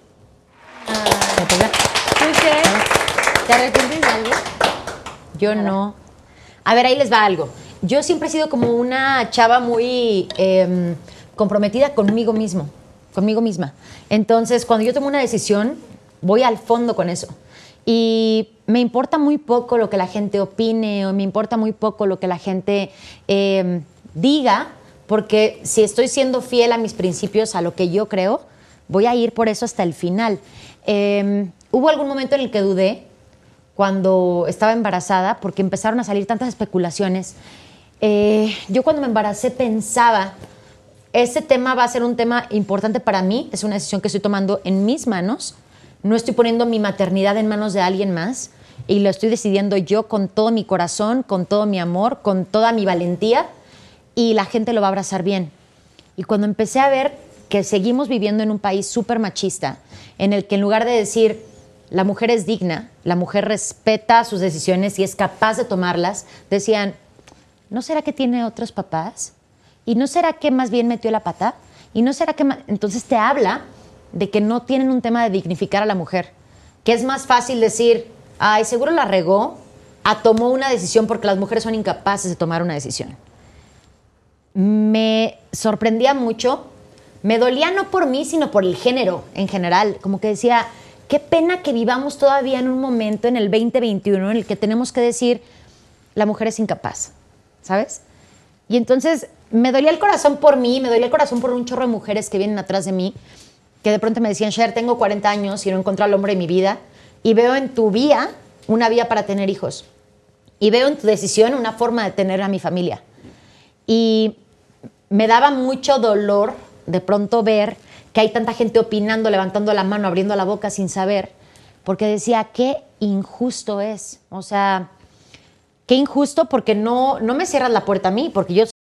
[SPEAKER 2] ¿Te arrepientes de algo? Yo no. A ver, ahí les va algo. Yo siempre he sido como una chava muy eh, comprometida conmigo mismo, conmigo misma. Entonces, cuando yo tomo una decisión, voy al fondo con eso. Y me importa muy poco lo que la gente opine o me importa muy poco lo que la gente eh, diga, porque si estoy siendo fiel a mis principios, a lo que yo creo, voy a ir por eso hasta el final. Eh, hubo algún momento en el que dudé cuando estaba embarazada porque empezaron a salir tantas especulaciones. Eh, yo cuando me embaracé pensaba, ese tema va a ser un tema importante para mí, es una decisión que estoy tomando en mis manos. No estoy poniendo mi maternidad en manos de alguien más y lo estoy decidiendo yo con todo mi corazón, con todo mi amor, con toda mi valentía y la gente lo va a abrazar bien. Y cuando empecé a ver que seguimos viviendo en un país súper machista, en el que en lugar de decir la mujer es digna, la mujer respeta sus decisiones y es capaz de tomarlas, decían, ¿no será que tiene otros papás? ¿Y no será que más bien metió la pata? ¿Y no será que más? Entonces te habla de que no tienen un tema de dignificar a la mujer, que es más fácil decir, ay, seguro la regó, a tomó una decisión porque las mujeres son incapaces de tomar una decisión. Me sorprendía mucho, me dolía no por mí, sino por el género en general, como que decía, qué pena que vivamos todavía en un momento en el veinte veintiuno en el que tenemos que decir, la mujer es incapaz, ¿sabes? Y entonces me dolía el corazón por mí, me dolía el corazón por un chorro de mujeres que vienen atrás de mí, que de pronto me decían, Cher, tengo cuarenta años y no encuentro al hombre de mi vida y veo en tu vía una vía para tener hijos y veo en tu decisión una forma de tener a mi familia. Y me daba mucho dolor de pronto ver que hay tanta gente opinando, levantando la mano, abriendo la boca sin saber, porque decía, qué injusto es. O sea, qué injusto porque no, no me cierras la puerta a mí, porque yo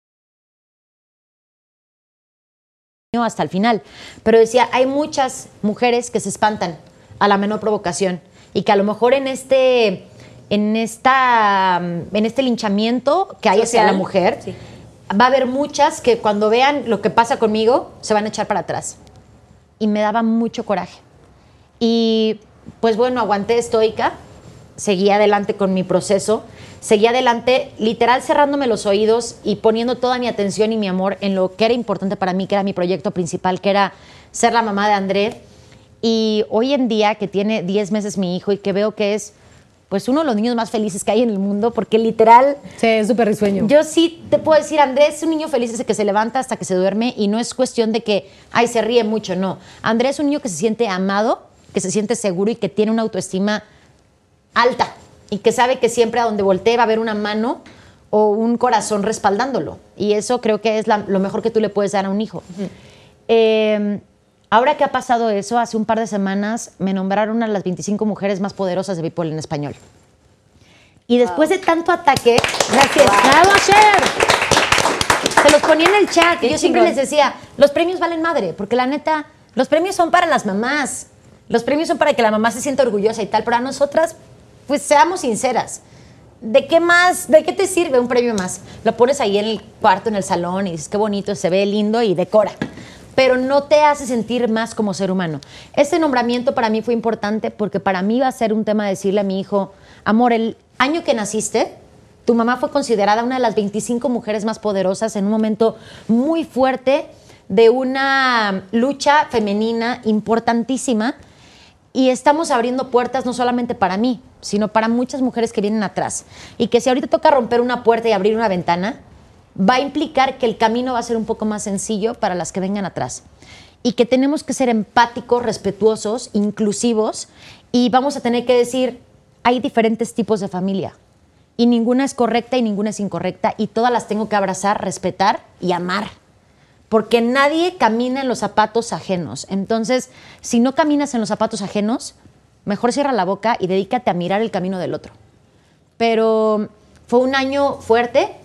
[SPEAKER 2] hasta el final, pero decía, hay muchas mujeres que se espantan a la menor provocación y que a lo mejor en este, en esta, en este linchamiento que hay hacia la mujer, sí, va a haber muchas que cuando vean lo que pasa conmigo se van a echar para atrás. Y me daba mucho coraje. Y pues bueno, aguanté estoica seguí adelante con mi proceso, seguí adelante literal cerrándome los oídos y poniendo toda mi atención y mi amor en lo que era importante para mí, que era mi proyecto principal, que era ser la mamá de André. Y hoy en día, que tiene diez meses mi hijo y que veo que es pues uno de los niños más felices que hay en el mundo, porque literal...
[SPEAKER 3] Sí, es súper risueño.
[SPEAKER 2] Yo sí te puedo decir, Andrés es un niño feliz desde que se levanta hasta que se duerme y no es cuestión de que, ay, se ríe mucho, no. Andrés es un niño que se siente amado, que se siente seguro y que tiene una autoestima alta y que sabe que siempre a donde voltee va a haber una mano o un corazón respaldándolo. Y eso creo que es la, lo mejor que tú le puedes dar a un hijo. Uh-huh. eh, Ahora que ha pasado eso, hace un par de semanas me nombraron a las veinticinco mujeres más poderosas de People en español. Y después wow. de tanto ataque, gracias.
[SPEAKER 3] ¡Bravo, Cher!
[SPEAKER 2] Se los ponía en el chat y yo
[SPEAKER 1] chingón.
[SPEAKER 2] siempre les decía, los premios valen madre, porque la neta, los premios son para las mamás. Los premios son para que la mamá se sienta orgullosa y tal, pero a nosotras, pues seamos sinceras. ¿De qué más, de qué te sirve un premio más? Lo pones ahí en el cuarto, en el salón y dices, qué bonito, se ve lindo y decora. Pero no te hace sentir más como ser humano. Este nombramiento para mí fue importante porque para mí va a ser un tema de decirle a mi hijo, amor, el año que naciste, tu mamá fue considerada una de las veinticinco mujeres más poderosas en un momento muy fuerte de una lucha femenina importantísima y estamos abriendo puertas no solamente para mí, sino para muchas mujeres que vienen atrás. Y que si ahorita toca romper una puerta y abrir una ventana, va a implicar que el camino va a ser un poco más sencillo para las que vengan atrás. Y que tenemos que ser empáticos, respetuosos, inclusivos, y vamos a tener que decir, hay diferentes tipos de familia, y ninguna es correcta y ninguna es incorrecta, y todas las tengo que abrazar, respetar y amar. Porque nadie camina en los zapatos ajenos. Entonces, si no caminas en los zapatos ajenos, mejor cierra la boca y dedícate a mirar el camino del otro. Pero fue un año fuerte.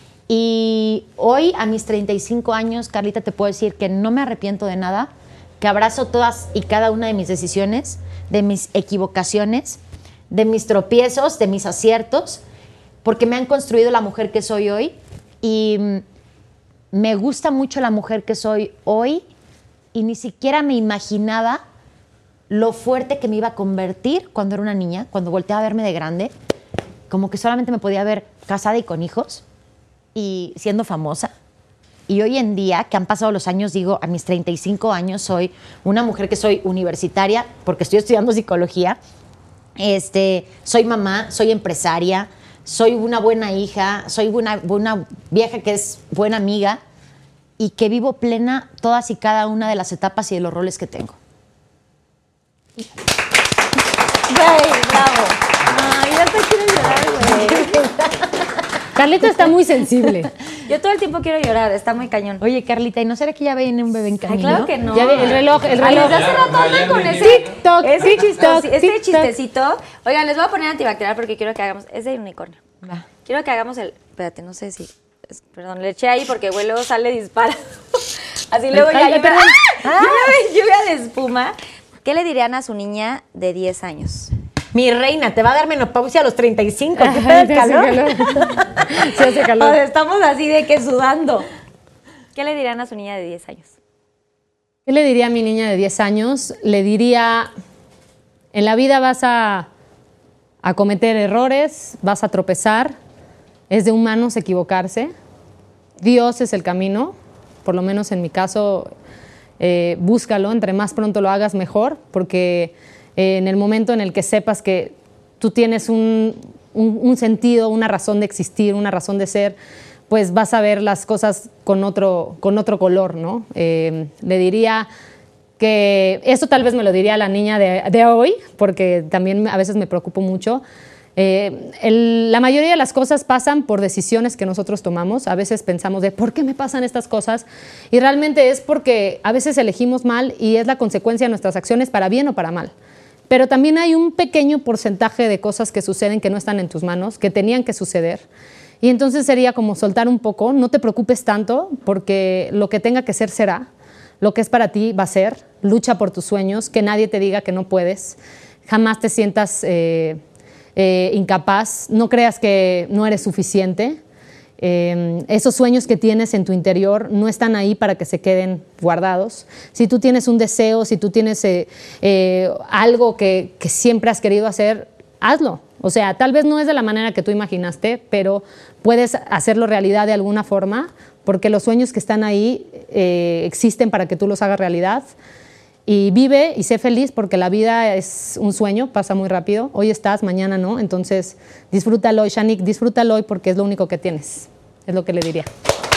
[SPEAKER 2] Y hoy, a mis treinta y cinco años, Carlita, te puedo decir que no me arrepiento de nada, que abrazo todas y cada una de mis decisiones, de mis equivocaciones, de mis tropiezos, de mis aciertos, porque me han construido la mujer que soy hoy. Y me gusta mucho la mujer que soy hoy y ni siquiera me imaginaba lo fuerte que me iba a convertir cuando era una niña, cuando volteaba a verme de grande, como que solamente me podía ver casada y con hijos, y siendo famosa. Y hoy en día, que han pasado los años, digo, a mis treinta y cinco años soy una mujer que soy universitaria, porque estoy estudiando psicología, este, soy mamá, soy empresaria, soy una buena hija, soy una, una vieja que es buena amiga y que vivo plena todas y cada una de las etapas y de los roles que tengo.
[SPEAKER 1] ¡Güey, bravo! Ay, ya te quiero llorar, güey.
[SPEAKER 3] Carlita está muy sensible.
[SPEAKER 1] Yo todo el tiempo quiero llorar, está muy cañón.
[SPEAKER 2] Oye, Carlita, ¿y no será que ya viene un bebé en camino?
[SPEAKER 1] Ay, claro que no.
[SPEAKER 3] Ya vi- el reloj, el
[SPEAKER 1] Ay,
[SPEAKER 3] reloj.
[SPEAKER 1] desde hace rato andan con ese,
[SPEAKER 3] TikTok,
[SPEAKER 1] ese,
[SPEAKER 3] TikTok,
[SPEAKER 1] chistosi- este
[SPEAKER 3] TikTok.
[SPEAKER 1] chistecito. Oigan, les voy a poner antibacterial porque quiero que hagamos... Es de unicornio.
[SPEAKER 2] Va.
[SPEAKER 1] Quiero que hagamos el... Espérate, no sé si... es- Perdón, le eché ahí porque güey, luego sale disparado. Así luego ya
[SPEAKER 3] ay,
[SPEAKER 1] lluvia,
[SPEAKER 3] perdón.
[SPEAKER 1] ¡Ah! lluvia, lluvia de espuma. ¿Qué le dirían a su niña de diez años?
[SPEAKER 2] Mi reina, te va a dar menopausia a los treinta y cinco. ¿Qué pedo
[SPEAKER 3] Ajá,
[SPEAKER 2] el
[SPEAKER 3] sí hace
[SPEAKER 2] calor?
[SPEAKER 3] calor. Sí hace
[SPEAKER 1] O
[SPEAKER 3] calor.
[SPEAKER 1] sea, estamos así de que sudando. ¿Qué le dirían a su niña de diez años?
[SPEAKER 3] ¿Qué le diría a mi niña de diez años? Le diría, en la vida vas a, a cometer errores, vas a tropezar, es de humanos equivocarse, Dios es el camino, por lo menos en mi caso, eh, búscalo, entre más pronto lo hagas mejor, porque eh, en el momento en el que sepas que tú tienes un, un, un sentido, una razón de existir, una razón de ser, pues vas a ver las cosas con otro, con otro color, ¿no? Eh, le diría que, esto tal vez me lo diría a la niña de, de hoy, porque también a veces me preocupo mucho. Eh, el, la mayoría de las cosas pasan por decisiones que nosotros tomamos. A veces pensamos de ¿por qué me pasan estas cosas? Y realmente es porque a veces elegimos mal y es la consecuencia de nuestras acciones para bien o para mal. Pero también hay un pequeño porcentaje de cosas que suceden que no están en tus manos, que tenían que suceder. Y entonces sería como soltar un poco, no te preocupes tanto, porque lo que tenga que ser será, lo que es para ti va a ser, lucha por tus sueños, que nadie te diga que no puedes, jamás te sientas eh, eh, incapaz, no creas que no eres suficiente. Eh, esos sueños que tienes en tu interior no están ahí para que se queden guardados. Si tú tienes un deseo, si tú tienes eh, eh, algo que, que siempre has querido hacer, hazlo. O sea, tal vez no es de la manera que tú imaginaste, pero puedes hacerlo realidad de alguna forma, porque los sueños que están ahí eh, existen para que tú los hagas realidad. Y vive y sé feliz, porque la vida es un sueño, pasa muy rápido. Hoy estás, mañana no. Entonces, disfrútalo, Shanique, disfrútalo hoy porque es lo único que tienes. Es lo que le diría.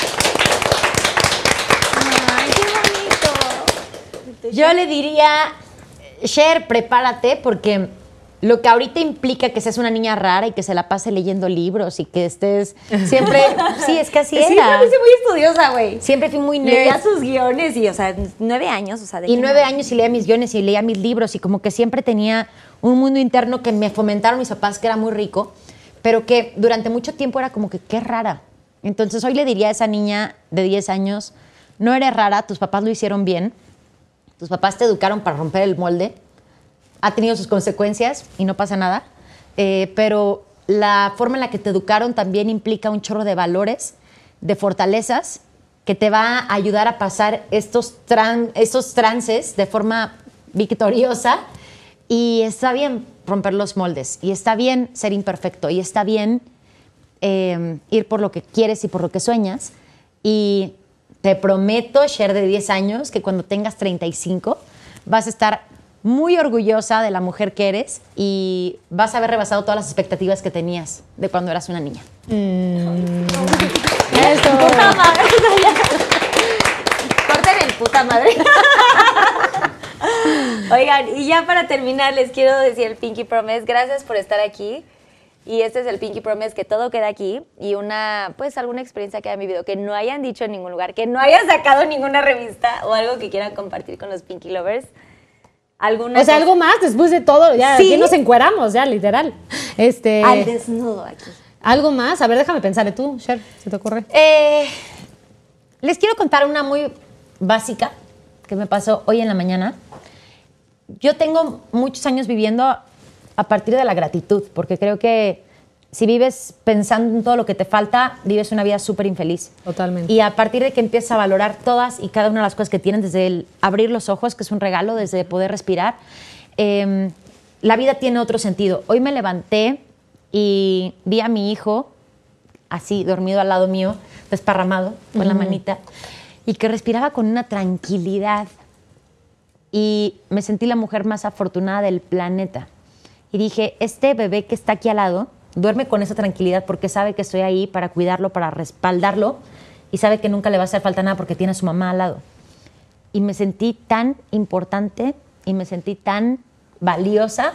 [SPEAKER 1] Ay, qué bonito.
[SPEAKER 2] Yo le diría, Cher, prepárate, porque lo que ahorita implica que seas una niña rara y que se la pase leyendo libros y que estés siempre... Sí, es que así
[SPEAKER 1] Sí,
[SPEAKER 2] era.
[SPEAKER 1] siempre fui muy estudiosa, güey.
[SPEAKER 2] Siempre fui muy
[SPEAKER 1] Leía
[SPEAKER 2] nerd.
[SPEAKER 1] sus guiones y, o sea, nueve años, o sea, de
[SPEAKER 2] Y
[SPEAKER 1] que
[SPEAKER 2] nueve
[SPEAKER 1] no.
[SPEAKER 2] años y leía mis guiones y leía mis libros y como que siempre tenía un mundo interno que me fomentaron mis papás, que era muy rico, pero que durante mucho tiempo era como que qué rara. Entonces hoy le diría a esa niña de diez años, no eres rara, tus papás lo hicieron bien, tus papás te educaron para romper el molde, ha tenido sus consecuencias y no pasa nada, eh, pero la forma en la que te educaron también implica un chorro de valores, de fortalezas, que te va a ayudar a pasar estos, tran estos trances de forma victoriosa, y está bien romper los moldes, y está bien ser imperfecto, y está bien eh, ir por lo que quieres y por lo que sueñas, y te prometo, Cher de diez años, que cuando tengas treinta y cinco vas a estar muy orgullosa de la mujer que eres y vas a haber rebasado todas las expectativas que tenías de cuando eras una niña.
[SPEAKER 3] Mm.
[SPEAKER 1] Eso. Puta madre. Corten el puta madre. Oigan, y ya para terminar les quiero decir el Pinky Promise. Gracias por estar aquí. Y este es el Pinky Promise, que todo queda aquí. Y una, pues, alguna experiencia que hayan vivido, que no hayan dicho en ningún lugar, que no hayan sacado en ninguna revista, o algo que quieran compartir con los Pinky Lovers. ¿Alguna
[SPEAKER 3] O sea,
[SPEAKER 1] cosa?
[SPEAKER 3] algo más después de todo, ya
[SPEAKER 1] ¿Sí?
[SPEAKER 3] aquí nos encueramos, ya, literal. Este,
[SPEAKER 1] Al desnudo aquí.
[SPEAKER 3] algo más, a ver, déjame pensarle tú, Cher, ¿se te ocurre?
[SPEAKER 2] Eh, les quiero contar una muy básica que me pasó hoy en la mañana. Yo tengo muchos años viviendo a partir de la gratitud, porque creo que si vives pensando en todo lo que te falta, vives una vida súper infeliz.
[SPEAKER 3] Totalmente.
[SPEAKER 2] Y a partir de que empiezas a valorar todas y cada una de las cosas que tienen, desde el abrir los ojos, que es un regalo, desde poder respirar, eh, la vida tiene otro sentido. Hoy me levanté y vi a mi hijo así, dormido al lado mío, desparramado, con la manita, y que respiraba con una tranquilidad. Y me sentí la mujer más afortunada del planeta. Y dije, este bebé que está aquí al lado duerme con esa tranquilidad porque sabe que estoy ahí para cuidarlo, para respaldarlo, y sabe que nunca le va a hacer falta nada porque tiene a su mamá al lado. Y me sentí tan importante y me sentí tan valiosa,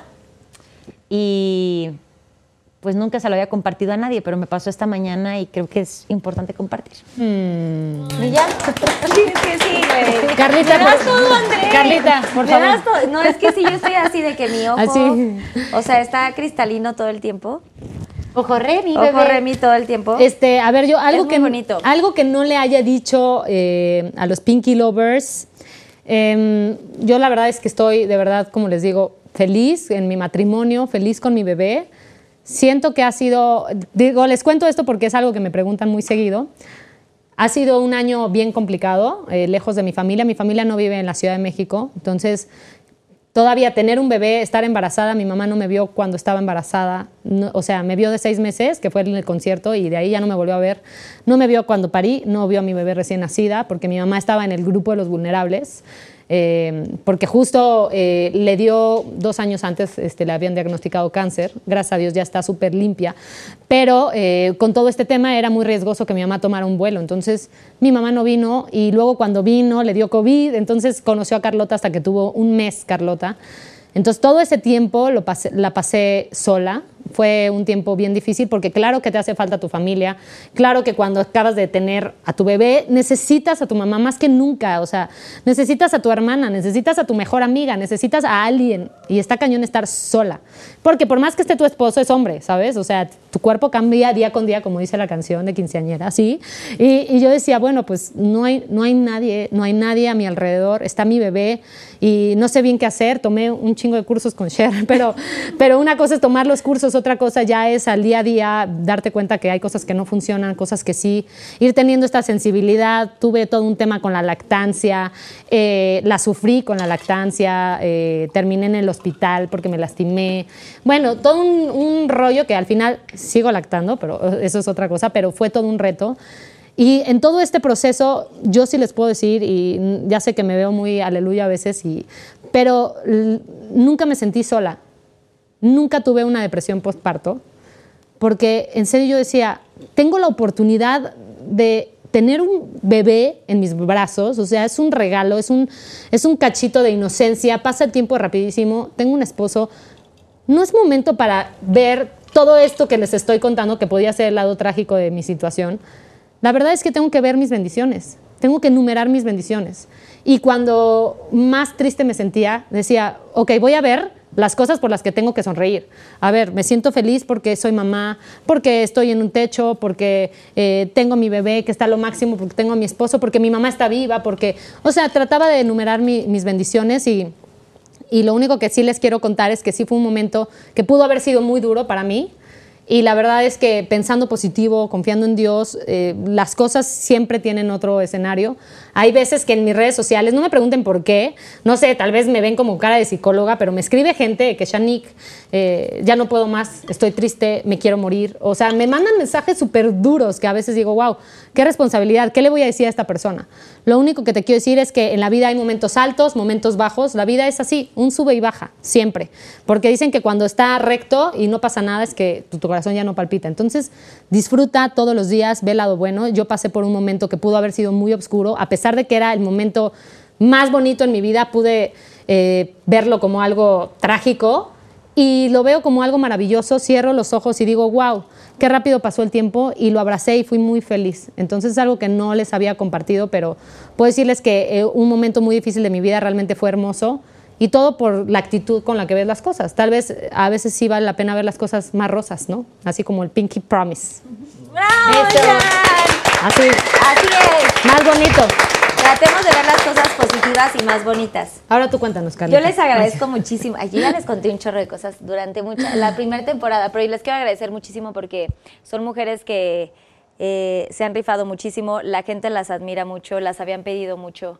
[SPEAKER 2] y pues nunca se lo había compartido a nadie, pero me pasó esta mañana y creo que es importante compartir.
[SPEAKER 3] Mm.
[SPEAKER 2] Y ya.
[SPEAKER 1] Sí, es que sí, güey.
[SPEAKER 3] Carlita,
[SPEAKER 1] Me das
[SPEAKER 3] por-
[SPEAKER 1] todo, André.
[SPEAKER 3] Carlita, por
[SPEAKER 1] Me
[SPEAKER 3] favor.
[SPEAKER 1] das todo. No, es que sí, yo estoy así de que mi ojo,
[SPEAKER 3] Así.
[SPEAKER 1] o sea, está cristalino todo el tiempo.
[SPEAKER 2] Ojo Remy,
[SPEAKER 1] Ojo
[SPEAKER 2] bebé.
[SPEAKER 1] Remy todo el tiempo.
[SPEAKER 3] Este, a ver, yo algo
[SPEAKER 1] muy
[SPEAKER 3] que
[SPEAKER 1] bonito.
[SPEAKER 3] algo que no le haya dicho eh, a los Pinky Lovers. eh, yo la verdad es que estoy, de verdad, como les digo, feliz en mi matrimonio, feliz con mi bebé. Siento que ha sido, digo, les cuento esto porque es algo que me preguntan muy seguido. Ha sido un año bien complicado, eh, lejos de mi familia. Mi familia no vive en la Ciudad de México, entonces todavía tener un bebé, estar embarazada, mi mamá no me vio cuando estaba embarazada, no, o sea, me vio de seis meses, que fue en el concierto, y de ahí ya no me volvió a ver. No me vio cuando parí, no vio a mi bebé recién nacida, porque mi mamá estaba en el grupo de los vulnerables, eh, porque justo eh, le dio dos años antes, este, le habían diagnosticado cáncer, gracias a Dios ya está súper limpia, pero eh, con todo este tema era muy riesgoso que mi mamá tomara un vuelo, entonces mi mamá no vino, y luego cuando vino le dio COVID, entonces conoció a Carlota hasta que tuvo un mes Carlota. Entonces todo ese tiempo lo pasé, la pasé sola. Fue un tiempo bien difícil porque claro que te hace falta tu familia, claro que cuando acabas de tener a tu bebé necesitas a tu mamá más que nunca, o sea, necesitas a tu hermana, necesitas a tu mejor amiga, necesitas a alguien, y está cañón estar sola, porque por más que esté tu esposo es hombre, ¿sabes? O sea, tu cuerpo cambia día con día, como dice la canción de quinceañera, ¿sí? Y, y yo decía, bueno, pues no hay, no hay nadie, no hay nadie a mi alrededor, está mi bebé y no sé bien qué hacer, tomé un chingo de cursos con Cher, pero, pero una cosa es tomar los cursos, otra cosa ya es al día a día darte cuenta que hay cosas que no funcionan, cosas que sí, ir teniendo esta sensibilidad. Tuve todo un tema con la lactancia, eh, la sufrí con la lactancia, eh, terminé en el hospital porque me lastimé, bueno, todo un, un rollo que al final sigo lactando, pero eso es otra cosa, pero fue todo un reto. Y en todo este proceso, yo sí les puedo decir, y ya sé que me veo muy aleluya a veces, y, pero l- nunca me sentí sola. Nunca tuve una depresión postparto, porque en serio yo decía, tengo la oportunidad de tener un bebé en mis brazos, o sea, es un regalo, es un, es un cachito de inocencia, pasa el tiempo rapidísimo, tengo un esposo. No es momento para ver todo esto que les estoy contando, que podía ser el lado trágico de mi situación. La verdad es que tengo que ver mis bendiciones, tengo que enumerar mis bendiciones. Y cuando más triste me sentía, decía, ok, voy a ver las cosas por las que tengo que sonreír. A ver, me siento feliz porque soy mamá, porque estoy en un techo, porque eh, tengo a mi bebé que está a lo máximo, porque tengo a mi esposo, porque mi mamá está viva, porque... O sea, trataba de enumerar mi, mis bendiciones y, y lo único que sí les quiero contar es que sí fue un momento que pudo haber sido muy duro para mí. Y la verdad es que pensando positivo, confiando en Dios, eh, las cosas siempre tienen otro escenario. Hay veces que en mis redes sociales, no me pregunten por qué, no sé, tal vez me ven como cara de psicóloga, pero me escribe gente que, Shanique, eh, ya no puedo más, estoy triste, me quiero morir. O sea, me mandan mensajes súper duros que a veces digo, wow, qué responsabilidad, ¿qué le voy a decir a esta persona? Lo único que te quiero decir es que en la vida hay momentos altos, momentos bajos. La vida es así, un sube y baja, siempre. Porque dicen que cuando está recto y no pasa nada es que tu, tu corazón ya no palpita. Entonces, disfruta todos los días, ve el lado bueno. Yo pasé por un momento que pudo haber sido muy oscuro. A pesar de que era el momento más bonito en mi vida, pude eh, verlo como algo trágico y lo veo como algo maravilloso. Cierro los ojos y digo, wow, qué rápido pasó el tiempo, y lo abracé y fui muy feliz. Entonces es algo que no les había compartido, pero puedo decirles que eh, un momento muy difícil de mi vida realmente fue hermoso, y todo por la actitud con la que ves las cosas. Tal vez a veces sí vale la pena ver las cosas más rosas, ¿no? Así como el Pinky Promise.
[SPEAKER 1] ¡Bravo,
[SPEAKER 3] Eso.
[SPEAKER 1] Jan!
[SPEAKER 3] Así,
[SPEAKER 1] Así es.
[SPEAKER 3] más bonito.
[SPEAKER 1] Tratemos de ver las cosas positivas y más bonitas.
[SPEAKER 3] Ahora tú cuéntanos, Carlita.
[SPEAKER 1] Yo les agradezco muchísimo. Aquí ya les conté un chorro de cosas durante mucha, la primera temporada, pero les quiero agradecer muchísimo porque son mujeres que eh, se han rifado muchísimo, la gente las admira mucho, las habían pedido mucho.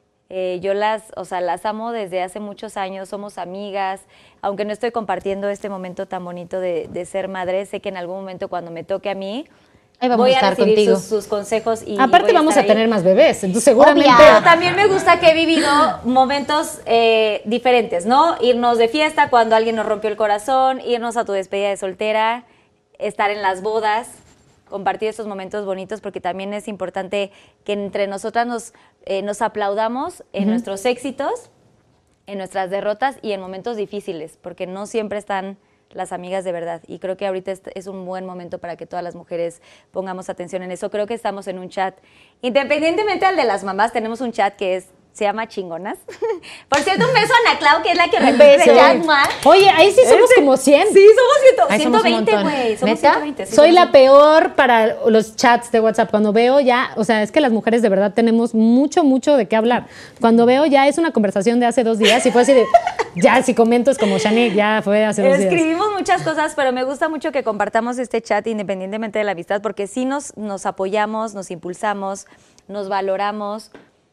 [SPEAKER 1] Eh, yo las, o sea, las amo desde hace muchos años, somos amigas, aunque no estoy compartiendo este momento tan bonito de, de ser madre, sé que en algún momento cuando me toque a mí,
[SPEAKER 2] Ahí vamos
[SPEAKER 1] voy
[SPEAKER 2] a estar
[SPEAKER 1] a recibir
[SPEAKER 2] contigo.
[SPEAKER 1] sus, sus consejos y
[SPEAKER 3] Aparte
[SPEAKER 1] voy
[SPEAKER 3] vamos a
[SPEAKER 1] estar ahí.
[SPEAKER 3] tener más bebés, entonces seguramente...
[SPEAKER 2] Obvia.
[SPEAKER 1] Pero también me gusta que he vivido momentos eh, diferentes, ¿no? Irnos de fiesta cuando alguien nos rompió el corazón, irnos a tu despedida de soltera, estar en las bodas, compartir estos momentos bonitos, porque también es importante que entre nosotras nos, eh, nos aplaudamos en uh-huh. nuestros éxitos, en nuestras derrotas y en momentos difíciles, porque no siempre están las amigas de verdad. Y creo que ahorita es un buen momento para que todas las mujeres pongamos atención en eso. Creo que estamos en un chat, independientemente al de las mamás, tenemos un chat que es se llama Chingonas. Por cierto, un beso a Ana Clau, que es la que repite el chat más.
[SPEAKER 3] Oye, ahí sí somos como cien.
[SPEAKER 1] Sí, somos
[SPEAKER 2] Ahí
[SPEAKER 1] ciento
[SPEAKER 2] somos un
[SPEAKER 1] veinte,
[SPEAKER 2] montón.
[SPEAKER 1] güey. Somos
[SPEAKER 2] ¿Neta?
[SPEAKER 1] ciento veinte. Sí,
[SPEAKER 3] Soy
[SPEAKER 1] somos
[SPEAKER 3] la peor para los chats de WhatsApp. Cuando veo ya, o sea, es que las mujeres de verdad tenemos mucho, mucho de qué hablar. Cuando veo ya es una conversación de hace dos días y fue así de, ya, si comento es como Shanique, ya fue hace dos días.
[SPEAKER 1] Escribimos muchas cosas, pero me gusta mucho que compartamos este chat independientemente de la amistad, porque sí nos, nos apoyamos, nos impulsamos, nos valoramos.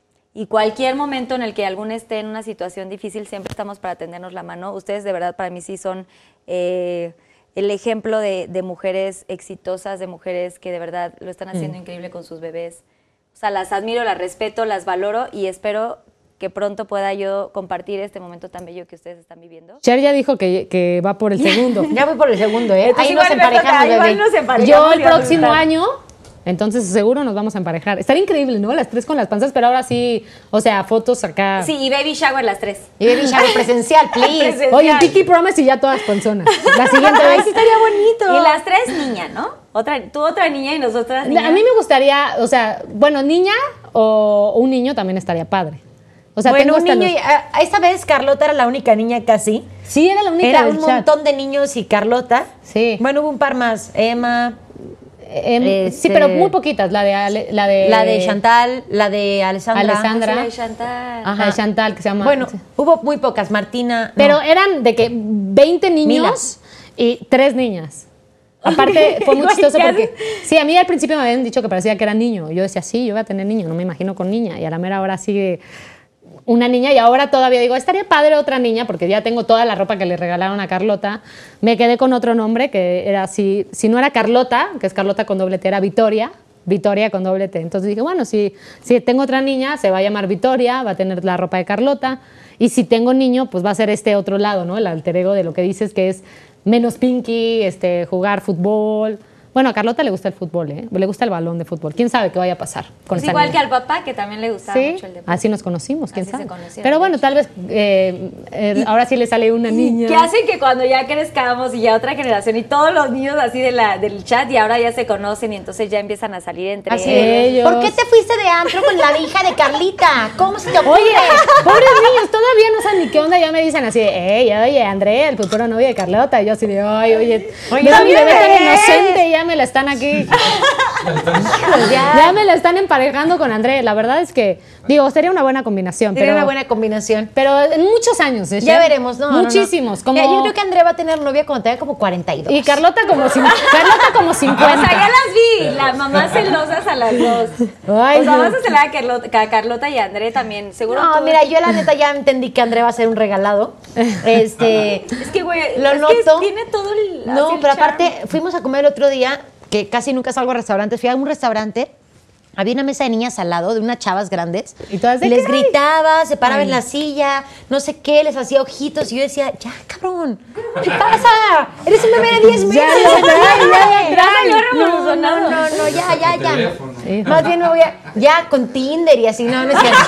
[SPEAKER 1] Y cualquier momento en el que alguno esté en una situación difícil, siempre estamos para tendernos la mano. Ustedes de verdad para mí sí son eh, el ejemplo de, de mujeres exitosas, de mujeres que de verdad lo están haciendo mm. increíble con sus bebés. O sea, las admiro, las respeto, las valoro y espero que pronto pueda yo compartir este momento tan bello que ustedes están viviendo.
[SPEAKER 3] Cher ya dijo que, que va por el segundo.
[SPEAKER 2] Ya voy por el segundo, ¿eh?
[SPEAKER 1] Entonces,
[SPEAKER 2] Ahí nos emparejamos, bebé.
[SPEAKER 1] Nos emparejamos,
[SPEAKER 3] yo el próximo año... Entonces seguro nos vamos a emparejar. Estaría increíble, ¿no? Las tres con las panzas, pero ahora sí, o sea, fotos acá.
[SPEAKER 1] Sí, y baby shower las tres.
[SPEAKER 2] Y baby shower presencial, please.
[SPEAKER 1] Presencial.
[SPEAKER 3] Oye, Pinky Promise y ya todas panzonas. La siguiente
[SPEAKER 2] Ay,
[SPEAKER 3] vez.
[SPEAKER 2] sí estaría bonito.
[SPEAKER 1] Y las tres niña, ¿no? Otra, tú otra niña y nosotras niña.
[SPEAKER 3] A mí me gustaría, o sea, bueno, niña o un niño también estaría padre. O sea,
[SPEAKER 2] bueno,
[SPEAKER 3] tengo
[SPEAKER 2] un
[SPEAKER 3] hasta
[SPEAKER 2] niño.
[SPEAKER 3] los-
[SPEAKER 2] y- a, a esta vez Carlota era la única niña casi.
[SPEAKER 3] Sí, era la única
[SPEAKER 2] Era
[SPEAKER 3] del
[SPEAKER 2] un
[SPEAKER 3] chat.
[SPEAKER 2] montón de niños y Carlota.
[SPEAKER 3] Sí.
[SPEAKER 2] Bueno, hubo un par más. Emma,
[SPEAKER 3] Em,
[SPEAKER 2] este-
[SPEAKER 3] Sí, pero muy poquitas. La de, Ale- la de,
[SPEAKER 2] la de Chantal, la de Alessandra.
[SPEAKER 3] Alessandra.
[SPEAKER 1] La de Chantal.
[SPEAKER 3] Ajá. La de Chantal, que se llama.
[SPEAKER 2] Bueno,
[SPEAKER 3] sí.
[SPEAKER 2] hubo muy pocas. Martina.
[SPEAKER 3] Pero
[SPEAKER 2] no.
[SPEAKER 3] eran de que veinte niños y tres niñas. Aparte, fue muy
[SPEAKER 1] Güey,
[SPEAKER 3] chistoso
[SPEAKER 1] ¿qué
[SPEAKER 3] porque... Sí, a mí al principio me habían dicho que parecía que era niño. Yo decía, sí, yo voy a tener niño, no me imagino con niña. Y a la mera hora sigue una niña y ahora todavía digo, estaría padre otra niña porque ya tengo toda la ropa que le regalaron a Carlota. Me quedé con otro nombre que era así, si no era Carlota, que es Carlota con doble T, era Victoria. Victoria con doble T. Entonces dije, bueno, si, si tengo otra niña, se va a llamar Victoria, va a tener la ropa de Carlota. Y si tengo niño, pues va a ser este otro lado, ¿no? El alter ego de lo que dices que es menos Pinky, este, jugar fútbol. Bueno, a Carlota le gusta el fútbol, ¿eh? Le gusta el balón de fútbol. ¿Quién sabe qué vaya a pasar con
[SPEAKER 1] Es
[SPEAKER 3] esa
[SPEAKER 1] igual
[SPEAKER 3] niña?
[SPEAKER 1] que al papá, que también le gustaba
[SPEAKER 3] Sí,
[SPEAKER 1] mucho el deporte.
[SPEAKER 3] así nos conocimos, quién
[SPEAKER 1] Así
[SPEAKER 3] sabe.
[SPEAKER 1] se conocieron,
[SPEAKER 3] Pero
[SPEAKER 1] de
[SPEAKER 3] bueno,
[SPEAKER 1] hecho.
[SPEAKER 3] tal vez eh, eh, ahora sí le sale una niña.
[SPEAKER 1] ¿Qué hacen que cuando ya crezcamos y ya otra generación y todos los niños así de la, del chat y ahora ya se conocen y entonces ya empiezan a salir entre
[SPEAKER 2] Así
[SPEAKER 1] ellos?
[SPEAKER 2] de,
[SPEAKER 3] ellos.
[SPEAKER 2] ¿por qué te fuiste de antro con la hija de Carlita? ¿Cómo se te ocurre?
[SPEAKER 3] Oye, pobres niños, todavía no saben ni qué onda. Ya me dicen así de, hey, oye, André, el futuro novio de Carlota. Y yo así de, ay, oye,
[SPEAKER 2] Oye,
[SPEAKER 3] veo a mi
[SPEAKER 2] mira,
[SPEAKER 3] bebé tan
[SPEAKER 2] bebé.
[SPEAKER 3] inocente y ya me la están aquí.
[SPEAKER 2] ya,
[SPEAKER 3] Ya me la están emparejando con André. La verdad es que, digo, sería una buena combinación.
[SPEAKER 2] Sería
[SPEAKER 3] pero,
[SPEAKER 2] una buena combinación.
[SPEAKER 3] Pero en muchos años, ¿eh?
[SPEAKER 2] Ya veremos, no, no, no.
[SPEAKER 3] Muchísimos. Como...
[SPEAKER 2] Mira, yo creo que Andrea va a tener novia cuando tenga como cuarenta y dos.
[SPEAKER 3] Y Carlota como, cin- Carlota como
[SPEAKER 1] O
[SPEAKER 3] cincuenta.
[SPEAKER 1] sea, ya las vi, las mamás celosas a las dos.
[SPEAKER 3] Ay,
[SPEAKER 1] o sea,
[SPEAKER 3] no.
[SPEAKER 1] vas a celar a Carlota, a Carlota y a André también, seguro.
[SPEAKER 2] No,
[SPEAKER 1] tú-
[SPEAKER 2] mira, yo la neta ya entendí que Andrea va a ser un regalado. Este,
[SPEAKER 1] Es que, güey,
[SPEAKER 2] lo
[SPEAKER 1] es
[SPEAKER 2] noto.
[SPEAKER 1] que tiene todo el...
[SPEAKER 2] No,
[SPEAKER 1] así el
[SPEAKER 2] pero
[SPEAKER 1] charm.
[SPEAKER 2] aparte, fuimos a comer el otro día, que casi nunca salgo a restaurantes. Fui a un restaurante, había una mesa de niñas al lado, de unas chavas grandes.
[SPEAKER 3] Y todas de,
[SPEAKER 2] les
[SPEAKER 3] "¿Qué hay?".
[SPEAKER 2] gritaba, se paraban
[SPEAKER 3] Ay.
[SPEAKER 2] en la silla, no sé qué, les hacía ojitos. Y yo decía, ya, cabrón, ¿qué pasa? Eres un bebé de diez meses.
[SPEAKER 3] Ya, ya, ya, ya,
[SPEAKER 1] Ya salió
[SPEAKER 2] No,
[SPEAKER 1] revolucionado.
[SPEAKER 2] no, no, no, ya, ya, ya.
[SPEAKER 5] teléfono.
[SPEAKER 2] Más bien me voy a, ya con Tinder y así, no, no es cierto.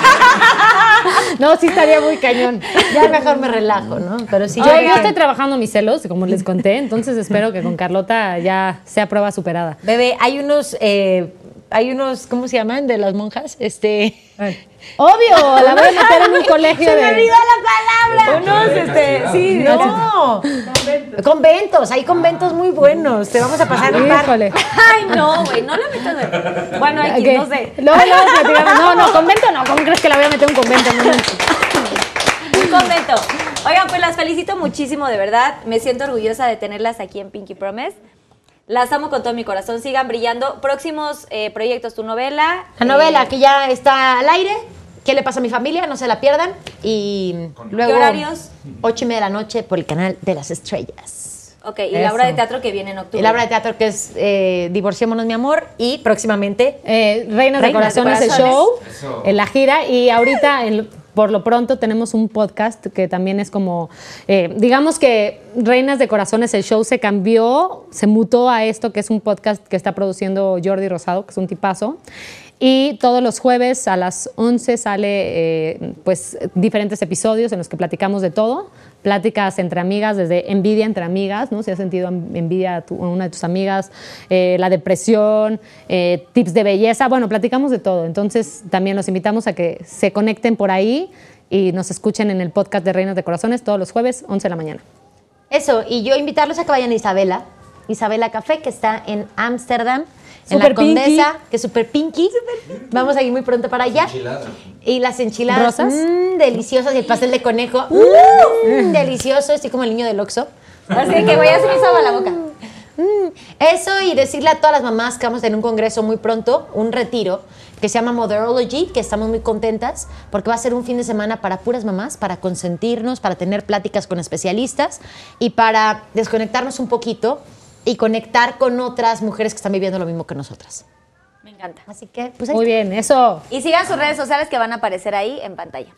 [SPEAKER 3] No, sí estaría muy cañón.
[SPEAKER 2] Ya mejor me relajo, ¿no? Pero sí,
[SPEAKER 3] Yo,
[SPEAKER 2] yo
[SPEAKER 3] yo
[SPEAKER 2] creo que-
[SPEAKER 3] estoy trabajando mis celos, como les conté, entonces espero que con Carlota ya sea prueba superada.
[SPEAKER 2] Bebé, hay unos, eh, hay unos, ¿cómo se llaman? De las monjas, este...
[SPEAKER 3] Obvio, la voy a meter en un colegio
[SPEAKER 2] Se me
[SPEAKER 3] de...
[SPEAKER 2] olvidó la palabra.
[SPEAKER 1] Unos, este, sí,
[SPEAKER 2] No. Conventos, hay conventos muy buenos. Te vamos a pasar un par.
[SPEAKER 3] Híjole.
[SPEAKER 1] Ay, no, güey, no la meto de... Bueno, aquí,
[SPEAKER 3] ¿Qué?
[SPEAKER 1] no sé.
[SPEAKER 3] Luego, luego platicamos. No, no, convento no. ¿Cómo crees que la voy a meter en un convento? No, no.
[SPEAKER 1] Un convento. Oigan, pues las felicito muchísimo, de verdad. Me siento orgullosa de tenerlas aquí en Pinky Promise. Las amo con todo mi corazón. Sigan brillando. Próximos eh, proyectos, tu novela.
[SPEAKER 2] La novela
[SPEAKER 1] eh,
[SPEAKER 2] que ya está al aire. ¿Qué le pasa a mi familia? No se la pierdan. Y luego,
[SPEAKER 1] ¿Qué horarios?
[SPEAKER 2] Ocho y media de la noche por el canal de las estrellas.
[SPEAKER 1] Ok, y
[SPEAKER 3] Eso.
[SPEAKER 1] la obra de teatro que viene en octubre.
[SPEAKER 2] Y la obra de teatro que es eh, Divorciémonos, mi amor. Y próximamente
[SPEAKER 3] Eh, Reinas,
[SPEAKER 1] Reinas
[SPEAKER 3] de
[SPEAKER 1] de
[SPEAKER 3] Corazones, el
[SPEAKER 1] Corazones.
[SPEAKER 3] show,
[SPEAKER 5] Eso.
[SPEAKER 3] en la gira. Y ahorita, el- por lo pronto, tenemos un podcast que también es como, eh, digamos que Reinas de Corazones, el show se cambió, se mutó a esto, que es un podcast que está produciendo Jordi Rosado, que es un tipazo. Y todos los jueves a las once sale eh, pues, diferentes episodios en los que platicamos de todo. Pláticas entre amigas, desde envidia entre amigas, ¿no? Si has sentido envidia a, tu- a una de tus amigas, eh, la depresión, eh, tips de belleza. Bueno, platicamos de todo. Entonces, también los invitamos a que se conecten por ahí y nos escuchen en el podcast de Reinas de Corazones todos los jueves, once de la mañana.
[SPEAKER 2] eso. Y yo invitarlos a que vayan a Isabela. Isabela Café, que está en Ámsterdam. En
[SPEAKER 3] Súper
[SPEAKER 2] la Condesa,
[SPEAKER 3] pinky.
[SPEAKER 2] que es súper pinky. Vamos a ir muy pronto para allá.
[SPEAKER 5] Enchiladas.
[SPEAKER 2] Y las enchiladas,
[SPEAKER 3] ¿Rosas?
[SPEAKER 2] mmm, deliciosas. Y el pastel de conejo, mmm, delicioso. Estoy como el niño del Oxxo.
[SPEAKER 1] Así que, güey, ya se me hizo agua la boca.
[SPEAKER 2] Mm, Eso, y decirle a todas las mamás que vamos a tener un congreso muy pronto, un retiro, que se llama Motherology, que estamos muy contentas, porque va a ser un fin de semana para puras mamás, para consentirnos, para tener pláticas con especialistas y para desconectarnos un poquito y conectar con otras mujeres que están viviendo lo mismo que nosotras.
[SPEAKER 1] Me encanta.
[SPEAKER 2] Así que, pues ahí
[SPEAKER 3] Muy bien, eso.
[SPEAKER 1] Y sigan sus redes sociales que van a aparecer ahí en pantalla.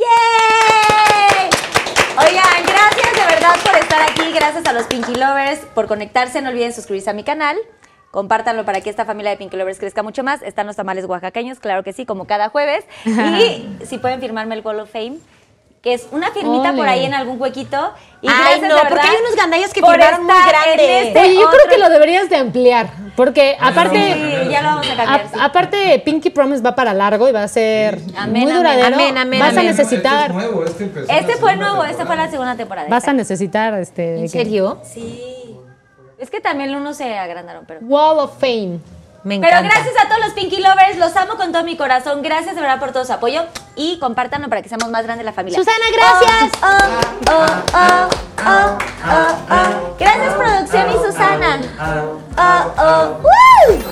[SPEAKER 1] ¡Yay! Oigan, gracias de verdad por estar aquí. Gracias a los Pinky Lovers por conectarse. No olviden suscribirse a mi canal. Compártanlo para que esta familia de Pinky Lovers crezca mucho más. Están los tamales oaxaqueños, claro que sí, como cada jueves. Y si pueden firmarme el Wall of Fame, que es una firmita
[SPEAKER 3] Ole.
[SPEAKER 1] por ahí en algún huequito. Y
[SPEAKER 2] Ay,
[SPEAKER 1] gracias,
[SPEAKER 2] no,
[SPEAKER 1] de verdad,
[SPEAKER 2] porque hay unos gandallas que
[SPEAKER 1] por
[SPEAKER 2] firmaron muy
[SPEAKER 1] estar
[SPEAKER 2] grandes.
[SPEAKER 1] en este
[SPEAKER 3] Oye, yo creo
[SPEAKER 1] otro-
[SPEAKER 3] que lo deberías de ampliar, porque aparte,
[SPEAKER 1] Sí, ya lo vamos a cambiar.
[SPEAKER 3] a-
[SPEAKER 1] sí.
[SPEAKER 3] aparte Pinky Promise va para largo y va a ser
[SPEAKER 1] Amén,
[SPEAKER 3] muy
[SPEAKER 1] amén.
[SPEAKER 3] duradero.
[SPEAKER 2] Amén, amén,
[SPEAKER 3] vas
[SPEAKER 2] amén.
[SPEAKER 3] a necesitar,
[SPEAKER 5] Este es nuevo, este empezó en
[SPEAKER 1] Este
[SPEAKER 5] la
[SPEAKER 1] fue
[SPEAKER 5] segunda
[SPEAKER 1] nuevo, esta fue
[SPEAKER 5] temporada.
[SPEAKER 1] la segunda temporada.
[SPEAKER 3] vas a necesitar este. de
[SPEAKER 2] ¿En
[SPEAKER 3] que-
[SPEAKER 2] serio?
[SPEAKER 1] Sí. Es que también unos se agrandaron, pero...
[SPEAKER 3] Wall of Fame.
[SPEAKER 2] Me
[SPEAKER 1] Pero
[SPEAKER 2] encanta.
[SPEAKER 1] gracias a todos los Pinky Lovers, los amo con todo mi corazón. Gracias de verdad por todo su apoyo y compártanlo para que seamos más grandes la familia.
[SPEAKER 2] Susana, gracias.
[SPEAKER 1] Oh, oh, oh, oh, oh, oh. Gracias producción y Susana. Oh, oh. ¡Woo!